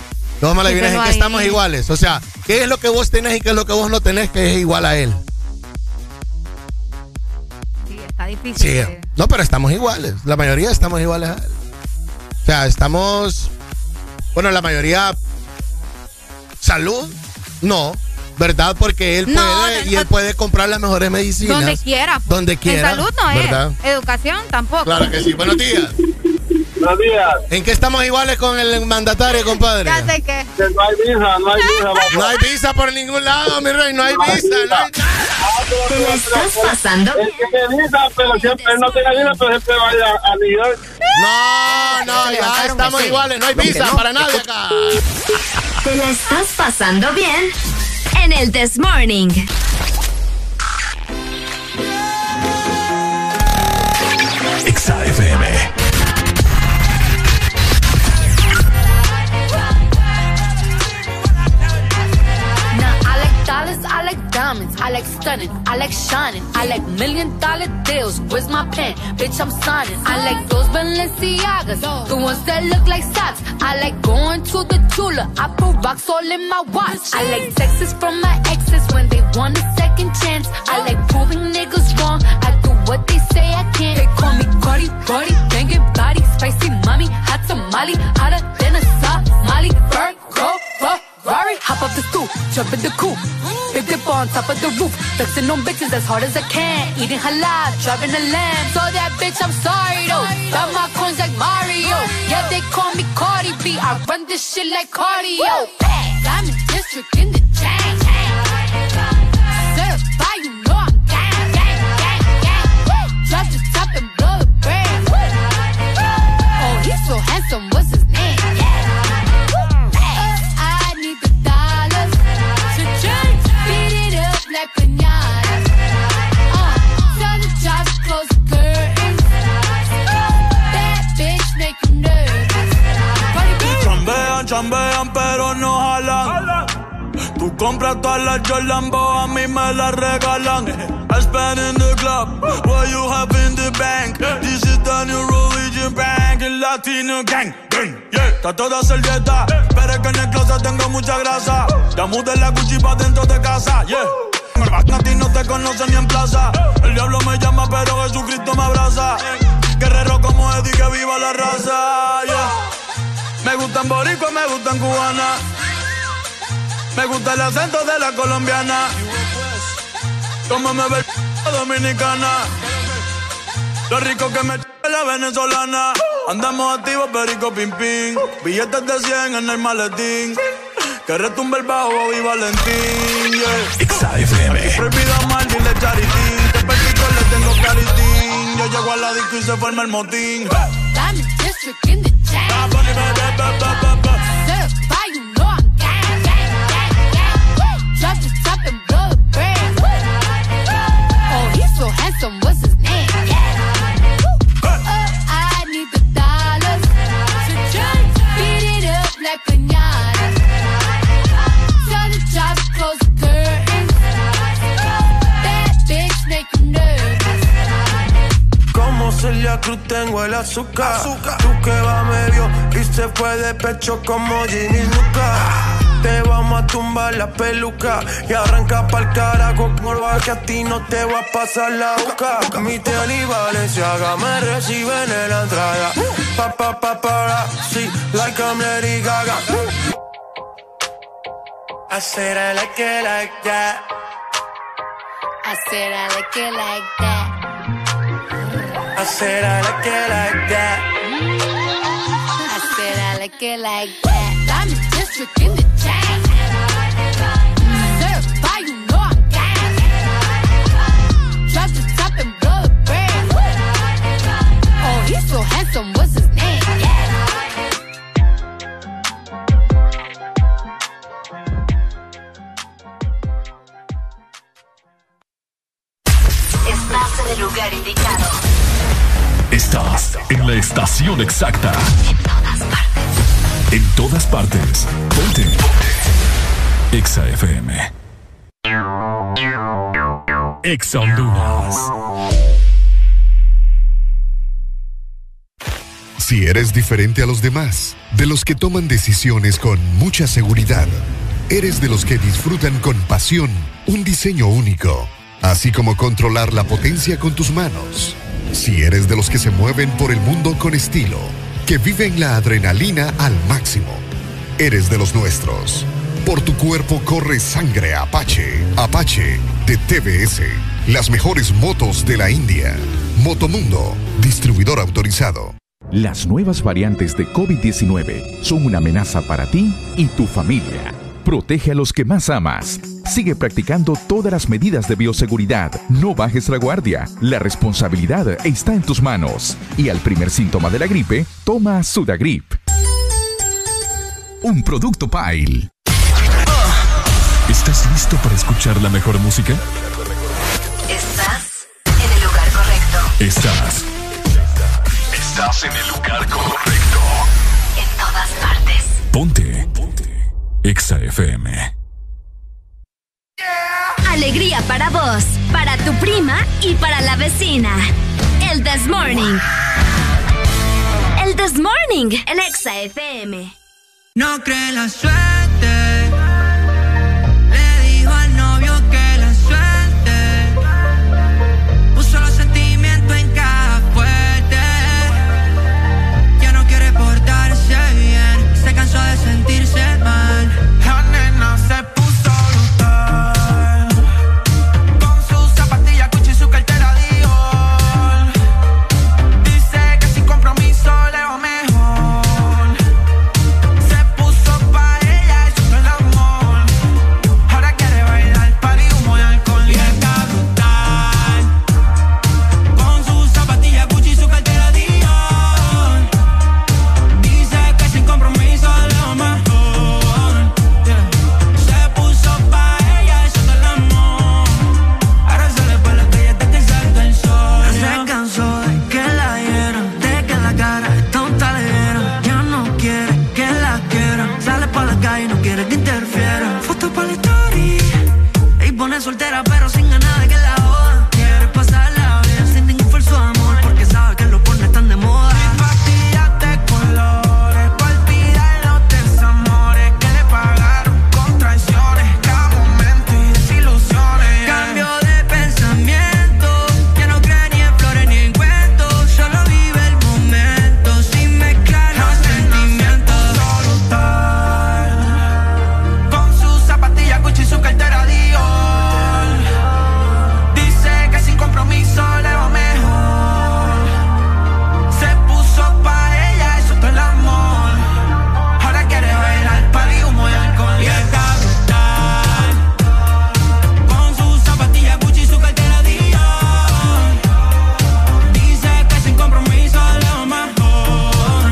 No me la adivinas en qué estamos iguales. O sea, ¿qué es lo que vos tenés y qué es lo que vos no tenés que es igual a él? Sí, está difícil. Sí. De... No, pero estamos iguales. La mayoría estamos iguales a él. O sea, estamos... Bueno, la mayoría... ¿Salud? No. ¿Verdad? Porque él puede no, y no, él puede comprar las mejores medicinas. Donde quiera. Pues. Donde quiera. En salud no ¿verdad? es. Educación tampoco. Claro que sí. Buenos días. Buenos días. ¿En qué estamos iguales con el mandatario, compadre? Ya sé que. Que no hay visa, no hay visa. Papá. No hay visa por ningún lado, mi rey. No hay visa, no hay nada. ¿Te la estás pasando? Él tiene visa, pero siempre él no tiene visa, pero siempre va a, a New York. No, no, ya estamos iguales. No hay visa para nadie acá. ¿Te la estás pasando bien? En el This Morning. Exa F M. I like diamonds, I like stunning, I like shining, I like million dollar deals. Where's my pen? Bitch, I'm signing. I like those Balenciagas, the ones that look like socks. I like going to the Tula, I put rocks all in my watch. I like texts from my exes when they want a second chance. I like proving niggas wrong, I do what they say I can't. They call me Cardi, Cardi, banging body, spicy mommy, hot tamale, hotter than a Somali. Virgo, Ferrari, hop up the stoop, jump in the coupe. Big dip on top of the roof, flexing on bitches as hard as I can. Eating halal, driving a lamb. So that bitch, I'm sorry though. Got my coins like Mario. Yeah, they call me Cardi B. I run this shit like cardio. Diamond district in the chain. Certified, you know I'm gang, gang, gang, gang. Drop the top and blow the brand. Oh, he's so handsome, what's his name? I need the dollars to change. Beat it up like piñatas. Uh, tell the jobs to close the curtains. That bitch make you nervous. Chambean, chambean, pero no jalan. Tú compras todas las Jordan, a mí me las regalan. I spend in the club, what you have in the bank. This is the new religion bank, el Latino gang. Yeah. Está toda servieta, pero es que en el closet tengo mucha grasa. Ya mudé la Gucci pa' dentro de casa, yeah. A ti no te conocen ni en plaza. El diablo me llama, pero Jesucristo me abraza. Guerrero como Eddie, que viva la raza, yeah. Me gustan boricua, me gustan cubana. Me gusta el acento de la colombiana. Como me ve dominicana. Lo rico que me la venezolana. Andamos activos, perico, pim, pim. Billetes de cien en el maletín. Que retumbe el bajo y Valentín, yeah. Exa F M. Prohibido mal, dile charitín. Que perico le tengo claritín. Yo llego a la disco y se forma el motín. Diamond district in the chain. Certified, you know I'm gang, gang, gang, gang. Drop the top and blow the brand. Oh, he's so handsome, what's his name? I need the dollars to change. Beat it up like piñatas. Tell the jobs to close the curtains. That bitch make you nervous. Como Celia Cruz tengo el azúcar. azúcar. Tú que va medio y se fue de pecho como Ginny Luca. Te vamos a tumbar la peluca y arranca pa'l carajo, morba, que a ti no te va a pasar la boca. Mi tele y Valenciaga me reciben en la entrada. Pa, pa, pa, para, sí, like I'm Lady Gaga. I said I like it like that. I said I like it like that. I said I like it like that. I said I like it like that. Diamond district in the chain. Certified, you know I'm gang. Drop the top and blow the brand. Oh, he's so handsome, what's his name? Estás en el lugar indicado. Estás en la estación exacta. En todas partes. En todas partes. Ponte. Ponte. Exa F M. Exa Honduras. Si eres diferente a los demás, de los que toman decisiones con mucha seguridad, eres de los que disfrutan con pasión un diseño único, así como controlar la potencia con tus manos. Si eres de los que se mueven por el mundo con estilo, que viven la adrenalina al máximo, eres de los nuestros. Por tu cuerpo corre sangre Apache. Apache de T V S. Las mejores motos de la India. Motomundo, distribuidor autorizado. Las nuevas variantes de COVID diecinueve son una amenaza para ti y tu familia. Protege a los que más amas. Sigue practicando todas las medidas de bioseguridad. No bajes la guardia. La responsabilidad está en tus manos. Y al primer síntoma de la gripe, toma Sudagrip. Un producto Pile. ¿Estás listo para escuchar la mejor música? Estás en el lugar correcto. Estás. Estás en el lugar correcto. En todas partes. Ponte. Ponte. Exa F M. Alegría para vos, para tu prima y para la vecina. El This Morning. El This Morning, el Exa F M. No cree la suerte. Le dijo al novio que la suelte. Puso los sentimientos en caja fuerte. Ya no quiere portarse bien. Se cansó de sentirse mal. La nena se puso brutal. Con sus zapatillas Gucci y su cartera Dior. Dice que sin compromiso le va mejor. Se puso pa' ella y supo el amor. Ahora quiere bailar party, humo y alcohol. Y está brutal. Con sus zapatillas Gucci y su cartera Dior. Dice que sin compromiso le va mejor. Yeah. Se puso pa' ella y supo el amor. Ahora sale por la calle hasta que salga el sol. Se cansó de que la hieran, de que la cara de tonta le vieran. Ya no quiere que la quieran. Sale pa' la calle y no quiere que interfieran. Foto pa' la story y pone soltera pero sin ganas de que la jodan. Quiere pasarla bien sin ningún falso amor porque sabe que los pornos están de moda. Y pastillas de colores pa' olvidar los desamores que le pagaron con traiciones. Cada momento y desilusiones. Cambio de pensamiento. Ya no cree ni en flores ni en cuentos. Solo vive el momento sin mezclar los sentimientos. Brutal. Con sus zapatillas Gucci y su cartera Dior. Dice que sin compromiso le va mejor. Se puso pa' ella y supo el amor. Ahora quiere bailar party, humo y alcohol. Y está brutal. Con sus zapatillas Gucci y su cartera Dior. Dice que sin compromiso le va mejor.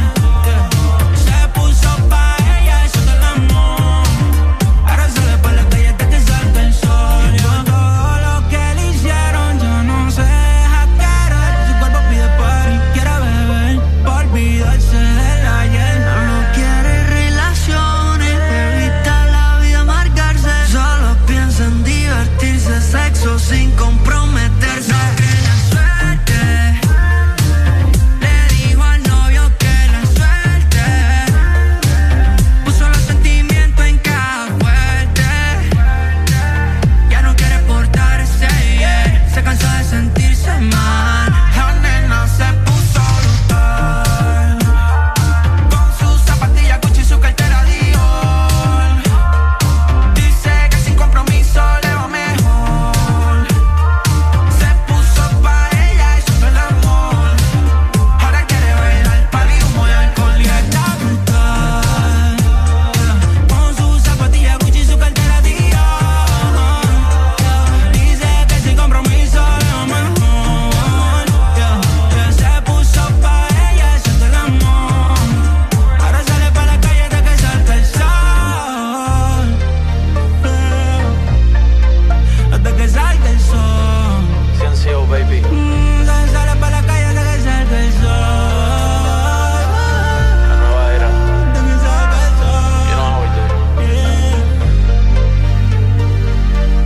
Se puso pa' ella y supo el amor. Ahora sale por la calle hasta que salga el sol. Y por todo lo que le hicieron ya no se deja querer. Su cuerpo pide party, quiere beber pa' olvidarse del ayer. No quiere relaciones, evita la vida amargarse. Solo piensa en divertirse, sexo sin comprometerse. No cree la suerte. Le dijo al novio que la suelte. Puso los sentimientos en caja fuerte. Ya no quiere portarse bien. Se cansó de sentirse mal. La nena se puso brutal. Con sus zapatillas Gucci y su cartera Dior. Dice que sin compromiso le va mejor. Se puso pa' ella y supo el amor. Ahora quiere bailar party, humo y alcohol. Y está brutal. Con sus zapatillas Gucci y su cartera Dior. Dice que sin compromiso le va mejor. Se puso pa' ella y supo el amor. Ahora sale pa' la calle hasta que salga el sol. Hasta que salga el sol. Ciencio, baby. Mm, sale pa' la calle hasta que salga el sol. La nueva era. Hasta que salga el sol. You know how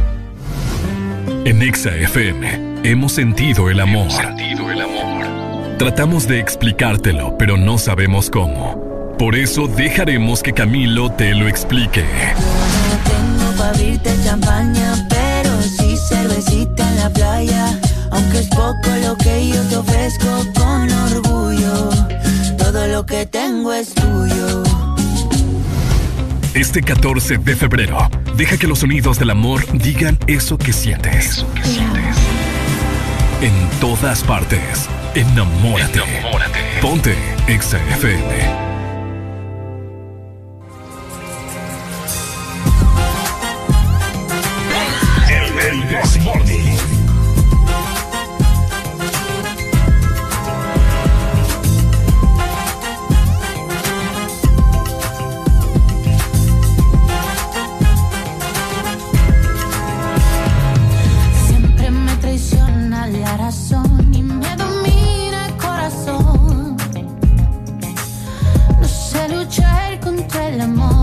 we do. En Exa F M hemos sentido el amor. Sentido el amor. Tratamos de explicártelo, pero no sabemos cómo. Por eso dejaremos que Camilo te lo explique. No tengo pa' abrirte champaña, pero sí cervecita en la playa. Aunque es poco lo que yo te ofrezco con orgullo, todo lo que tengo es tuyo. Este catorce de febrero, deja que los sonidos del amor digan eso que sientes. Eso que sientes. En todas partes, enamórate. Enamórate. Ponte Exa F M. El This Morning. Siempre me traiciona la razón y me domina el corazón. No sé luchar contra el amor.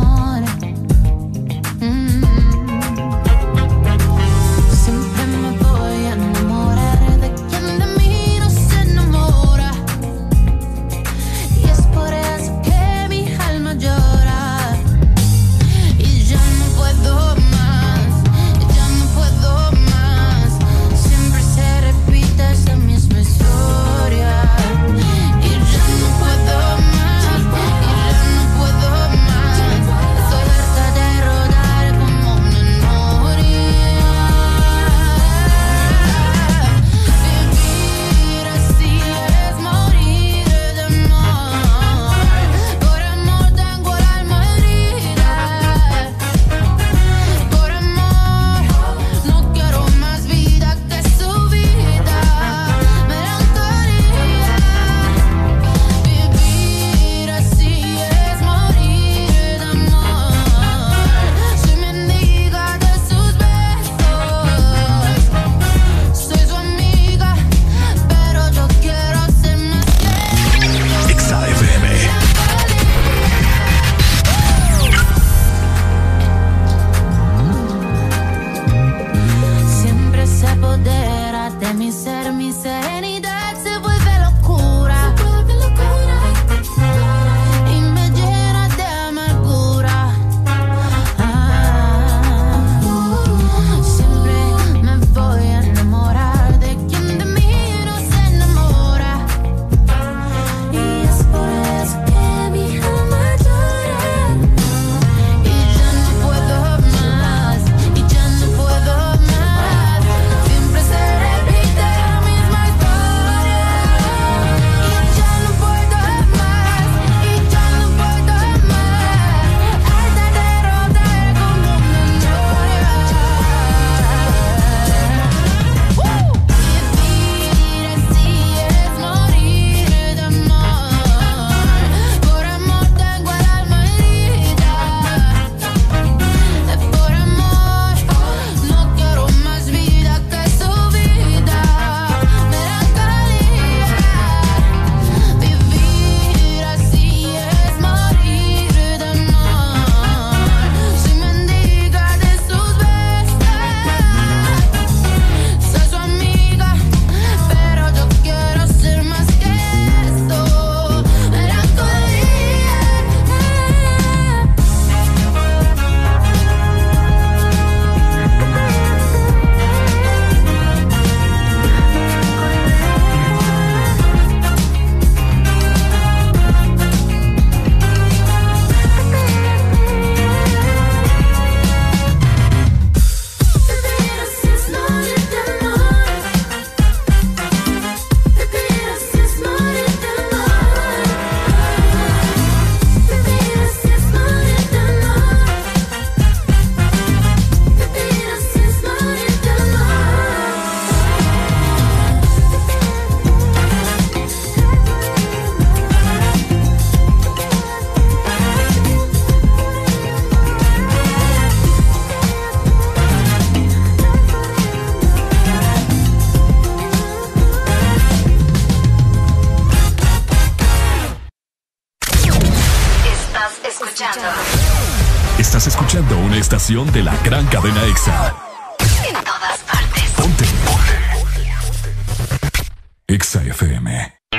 Estás escuchando una estación de la gran cadena Exa. En todas partes. Ponte. Ponte. Exa F M.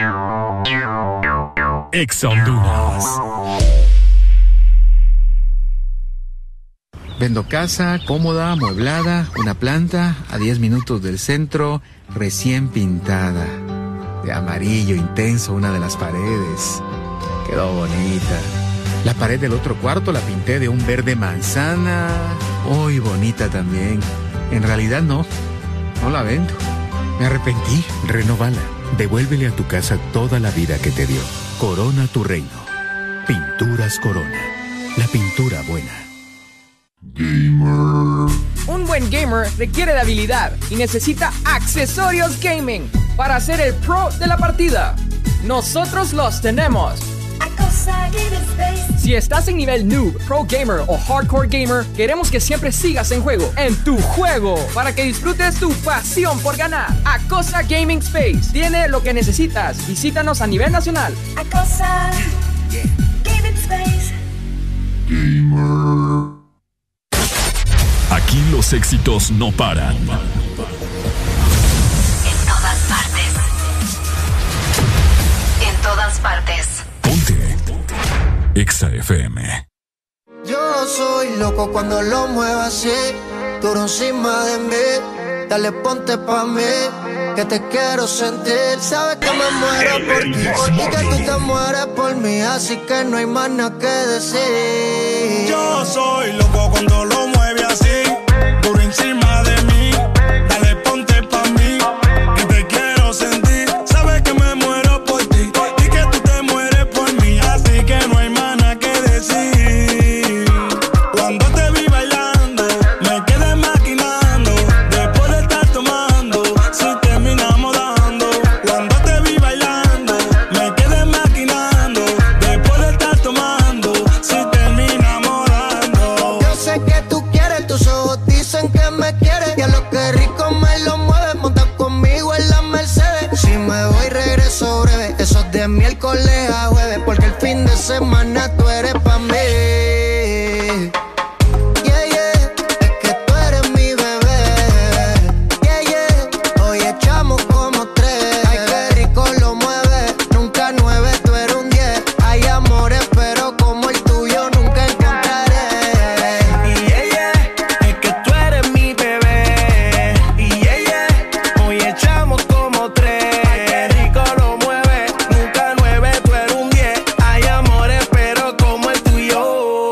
Exa Honduras. Vendo casa, cómoda, amueblada, una planta a diez minutos del centro, recién pintada. De amarillo intenso una de las paredes. Quedó bonita. La pared del otro cuarto la pinté de un verde manzana. Uy, bonita también. En realidad no, no la vendo. Me arrepentí. Renovala. Devuélvele a tu casa toda la vida que te dio. Corona tu reino. Pinturas Corona. La pintura buena. Gamer. Un buen gamer requiere de habilidad y necesita accesorios gaming para ser el pro de la partida. Nosotros los tenemos. Si estás en nivel noob, pro gamer o hardcore gamer, queremos que siempre sigas en juego, en tu juego, para que disfrutes tu pasión por ganar. Acosa Gaming Space tiene lo que necesitas. Visítanos a nivel nacional. Acosa Gaming Space. Gamer. Aquí los éxitos no paran. En todas partes. En todas partes. Ponte. Exa F M. Yo soy loco cuando lo muevo así, duro encima de mí. Dale, ponte pa' mí, que te quiero sentir. Sabes que me muero por ti y que tú te mueres por mí, así que no hay más nada que decir. Yo soy loco cuando lo mueve así, duro encima de mí. Dale, ponte pa' mí, que te quiero sentir. Sabes que me muero por ti y que tú te mueres por mí, así que no hay más nada que decir. Cuando te vi bailando, me quedé maquinando. Después de estar tomando, si terminamos dando. Cuando te vi bailando, me quedé maquinando. Después de estar tomando, si terminamos dando. Yo sé que tú quieres, tus ojos dicen que me quieres. Y a lo que rico me lo mueves, monta conmigo en la Mercedes. Si me voy regreso breve, eso es de miércoles a jueves, porque el fin de semana tú eres pa' mí. Yeah, yeah, es que tú eres mi bebé. Yeah, yeah, hoy echamos como tres. Ay, qué rico lo mueve, nunca nueve, tú eres un diez. Hay amores, pero como el tuyo nunca encontraré. Y yeah, yeah, es que tú eres mi bebé. Y yeah, yeah, hoy echamos como tres. Ay, qué rico lo mueve, nunca nueve, tú eres un diez. Hay amores, pero como el tuyo.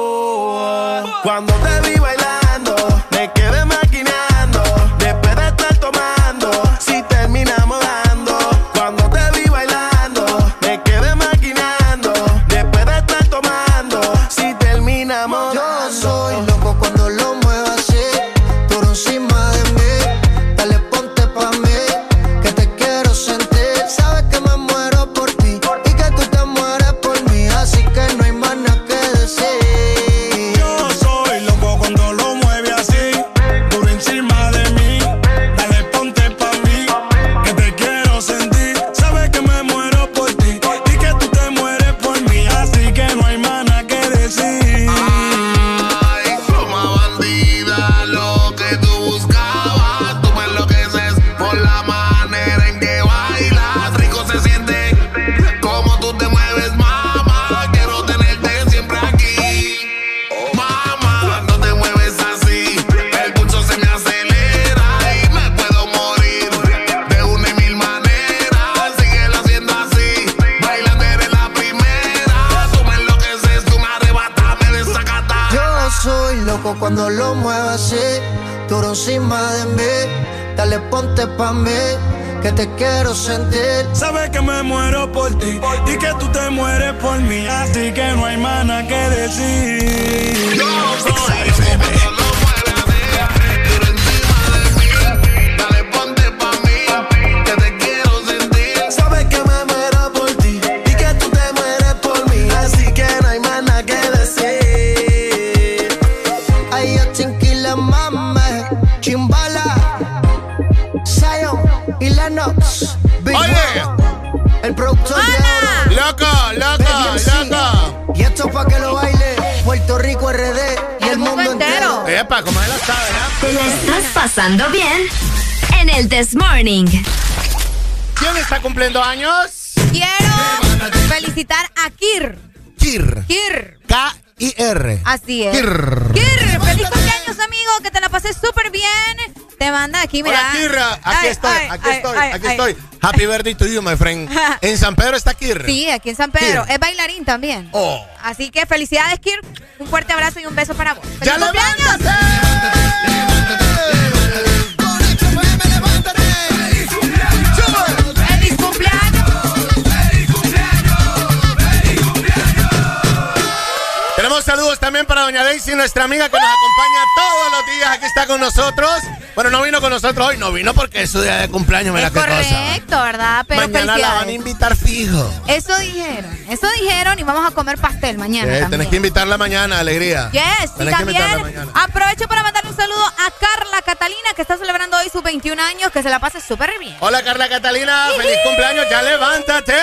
Cuando te vi bailando, me quedé maquinando. Después de estar tomando, si terminamos dando. Cuando te vi bailando, me quedé maquinando. Después de estar tomando, si terminamos Yo dando. soy loco cuando lo muevo así, duro encima de mí. Dale, ponte pa' mí, que te quiero sentir. Sabes que me muero por ti y que tú te mueres por mí, así que no hay más nada que decir. Yo soy loco cuando lo mueve así, duro encima de mí. Dale, ponte pa' mí, que te quiero sentir. Sabes que me muero por ti y que tú te mueres por mí, así que no hay más nada que decir. Ay, como bandida, lo que tú buscabas. Tú me enloqueces por la manera en que bailas. Rico se siente como tú te mueves, mamá. Quiero tenerte siempre aquí, mamá. Cuando te mueves así, el pulso se me acelera y me puedo morir de una y mil maneras. Síguelo haciendo así, bailando eres la primera. Tú me enloqueces, tú me arrebatas, me desacatas. Yo soy loco cuando lo muevo así, duro encima de mí. Dale, ponte pa' mí, que te quiero sentir. Sabes que me muero por ti y que tú te mueres por mí, así que no hay más nada que decir. Yo soy loco cuando lo mueve así, duro encima de mí. Dale, ponte pa' mí, que te quiero sentir. Sabes que me muero por ti y que tú te mueres por mí, así que no hay más nada que decir. Ay, yo chinquila, mame, Chimbala, Zion y Lennox, Big Oye. One, el productor de oro, Loco, loco, Baby M C. loco. Y esto pa' que lo baile Puerto Rico, R D y el mundo entero. Epa, como él lo sabe, ¿no? ¿Te la estás pasando bien? En el This Morning. ¿Quién está cumpliendo años? quiero felicitar a Kir. Kir. Kir. K I R. Así es. Kir. Kir, feliz cumpleaños, amigo, que te la pases súper bien. Te manda aquí, mira. Hola, Kirra. Aquí ay, estoy, ay, aquí ay, estoy, ay, aquí ay. estoy. Happy birthday to you, my friend. En San Pedro está Kir. Sí, aquí en San Pedro. Kir. Es bailarín también. Oh. Así que felicidades, Kir. Un fuerte abrazo y un beso para vos. ¡Feliz ¡Ya cumpleaños! ¡Feliz cumpleaños! Tenemos saludos también para doña Daisy, nuestra amiga que nos acompaña todos los días. Aquí está con nosotros. Bueno, no vino con nosotros hoy, no vino porque es su día de cumpleaños. Mira Es qué cosa. correcto, ¿verdad? Pero Mañana la van a invitar fijo. Eso dijeron, eso dijeron y vamos a comer pastel mañana Eh, también. tenés que invitarla mañana, alegría. Yes, y Tenés que invitarla también mañana. aprovecho para mandarle un saludo a Carla Catalina, que está celebrando hoy sus veintiún años, que se la pase súper bien. Hola, Carla Catalina, feliz cumpleaños, ya levántate.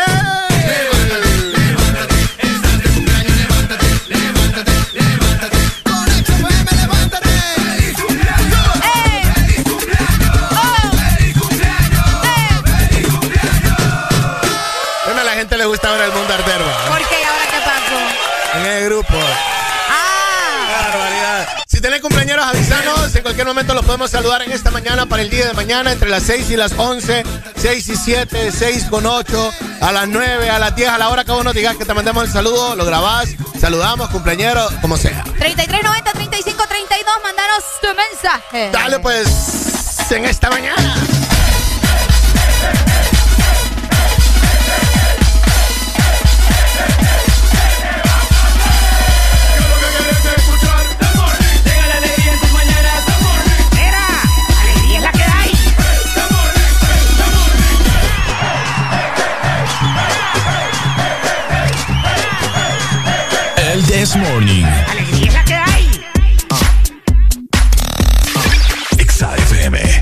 Bueno, a la gente le gusta ver el mundo arder, ¿va? ¿Por qué? ¿Y ahora qué pasó? En el grupo. Ah. Barbaridad. Si tenés cumpleaños, avisanos. En cualquier momento los podemos saludar en esta mañana para el día de mañana, entre las seis y las once, seis y siete, seis con ocho, a las nueve, a las diez, a la hora que vos nos digas que te mandemos el saludo, lo grabás, saludamos, cumpleañero, como sea. treinta y tres noventa, treinta y cinco, treinta y dos, mandanos tu mensaje. Dale pues, en esta mañana. El This Morning. Alegría es la que hay. Exa F M.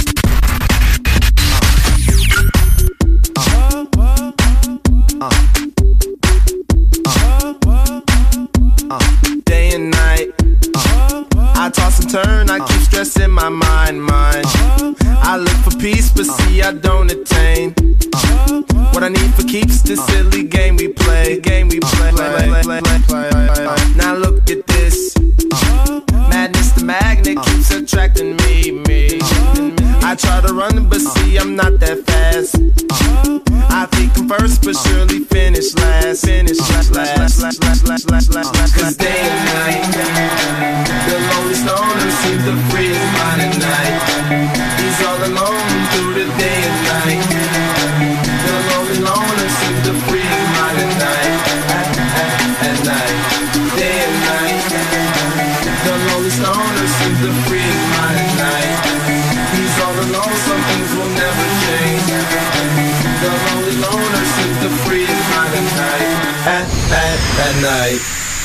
Day and night, I toss and turn, I keep stressing my mind, mind. I look for peace, but see I don't attain. What I need for keeps this silly game we play, game we play. Now look at this, madness the magnet keeps attracting me, me. I try to run, but see I'm not that fast. I think I'm first, but surely finish last, finish last, last, last, last, last, last, last. Cause day and night, the lonely stoner seems to free his mind at night. He's all alone through the day and night. The lonely loner seems to free his mind at night, at, at, at night, day and night. The lonely stoner seems to free his mind at night. He's all alone, some things will never change. The lonely loner seems to free his mind at night, at, at, at night.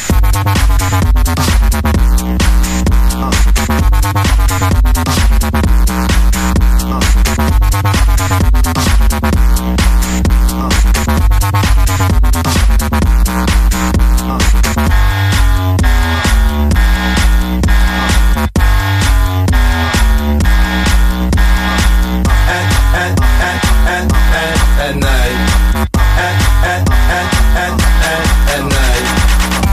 At night, at, at, at, at, at, at night.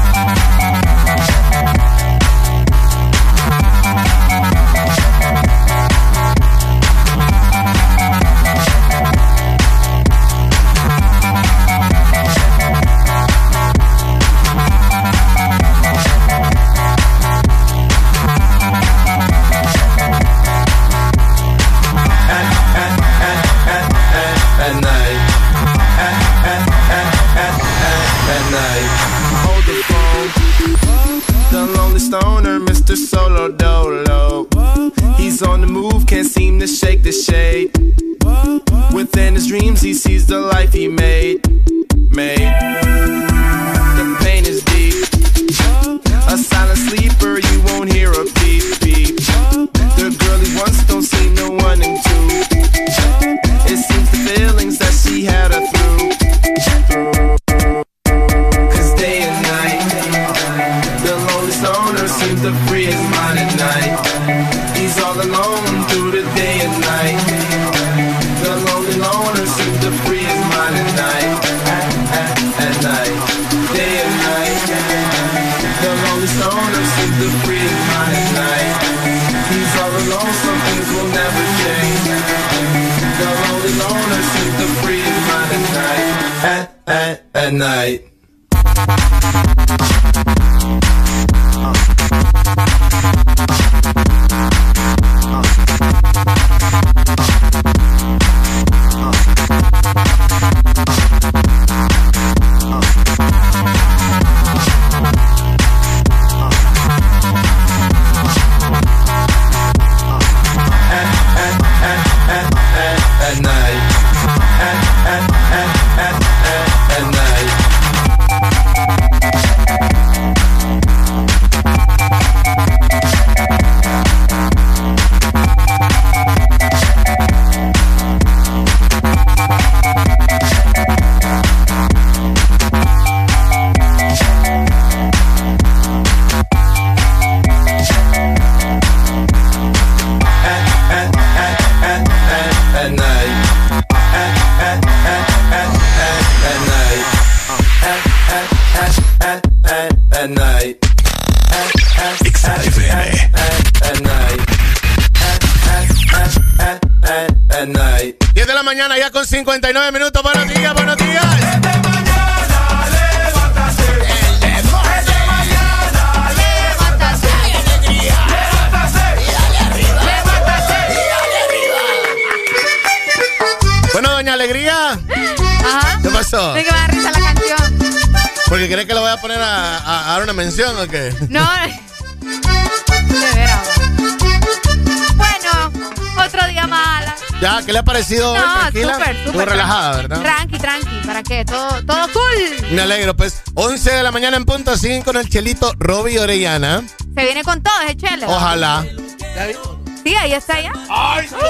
At night, at, at, at, at, at, at night. Hold the phone, the lonely stoner, Mister Solo Dolo. He's on the move, can't seem to shake the shade. Within his dreams, he sees the life he made, made. The pain is deep. A silent sleeper, you won't hear a beep, beep. The girl he wants don't seem to one and two. It seems the feelings that she had her through, through. Cause day and night, the lonely stoner seems to free his mind at night. He's all alone through the day and night. The lonely loner seems to free his mind at night, at night. diez de la mañana ya con cincuenta y nueve minutos. Buenos días, buenos días. Bueno, doña Alegría. Ajá. ¿Qué pasó? Sí, que me da risa la canción. ¿Porque crees que le voy a poner a, a, a dar una mención o qué? No. De veras. Bueno, otro día más. Ya, ¿qué le ha parecido hoy? No, Tranquila. súper, Estuvo súper. relajada, ¿verdad? Tranqui, tranqui. ¿Para qué? Todo, todo cool. Me alegro, pues. once de la mañana en punto, siguen con el chelito Robbie Orellana. Se viene con todo ese chele. Ojalá. Sí, ahí está ya. ¡Ay!